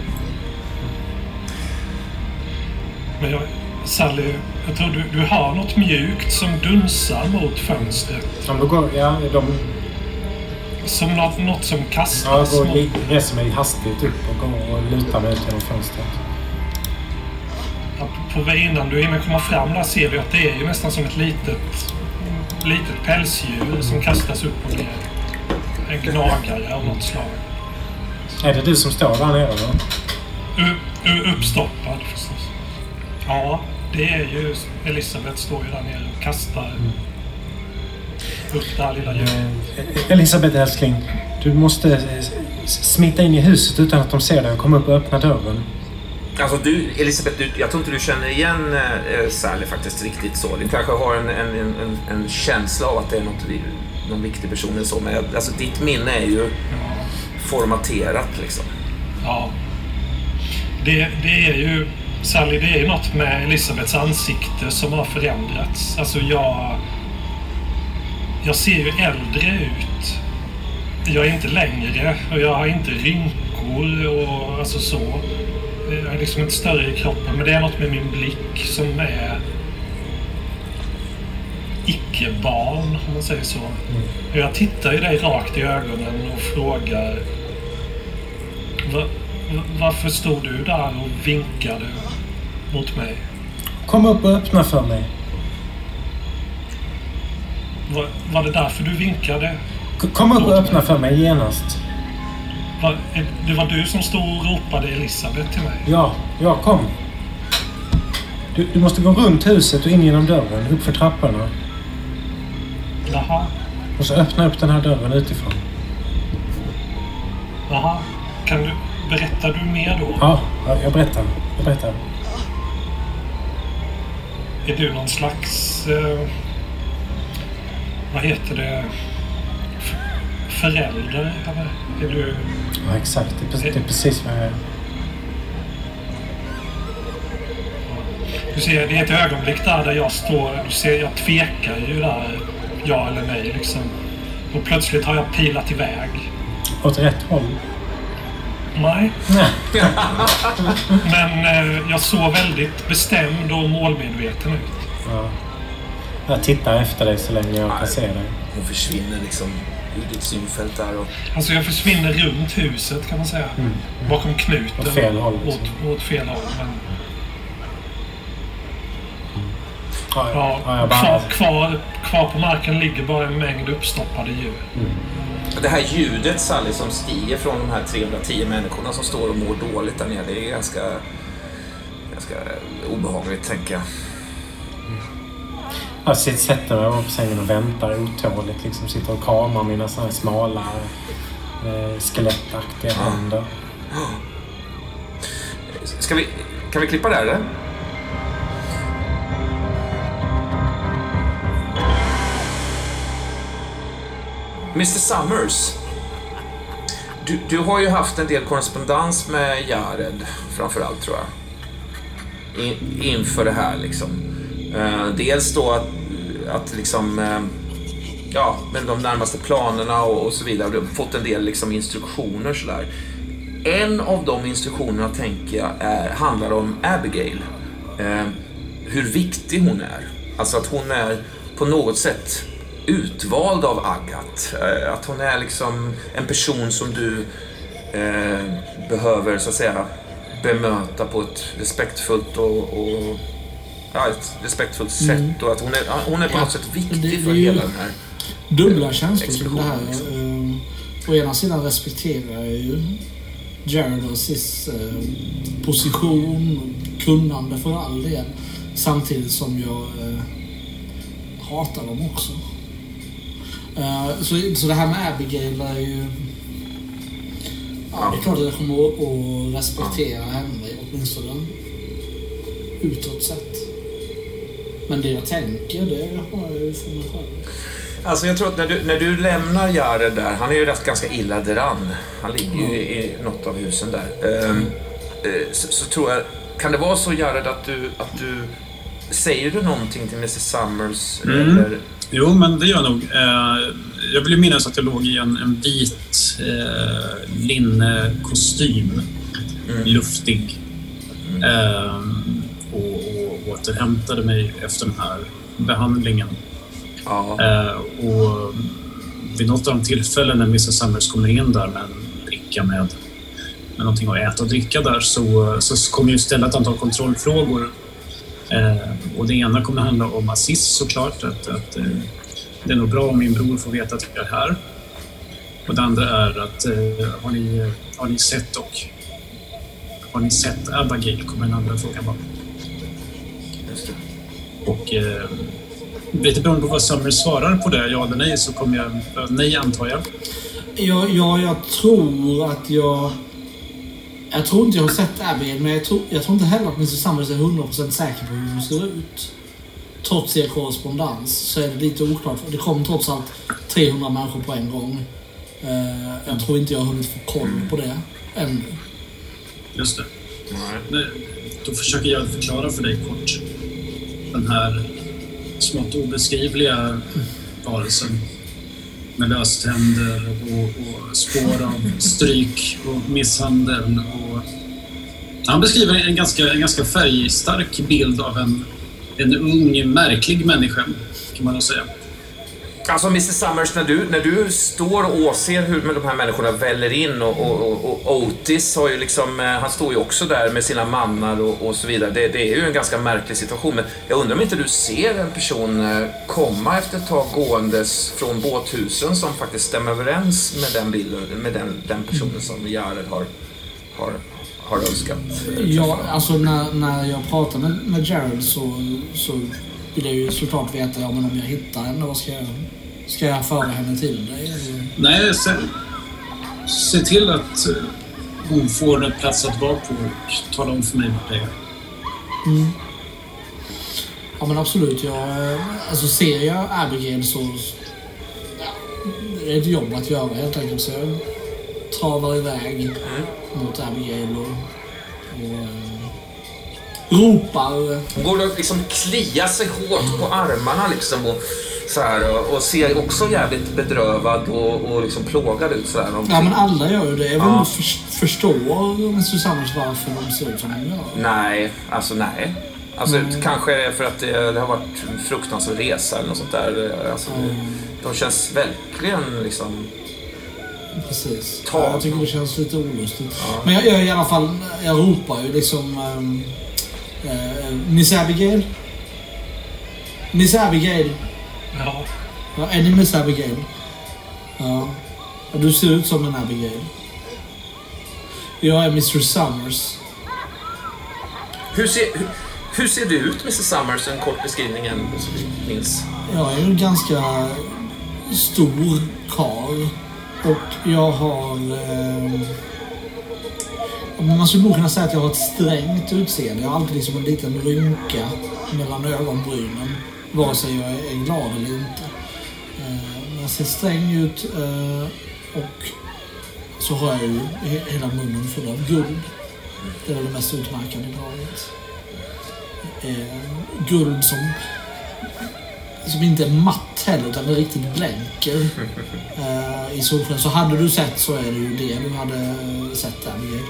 Men jag, Sally, jag tror du, du har något mjukt som dunsar mot fönstret. Ja, då går, ja, de... Som något, något som kastas. Ja, jag går, mot... reser mig hastigt upp och går och lutar mig ut genom fönstret. Ja, på väg innan du hinner komma fram där ser vi att det är ju nästan som ett litet, litet pälsdjur som kastas upp och ner. En gnagare av något slag. Är det du som står där nere då? U, u, uppstoppad förstås. Ja, det är ju... Elisabeth står ju där nere och kastar mm. upp det här lilla djuret. Eh, Elisabeth älskling, du måste smita in i huset utan att de ser dig och komma upp och öppna dörren. Alltså du, Elisabeth, du, jag tror inte du känner igen eh, Sally faktiskt riktigt så. Du kanske har en, en, en, en känsla av att det är något, någon viktig person eller så. Men alltså, ditt minne är ju formaterat liksom. Ja. Det, det är ju... Sally, det är ju något med Elisabeths ansikte som har förändrats. Alltså jag... Jag ser ju äldre ut. Jag är inte längre och jag har inte rynkor och alltså så. Jag är liksom inte större i kroppen, men det är något med min blick som är icke-barn, om man säger så. Mm. Jag tittar ju dig rakt i ögonen och frågar Va, varför stod du där och vinkade mot mig? Kom upp och öppna för mig. Var, var det därför du vinkade? Kom upp och öppna för mig genast. Var, det var du som stod och ropade Elisabeth till mig? Ja, ja kom. Du, du måste gå runt huset och in genom dörren, upp för trapporna. Jaha. Och så öppna upp den här dörren utifrån. Jaha. Kan du... Berättar du mer då? Ja, jag berättar. Jag berättar. Är du någon slags... Eh, vad heter det? F- förälder? Eller? Är du... Ja, exakt. Det är, precis, det är precis vad jag är. Du ser, det är ett ögonblick där, där jag står... Du ser, jag tvekar ju där. Ja eller nej, liksom. Och plötsligt har jag pilat iväg. Åt rätt håll? Nej. Men eh, jag såg väldigt bestämd och målmedveten ut. Ja. Jag tittar efter dig så länge jag Nej. kan se dig. Hon försvinner liksom ur ditt synfält där. Och... Alltså jag försvinner runt huset kan man säga. Mm. Mm. Bakom knuten. Åt fel håll. Liksom. Åt, åt fel håll. Men... Mm. Ja, ja, ja, bara... kvar, kvar, kvar på marken ligger bara en mängd uppstoppade djur. Mm. Det här ljudet, Sally, som stiger från de här trehundratio människorna som står och mår dåligt där nere, det är ganska, ganska obehagligt, tänker jag. Mm. Jag sitter mig på sängen och väntar otåligt, liksom sitter och kramar mina såna här smala eh, skelettaktiga ja. händer. Ska vi, kan vi klippa där, eller? mister Summers, du, du har ju haft en del korrespondens med Jared, framförallt tror jag. In, inför det här liksom. Uh, dels då att, att liksom... Uh, ja, med de närmaste planerna och, och så vidare. Du har fått en del liksom, instruktioner sådär. En av de instruktionerna tänker jag är, handlar om Abigail. Uh, hur viktig hon är. Alltså att hon är på något sätt utvald av Agat. Uh, att hon är liksom en person som du uh, behöver så att säga bemöta på ett respektfullt och, och ja, ett respektfullt sätt mm. och att hon är, hon är på ja, något sätt viktig det, för det hela den här dubbla känslor som det här. Uh, å ena sidan respekterar jag ju Jared och Sis uh, position och kunnande för all del, samtidigt som jag uh, hatar dem också. Uh, så, så det här med Abigail är ju ja, det är klart att jag kommer att, att respektera henne åtminstone utåt sett. Men det jag tänker, det har jag ju för mig själv. Alltså jag tror att när du, när du lämnar Jared där, han är ju rätt ganska illa däran. Han ligger ju mm. i något av husen där. Um, uh, så, så tror jag, kan det vara så Jared att du, att du säger du någonting till missus Summers? Mm. Eller? Jo, men det gör jag nog. Uh, jag vill ju minnas att jag låg i en, en vit uh, linnekostym, mm. luftig. Mm. Uh, och, och återhämtade mig efter den här behandlingen. Ja. Uh, och vid något av de tillfällen när missus Summers kommer in där med en dricka med, med någonting att äta och dricka där, så, så kommer jag ställa ett antal kontrollfrågor. Uh, och det ena kommer handla om Aziz såklart, att, att uh, det är nog bra om min bror får veta att jag är här. Och det andra är att uh, har, ni, har ni sett och har ni sett Abigail, kommer en andra fråga bara. Just det. Och eh, vet du beroende på vad Summers svarar på det, ja eller nej, så kommer jag äh, nej antar jag. Ja, ja, jag tror att jag jag tror inte jag har sett Abigail, men jag tror, jag tror inte heller att missus Summers är hundra procent säker på hur hon ser ut. Trots er korrespondens så är det lite oklart. Det kom trots allt trehundra människor på en gång. Uh, jag tror inte jag har hunnit få koll på det ännu. Just det. Nej. Då försöker jag förklara för dig kort. Den här smått obeskrivliga varelsen med löständer och, och spår av stryk och misshandel. Och han beskriver en ganska, en ganska färgstark bild av en, en ung, märklig människa, kan man nog säga. Alltså missus Summers, när du, när du står och åser hur de här människorna väller in och, och, och, och Otis har ju liksom, han står ju också där med sina mannar och, och så vidare. Det, det är ju en ganska märklig situation, men jag undrar om inte du ser en person komma efter ett tag gåendes från båthusen som faktiskt stämmer överens med den bilden, med den, den personen som Jared har, har, har önskat. Ja, alltså när, när jag pratar med, med Jared så, så vill jag ju såklart veta, ja, men om jag hittar henne, vad ska jag, ska jag föra henne till dig? Nej, se, se till att hon får en plats att vara på och tala om för mig vad det är. Mm. Ja, men absolut. Jag, alltså ser jag Abigail så ja, det är ett jobb att göra helt enkelt, så jag travar iväg mm. mot Abigail och, och ropar. Hon går och liksom kliar sig hårt på armarna liksom och så här, och, och ser också jävligt bedrövad och, och liksom plågad ut så här. Ja, men alla gör ju det. Jag vill ja. för, förstå missus Summers varför de ser ut som de gör. Nej, alltså nej. Alltså nej. Kanske för att det, det har varit en fruktansvärd resa eller något sånt där. Alltså, mm. de känns verkligen liksom. Precis. Ja, jag tycker det känns lite olustigt. Ja. Men jag, jag i alla fall, jag ropar ju liksom um, uh, Miss Abigail. Miss Abigail. Ja. Ja, är ni Miss Abigail? Ja. Du ser ut som en Abigail. Jag är mister Summers. Hur ser, hur, hur ser du ut, missus Summers? En kort beskrivning än som vi minns. Jag är en ganska stor karl. Och jag har... Eh, man skulle nog kunna säga att jag har ett strängt utseende. Jag har alltid liksom en liten rynka mellan ögonbrynen. Vare sig jag är glad eller inte. Eh, jag ser sträng ut. Eh, och så har jag ju hela munnen full av guld. Det är det mest utmärkande draget. Eh, guld som som inte är matt heller, utan det är riktigt blänker eh, i solsken. Så hade du sett så är det ju det du hade sett där. Mm.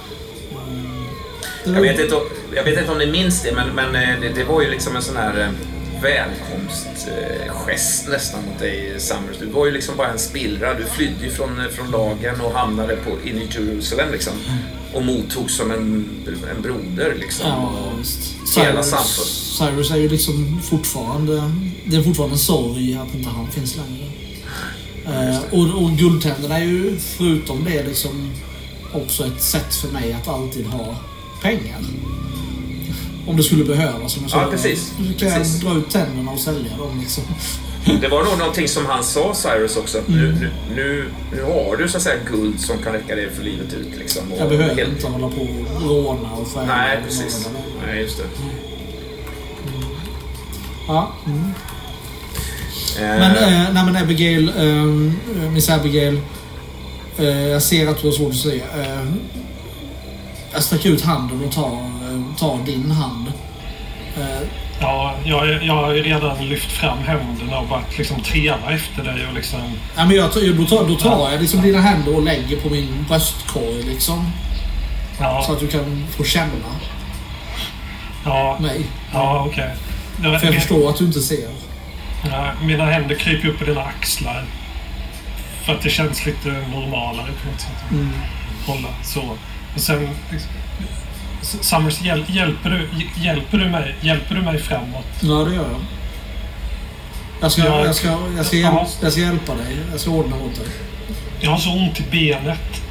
Jag vet inte, jag vet inte om ni minns det, men, men det, det var ju liksom en sån här välkomstgest nästan mot dig, Summers. Du var ju liksom bara en spillra. Du flydde ju från, från lagen och hamnade på, in i Jerusalem liksom. Och mottogs som en, en broder liksom. Ja, just. Hela Cyrus, samfundet. Cyrus är ju liksom fortfarande, det är fortfarande en sorg att inte han finns längre. Eh, och, och guldtänderna är ju förutom det liksom också ett sätt för mig att alltid ha pengar. Om det skulle behövas. Som jag ja, precis. Du kan precis. dra ut tänderna och sälja dem liksom. Det var nog någonting som han sa, Cyrus, också. Att nu, nu, nu, nu har du så att säga guld som kan räcka dig för livet ut. Liksom, och jag behöver helt... inte hålla på och råna och färga. Nej, precis. Nej, just det. Mm. Ja. Mm. Eh. Men, äh, nej men Abigail, äh, Miss Abigail, äh, jag ser att du har svårt att säga. Äh, jag sträcker ut handen och tar, tar din hand. Äh, Ja, jag, jag har ju redan lyft fram händerna och bara liksom treva efter dig och liksom... Ja, men jag, då tar, då tar jag liksom dina händer och lägger på min bröstkorg liksom. Ja. Så att du kan få känna ja. mig. Ja, okej. Okay. För jag förstår att du inte ser. Ja, mina händer kryper upp på dina axlar. För att det känns lite normalare på något sätt. Mm. Hålla så. Och sen... Summers, hjäl, hjälper, du, hjälper, du mig, hjälper du mig framåt? Ja, det gör jag. Jag ska, jag, jag ska, jag ska, hjälp, jag ska hjälpa dig. Jag ska ordna åt dig. Jag har så ont i benet.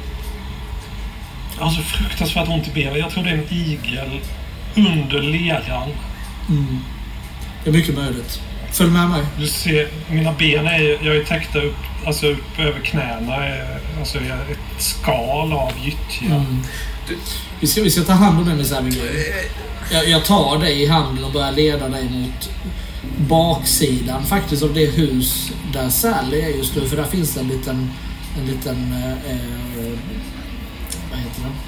Jag har så fruktansvärt ont i benet. Jag tror det är en igel under leran. Mm. Det är mycket möjligt. Följ med mig. Du ser, mina ben är, jag är täckta upp, alltså upp över knäna. Alltså ett skal av gyttja. Mm. Vi ska, vi ska ta hand om den, Miss Abigail. Jag, jag tar dig i handen och börjar leda dig mot baksidan faktiskt av det hus där Sally är just nu. För där finns en liten, en liten eh, vad heter det?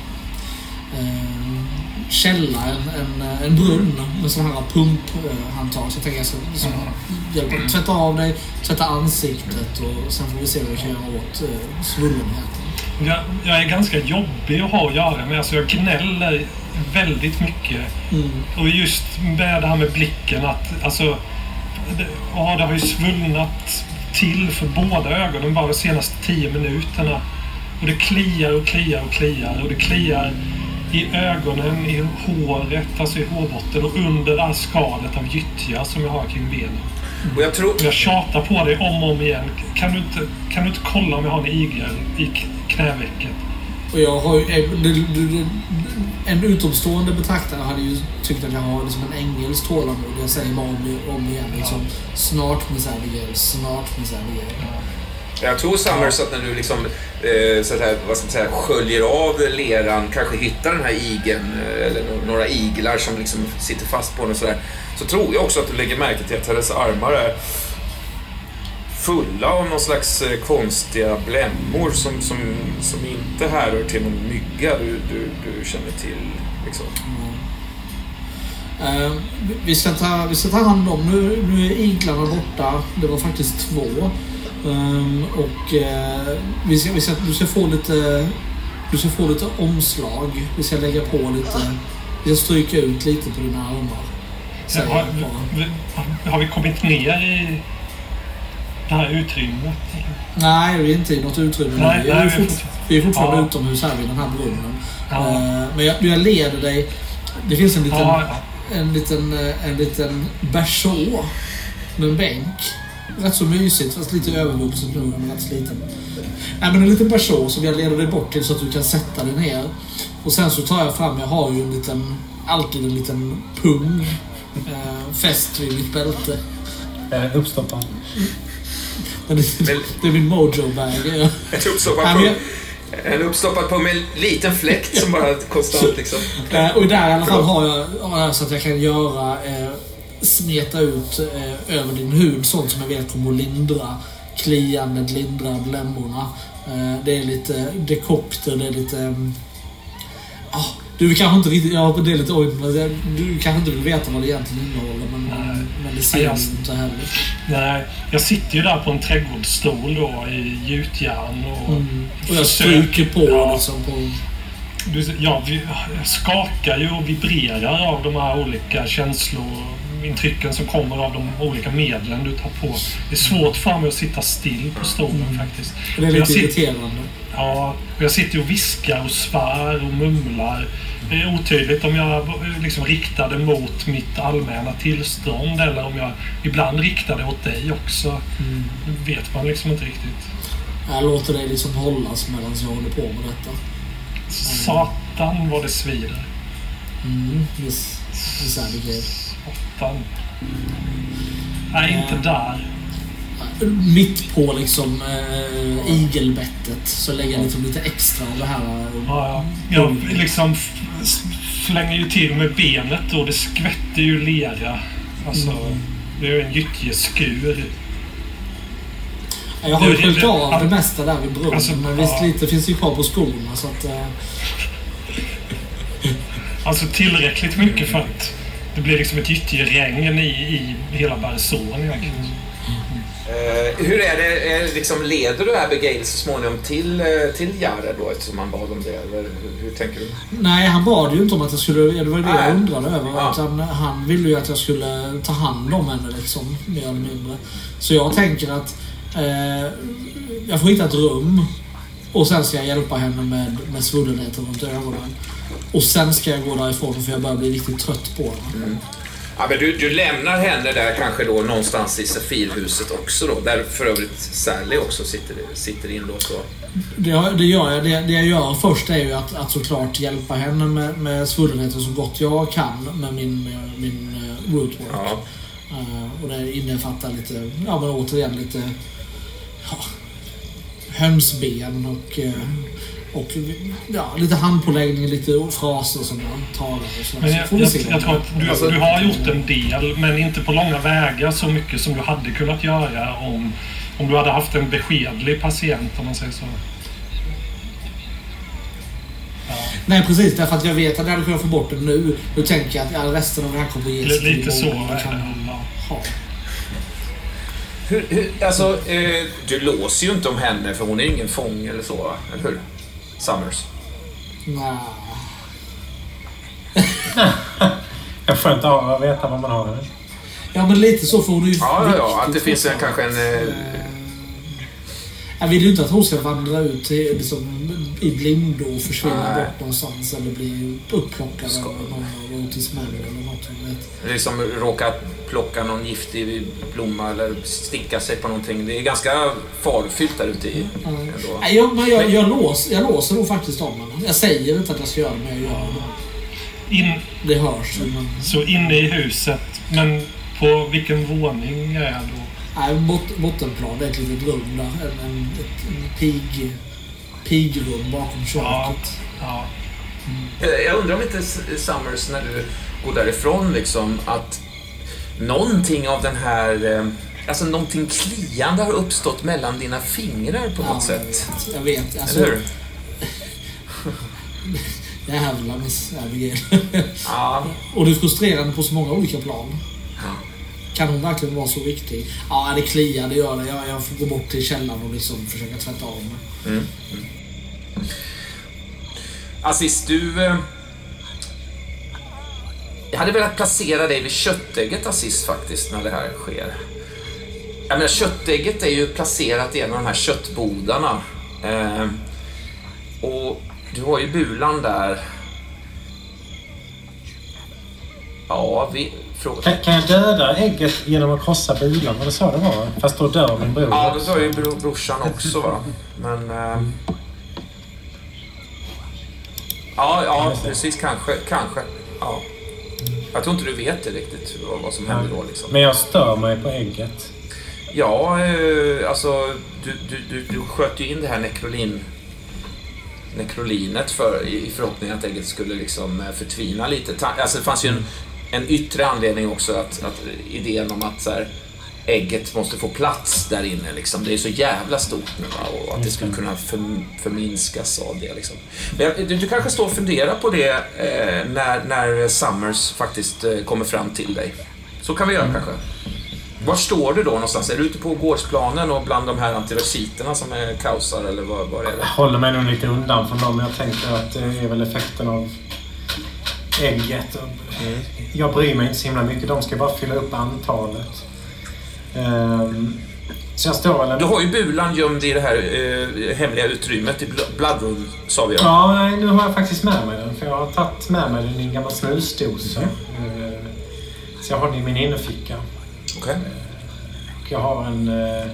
Eh, källa, en, en, en brunn med sådana här pumphandtag. Så jag tänker jag ska liksom, hjälpa dig. Tvätta av dig, tvätta ansiktet och sen får vi se vad vi kan göra åt eh, svullenheten. Jag, jag är ganska jobbig att ha att göra med. Alltså jag gnäller väldigt mycket. Mm. Och just med det här med blicken att alltså, det, ja, det har ju svullnat till för båda ögonen bara de senaste tio minuterna. Och det kliar och kliar och kliar. Och det kliar i ögonen, i håret, alltså i hårbotten och under det här skalet av gyttja som jag har kring benen. Och jag, tror... jag tjatar på dig om och om igen. Kan du inte, kan du inte kolla om jag har en igel i knävecket? Och jag har ju... En utomstående betraktare hade ju tyckt att jag har liksom en ängels tålamod. Jag säger bara om, om igen. Liksom, ja. Snart Miss Abigail, snart Miss Abigail. Jag tror, Summers, att när du liksom, eh, så här, vad ska man säga, sköljer av leran, kanske hittar den här igeln eller några iglar som liksom sitter fast på den och sådär, så tror jag också att du lägger märke till att hennes armar är fulla av någon slags konstiga blämmor som, som, som inte härrör till någon mygga du, du, du känner till. Liksom. Mm. Uh, vi, ska ta, vi ska ta hand om, nu, nu är iglarna borta, det var faktiskt två. Um, och uh, vi ska, vi ska, du ska få lite du ska få lite omslag. Vi ska lägga på lite, vi ska stryka ut lite på dina armar. Har, vi, har vi kommit ner i det här utrymmet? Eller? Nej, vi är inte i något utrymme. Nej, vi, nej, är fort, vi är fortfarande ja. utomhus här vid den här brunnen. Ja. Uh, men jag, jag leder dig. Det finns en liten ja. en liten en liten berså med en bänk. Rätt så mysigt, fast lite övervuxet nu, men rätt sliten. Nej, men en liten person som jag leder dig bort till så att du kan sätta dig ner. Och sen så tar jag fram, jag har ju en liten, alltid en liten pung eh, fäst vid mitt bälte. Eh, uppstoppad. Det, det, det är min mojo-bag. Ja. En uppstoppad pung. En uppstoppad pung med en liten fläkt som bara konstant liksom. Eh, och där i alla fall har jag, har jag så att jag kan göra... Eh, smeta ut eh, över din hud sånt som jag vet kommer att lindra kliandet lindrar blämmorna. Eh, det är lite dekokter, det är lite... Ja, oh, du kanske inte riktigt... Ja, det är lite oj, du kanske inte vill veta vad det egentligen innehåller, men, men, men det ser ju inte heller. Nej, jag sitter ju där på en trädgårdsstol då i gjutjärn och... Mm. Och jag stryker på ja. liksom på... Du, ja, vi skakar ju och vibrerar av de här olika känslointrycken som kommer av de olika medlen du tar på. Det är svårt för mig att sitta still på stolen mm. faktiskt. Det är lite sitter, irriterande. Ja, jag sitter och viskar och svär och mumlar. Det är otydligt om jag liksom riktade mot mitt allmänna tillstånd eller om jag ibland riktade åt dig också. Mm. Det vet man liksom inte riktigt. Jag låter dig liksom hållas medan jag håller på med detta. Satan vad det svider. Mm, visst. Visst är det grejer. Satan. Nej, inte där. Mitt på liksom äh, igelbettet så lägger jag liksom lite extra av det här. Ja, jag liksom f- slänger ju till med benet och det skvätter ju lera. Alltså, mm. det är ju en gyttjeskur. Jag har ju skjutit av det mesta där vid brunnen, alltså, men visst ja. lite finns ju kvar på skorna så att... Äh... Alltså tillräckligt mycket för att det blir liksom ett gyttjeregn i, i hela Barzon egentligen. Mm. Uh, hur är det, är, liksom, leder du Abigail så småningom till, till Jared då, eftersom han bad om det? Eller hur, hur tänker du? Nej, han bad ju inte om att jag skulle, det var det Nej. jag undrade över. Ja. Utan han ville ju att jag skulle ta hand om henne liksom, mer eller mindre. Så jag tänker att eh, jag får hitta ett rum och sen ska jag hjälpa henne med, med svullenheten runt ögonen. Och sen ska jag gå därifrån för jag börjar bli riktigt trött på henne. Mm. Ja, men du, du lämnar henne där kanske då någonstans i Safirhuset också då, där för övrigt Sally också sitter, sitter in då så. Det, det gör jag. Det, det jag gör först är ju att, att såklart hjälpa henne med, med svullenheten så gott jag kan med min, med min uh, rootwork. Ja. Uh, och det innefattar lite, ja men återigen lite ja, hönsben och uh, och ja, lite handpåläggning, lite fraser som man talar och så. Men jag, så jag, jag, jag tror att du, alltså, du har gjort en del, men inte på långa vägar så mycket som du hade kunnat göra om, om du hade haft en beskedlig patient, om man säger så. Ja. Nej, precis. Därför att jag vet att jag hade kunnat få bort det nu. Nu tänker jag att ja, resten av det här kommer att ges till lite så. Ja. Hur, hur, alltså, eh, du låser ju inte om henne för hon är ingen fång eller så, eller hur? Summers. Nej. Jag får inte ha, veta vad man har. Eller? Ja, men lite så får du ju... Ja, ja, ja, att det finns en, kanske en... Eh... Jag vill ju inte att hon ska vandra ut till, liksom, i blindo och försvinna Nej. bort någonstans eller bli upplockad av någon av autismän eller något. Liksom råka plocka någon giftig blomma eller sticka sig på någonting. Det är ganska farfyllt där ute i. Mm. Nej, jag, men jag, jag, lås, jag låser nog faktiskt om henne. Jag säger inte att jag ska göra det, men jag gör det. In, det hörs. Men... Så inne i huset, men på vilken våning är jag då? Nej, bot, bottenplan, det är ett litet rum där. En, en, ett en pig, pigrum bakom köket. Ja, ja. Mm. Jag undrar om inte Summers, när du går därifrån liksom, att någonting av den här, alltså någonting kliande har uppstått mellan dina fingrar på något ja, sätt. Jag vet, jag vet. Alltså, eller hur? Jävla miss Abigail. Ja. Och det är frustrerande på så många olika plan. Ja. Kan hon verkligen vara så viktig? Ja, det kliar, det gör det. Jag, jag får gå bort till källan och liksom försöka tvätta av mig. Mm. Mm. Aziz, du... Eh, jag hade velat placera dig vid köttägget, Aziz, faktiskt, när det här sker. Jag menar, köttägget är ju placerat i en av de här köttbodarna. Eh, och du har ju bulan där. Ja, vi... Kan, kan jag döda ägget genom att krossa bilen? Var det så det var? Fast då dör min bror. Ja, då dör ju bro, brorsan också, va? Men... Eh, ja, ja, precis. Kanske. Kanske. Ja. Jag tror inte du vet det riktigt vad, vad som händer då. Liksom. Men jag stör mig på ägget. Ja, eh, alltså... Du, du, du, du sköt ju in det här nekrolin... nekrolinet för, i förhoppning att ägget skulle liksom förtvina lite. Alltså det fanns ju en, en yttre anledning också, att, att idén om att så här, ägget måste få plats där inne liksom. Det är så jävla stort nu, va? Och att det skulle kunna för, förminskas av det liksom. Men du, du kanske står och funderar på det eh, när, när Summers faktiskt eh, kommer fram till dig. Så kan vi göra mm. kanske. Var står du då någonstans? Är du ute på gårdsplanen och bland de här antirasiterna som är kaosar eller vad, vad är det? Jag håller mig nog lite undan från dem. Jag tänker att det är väl effekten av ägget. Mm. Jag bryr mig inte så himla mycket. De ska bara fylla upp antalet. Um, så jag står väl... Du har ju bulan gömd i det här uh, hemliga utrymmet i Bloodroom, sa vi. Ja, nej, nu har jag faktiskt med mig den. För jag har tagit med mig den i en gammal snusdosa. Mm. Uh, så jag har den i min innerficka. Okay. Och jag har en eh,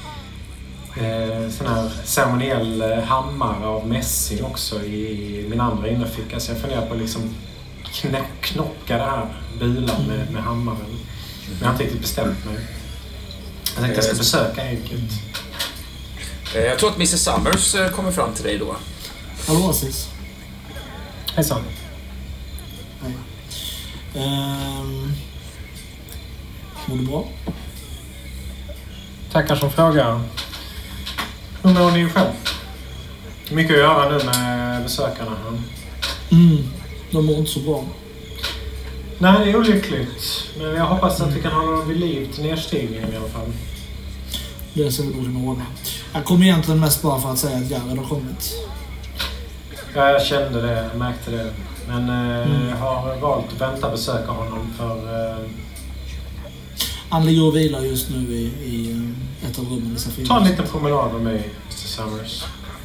sån här ceremoniell hammare av mässing också i min andra innerficka. Så jag funderar på att liksom knä- knocka det här bulan med, med hammaren. Men jag har inte riktigt bestämt mig. Jag tänkte jag ska besöka ägget. Jag tror att missus Summers kommer fram till dig då. Hallå, Sis. Hejsan. Hej. Um... Mår du bra? Tackar som frågar. Hur mår ni själv? Mycket att göra nu med besökarna. Mm, de mår inte så bra. Nej, det är olyckligt. Men jag hoppas att vi kan hålla dem vid liv till nedstigningen i alla fall. Det ser vi nog kunna ordna. Jag kom egentligen mest bara för att säga att Jared har kommit. Ja, jag kände det. Jag märkte det. Men eh, mm. jag har valt att vänta besöka honom för... Eh, Han ligger och vilar just nu i, i ett av rummen i Safir. Ta en liten promenad med mig, mister Summers.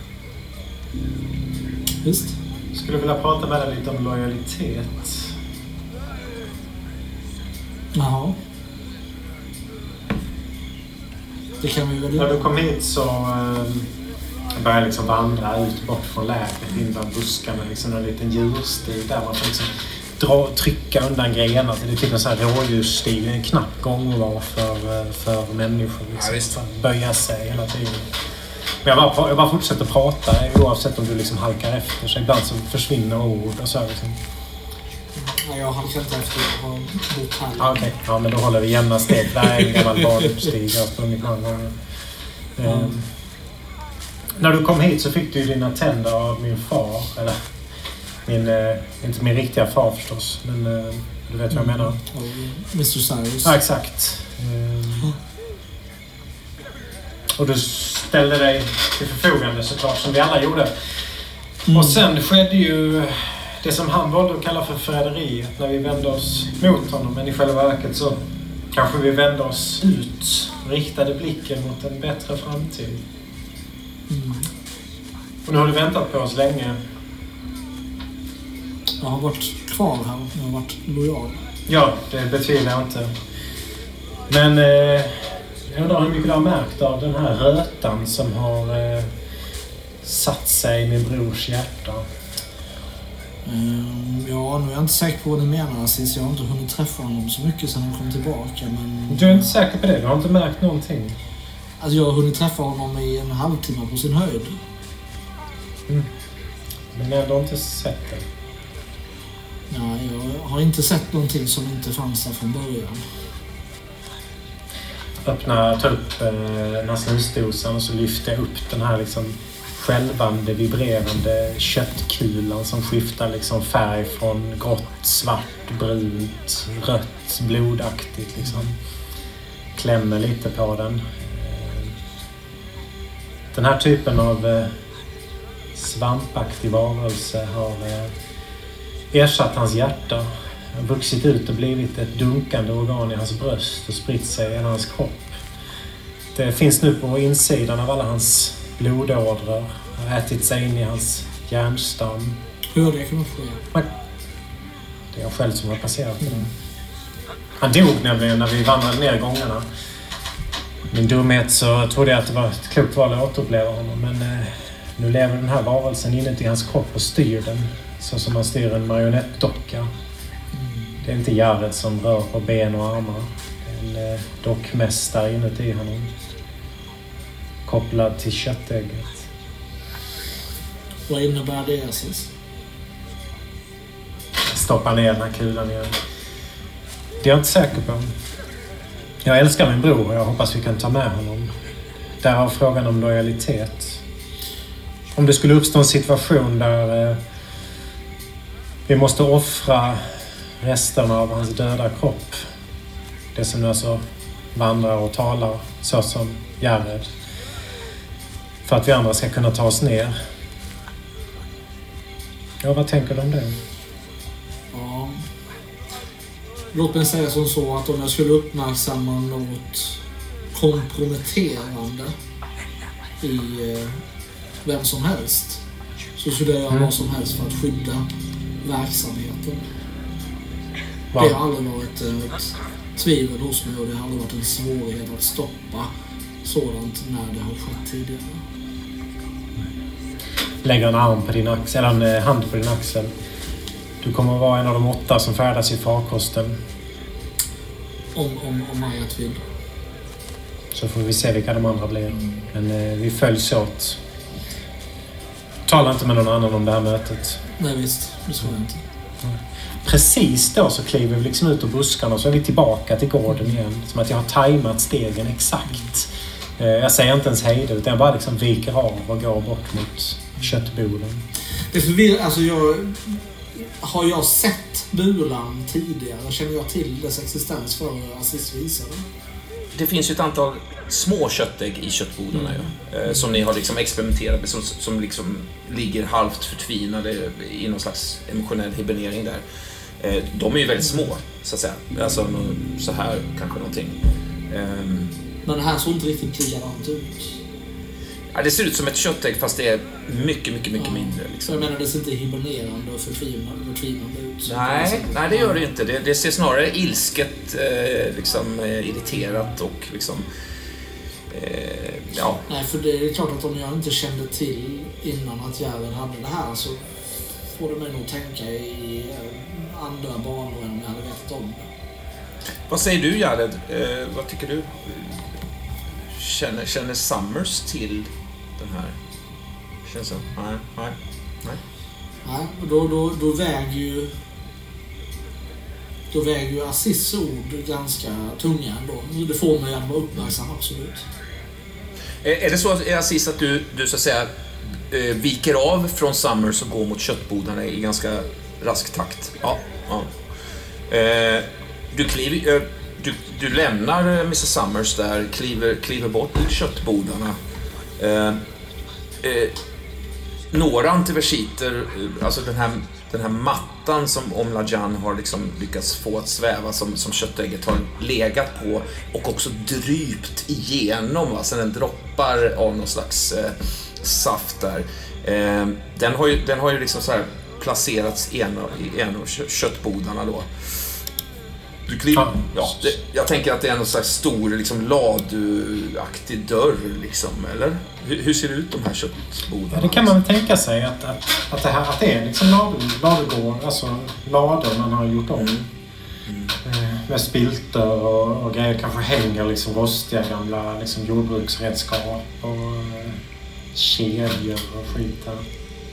Visst. Skulle vilja prata med dig lite om lojalitet. Jaha. Det kan vi väl göra. När du kom hit så eh, började jag liksom vandra ut bort från lägret in bland buskarna. Liksom en liten djurstig där man får liksom dra, trycka undan grejerna. Det är typ en sån här rådjursstil. En knapp gångbar för, för människor. Liksom. Ja, böja sig hela tiden. Men jag bara, jag bara fortsätter prata oavsett om du liksom halkar efter. Så ibland så försvinner ord och så liksom. Ja, jag halkar inte efter att ha bott här. Ah, Okej, okay. Ja men då håller vi jämna steg. Det här är en gammal barnstig. Jag har sprungit någon gång. Mm. Um, när du kom hit så fick du dina tänder av min far. Eller min, uh, inte min riktiga far förstås. Men uh, du vet vad jag menar. Mm. mister Cyrus. Ja, exakt. Um, och du ställde dig till förfogande såklart som vi alla gjorde. Mm. Och sen skedde ju det som han valde att kalla för förräderiet när vi vände oss mot honom. Men i själva verket så kanske vi vände oss ut och riktade blicken mot en bättre framtid. Mm. Och nu har du väntat på oss länge. Jag har varit kvar här. Jag har varit lojal. Ja, det betvivlar jag inte. Men eh, jag undrar hur mycket du har märkt av den här rötan som har eh, satt sig i min brors hjärta. Um, ja, nu är jag inte säker på vad du menar, Sis. Jag har inte hunnit träffa honom så mycket sedan han kom tillbaka. Men... Du är inte säker på det? Du har inte märkt någonting? Alltså, jag har hunnit träffa honom i en halvtimme på sin höjd. Mm. Men ändå inte sett det? Nej, jag har inte sett någonting som inte fanns där från början. Öppna, ta upp eh, den här snusdosan och så lyfter jag upp den här liksom skälvande, vibrerande köttkulan som skiftar liksom färg från grått, svart, brunt, rött, blodaktigt liksom. Klämmer lite på den. Den här typen av eh, svampaktig varelse har eh, ersatt hans hjärta. Har vuxit ut och blivit ett dunkande organ i hans bröst och spritt sig i hans kropp. Det finns nu på insidan av alla hans blodådror. Har ätit sig in i hans hjärnstam. Hur har det kunnat ske? Det är jag själv som har passerat den. Mm. Han dog nämligen när vi vandrade ner gångarna. Min dumhet så trodde jag att det var ett klokt val att återuppleva honom. Men eh, nu lever den här varelsen inuti hans kropp och styr den. Så som man styr en marionettdocka. Mm. Det är inte Jared som rör på ben och armar. Det är en eh, dockmästare inuti honom. Kopplad till köttägget. Vad innebär det, Sis? Stoppa ner den här kulan igen. Det är jag inte säker på. Jag älskar min bror och jag hoppas vi kan ta med honom. Därav frågan om lojalitet. Om det skulle uppstå en situation där eh, vi måste offra resterna av hans döda kropp. Det som nu alltså vandrar och talar så som Jared. För att vi andra ska kunna ta oss ner. Ja, vad tänker du om det? Ja. Låt mig säga som så att om jag skulle uppmärksamma något komprometterande i eh, vem som helst, så skulle jag göra Mm. vad som helst för att skydda verksamheten. Va? Det har aldrig varit eh, ett tvivel hos mig och det har aldrig varit en svårighet att stoppa sådant när det har skett tidigare. Lägger en arm på din axel, eller en hand på din axel. Du kommer att vara en av de åtta som färdas i farkosten. Om, om, om Margaret vill. Så får vi se vilka de andra blir. Men eh, vi följs åt. Tala inte med någon annan om det här mötet. Nej visst, det ska jag inte. Precis då så kliver vi liksom ut ur buskarna och så är vi tillbaka till gården igen. Som att jag har tajmat stegen exakt. Eh, jag säger inte ens hej då, utan jag bara liksom viker av och går bort mot köttboden. Det är förvirr- alltså jag... Har jag sett bulan tidigare? Känner jag till dess existens för Aziz visade? Det finns ju ett antal små köttägg i köttbodarna mm. ju, eh, som ni har liksom experimenterat med, som, som liksom ligger halvt förtvinade i någon slags emotionell hibernering där. Eh, de är ju väldigt små, så att säga. Alltså så här kanske någonting. Eh, Men det här såg inte riktigt likadant ut. Ja, det ser ut som ett köttägg fast det är mycket, mycket, mycket ja. mindre. Liksom. Jag menar, det ser inte hibernerande och förtvinande, förtvinande ut. Nej, nej, det gör det inte. Det, det ser snarare ilsket, eh, liksom, eh, irriterat och liksom... Eh, ja. Nej, för det är klart att om jag inte kände till innan att Jared hade det här så får det mig nog tänka i andra banor än jag hade vetat om det. Vad säger du, Jared? Eh, vad tycker du? Känner, känner Summers till den här? Känns så? Nej, nej, nej. Nej, och då, då, då väger ju då väger ju Aziz ord ganska tunga ändå. Det får mig att vara uppmärksam, absolut. Är, är det så, Aziz, att du, du så att säga eh, viker av från Summers och går mot köttbodarna i ganska rask takt? Ja, ja. Eh, du kliver... Eh, Du, du lämnar missus Summers där, kliver, kliver bort till köttbodarna. Eh, eh, några antiversiter, alltså den här, den här mattan som Omlajan har liksom lyckats få att sväva, som, som köttägget har legat på och också drypt igenom, va? Så den droppar av någon slags eh, saft där. Eh, den har ju, den har ju liksom så här placerats i en av, i en av köttbodarna då. Du kliver, ja, det, jag tänker att det är någon slags stor liksom, laduaktig dörr liksom, eller? Hur, hur ser det ut, de här köttbodarna? Ja, det kan man väl tänka sig att, att, att, det, här, att det är liksom ladugård, alltså lador man har gjort om. Mm. Med spiltor och, och grejer, kanske hänger liksom rostiga gamla liksom, jordbruksredskap och kedjor och skit här.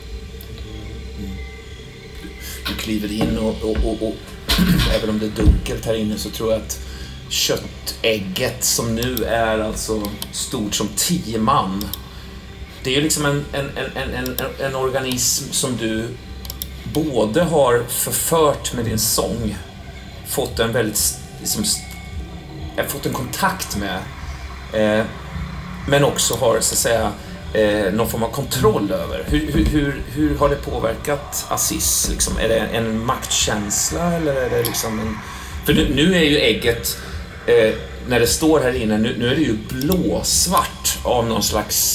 Mm. Du, du kliver in och, och, och, och även om det är dunkelt här inne så tror jag att köttägget som nu är alltså stort som tio man. Det är ju liksom en, en, en, en, en organism som du både har förfört med din sång, fått en väldigt liksom, fått en kontakt med, eh, men också har så att säga Eh, någon form av kontroll över. Hur, hur, hur, hur har det påverkat Aziz? Liksom? Är det en maktkänsla eller är det liksom en... För nu, nu är ju ägget, eh, när det står här inne, nu, nu är det ju blåsvart av någon slags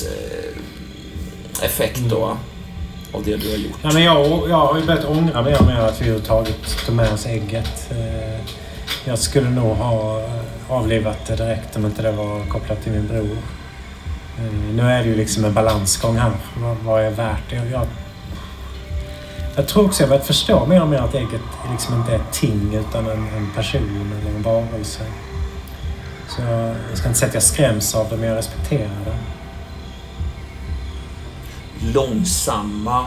eh, effekt då, mm. av det du har gjort. Ja, men jag, jag har ju börjat ångra mer och mer att vi har tagit tog med oss ägget. Eh, jag skulle nog ha avlivat det direkt om inte det var kopplat till min bror. Nu är det ju liksom en balansgång här. Vad, vad är värt det? Jag, jag tror också jag har börjat förstå mer och mer att ägget liksom inte är ett ting utan en, en person eller en varelse. Så jag, jag ska inte säga att jag skräms av det, men jag respekterar det. Långsamma,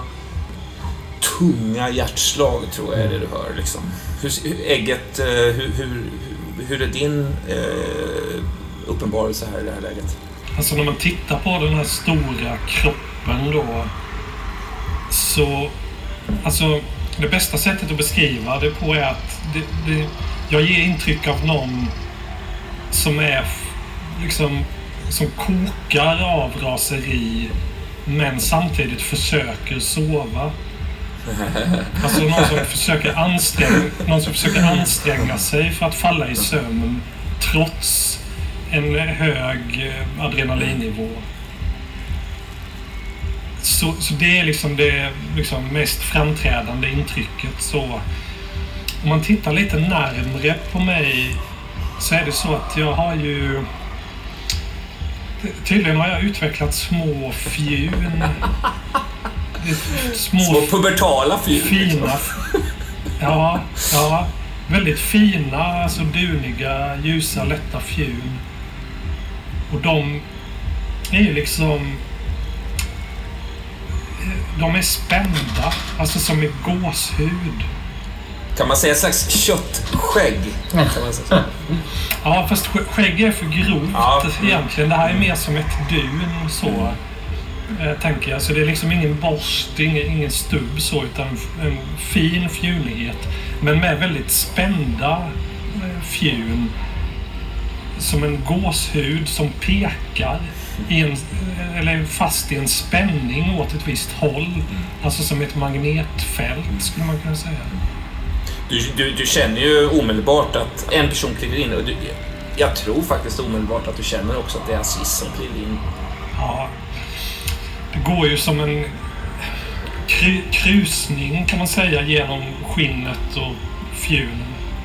tunga hjärtslag tror jag är det du hör. Liksom. Hur, ägget, hur, hur, hur är din eh, uppenbarelse här i det här läget? Alltså när man tittar på den här stora kroppen då, så alltså det bästa sättet att beskriva det på är att det, det, jag ger intryck av någon som är liksom som kokar av raseri men samtidigt försöker sova. Alltså någon som försöker anstränga, någon som försöker anstränga sig för att falla i sömn trots en hög adrenalinnivå. Så, så det är liksom det liksom mest framträdande intrycket. Så om man tittar lite närmare på mig så är det så att jag har ju tydligen har jag utvecklat små fjun. Små, små pubertala fjun. Fina. Ja, ja. Väldigt fina, alltså duniga, ljusa, lätta fjun. Och de är ju liksom... De är spända, alltså som i gåshud. Kan man säga ett slags köttskägg? Kan man säga. Ja, fast skägg är för grovt ja. egentligen. Det här är mer som ett dun så, eh, tänker jag. Så det är liksom ingen borst, ingen, ingen stubb så, utan en fin fjunighet. Men med väldigt spända eh, fjun. Som en gåshud som pekar i en, eller fast i en spänning åt ett visst håll. Alltså som ett magnetfält skulle man kunna säga. Du, du, du känner ju omedelbart att en person kliver in och du, jag tror faktiskt omedelbart att du känner också att det är Aziz som kliver in. Ja, det går ju som en kry, krusning kan man säga genom skinnet och fjunen.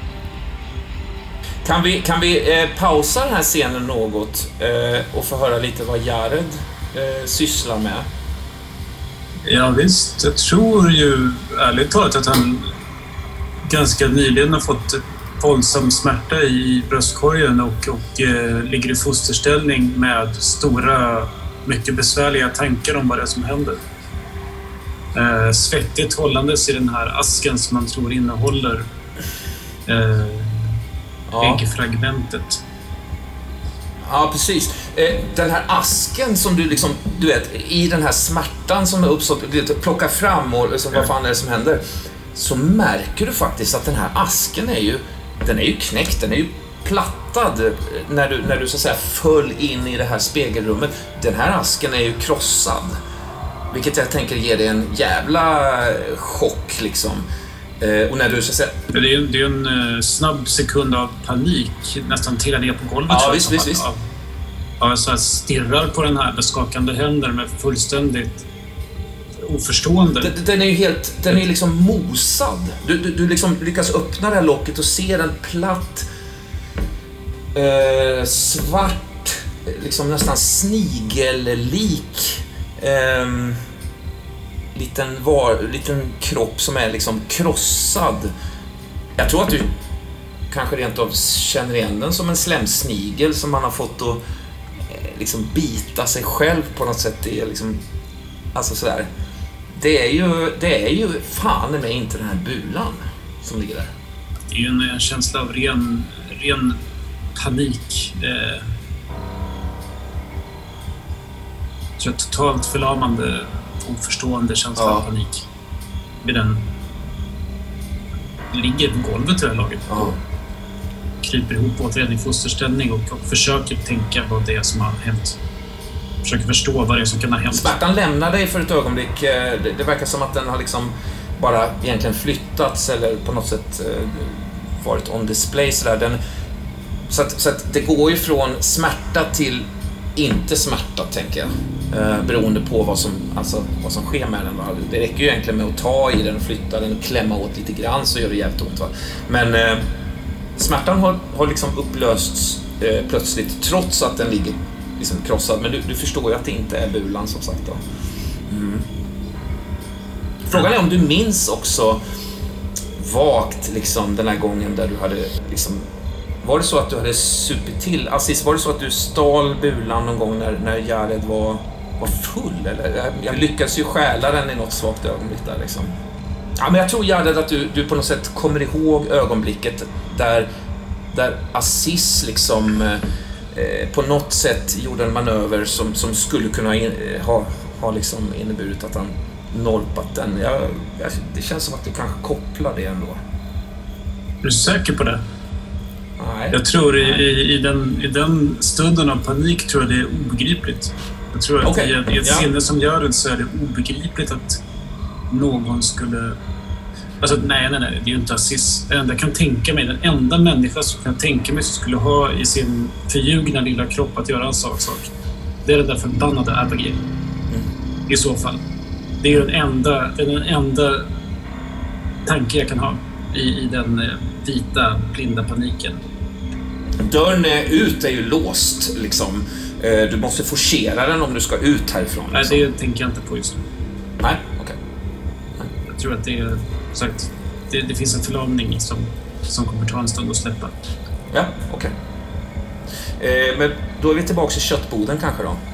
Kan vi, kan vi eh, pausa den här scenen något eh, och få höra lite vad Jared eh, sysslar med? Ja visst, jag tror ju ärligt talat att han ganska nyligen har fått våldsam smärta i bröstkorgen och, och eh, ligger i fosterställning med stora, mycket besvärliga tankar om vad det är som händer. Eh, svettigt hållandes i den här asken som man tror innehåller eh, ja. äggfragmentet. Ja, precis. Den här asken som du liksom, du vet, i den här smärtan som är uppstått, du plockar fram och liksom, vad fan är det som händer? Så märker du faktiskt att den här asken är ju, den är ju knäckt, den är ju plattad när du, när du så att säga föll in i det här spegelrummet. Den här asken är ju krossad. Vilket jag tänker ger dig en jävla chock liksom. Och när du så att säga... Det är, det är en snabb sekund av panik, nästan trillar ner på golvet. Ja, visst, visst, visst. Ja, jag så här stirrar på den här med skakande händer med fullständigt oförstående. Den, den är ju helt, den är liksom mosad. Du, du, du liksom lyckas öppna det här locket och se en platt, eh, svart, liksom nästan snigellik eh, liten, var, liten kropp som är liksom krossad. Jag tror att du kanske rent av känner igen den som en slemsnigel som man har fått att eh, liksom bita sig själv på något sätt. Det är liksom, alltså sådär. Det är ju, det är ju fan med inte den här bulan som ligger där. Det är ju en, en känsla av ren, ren panik. Eh, så ett totalt förlamande, oförstående känsla ja. av panik. Vid den ligger på golvet i det här laget ja. och kryper ihop återigen i fosterställning och, och försöker tänka vad det är som har hänt. Försöker förstå vad det är som kan ha hänt. Smärtan lämnar dig för ett ögonblick. Det, det verkar som att den har liksom bara egentligen flyttats eller på något sätt varit on display sådär. Den, så att, så att det går ju från smärta till inte smärta, tänker jag. Eh, beroende på vad som, alltså, vad som sker med den. Va? Det räcker ju egentligen med att ta i den, flytta den och klämma åt lite grann så gör det jävligt ont. Va? Men eh, smärtan har, har liksom upplösts eh, plötsligt trots att den ligger liksom krossad. Men du, du förstår ju att det inte är bulan som sagt då. Mm. Frågan är om du minns också vagt liksom den här gången där du hade liksom, var det så att du hade supit till? Aziz, var det så att du stal bulan någon gång när, när Jared var, var full? Eller? Jag lyckades ju stjäla den i något svagt ögonblick där liksom. Ja, men jag tror Jared att du, du på något sätt kommer ihåg ögonblicket där där Aziz liksom eh, på något sätt gjorde en manöver som, som skulle kunna in, ha, ha liksom inneburit att han norpat den. Jag, jag, det känns som att du kanske kopplar det ändå. Är du säker på det? Nej. Jag tror i, i, i, den, i den stunden av panik tror jag det är obegripligt. Jag tror att okay. i, i ett ja. sinne som gör det så är det obegripligt att någon skulle... Alltså nej, nej, nej, det är ju inte Aziz. Den enda kan tänka mig, den enda människa som kan tänka mig som skulle ha i sin förljugna lilla kropp att göra en sak, sak. Det är den där förbannade R P G. Mm. I så fall. Det är den enda, det är den enda tanke jag kan ha i, i den vita, blinda paniken. Dörren ut är ju låst, liksom. Du måste forcera den om du ska ut härifrån. Liksom. Nej, det tänker jag inte på just nu. Nej, okej. Okay. Jag tror att det är sagt, det, det finns en förlamning som, som kommer ta en stund att släppa. Ja, okej. Okay. Eh, men då är vi tillbaka i köttboden kanske då.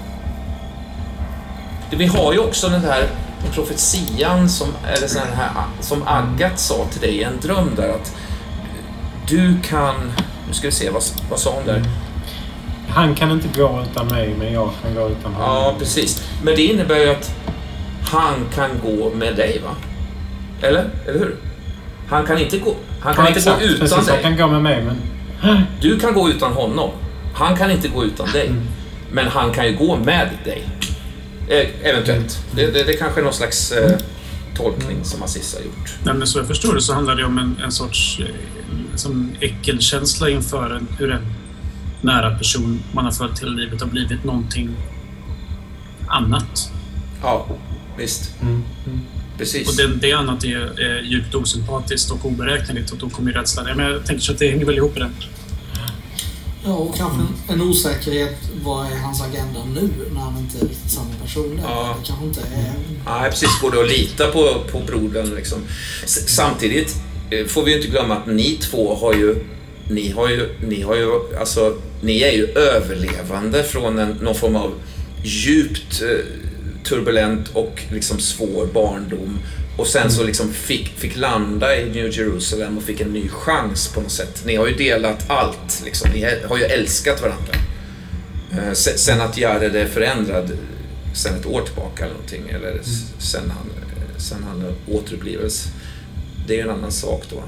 Vi har ju också den här profetian som, eller sån här, som Agat sa till dig i en dröm där att du kan, nu ska vi se, vad, vad sa hon där? Han kan inte gå utan mig, men jag kan gå utan honom. Ja, precis. Men det innebär ju att han kan gå med dig, va? Eller? Eller hur? Han kan inte gå, han kan ja, inte exakt, gå utan precis, dig. Han kan gå med mig, men... Du kan gå utan honom. Han kan inte gå utan dig. Mm. Men han kan ju gå med dig. Eh, eventuellt. Det, det, det kanske är någon slags eh, tolkning som Aziz har gjort. Nej, men så jag förstår det så handlar det om en, en sorts eh, som äckelkänsla inför en, hur en nära person man har följt hela livet har blivit någonting annat. Ja, visst. Mm. Mm. Precis. Och det, det annat är, är djupt osympatiskt och oberäkneligt och då kommer ju rädslan. Men jag tänker så att det hänger väl ihop med det. Ja, och kanske en, en osäkerhet. Vad är hans agenda nu när han inte är samma person där? Ja. Det kanske inte är... Ja, precis. Går det att lita på, på brodern liksom. S- samtidigt får vi ju inte glömma att ni två har ju ni har ju, ni har ju alltså, ni är ju överlevande från en, någon form av djupt eh, turbulent och liksom svår barndom och sen så liksom fick, fick landa i New Jerusalem och fick en ny chans på något sätt. Ni har ju delat allt liksom. Ni har ju älskat varandra. Eh, sen att Jared är förändrad sen ett år tillbaka eller någonting eller mm. sen han sen han återupplivades. Det är ju en annan sak då.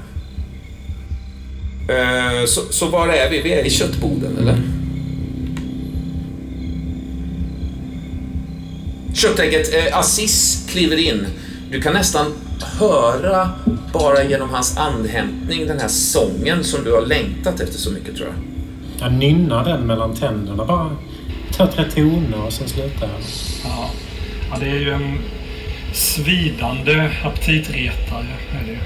Eh, så, så var är vi? Vi är i köttboden, eller? Köttägget, eh, Aziz kliver in. Du kan nästan höra bara genom hans andhämtning den här sången som du har längtat efter så mycket, tror jag. Jag nynnar den mellan tänderna, bara tar tre toner och sen slutar jag. Ja. Ja, det är ju en svidande aptitretare, är det ju.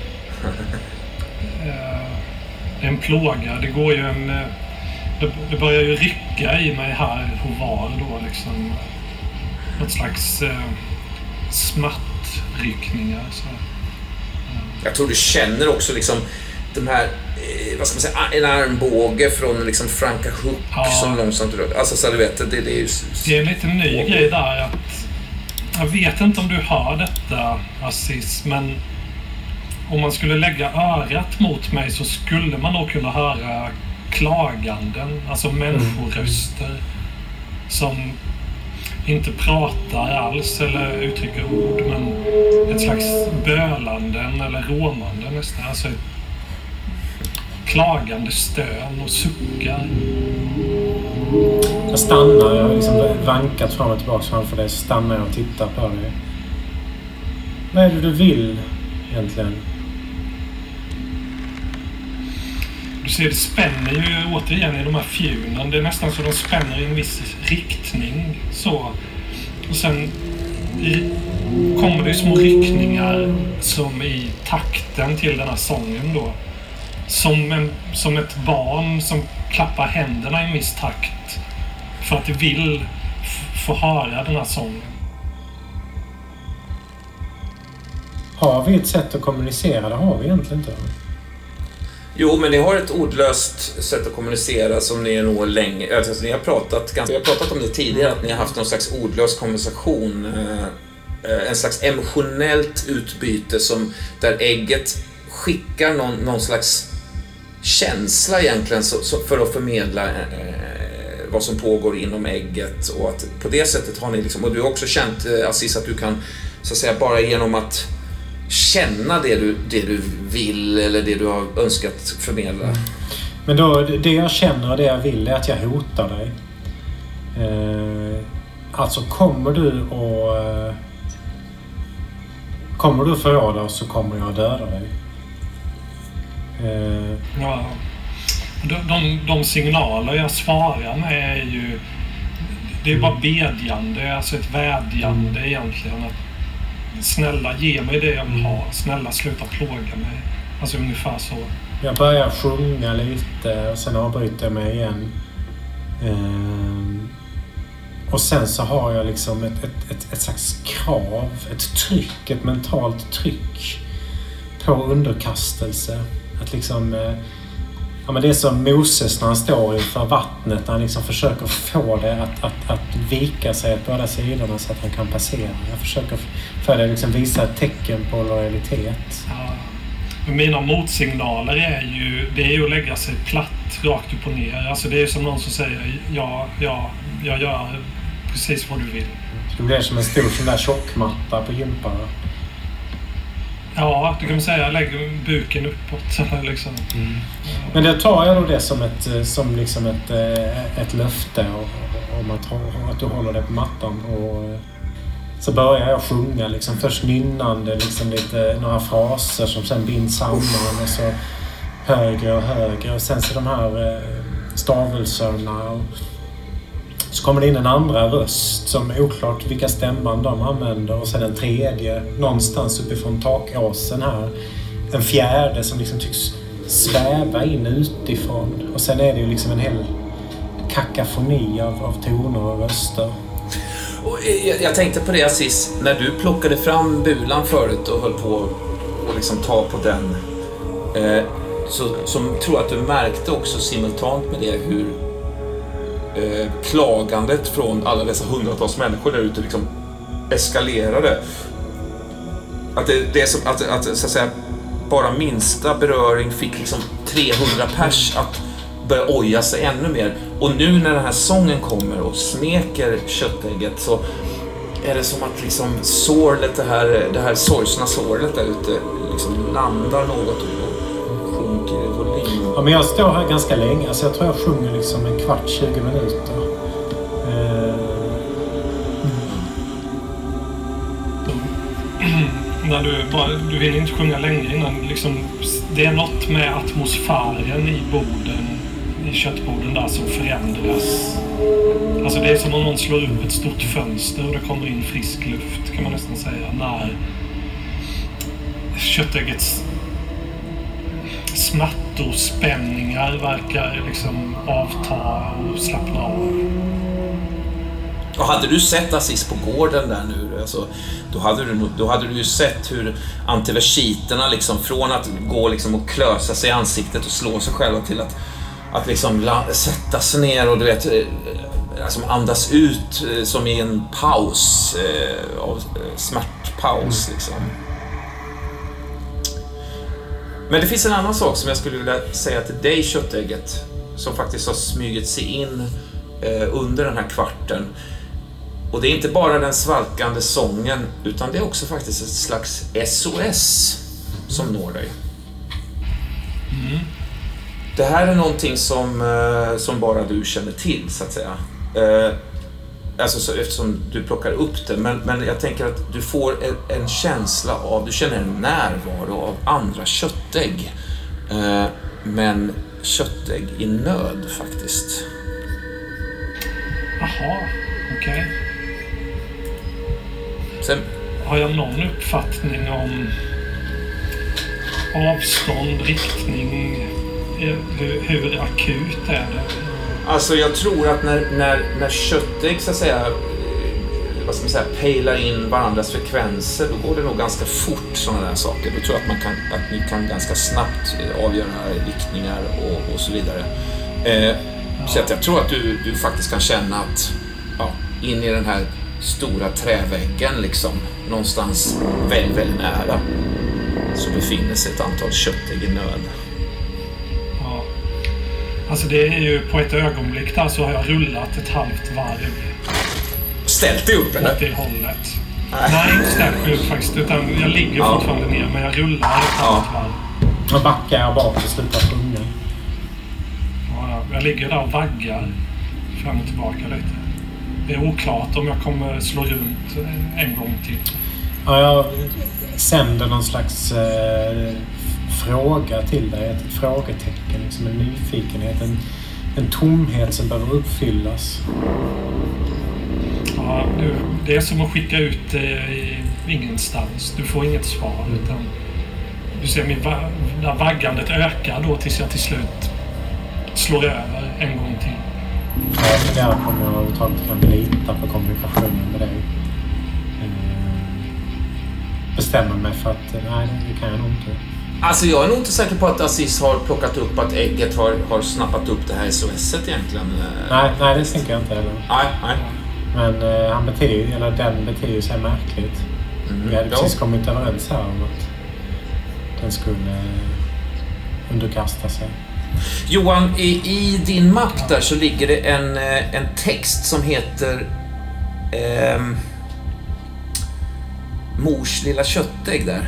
Det är en plåga. Det går ju en... Det, det börjar ju rycka i mig här och var då liksom. Något slags eh, smattryckningar. Så. Ja. Jag tror du känner också liksom de här, eh, vad ska man säga, en armbåge från liksom Franka Hook ja. Som långsamt rör. Alltså så du vet, det, det är ju... Det är en lite ny oh. grej där att jag vet inte om du hör detta, Aziz, men om man skulle lägga örat mot mig så skulle man nog kunna höra klaganden, alltså människoröster mm. som inte pratar alls eller uttrycker ord, men ett slags bölanden eller råmande nästan, alltså klagande stön och suckar. Jag stannar, jag har liksom vankat fram och tillbaka framför dig, så stannar jag och tittar på dig. Vad är det du vill egentligen? Du ser, det spänner ju återigen i de här fjunen. Det är nästan så de spänner i en viss riktning. Så. Och sen i, kommer det små ryckningar som i takten till den här sången då. Som, en, som ett barn som klappar händerna i en viss takt för att det vill f- få höra den här sången. Har vi ett sätt att kommunicera? Det har vi egentligen inte. Jo, men ni har ett ordlöst sätt att kommunicera som ni är nog länge... Alltså, ni har pratat ganska... Jag har pratat om det tidigare, att ni har haft någon slags ordlös konversation. En slags emotionellt utbyte som, där ägget skickar någon, någon slags känsla egentligen så, så för att förmedla eh, vad som pågår inom ägget, och att på det sättet har ni liksom, och du har också känt eh, Aziz att du kan så att säga bara genom att känna det du, det du vill eller det du har önskat förmedla. Men då, det jag känner och det jag vill är att jag hotar dig. Eh, alltså kommer du och eh, kommer du förråda oss så kommer jag döda dig. Eh, Ja. De, de, de signaler jag svarar med är ju... Det är bara bedjande, alltså ett vädjande egentligen. Att, snälla, ge mig det jag vill ha. Snälla, sluta plåga mig. Alltså ungefär så. Jag börjar sjunga lite och sen avbryter jag mig igen. Ehm, och sen så har jag liksom ett, ett, ett, ett slags krav, ett tryck, ett mentalt tryck på underkastelse. Att liksom... Eh, ja, men det är som Moses när han står inför vattnet. Han liksom försöker få det att, att, att vika sig på båda sidorna så att han kan passera. Jag försöker för det liksom visa ett tecken på lojalitet. Ja. Mina motsignaler är ju, det är ju att lägga sig platt, rakt upp och ner. Alltså det är som någon som säger, ja, ja, jag gör precis vad du vill. Det blir som en stor sån där tjockmatta på gympan. Ja, du kan säga, lägger buken uppåt. Liksom. Mm. Men det tar jag då det som ett, som liksom ett, ett löfte om att, att du håller det på mattan. Och så börjar jag sjunga, liksom, först nynnande, liksom lite, några fraser som sen binds samman och så högre och högre. Och sen så de här stavelserna. Och så kommer det in en andra röst som är oklart vilka stämman de använder. Och sen en tredje någonstans uppifrån takåsen här. En fjärde som liksom tycks sväva in utifrån. Och sen är det ju liksom en hel kakafoni av, av toner och röster. Och jag, jag tänkte på det, Aziz, när du plockade fram bulan förut och höll på att liksom ta på den. Eh, så, så tror jag att du märkte också simultant med det hur eh, klagandet från alla dessa hundratals människor där ute liksom eskalerade. Att det, det är som att, att, så att säga, bara minsta beröring fick liksom trehundra pers att börja oja sig ännu mer. Och nu när den här sången kommer och smeker köttägget så är det som att liksom sårlet, det här, det här sorgsna sårlet där ute liksom landar något och sjunker i volym. Ja, men jag står här ganska länge. Alltså jag tror jag sjunger liksom en kvart, tjugo minuter. Eh... När du, bara, du vill inte sjunga länge innan liksom, det är något med atmosfären i borden, i köttborden där som förändras. Alltså det är som om någon slår upp ett stort fönster och det kommer in frisk luft, kan man nästan säga, när köttäggets smärtor, spänningar verkar liksom avta och slappna av. Och hade du sett Aziz på gården där nu, alltså, då, hade du, då hade du ju sett hur antiversiterna liksom, från att gå liksom och klösa sig i ansiktet och slå sig själva till att, att liksom la, sätta sig ner och du vet, alltså, andas ut som i en paus, eh, av smärtpaus liksom. Men det finns en annan sak som jag skulle vilja säga till dig, köttägget, som faktiskt har smugit sig in eh, under den här kvarten. Och det är inte bara den svalkande sången, utan det är också faktiskt ett slags S O S som når dig. Mm. Det här är någonting som, eh, som bara du känner till, så att säga. Eh, alltså så, eftersom du plockar upp det. Men, men jag tänker att du får en, en känsla av, du känner en närvaro av andra köttägg. Eh, men köttägg i nöd faktiskt. Jaha, okej. Okay. Sen, har jag någon uppfattning om avstånd, riktning, hur, hur akut är det? Alltså jag tror att när, när, när köttägg så att säga, vad ska man säga, pejlar in varandras frekvenser, då går det nog ganska fort, sådana där saker. Då tror jag att, man kan, att ni kan ganska snabbt avgöra riktningar och, och så vidare. Eh, ja. Så att jag tror att du, du faktiskt kan känna att ja, in i den här stora träväggen liksom, någonstans väldigt, väldigt nära, så befinner sig ett antal köttägg i nöd. Ja. Alltså det är ju på ett ögonblick där så har jag rullat ett halvt varv. Ställt dig upp eller? Åt det hållet. Nej, Nej inte ställt mig upp faktiskt. Utan jag ligger ja. fortfarande ner men jag rullar ett halvt ja. varv. Och backar jag bak och slutar sjunga. Ja, jag ligger där och vaggar fram och tillbaka lite. Det är oklart om jag kommer slå runt en gång till. Ja, jag sänder någon slags eh, fråga till dig. Ett frågetecken, liksom en nyfikenhet. En, en tomhet som behöver uppfyllas. Ja, du, det är som att skicka ut eh, i ingenstans. Du får inget svar. Mm. Utan du ser min va- där vaggandet ökar då tills jag till slut slår över en gång till. Ja, för där kommer jag överhuvudtaget kan lita på kommunikationen med dig. Bestämma mig för att nej, det kan jag nog inte. Alltså jag är nog inte säker på att Aziz har plockat upp att ägget har, har snappat upp det här S O S-et egentligen. Nej, nej, det tänker jag inte heller. Nej, nej. Men eh, han beter, eller den beter sig märkligt. Mm, vi hade ja. precis kommit överens här om att den skulle eh, underkasta sig. Johan, i, i din mapp där så ligger det en, en text som heter eh, Mors lilla köttägg där.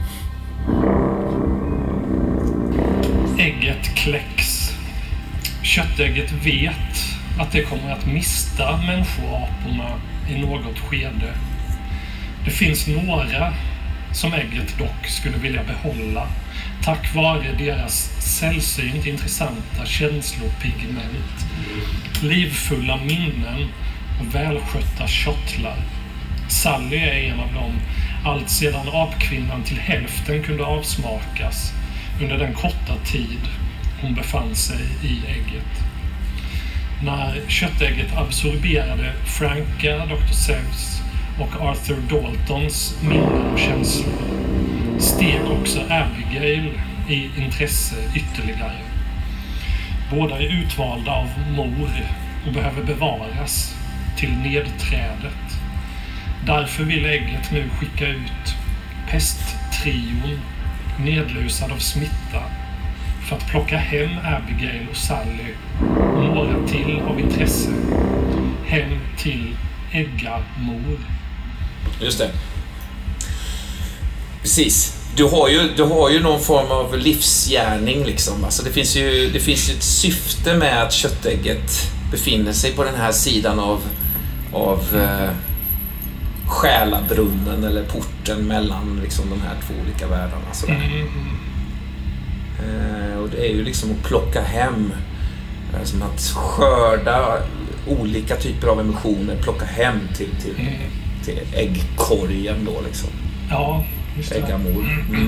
Ägget kläcks. Köttägget vet att det kommer att mista människoaporna i något skede. Det finns några som ägget dock skulle vilja behålla tack vare deras sällsynt intressanta känslopigment, livfulla minnen och välskötta kjottlar. Sally är en av dem, allt sedan apkvinnan till hälften kunde avsmakas under den korta tid hon befann sig i ägget. När köttägget absorberade Franka, doktor Zeus och Arthur Daltons minnen och känslor steg också Abigail i intresse ytterligare. Båda är utvalda av mor och behöver bevaras till nedträdet. Därför vill ägget nu skicka ut pesttrion nedlusad av smitta för att plocka hem Abigail och Sally och några till av intresse hem till äggamor. Just det. Precis. Du har ju, du har ju någon form av livsgärning liksom. Alltså det finns ju det finns ju ett syfte med att köttägget befinner sig på den här sidan av av eh, själabrunnen eller porten mellan liksom de här två olika världarna sådär. Mm. Eh, och det är ju liksom att plocka hem, eh, som att skörda olika typer av emotioner, plocka hem till till, mm. till äggkorgen då liksom. Ja, just det. Äggamor. Mm.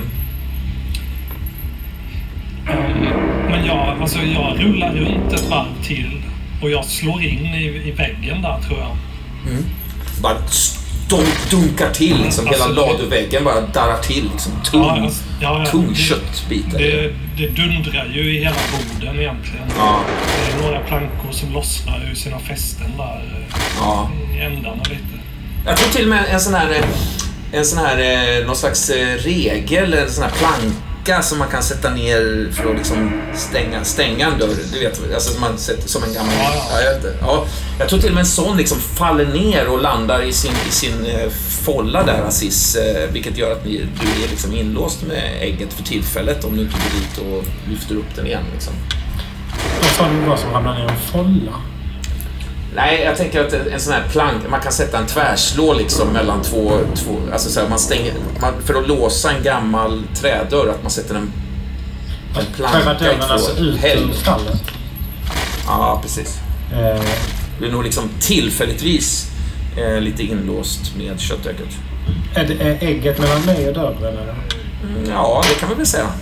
Um, men jag, alltså jag rullar runt ett varv till och jag slår in i, i väggen där tror jag. Mm. Bara de dunkar till liksom, alltså, hela laduväggen bara darrar till liksom, tung, ja, alltså, ja, ja, tung köttbitar. Det, det dundrar ju i hela borden egentligen. Ja. Det är några plankor som lossnar ur sina fästen där ja. i ändarna lite. Jag tror till och med en sån här en sån här någon slags regel, en sån här planka som man kan sätta ner för att liksom stänga, stänga en dörr, du vet, alltså som man sätter som en gammal ja, ja. Ja, jag vet inte. Ja, jag tror till och med en sån liksom faller ner och landar i sin, i sin eh, folla där, Aziz, eh, vilket gör att ni, du är liksom inlåst med ägget för tillfället om du inte går dit och lyfter upp den igen liksom. Vad sa du vad som hamnar ner i en folla? Nej, jag tänker att en sån här plank, man kan sätta en tvärslå liksom mellan två, två alltså så här, man stänger, man, för att låsa en gammal trädörr, att man sätter en, en planka i två alltså ut ur stallet. Ja, precis. Eh. Det är nog liksom tillfälligtvis eh, lite inlåst med köttägget. Är det är ägget mellan mig och dörren eller? Mm, ja, det kan man väl säga.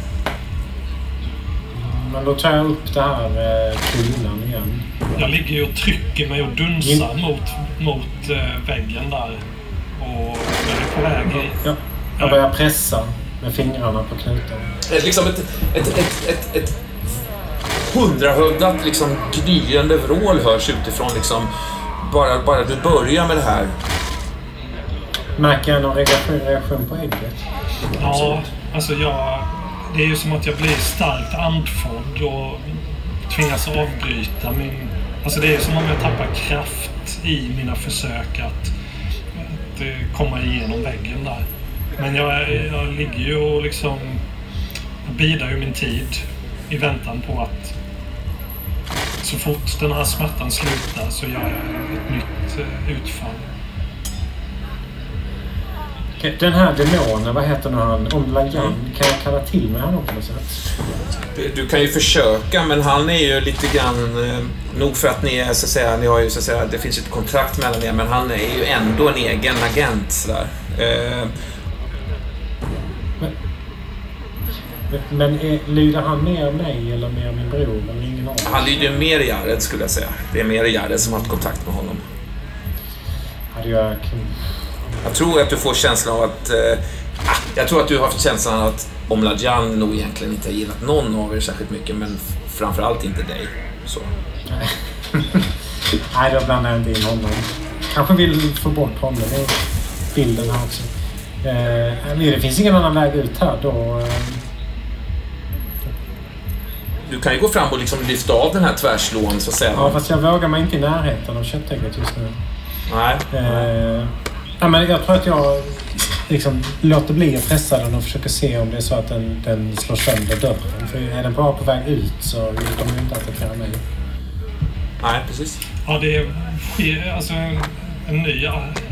Men då tar jag upp det här med kulan igen. Jag ligger ju och trycker mig och dunsar mm. mot, mot äh, väggen där. Och jag är på väg i... Ja. Jag börjar pressa med fingrarna på knuten. Det är liksom ett, ett, ett, ett, ett hundrahövdat liksom gnyende vrål hörs utifrån liksom. Bara, bara du börjar med det här. Märker jag någon reaktion, reaktion på ägget? Ja, alltså jag... Det är ju som att jag blir starkt andfådd och tvingas avbryta min... Alltså det är som om jag tappar kraft i mina försök att, att komma igenom väggen där. Men jag, jag ligger ju och liksom... Jag bidar ju min tid i väntan på att så fort den här smärtan slutar så gör jag ett nytt utfall. Den här demonen, vad heter nu han? Omlajan, mm. kan jag kalla till med honom på något sätt? Du kan ju försöka, men han är ju lite grann eh, nog för att ni är så att säga, ni har ju så att säga, det finns ju ett kontrakt mellan er, men han är ju ändå en egen agent sådär. Eh, men men är, lyder han mer mig eller mer min bror? Eller ingen av han lyder mer Jared, skulle jag säga. Det är mer Jared som har haft kontakt med honom. Hade jag... Jag tror att du får känslan av att... Eh, jag tror att du har haft känslan av att Omlajan nog egentligen inte har gillat någon av er särskilt mycket, men f- framförallt inte dig. Så. Nej, då blandar jag inte in honom. Kanske vill få bort honom i bilden här också. Eh, det finns ingen annan väg ut här då. Eh. Du kan ju gå fram och liksom lyfta av den här tvärslån så att säga. Ja, fast jag vågar mig inte i närheten av köttägget just nu. Nej. Eh, ja, men jag tror att jag liksom låter bli att pressa den och försöker se om det är så att den, den slår sönder dörren. För är den bara på väg ut så vill de inte attackera mig. Nej, precis. Ja, det sker alltså en, en ny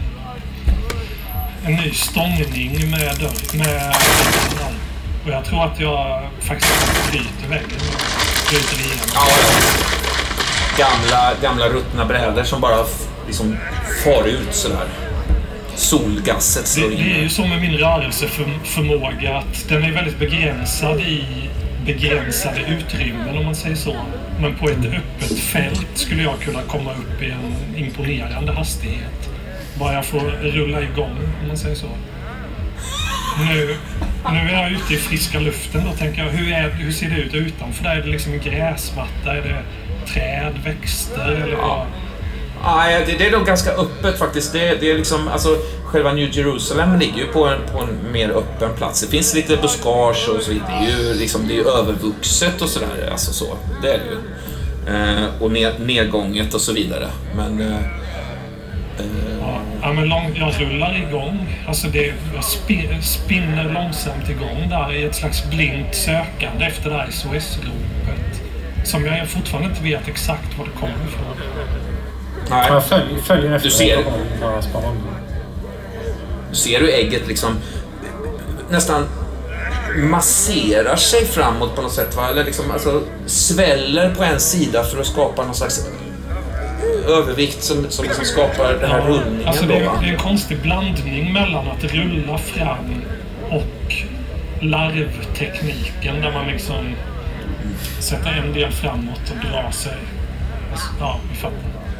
en ny stångning med dörren. Med, och jag tror att jag faktiskt bryter väggen. Bryter igenom. Ja, gamla, gamla ruttna brädor som bara liksom far ut sådär. Solgasset slår det, in. det är ju så med min rörelseförmåga att den är väldigt begränsad i begränsade utrymmen, om man säger så. Men på ett öppet fält skulle jag kunna komma upp i en imponerande hastighet. Bara jag får rulla igång, om man säger så. Nu, nu är jag ute i friska luften och tänker jag, hur, är, hur ser det ut utanför? Där är det liksom en gräsmatta, är det träd, växter eller vad? Ja. Nej, det, det är nog ganska öppet faktiskt. Det, det är liksom, alltså, själva New Jerusalem ligger ju på en, på en mer öppen plats. Det finns lite buskage och så vidare. Det är ju liksom, det är ju övervuxet och sådär. Alltså så, det är det ju. Eh, och ner, nedgånget och så vidare. Men... Eh, ja, ja, men lång, jag rullar igång. Alltså det, jag spin, spinner långsamt igång där i ett slags blint sökande efter det här S O S-ropet. Som jag fortfarande inte vet exakt vad det kommer ifrån. Nej. Jag följer, följer efter du ser, det. Du ser hur ägget liksom nästan masserar sig framåt på något sätt, va? Eller liksom alltså, sväller på en sida för att skapa någon slags övervikt som, som liksom skapar den här ja, rullningen. Alltså det, är, då, det är en konstig blandning mellan att rulla fram och larvtekniken där man liksom sätter en del framåt och drar sig. Alltså, ja, vi fattar.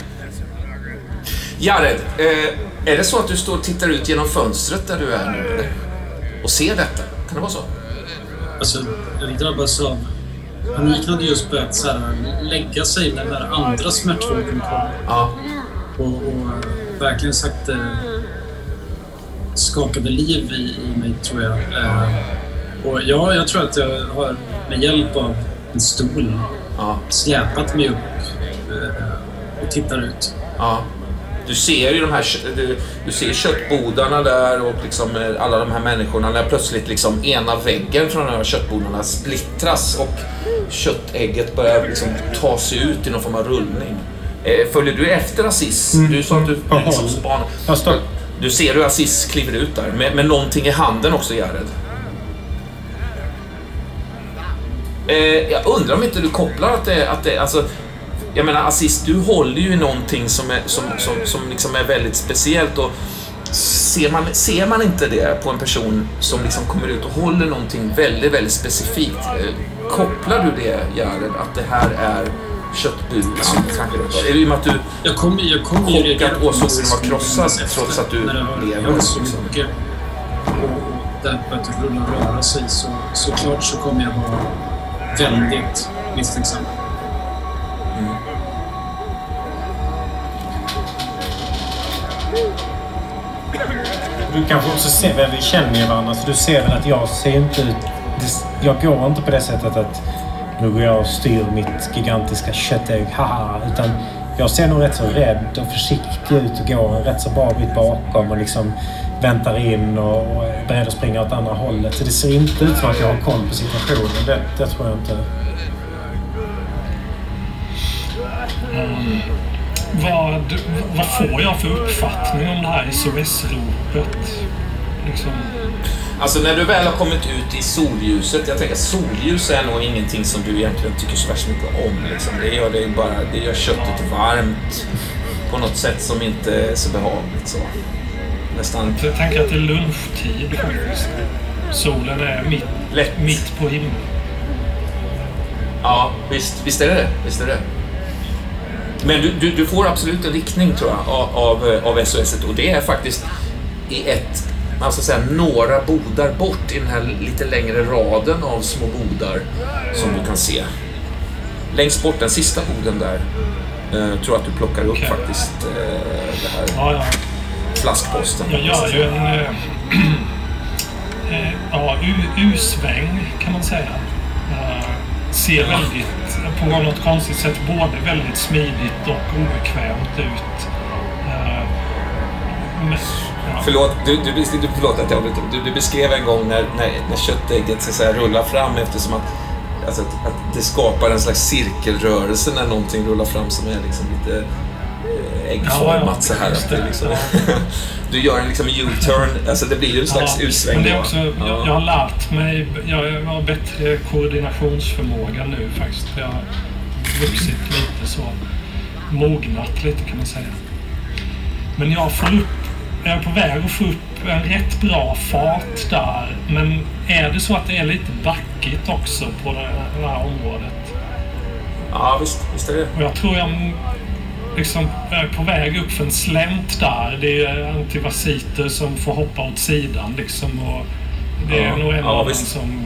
Jared, eh, är det så att du står och tittar ut genom fönstret där du är nu eller? Och ser detta? Kan det vara så? Alltså, jag drabbas av paniken hade just börjat så här, lägga sig när den där andra smärtvågen kom. Ja. Och, och verkligen sagt eh, skakade liv i, i mig, tror jag. Eh, och ja, jag tror att jag har med hjälp av en stol ja. släpat mig upp eh, och tittar ut. Ja. Du ser ju de här, du, du ser köttbodarna där och liksom alla de här människorna när plötsligt liksom ena väggen från de här köttbodarna splittras och köttägget börjar liksom ta sig ut i någon form av rullning. Eh, följer du efter Aziz? Mm. Du sa att du liksom spanar. Du ser hur Aziz kliver ut där med, med någonting i handen också, Jared. Eh, jag undrar om inte du kopplar att det, att det alltså jag menar, Aziz, du håller ju någonting som är, som, som, som liksom är väldigt speciellt och ser man, ser man inte det på en person som liksom kommer ut och håller någonting väldigt, väldigt specifikt, eh, kopplar du det, Jared, att det här är köttbud? Är det i och med att du jag kom, jag kom chockat och så hur de var krossad trots att du lever? Liksom. Och där på att rulla och röra sig så, såklart så kommer jag vara väldigt misstänksam. Mm. Du kanske också ser väl, vi känner ju varandra, så du ser väl att jag ser inte ut, jag går inte på det sättet att nu går jag och styr mitt gigantiska köttägg, haha, utan jag ser nog rätt så rädd och försiktig ut och går en rätt så bra bit bakom och liksom väntar in och är beredd att springa åt andra hållet. Så det ser inte ut som att jag har koll på situationen. Det, det tror jag inte. Mm. Vad, vad får jag för uppfattning om det här S O S-ropet? Liksom... Alltså när du väl har kommit ut i solljuset, jag tänker solljus är nog ingenting som du egentligen tycker så värst mycket om. Liksom. Det gör det bara, det gör köttet varmt på något sätt som inte är så behagligt. Så. Nästan... Jag tänker att det är lunchtid faktiskt. Solen är mitt, Lätt. mitt på himlen. Ja, visst, visst är det det. Visst är det. Men du, du, du får absolut en riktning tror jag av, av, av S O S och det är faktiskt i ett, man ska säga några bodar bort i den här lite längre raden av små bodar som du kan se. Längst bort, den sista boden där, eh, tror jag att du plockar upp okay. faktiskt eh, det här ja, ja. flaskposten. Jag gör ju en eh, eh, ja, U-sväng kan man säga. Uh, ser väldigt, på något konstigt sätt, både väldigt smidigt och obekvämt ut. Uh, men, ja. Förlåt, du, du, du, förlåt att jag, du, du beskrev en gång när, när, när köttägget så här, rullar fram eftersom att, alltså, att, att det skapar en slags cirkelrörelse när någonting rullar fram som är liksom lite eh, äggformat ja, ja, så här. Att det, liksom, du gör en liksom U-turn, alltså det blir ju en slags ja, U-sväng. Men det är också, ja. jag, jag har lärt mig, jag har bättre koordinationsförmåga nu faktiskt. Jag har vuxit lite så, mognat lite kan man säga. Men jag får upp, jag är på väg att få upp en rätt bra fart där. Men är det så att det är lite backigt också på det här området? Ja, visst, visst är det. Och jag tror jag liksom är på väg upp för en slänt där. Det är antivasiter som får hoppa åt sidan liksom. Och det är ja, nog en ja, av dem som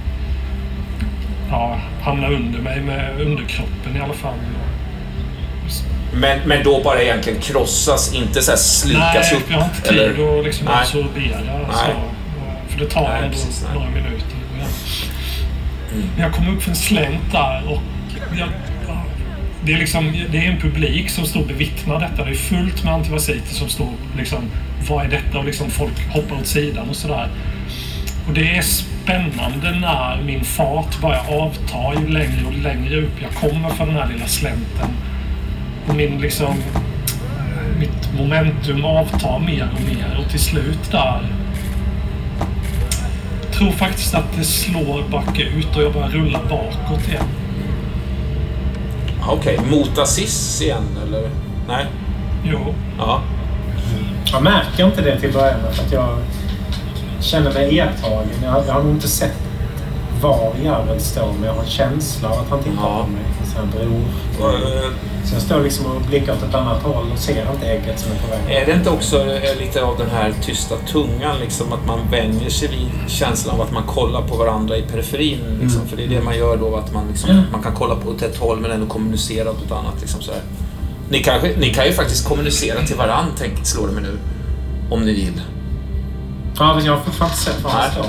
ja, hamnar under mig med underkroppen i alla fall. Men, men då bara egentligen krossas, inte så här slukas nej, upp? Nej, jag har inte tid eller? att liksom absorbera. Så, för det tar nej, ändå precis, några nej. minuter. Ja. Mm. Jag kom upp för en slänt där och jag, det, är liksom, det är en publik som står och bevittnar detta. Det är fullt med antivasiter som står liksom, vad är detta? Och liksom folk hoppar åt sidan och sådär. Och det är spännande när min fart börjar avta ju längre och längre upp jag kommer för den här lilla slänten. Och min liksom, mitt momentum avtar mer och mer och till slut där jag tror faktiskt att det slår backa ut och jag bara rullar bakåt igen. Okej, okay. Mot assist igen eller? Nej? Jo. Ja. Jag märker inte det till början för att jag känner mig iakttagen. Jag, jag har nog inte sett var Järvel står, men jag har en känsla av att han tittar ja. på mig. En sån här bror. Mm. Så jag står liksom och blickar åt ett annat håll och ser inte ägget som är på väg. Är det inte också lite av den här tysta tungan, liksom att man vänjer sig vid känslan av att man kollar på varandra i periferin? Liksom? Mm. För det är det man gör då, att man, liksom, mm. man kan kolla på ett håll men ändå kommunicera åt ett annat. Liksom, så här. Ni, kanske, ni kan ju faktiskt kommunicera till varandra, tänk, slår det mig nu. Om ni vill. Ja, men jag har fortfarande sett vad han står.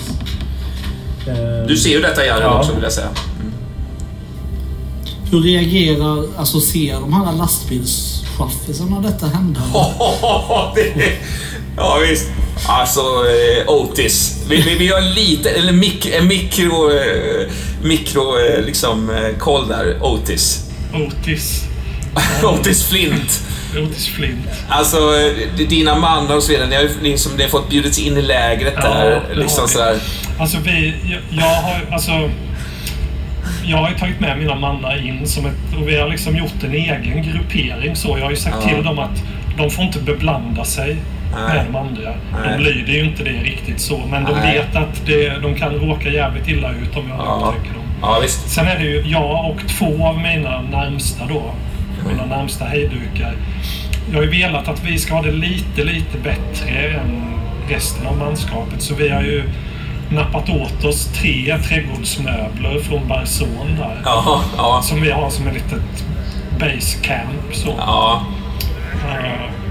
Du ser ju detta Järvel ja. också, vill jag säga. Mm. Hur reagerar, alltså ser de här lastbilschaffisarna detta hända? Oh, det, ja visst. Alltså eh, Otis. Vi, vi, vi har lite, eller mik, en mikro, eh, mikro eh, liksom eh, koll där. Otis. Otis. Otis Flint. Otis Flint. Alltså dina mannar och så vidare, ni har ju liksom, ni har fått bjudits in i lägret ja, där. Liksom sådär. Alltså vi, jag, jag har alltså jag har ju tagit med mina mannar in som ett, och vi har liksom gjort en egen gruppering så. Jag har ju sagt ja. till dem att de får inte beblanda sig Nej. med de andra. Nej. De lyder ju inte det riktigt så, men de Nej. vet att det, de kan råka jävligt illa ut om jag ja. upptäcker dem. Ja, visst. Sen är det ju jag och två av mina närmsta då, mina närmsta hejdukar. Jag har ju velat att vi ska ha det lite, lite bättre än resten av manskapet. Så vi har ju nappat åt oss tre trädgårdsmöbler från Barzon där. Ja, ja. Som vi har som ett litet base camp. Så. Ja. Uh,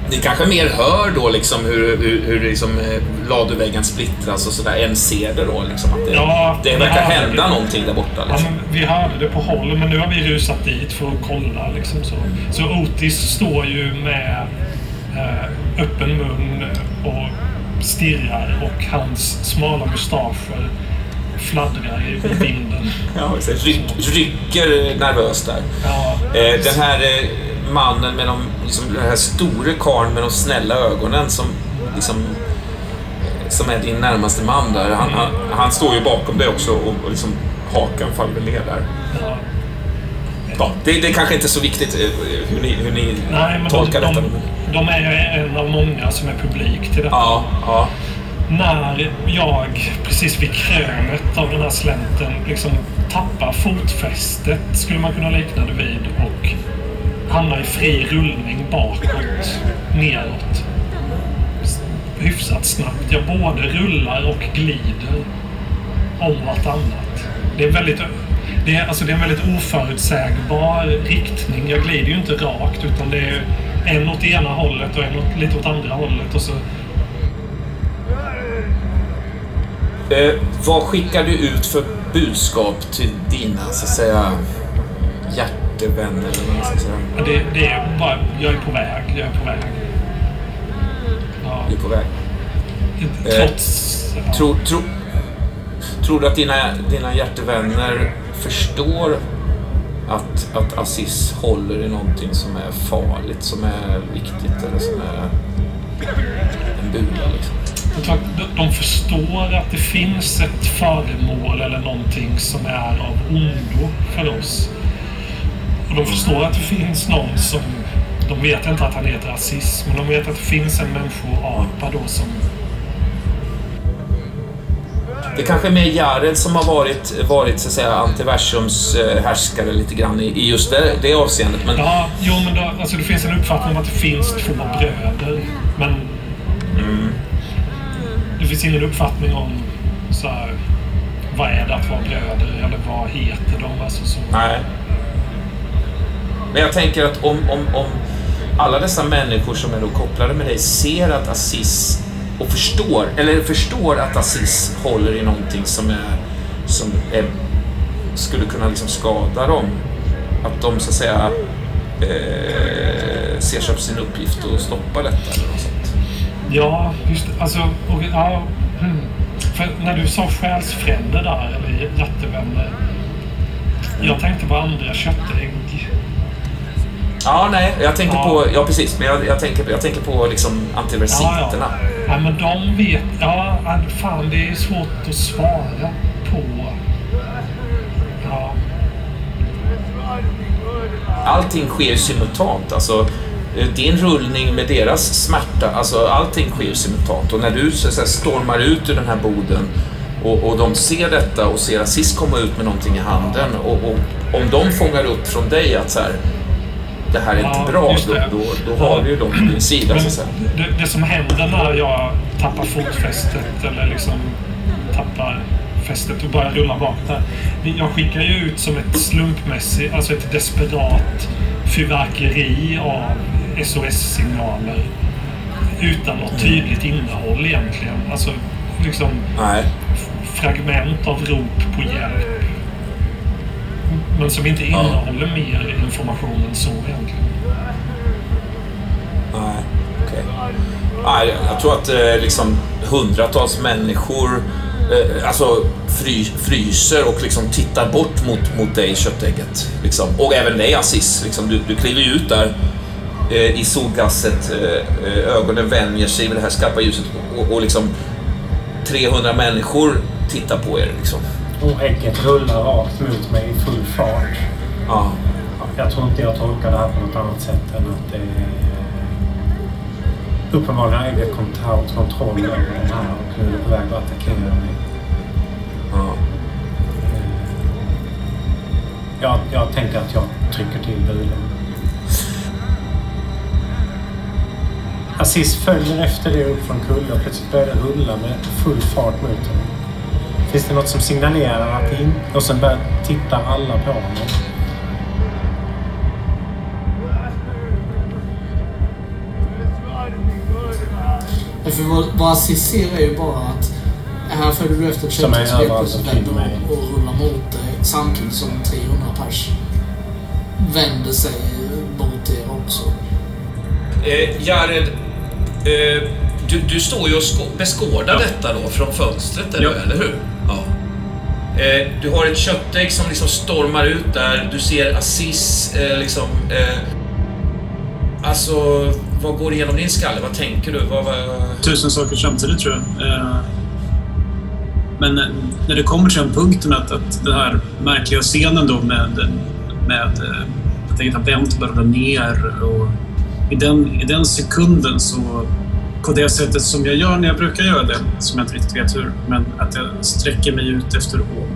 Ni kanske mer hör då liksom hur, hur, hur liksom, laduväggen splittras och sådär, än ser det då liksom att det, ja, det verkar hända det. någonting där borta liksom. Ja, men vi hörde det på håll, men nu har vi rusat dit för att kolla liksom så. Så Otis står ju med eh, öppen mun och stirrar och hans smala mustascher fladdrar i vinden. Ja, ryck, rycker nervöst där. Ja. Eh, den här eh, mannen med de, liksom, den här store karln med de snälla ögonen som liksom, som är din närmaste man där. Han, mm. han, han står ju bakom dig också och, och liksom hakan faller ner där. Ja. Ja, det, det är kanske inte så viktigt hur ni, hur ni Nej, men tolkar de, detta. De, de är ju en av många som är publik till detta. Ja, ja. När jag precis vid krönet av den här slänten liksom tappar fotfästet, skulle man kunna likna det vid, och hamnar i fri rullning bakåt, neråt. Hyfsat snabbt. Jag både rullar och glider om vartannat. Det är väldigt, det är, alltså det är en väldigt oförutsägbar riktning. Jag glider ju inte rakt, utan det är en åt ena hållet och en åt, lite åt andra hållet. Och så... Eh, vad skickar du ut för budskap till dina, så att säga, hjärtevänner? Eller vad man ska säga? Det, det är bara, jag är på väg, jag är på väg. Ja. Du är på väg. Trots... Eh, ja. tro, tro, tror du att dina, dina hjärtevänner förstår att, att Aziz håller i någonting som är farligt, som är viktigt eller som är en bula liksom? Jag tror att de förstår att det finns ett föremål eller någonting som är av ondo för oss. Och de förstår att det finns någon som... De vet inte att han heter Aziz, men de vet att det finns en människoapa då som... Det kanske är mer Jared som har varit, varit så att säga, antiversums härskare lite grann i, i just det, det avseendet. Men... Ja, jo, men då, alltså det finns en uppfattning om att det finns två bröder, men... Mm. Det finns ingen uppfattning om så här, vad är det att vara bröder eller vad heter de? Alltså, så. Nej. Men jag tänker att om, om, om alla dessa människor som är då kopplade med dig ser att Aziz och förstår, eller förstår att Aziz håller i någonting som är som är, skulle kunna liksom skada dem, att de så att säga eh, ser sig på sin uppgift och stoppar detta eller något sånt. Ja, just det. Alltså, och, ja, hmm. För när du sa själsfränder där, eller hjärtevänner, jag tänkte på andra köttägg. Ja, nej, jag tänker ja. på, ja precis, men jag, jag, tänker, jag tänker på liksom antiversiterna. Ja, ja. Ja, men de vet, ja, fan, det är svårt att svara på. Ja. Allting sker simultant, alltså din rullning med deras smärta, alltså allting sker simultant. Och när du så att säga, stormar ut ur den här boden och, och de ser detta och ser Aziz komma ut med någonting i handen, och, och om de fångar upp från dig att så här, det här är ja, inte bra, då, då, då har du ju dem på din sida. Men, så att säga. Det, det som händer när jag tappar fotfästet eller liksom tappar fästet och börjar rulla bak där, jag skickar ju ut som ett slumpmässigt, alltså ett desperat fyrverkeri av S O S-signaler utan något tydligt innehåll egentligen. Alltså liksom Nej. fragment av rop på hjälp, men som inte innehåller ja. mer information än så egentligen. Nej, okej. Okay. Nej, jag tror att eh, liksom hundratals människor eh, alltså fry, fryser och liksom tittar bort mot, mot dig, köttägget. Liksom. Och även dig, Aziz. Liksom, du, du kliver ju ut där eh, i solgasset. Eh, ögonen vänjer sig med det här skarpa ljuset. Och, och liksom trehundra människor tittar på er. Liksom. Och ägget rullar rakt mot mig i full fart. Ja. Jag tror inte jag tolkar det här på något annat sätt än att det är uppenbarligen ägget kontroll över den här och nu är det på väg att attackera mig. Ja. Jag, jag tänker att jag trycker till bilen. Aziz följer efter det upp från kulle och plötsligt börjar rulla med full fart mot honom. Finns det något som signalerar att det inte... Och sen börjar titta alla på honom. För vad, vad Aziz ser är ju bara att här följer du efter Som är överallt och omkring mig. och rullar mot dig samtidigt som trehundra pers vänder sig mot er också. Eh, Jared, eh, du, du står ju och sko- beskådar ja. detta då från fönstret, eller, ja. eller hur? Ja. Eh, du har ett köttägg som liksom stormar ut där. Du ser Aziz eh, liksom... Eh, alltså, vad går igenom din skalle? Vad tänker du? Vad, vad... Tusen saker samtidigt, tror jag. Eh, men när det kommer till den punkten att, att den här märkliga scenen då med, med att jag har vänt bara ner och i den, i den sekunden så på det sättet som jag gör när jag brukar göra det, som jag inte riktigt vet hur, men att jag sträcker mig ut efter Om.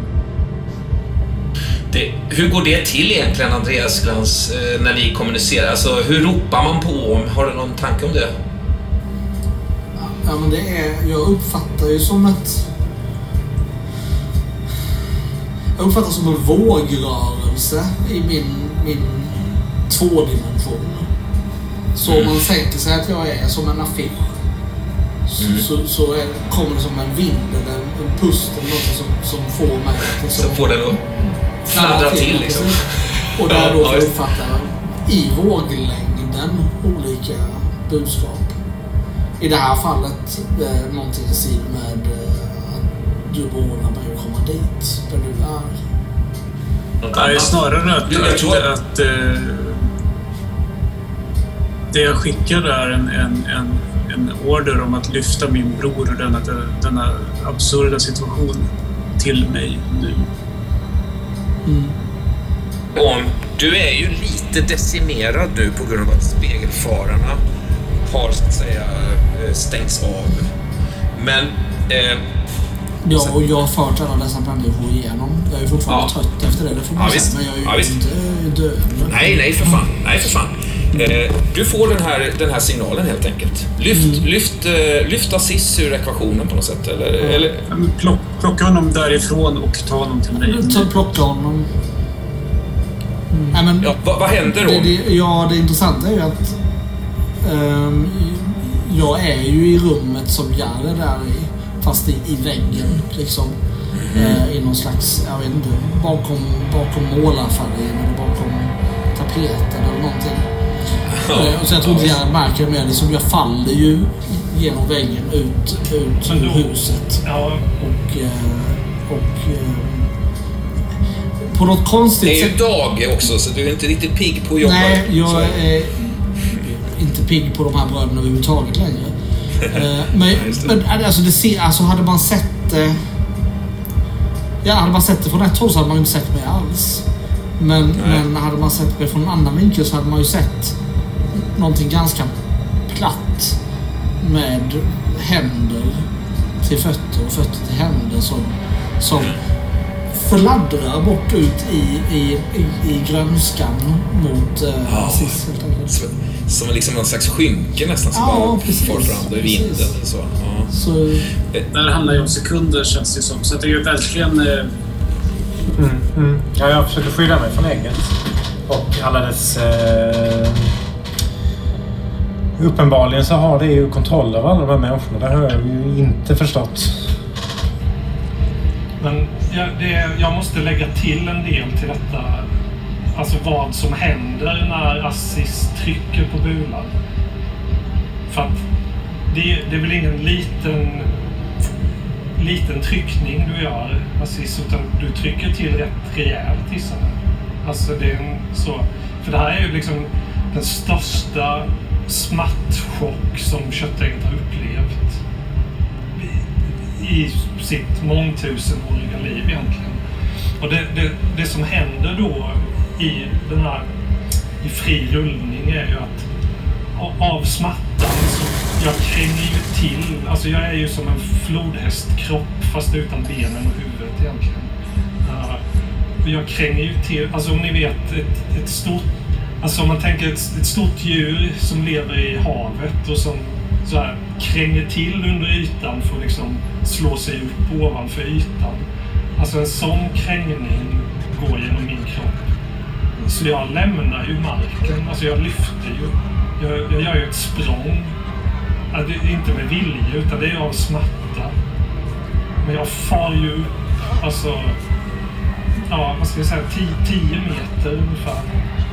Det, hur går det till egentligen, Andreas Glans, när ni kommunicerar? Alltså, hur ropar man på Om? Har du någon tanke om det? Ja, men det är... Jag uppfattar ju som ett... Jag uppfattar som en vågrörelse i min, min tvådimension. Så om man tänker sig att jag är som en affisch mm. så, så är, kommer det som en vind eller en pust eller något som, som får mig att... Som får den att fladdra till, till liksom. Och där då får jag uppfatta i våglängden olika budskap. I det här fallet eh, någonting i stil med eh, att du beordrar mig att komma dit där du är. Nej, snarare att, jag tror att, att eh, det jag skickar är en, en, en, en order om att lyfta min bror ur denna, denna absurda situation till mig nu. Mm. Om du är ju lite decimerad nu på grund av att spegelfararna har så att säga stängts av. Men eh, ja, och jag har fört alla dessa människor igenom. Jag är ju fortfarande ja. trött efter det, det får man ja, säga, men jag är ju ja, inte död. Nej, nej för fan. Nej för fan. Eh, du får den här, den här signalen helt enkelt. Lyft, mm. lyft, eh, lyft Aziz ur ekvationen på något sätt. Eller, ja. eller... Plock, plocka honom därifrån och ta honom till mig. Ta, plocka honom. Mm. Nej, men, ja, vad, vad händer då? Det, det, ja, det intressanta är ju att um, jag är ju i rummet som Jared är i, fast i, i väggen liksom. Mm. Eh, i någon slags, jag vet inte, bakom, bakom målarfärgen eller bakom tapeten eller någonting. Ja. Eh, och så jag tror inte jag märker med det, som jag faller ju genom väggen ut, ut ur huset. Ja. Och, eh, och eh, på något konstigt sätt... Det är ju sätt... dag också, så du är inte riktigt pigg på att jobba. Nej, jag är inte pigg på de här bröderna överhuvudtaget längre. uh, men men alltså, det ser, alltså hade man sett uh, ja, hade man sett det från ett håll så hade man ju inte sett mig alls. Men, men hade man sett det från en annan vinkel så hade man ju sett någonting ganska platt med händer till fötter och fötter till händer som, som fladdrar bort ut i, i, i, i grönskan mot uh, ja, Aziz, helt enkelt. Som, som liksom någon slags skynke nästan som ja, bara far fram i vinden. Så, ja. så... Där handlar ju om sekunder, känns det som. Så det är ju verkligen... Eh... Mm, mm. Ja, jag försöker skydda mig från ägget. Och alla dess... Eh... Uppenbarligen så har det ju kontroll av alla de här människorna. Det har jag ju inte förstått. Men jag, det, jag måste lägga till en del till detta. Alltså vad som händer när Aziz trycker på bulan. För att det, det är väl ingen liten liten tryckning du gör, Aziz, utan du trycker till rätt rejält, gissar jag. Alltså det är en, så. För det här är ju liksom den största smärtchock som köttägget har upplevt i sitt mångtusenåriga liv egentligen. Och det, det, det som händer då i den här i fri rullning är ju att av smärtan så jag kränger ju till, alltså jag är ju som en flodhästkropp fast utan benen och huvudet egentligen. Uh, och jag kränger ju till, alltså om ni vet ett, ett stort, alltså om man tänker ett, ett stort djur som lever i havet och som så här kränger till under ytan för att liksom slå sig upp ovanför ytan. Alltså en sån krängning går genom min kropp. Så jag lämnar ju marken, alltså jag lyfter ju. Jag, jag gör ju ett språng att det är inte med vilja utan det är av smärta. Men jag far ju alltså ja, vad ska jag säga, tio meter ungefär.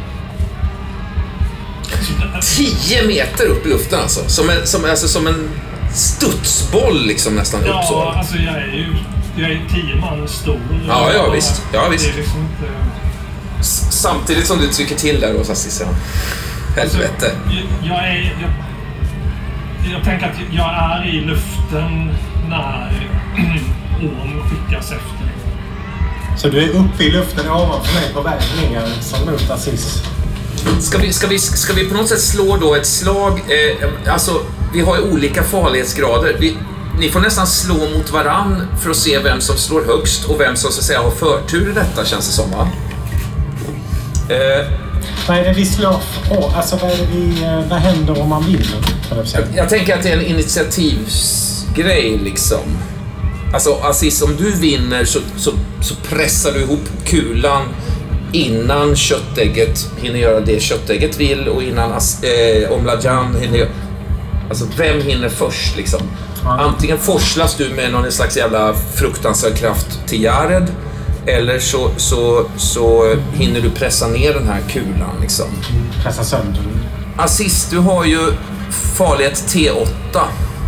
tio meter upp i luften alltså? Som en, som, alltså, som en studsboll liksom nästan ja, upp så? Ja, alltså jag är ju jag är tio man stor. Ja, ja visst. Ja, visst. Det är liksom inte... Samtidigt som du trycker till där då, Assis. Helvete. Alltså, jag, jag är... Jag, jag tänker att jag är i luften när Orm skickas efter. Så du är uppe i luften ovanför mig på väg ner som mot Assis? Ska vi, ska, vi, ska vi på något sätt slå då ett slag? Eh, alltså, vi har ju olika farlighetsgrader. Vi, ni får nästan slå mot varann för att se vem som slår högst och vem som så att säga har förtur i detta, känns det som, va? Eh, vad är det vi slår för? Alltså, vad, är det vi, vad händer om man vinner? Jag, jag tänker att det är en initiativsgrej liksom. Alltså, Assis, om du vinner så, så, så pressar du ihop kulan innan köttägget hinner göra det köttägget vill och innan eh, Omladjan hinner göra... Alltså, vem hinner först liksom? Antingen forslas du med någon slags jävla fruktansvärd kraft till Jared, eller så, så, så hinner du pressa ner den här kulan liksom. Pressa sönder. Assis, du har ju farlighet T åtta.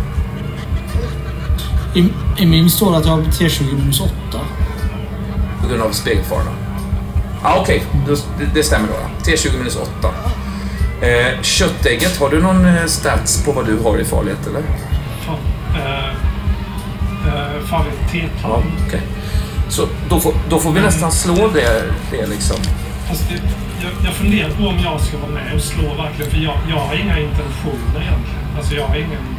I, i min står det att jag har T tjugo minus åtta. På grund av spegelfarorna. Ja, ah, okej. Okay. Det, det stämmer då. T tjugo minus åtta. Eh, köttägget, har du någon stats på vad du har i farlighet, eller? Ja. Eh, eh, farlighet T tolv. Ja, okej. Okay. Så då får, då får vi mm. nästan slå det, det liksom. Alltså det, jag, jag funderar på om jag ska vara med och slå verkligen, för jag, jag har inga intentioner egentligen. Alltså jag har ingen...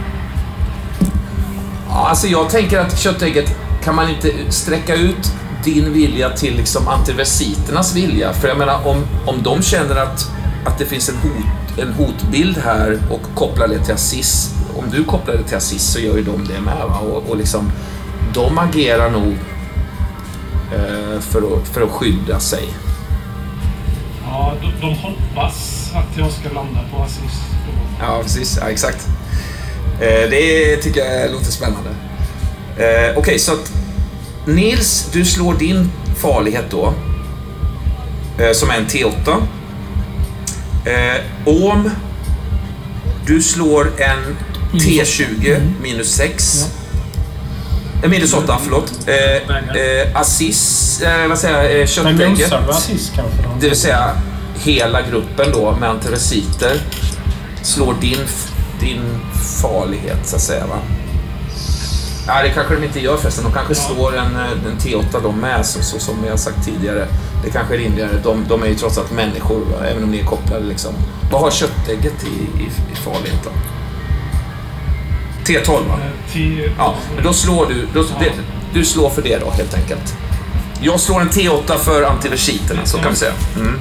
Ja, alltså jag tänker att köttägget, kan man inte sträcka ut din vilja till liksom antiversiternas vilja? För jag menar, om, om de känner att, att det finns en, hot, en hotbild här och kopplar det till Assis, om du kopplar det till Assis så gör ju de det med, va? Och, och liksom, de agerar nog eh, för, att, för att skydda sig. Ja, de, de hoppas att jag ska landa på Assis. Ja, precis. Ja, exakt. Eh, det tycker jag låter spännande. Eh, Okej, okay, så att Nils, du slår din farlighet då. Eh, som är en T åtta. Eh, Om du slår en T tjugo minus sex. Eh, minus åtta, förlåt. Eh, eh, Assis, eh, vad säger jag, eh, köttägget. Det vill säga hela gruppen då med antireciter slår din din farlighet så att säga, va? Ja, det kanske de inte gör förresten. De kanske slår en, en T åtta de med, så, så som jag har sagt tidigare. Det kanske är rimligare. De, de är ju trots allt människor, va? Även om ni är kopplade liksom. Vad har köttägget i, i, i farlighet då? T tolv, va? Ja, men då slår du då, det, du slår för det då, helt enkelt. Jag slår en T åtta för antiversiterna, så kan vi säga. Mm.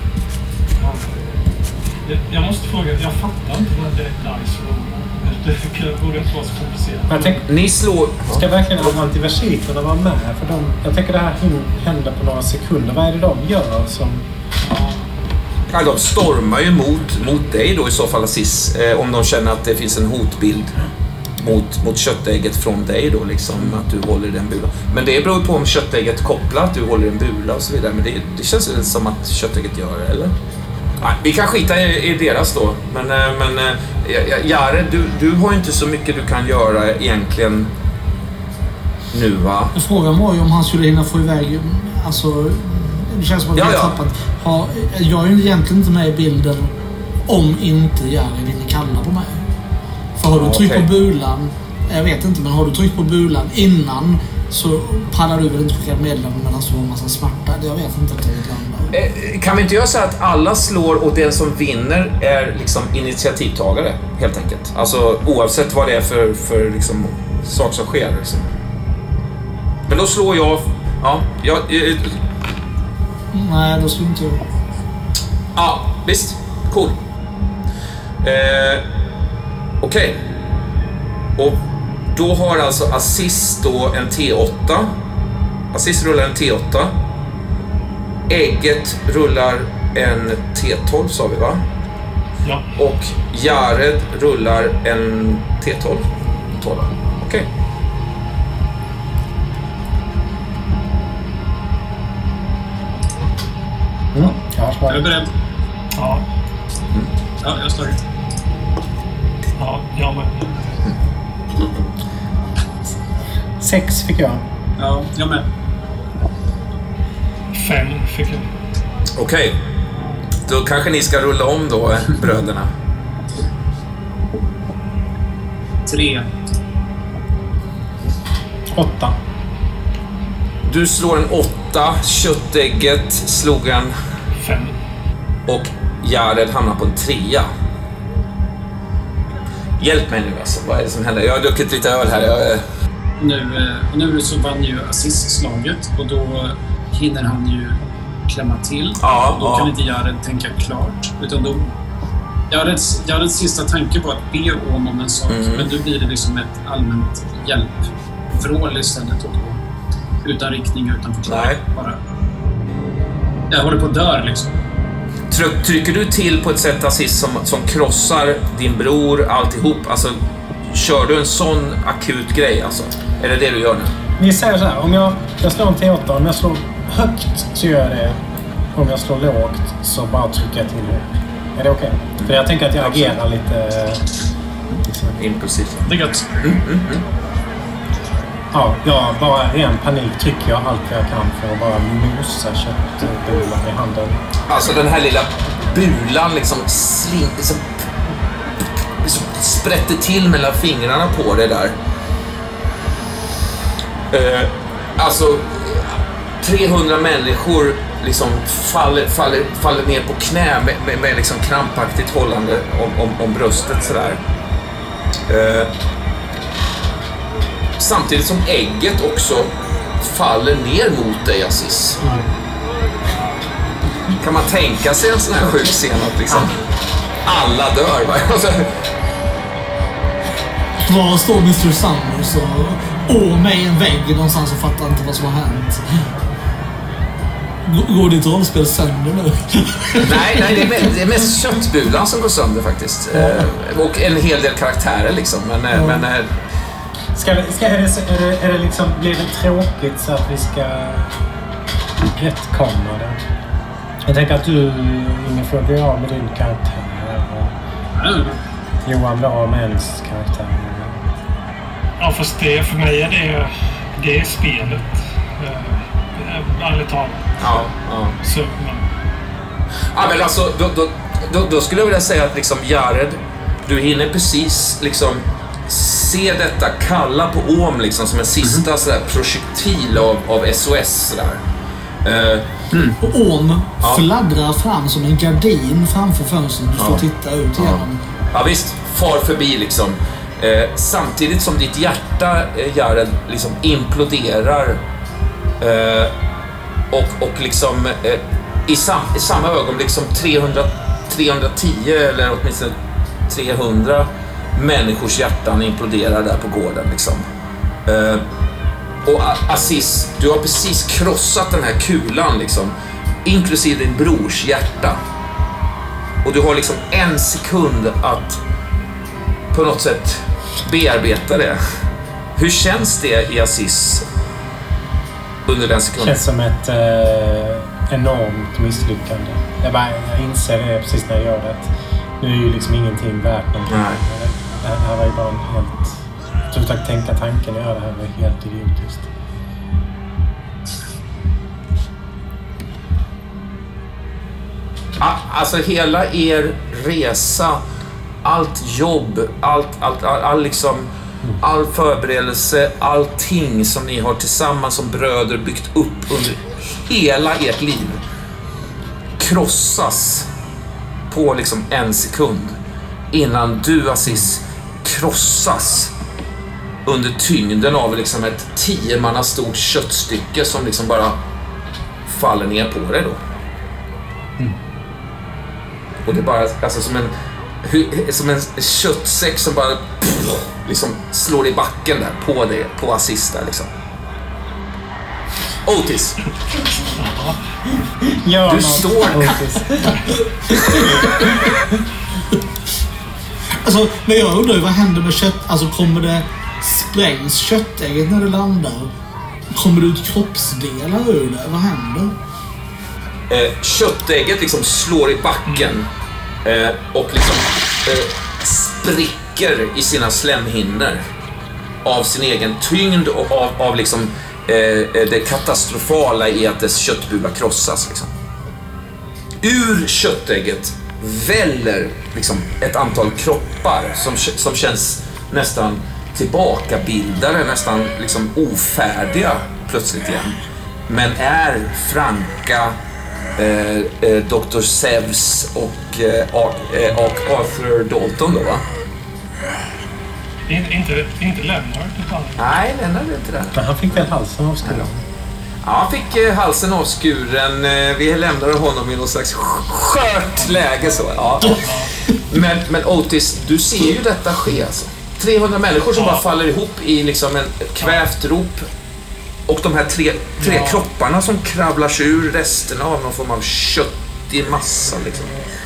Jag måste fråga, jag fattar inte vad det är nice roll. Det borde inte vara så komplicerat. Jag tänk, ni slår... Ska verkligen antiversiterna vara med? För de, jag tänker det här händer på några sekunder. Vad är det de gör som... Ja, de stormar ju mot, mot dig då i så fall, Assis. Eh, om de känner att det finns en hotbild mot, mot köttägget från dig då, liksom, att du håller i den bulan. Men det beror på om köttägget kopplar att du håller en bula och så vidare. Men det, det känns ju som att köttägget gör det, eller? Nej, vi kan skita i, i deras då. Men, men Jare, du, du har inte så mycket du kan göra egentligen nu, va? Frågan var ju om han skulle hinna få iväg, alltså, det känns som att vi ja, har ja. tappat. Ha, jag är ju egentligen inte med i bilden om inte Jare vill kalla på mig. För har du tryckt okay. på bulan, jag vet inte, men har du tryckt på bulan innan så pallar du väl inte skicka meddelanden medan så en massa smärta. Jag vet inte att det är ett land. Kan vi inte göra så att alla slår och den som vinner är liksom initiativtagare, helt enkelt? Alltså oavsett vad det är för, för liksom, sak som sker. Liksom. Men då slår jag... Ja, jag... jag Nej, då slår inte jag. Ja, visst. Cool. Eh, Okej. Okay. Och då har alltså Assis då en T åtta. Assis rullar en T åtta. Ägget rullar en T tolv, sa vi, va? Ja. Och Jared rullar en T tolv. tolv. Okej. Okay. Mm. Jag Är du beredd? Ja. Mm. Ja, jag har slagit. Ja, jag med. Sex fick jag. Ja, jag med. Fem fick jag. Okej. Okay. Då kanske ni ska rulla om då, bröderna. Tre. Åtta. Du slår en åtta. Köttägget slog en... Fem. Och Jared hamnar på en trea. Hjälp mig nu alltså. Vad är det som händer? Jag har druckit lite öl här. Jag... Nu, nu så vann ju Aziz slaget och då hinner han ju klämma till. Ja, då ja. kan inte Jared tänka klart. Utan då... Jareds, Jareds sista tanke var att be om om en sak. Mm. Men nu blir det liksom ett allmänt hjälpvrål istället. Och då, utan riktning, utan förklaring. Bara... Jag håller på att dö liksom. Trycker du till på ett sätt Aziz som, som krossar din bror, alltihop? Alltså, kör du en sån akut grej alltså? Är det det du gör nu? Vi säger så här, om jag, jag slår en T åtta, om jag slår högt så gör jag det. Om jag slår lågt så bara trycker jag till det. Är det okej? Okay? För jag tänker att jag agerar lite... Liksom. Impulsivt. Det är gött. Mm, mm, mm. Ja, jag bara ren panik trycker jag allt jag kan för att bara mosa köttbullar i handen. Alltså den här lilla bulan liksom sling... Liksom, liksom sprätter till mellan fingrarna på det där. Uh, alltså... trehundra människor liksom faller, faller, faller ner på knä med, med, med liksom krampaktigt hållande om, om, om bröstet sådär. Uh, samtidigt som ägget också faller ner mot dig, Aziz. Mm. Kan man tänka sig en sån här sjuk scen att liksom alla dör? Va? Var står mister Sanders och å mig i en vägg någonstans och fattar inte vad som har hänt. Går ditt rollspel sönder nu? nej, nej det, är mest, det är mest köttbulan som går sönder faktiskt. Eh, och en hel del karaktärer liksom. Men, mm. men eh, ska vi, ska, är, det, är, det, är det liksom, blir det tråkigt så att vi ska rättkomma det? Jag tänker att du, Inge, får bli av med din karaktär. Och mm. Johan blir av med ens karaktär. Ja, fast det, för mig är det, det är spelet. Uh, ärligt talat. Ja, ja. Så, men... Ja, men alltså, då, då, då, då skulle jag vilja säga att liksom, Jared, du hinner precis liksom se detta kalla på Om liksom, som en sista mm. sådär, projektil av, av S O S sådär. Uh, mm. Och Om ja. fladdrar fram som en gardin framför fönstret. Du får ja. titta ut igenom. Ja. ja visst, far förbi liksom. Eh, samtidigt som ditt hjärta, eh, Jared, liksom imploderar eh, och, och liksom eh, i, sam, i samma ögonblick som trehundra, trehundratio eller åtminstone trehundra människors hjärtan imploderar där på gården liksom. Eh, och Aziz, du har precis krossat den här kulan liksom, inklusive din brors hjärta. Och du har liksom en sekund att på något sätt bearbeta det. Hur känns det i Aziz under den sekunden? Det känns som ett eh, enormt misslyckande. Jag, bara, jag inser det precis när jag gör det. Nu är ju liksom ingenting värt någonting. Nej. Det här, det här var ju bara en helt... Jag tror att tänka tanken att göra det här var helt idiotiskt. Alltså hela er resa, allt jobb, allt, allt, all, all, liksom, all förberedelse, allting som ni har tillsammans som bröder byggt upp under hela ert liv krossas på liksom en sekund innan du, Aziz, krossas under tyngden av liksom ett tio manna stort köttstycke som liksom bara faller ner på dig då. Mm. Och det är bara alltså, som en som en köttsäck som bara liksom slår i backen där på det, på Aziz där liksom. Otis. Ja, Ja, Du står... Alltså, men jag undrar ju vad händer med kött? Alltså kommer det sprängs köttägget när det landar? Kommer det ut kroppsdelar ur det? Vad händer? Eh, köttägget liksom slår i backen eh, och liksom eh, spricker i sina slemhinnor av sin egen tyngd och av, av liksom eh, det katastrofala i att dess köttbula krossas liksom. Ur köttägget väller liksom ett antal kroppar som, som känns nästan tillbakabildade, nästan liksom ofärdiga plötsligt igen. Men är franka eh, eh, doktor Zeus och eh, Arthur Dalton då, va? In, inte, inte Leonard utan... Nej, Leonard är inte det. Men han fick väl halsen avskuren? Ja, han fick eh, halsen avskuren. Eh, vi lämnade honom i någon slags skört läge så. Ja. Men, men Otis, du ser ju detta ske alltså. trehundra människor som ja. bara faller ihop i liksom en kvävt rop. Och de här tre, tre ja. kropparna som kravlar sig ur resterna av någon form av köttig massa liksom.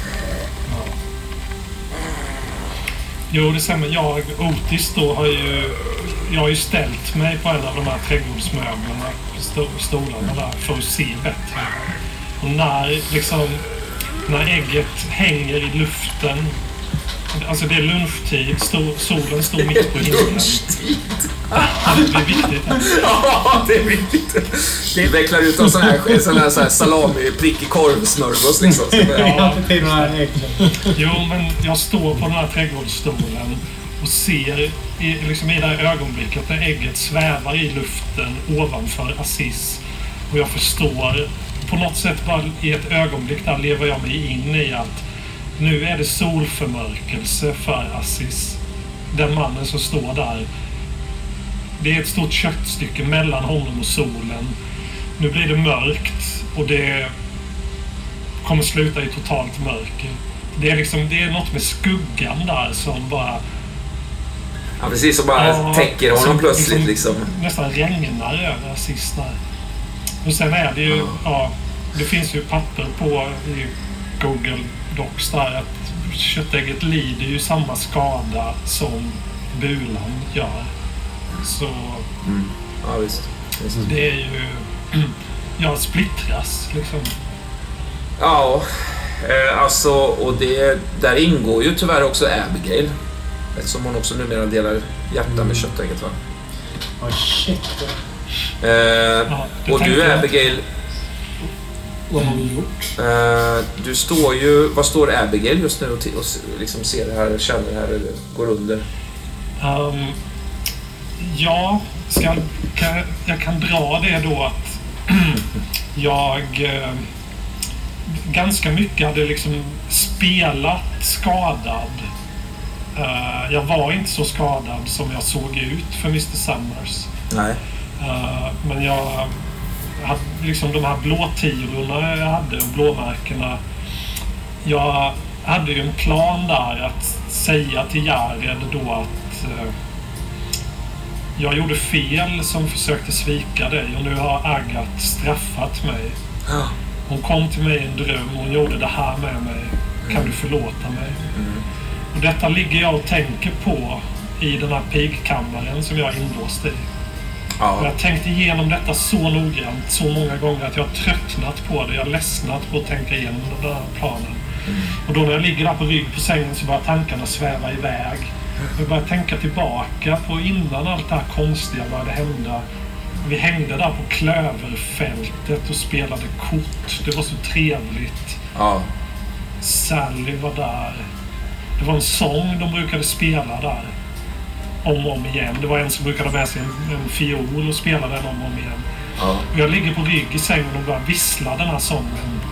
Jo, det stämmer. Jag, Otis då, har ju, jag har ju ställt mig på en av de här trädgårdsmöblerna, st- stolarna där, för att se bättre. Och när, liksom, när ägget hänger i luften, alltså det är lunchtid, stå, solen står mitt på himlen. Lunchtid? Ja, det är viktigt. Ja, det är viktigt. Det vecklar ut en sån här, sån här, sån här salami, prickig korvsmörgås liksom. Ja, jo, men jag står på den här trädgårdsstolen och ser i, liksom i det här ögonblicket när ägget svävar i luften ovanför Aziz. Och jag förstår, på något sätt bara i ett ögonblick där lever jag mig in i att nu är det solförmörkelse för Aziz. Den mannen som står där. Det är ett stort köttstycke mellan honom och solen. Nu blir det mörkt och det kommer sluta i totalt mörker. Det är liksom, det är något med skuggan där som bara... Ja, precis, som bara ja, täcker honom plötsligt liksom. Nästan regnar över sist där. Och sen är det ju, ja. ja, det finns ju papper på i Google Docs där att köttägget lider ju samma skada som bulan gör. Så mm. ja, visst. visst. Det är ju ja, splittras liksom. Ja, eh, alltså och det där ingår ju tyvärr också Abigail, eftersom hon också numera delar hjärta mm. med köttägget, va? Oh shit. Eh, ja, och du Abigail, vad har vi gjort? Eh, du står ju, vad står Abigail just nu och, t- och liksom ser det här, känner det här, eller går under? Um, ja, ska, kan, jag kan dra det då att jag eh, ganska mycket hade liksom spelat skadad. Uh, jag var inte så skadad som jag såg ut för mister Summers. Nej. Uh, men jag hade liksom de här blåtirorna jag hade och blåmärkena. Jag hade ju en plan där att säga till Jared då att uh, jag gjorde fel som försökte svika dig och nu har Agat straffat mig. Ja. Hon kom till mig i en dröm och hon gjorde det här med mig. Kan du förlåta mig? Mm. Och detta ligger jag och tänker på i den här pigkammaren som jag är inlåst i. Ja. Och jag tänkte igenom detta så noggrant så många gånger att jag har tröttnat på det. Jag har ledsnat på att tänka igenom den här planen. Mm. Och då när jag ligger där på rygg på sängen så börjar tankarna sväva iväg. Jag börjar tänka tillbaka på innan allt det här konstiga började hända. Vi hängde där på Klöverfältet och spelade kort. Det var så trevligt. Ja. Sally var där. Det var en sång de brukade spela där. Om och om igen. Det var en som brukade ha med sig en, en fiol och spela den om och om igen. Ja. Och jag ligger på rygg i sängen och börjar vissla den här sången.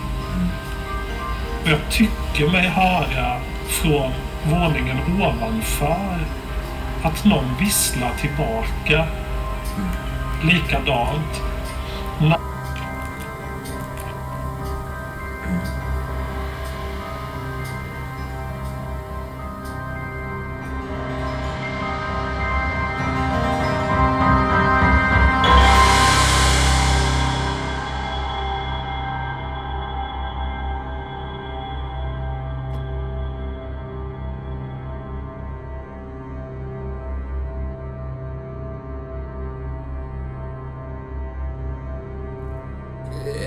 Och jag tycker mig höra från våningen ovanför att någon visslar tillbaka. Likadant.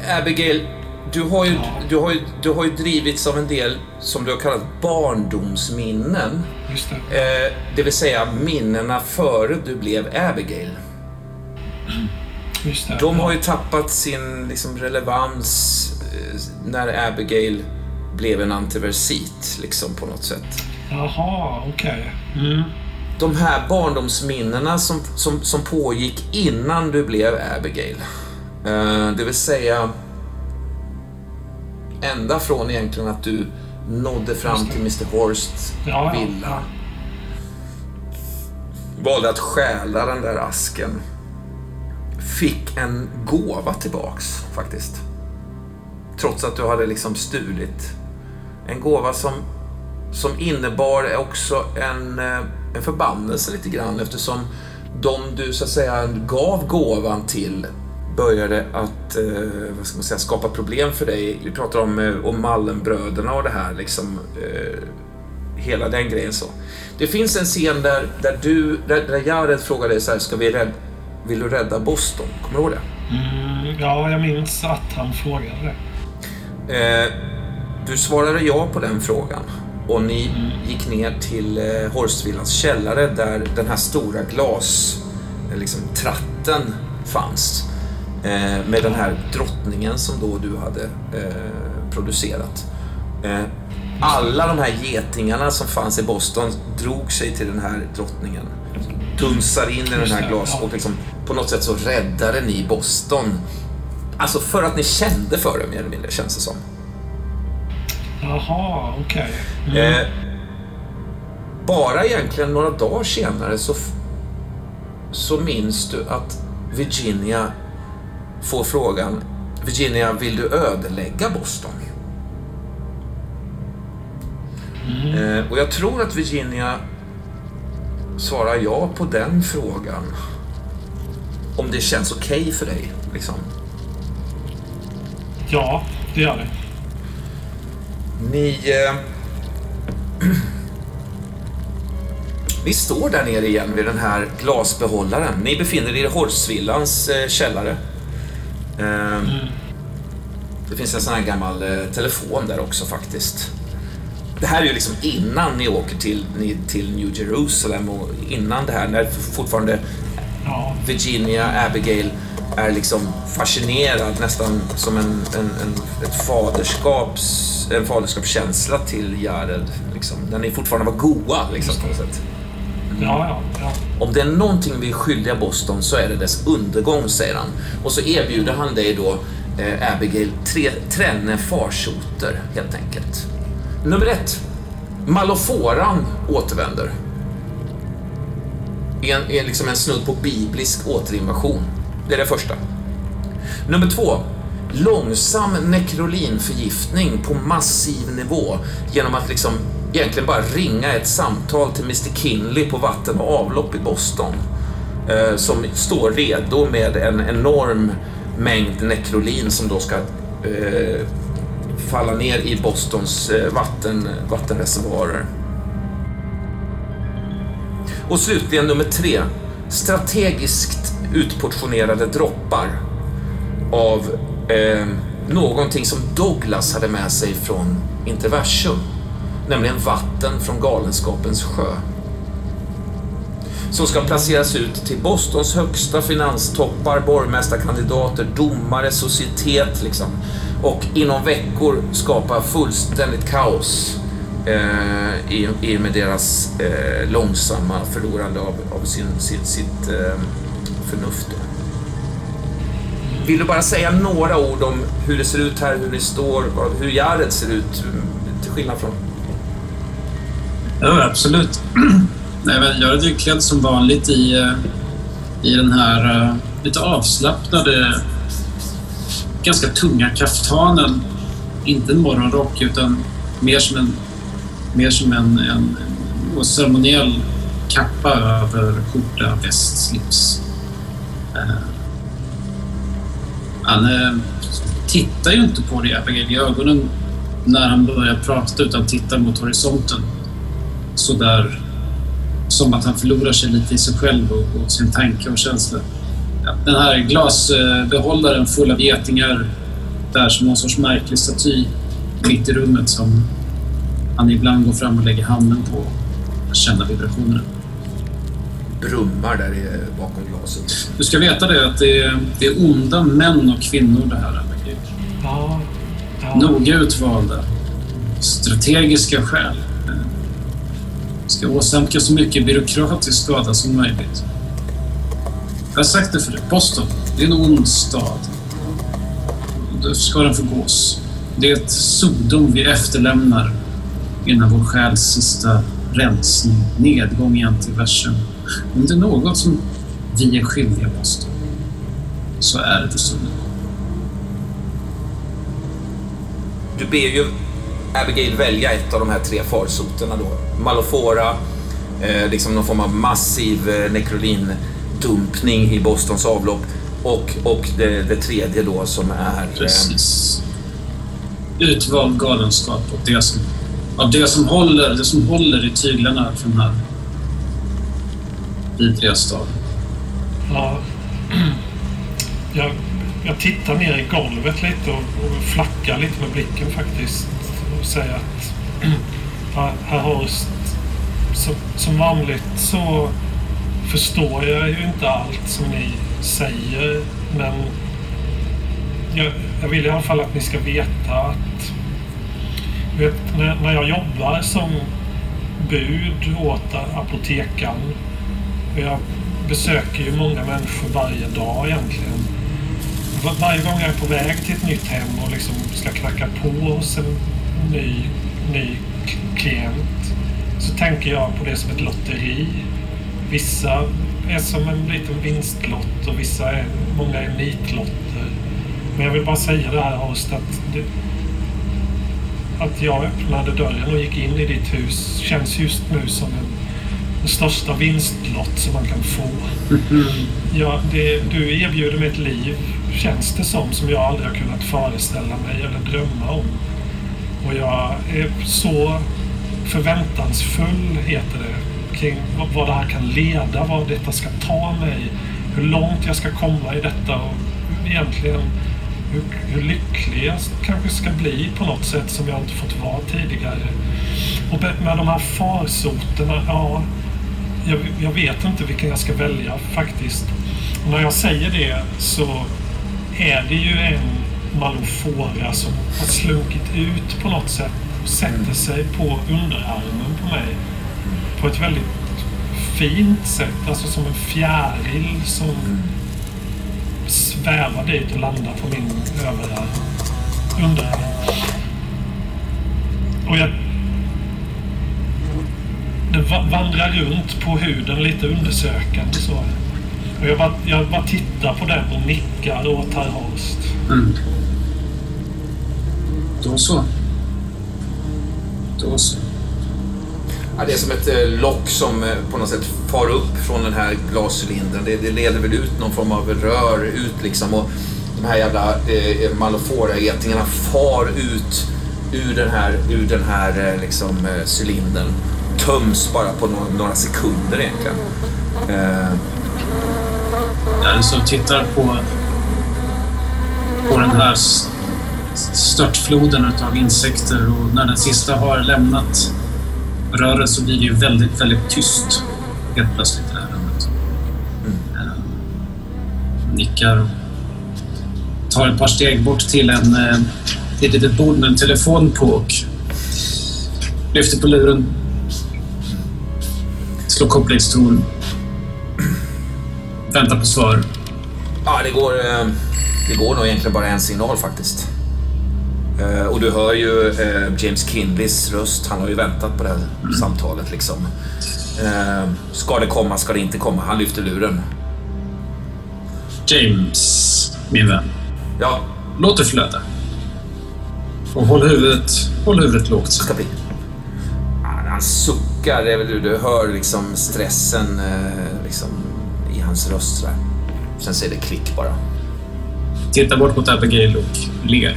Abigail, du har, ju, du, har ju, du har ju drivits av en del som du har kallat barndomsminnen. Just det. Eh, det vill säga minnena före du blev Abigail. Just det. De har ju tappat sin liksom, relevans eh, när Abigail blev en antiversit liksom, på något sätt. Jaha, okej. Okay. Mm. De här barndomsminnena som, som, som pågick innan du blev Abigail. Eh, det vill säga ända från egentligen att du nådde fram till mister Horsts ja, villa. Ja. Valde att stjäla den där asken. Fick en gåva tillbaks faktiskt. Trots att du hade liksom stulit. En gåva som, som innebar också en, en förbannelse lite grann, eftersom de du så att säga gav gåvan till började att eh, vad ska man säga, skapa problem för dig. Vi pratar om, eh, om Mallenbröderna och det här liksom, eh, hela den grejen så. Det finns en scen där, där du där, där Jared frågar dig så här, ska vi rädda, vill du rädda Boston? Kommer du ihåg det? Mm, ja, jag minns att han frågade det. Eh, du svarade ja på den frågan. Och ni mm. gick ner till eh, Horstvillans källare där den här stora glas eh, liksom, tratten fanns. Eh, med den här drottningen som då du hade eh, producerat. Eh, alla de här getingarna som fanns i Boston drog sig till den här drottningen. Dunsar in i den här glas och liksom, på något sätt så räddade ni Boston. Alltså för att ni kände för det mer eller mindre, känns det som. Jaha, okej. Okay. Mm. Eh, bara egentligen några dagar senare så, så minns du att Virginia får frågan: Virginia, vill du ödelägga Boston? Mm. Eh, och jag tror att Virginia svarar ja på den frågan. Om det känns okej okay för dig, liksom. Ja, det gör det. Ni... Eh, ni står där nere igen vid den här glasbehållaren. Ni befinner er i Horstvillans eh, källare. Eh, mm. Det finns en sån här gammal eh, telefon där också faktiskt. Det här är ju liksom innan ni åker till, ni, till New Jerusalem och innan det här, när fortfarande ja. Virginia Abigail är liksom fascinerad nästan som en, en, en, ett faderskaps, en faderskapskänsla till Jared. Liksom. När ni fortfarande var goa liksom, på något sätt. Mm. Ja, ja, ja. Om det är någonting vi är skyldiga Boston så är det dess undergång, säger han. Och så erbjuder han dig då, eh, Abigail, tre, tränne farsoter helt enkelt. Nummer ett. Maloforan återvänder. En, en, liksom en snudd på biblisk återinvasion. Det är det första. Nummer två. Långsam nekrolinförgiftning på massiv nivå genom att liksom egentligen bara ringa ett samtal till mister Kinley på vatten och avlopp i Boston. Eh, som står redo med en enorm mängd nekrolin som då ska eh, falla ner i Bostons eh, vatten, vattenreservoarer. Och slutligen nummer tre. Strategiskt utportionerade droppar av eh, någonting som Douglas hade med sig från Interversum, nämligen vatten från Galenskapens sjö, som ska placeras ut till Bostons högsta finanstoppar, borgmästarkandidater, domare, societet liksom, och inom veckor skapa fullständigt kaos eh, i, i med deras eh, långsamma förlorande av, av sin, sin, sitt eh, förnuft. Vill du bara säga några ord om hur det ser ut här, hur ni står, hur Jared ser ut till skillnad från? Ja, absolut. Nej, men Jared är klädd som vanligt i, i den här uh, lite avslappnade, ganska tunga kaftanen. Inte en morgonrock utan mer som en mer som en, en, en ceremoniell kappa över skjorta, väst, slips. Uh, han uh, tittar ju inte på det Abigail i ögonen när han börjar prata, utan tittar mot horisonten. Så där, som att han förlorar sig lite i sig själv och, och sin tanke och känsla. Ja, den här glasbehållaren full av getingar där som någon sorts märklig staty mitt i rummet som han ibland går fram och lägger handen på att känna vibrationerna. Brummar där i, bakom glaset. Du ska veta det att det är, det är onda män och kvinnor det här. Ja, ja. Noga utvalda. Strategiska skäl. Ska åsamka så mycket byråkratisk skada som möjligt. Jag har sagt det för dig. Boston, det är en ond stad. Då ska den förgås. Det är ett sodom vi efterlämnar innan vår själs sista rensning, nedgång i antiversum. Om det är något som vi är skyldiga Boston, så är det så nu. Du ber ju Abigail välja ett av de här tre farsoterna då. Malofora, eh, liksom någon form av massiv eh, nekrolindumpning i Bostons avlopp. Och, och det, det tredje då som är... Eh, Precis. Utvald galenskap och det som, av det som håller, det som håller i tyglarna för den här vidriga staden. Ja. Jag, jag tittar ner i golvet lite och, och flackar lite med blicken faktiskt. Och säger att här, här har som, som vanligt så förstår jag ju inte allt som ni säger, men jag, jag vill i alla fall att ni ska veta att vet, när, när jag jobbar som bud åt apotekaren, och jag besöker ju många människor varje dag egentligen. Var, varje gång jag är på väg till ett nytt hem och liksom ska knacka på hos en ny, ny klient, så tänker jag på det som ett lotteri. Vissa är som en liten vinstlott och vissa är, många är nitlotter. Men jag vill bara säga det här host att, det, att jag öppnade dörren och gick in i ditt hus känns just nu som en, den största vinstlott som man kan få. Ja, det, du erbjuder mig ett liv, känns det som, som jag aldrig har kunnat föreställa mig eller drömma om. Och jag är så förväntansfull, heter det, kring vad det här kan leda, vad detta ska ta mig, hur långt jag ska komma i detta och egentligen hur, hur lycklig jag kanske ska bli på något sätt som jag inte fått vara tidigare. Och med de här farsoterna, ja, jag, jag vet inte vilken jag ska välja faktiskt. Och när jag säger det så är det ju en Malofora som har slunkit ut på något sätt och sätter sig på underarmen på mig på ett väldigt fint sätt, alltså som en fjäril som svävar dit och landar på min överarm, underarm. Och jag det vandrar runt på huden lite undersökande så. Och jag bara, jag bara tittar på den och nickar åt herr Holst. Mm. Då så. Då så. Ja, det är som ett eh, lock som eh, på något sätt far upp från den här glascylindern. Det, det leder väl ut någon form av rör ut liksom, och de här jävla eh, Malofora-getingarna far ut ur den här, ur den här eh, liksom, eh, cylindern. Töms bara på no- några sekunder egentligen. Eh. Ja, så tittar på på den här störtfloden av insekter, och när den sista har lämnat röret så blir det ju väldigt, väldigt tyst helt plötsligt i det här rummet. Mm. Uh, nickar och tar ett par steg bort till en uh, ett litet bord med en telefon på och lyfter på luren, slår kopplingston, väntar på svar. Ja, det går, uh, det går nog egentligen bara en signal faktiskt. Uh, och du hör ju uh, James Kindleys röst. Han har ju väntat på det här mm. samtalet liksom. Uh, ska det komma, ska det inte komma? Han lyfter luren. James, min vän. Ja. Låt det flöda. Och håll huvudet, håll huvudet lågt. Ska bli. Uh, han suckar. Du, du hör liksom stressen uh, liksom, i hans röst så där. Sen säger det klick bara. Titta bort mot Abigail och ler.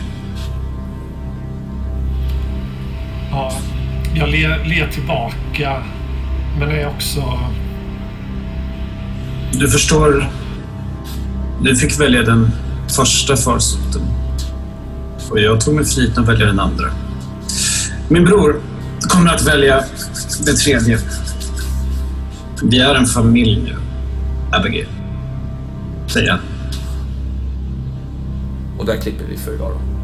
Ja, jag ler, ler tillbaka, men är också... Du förstår, du fick välja den första farsoten. Och jag tog mig friheten att välja den andra. Min bror kommer att välja det tredje. Vi är en familj nu, Abigail. Säger jag. Och där klipper vi för idag då.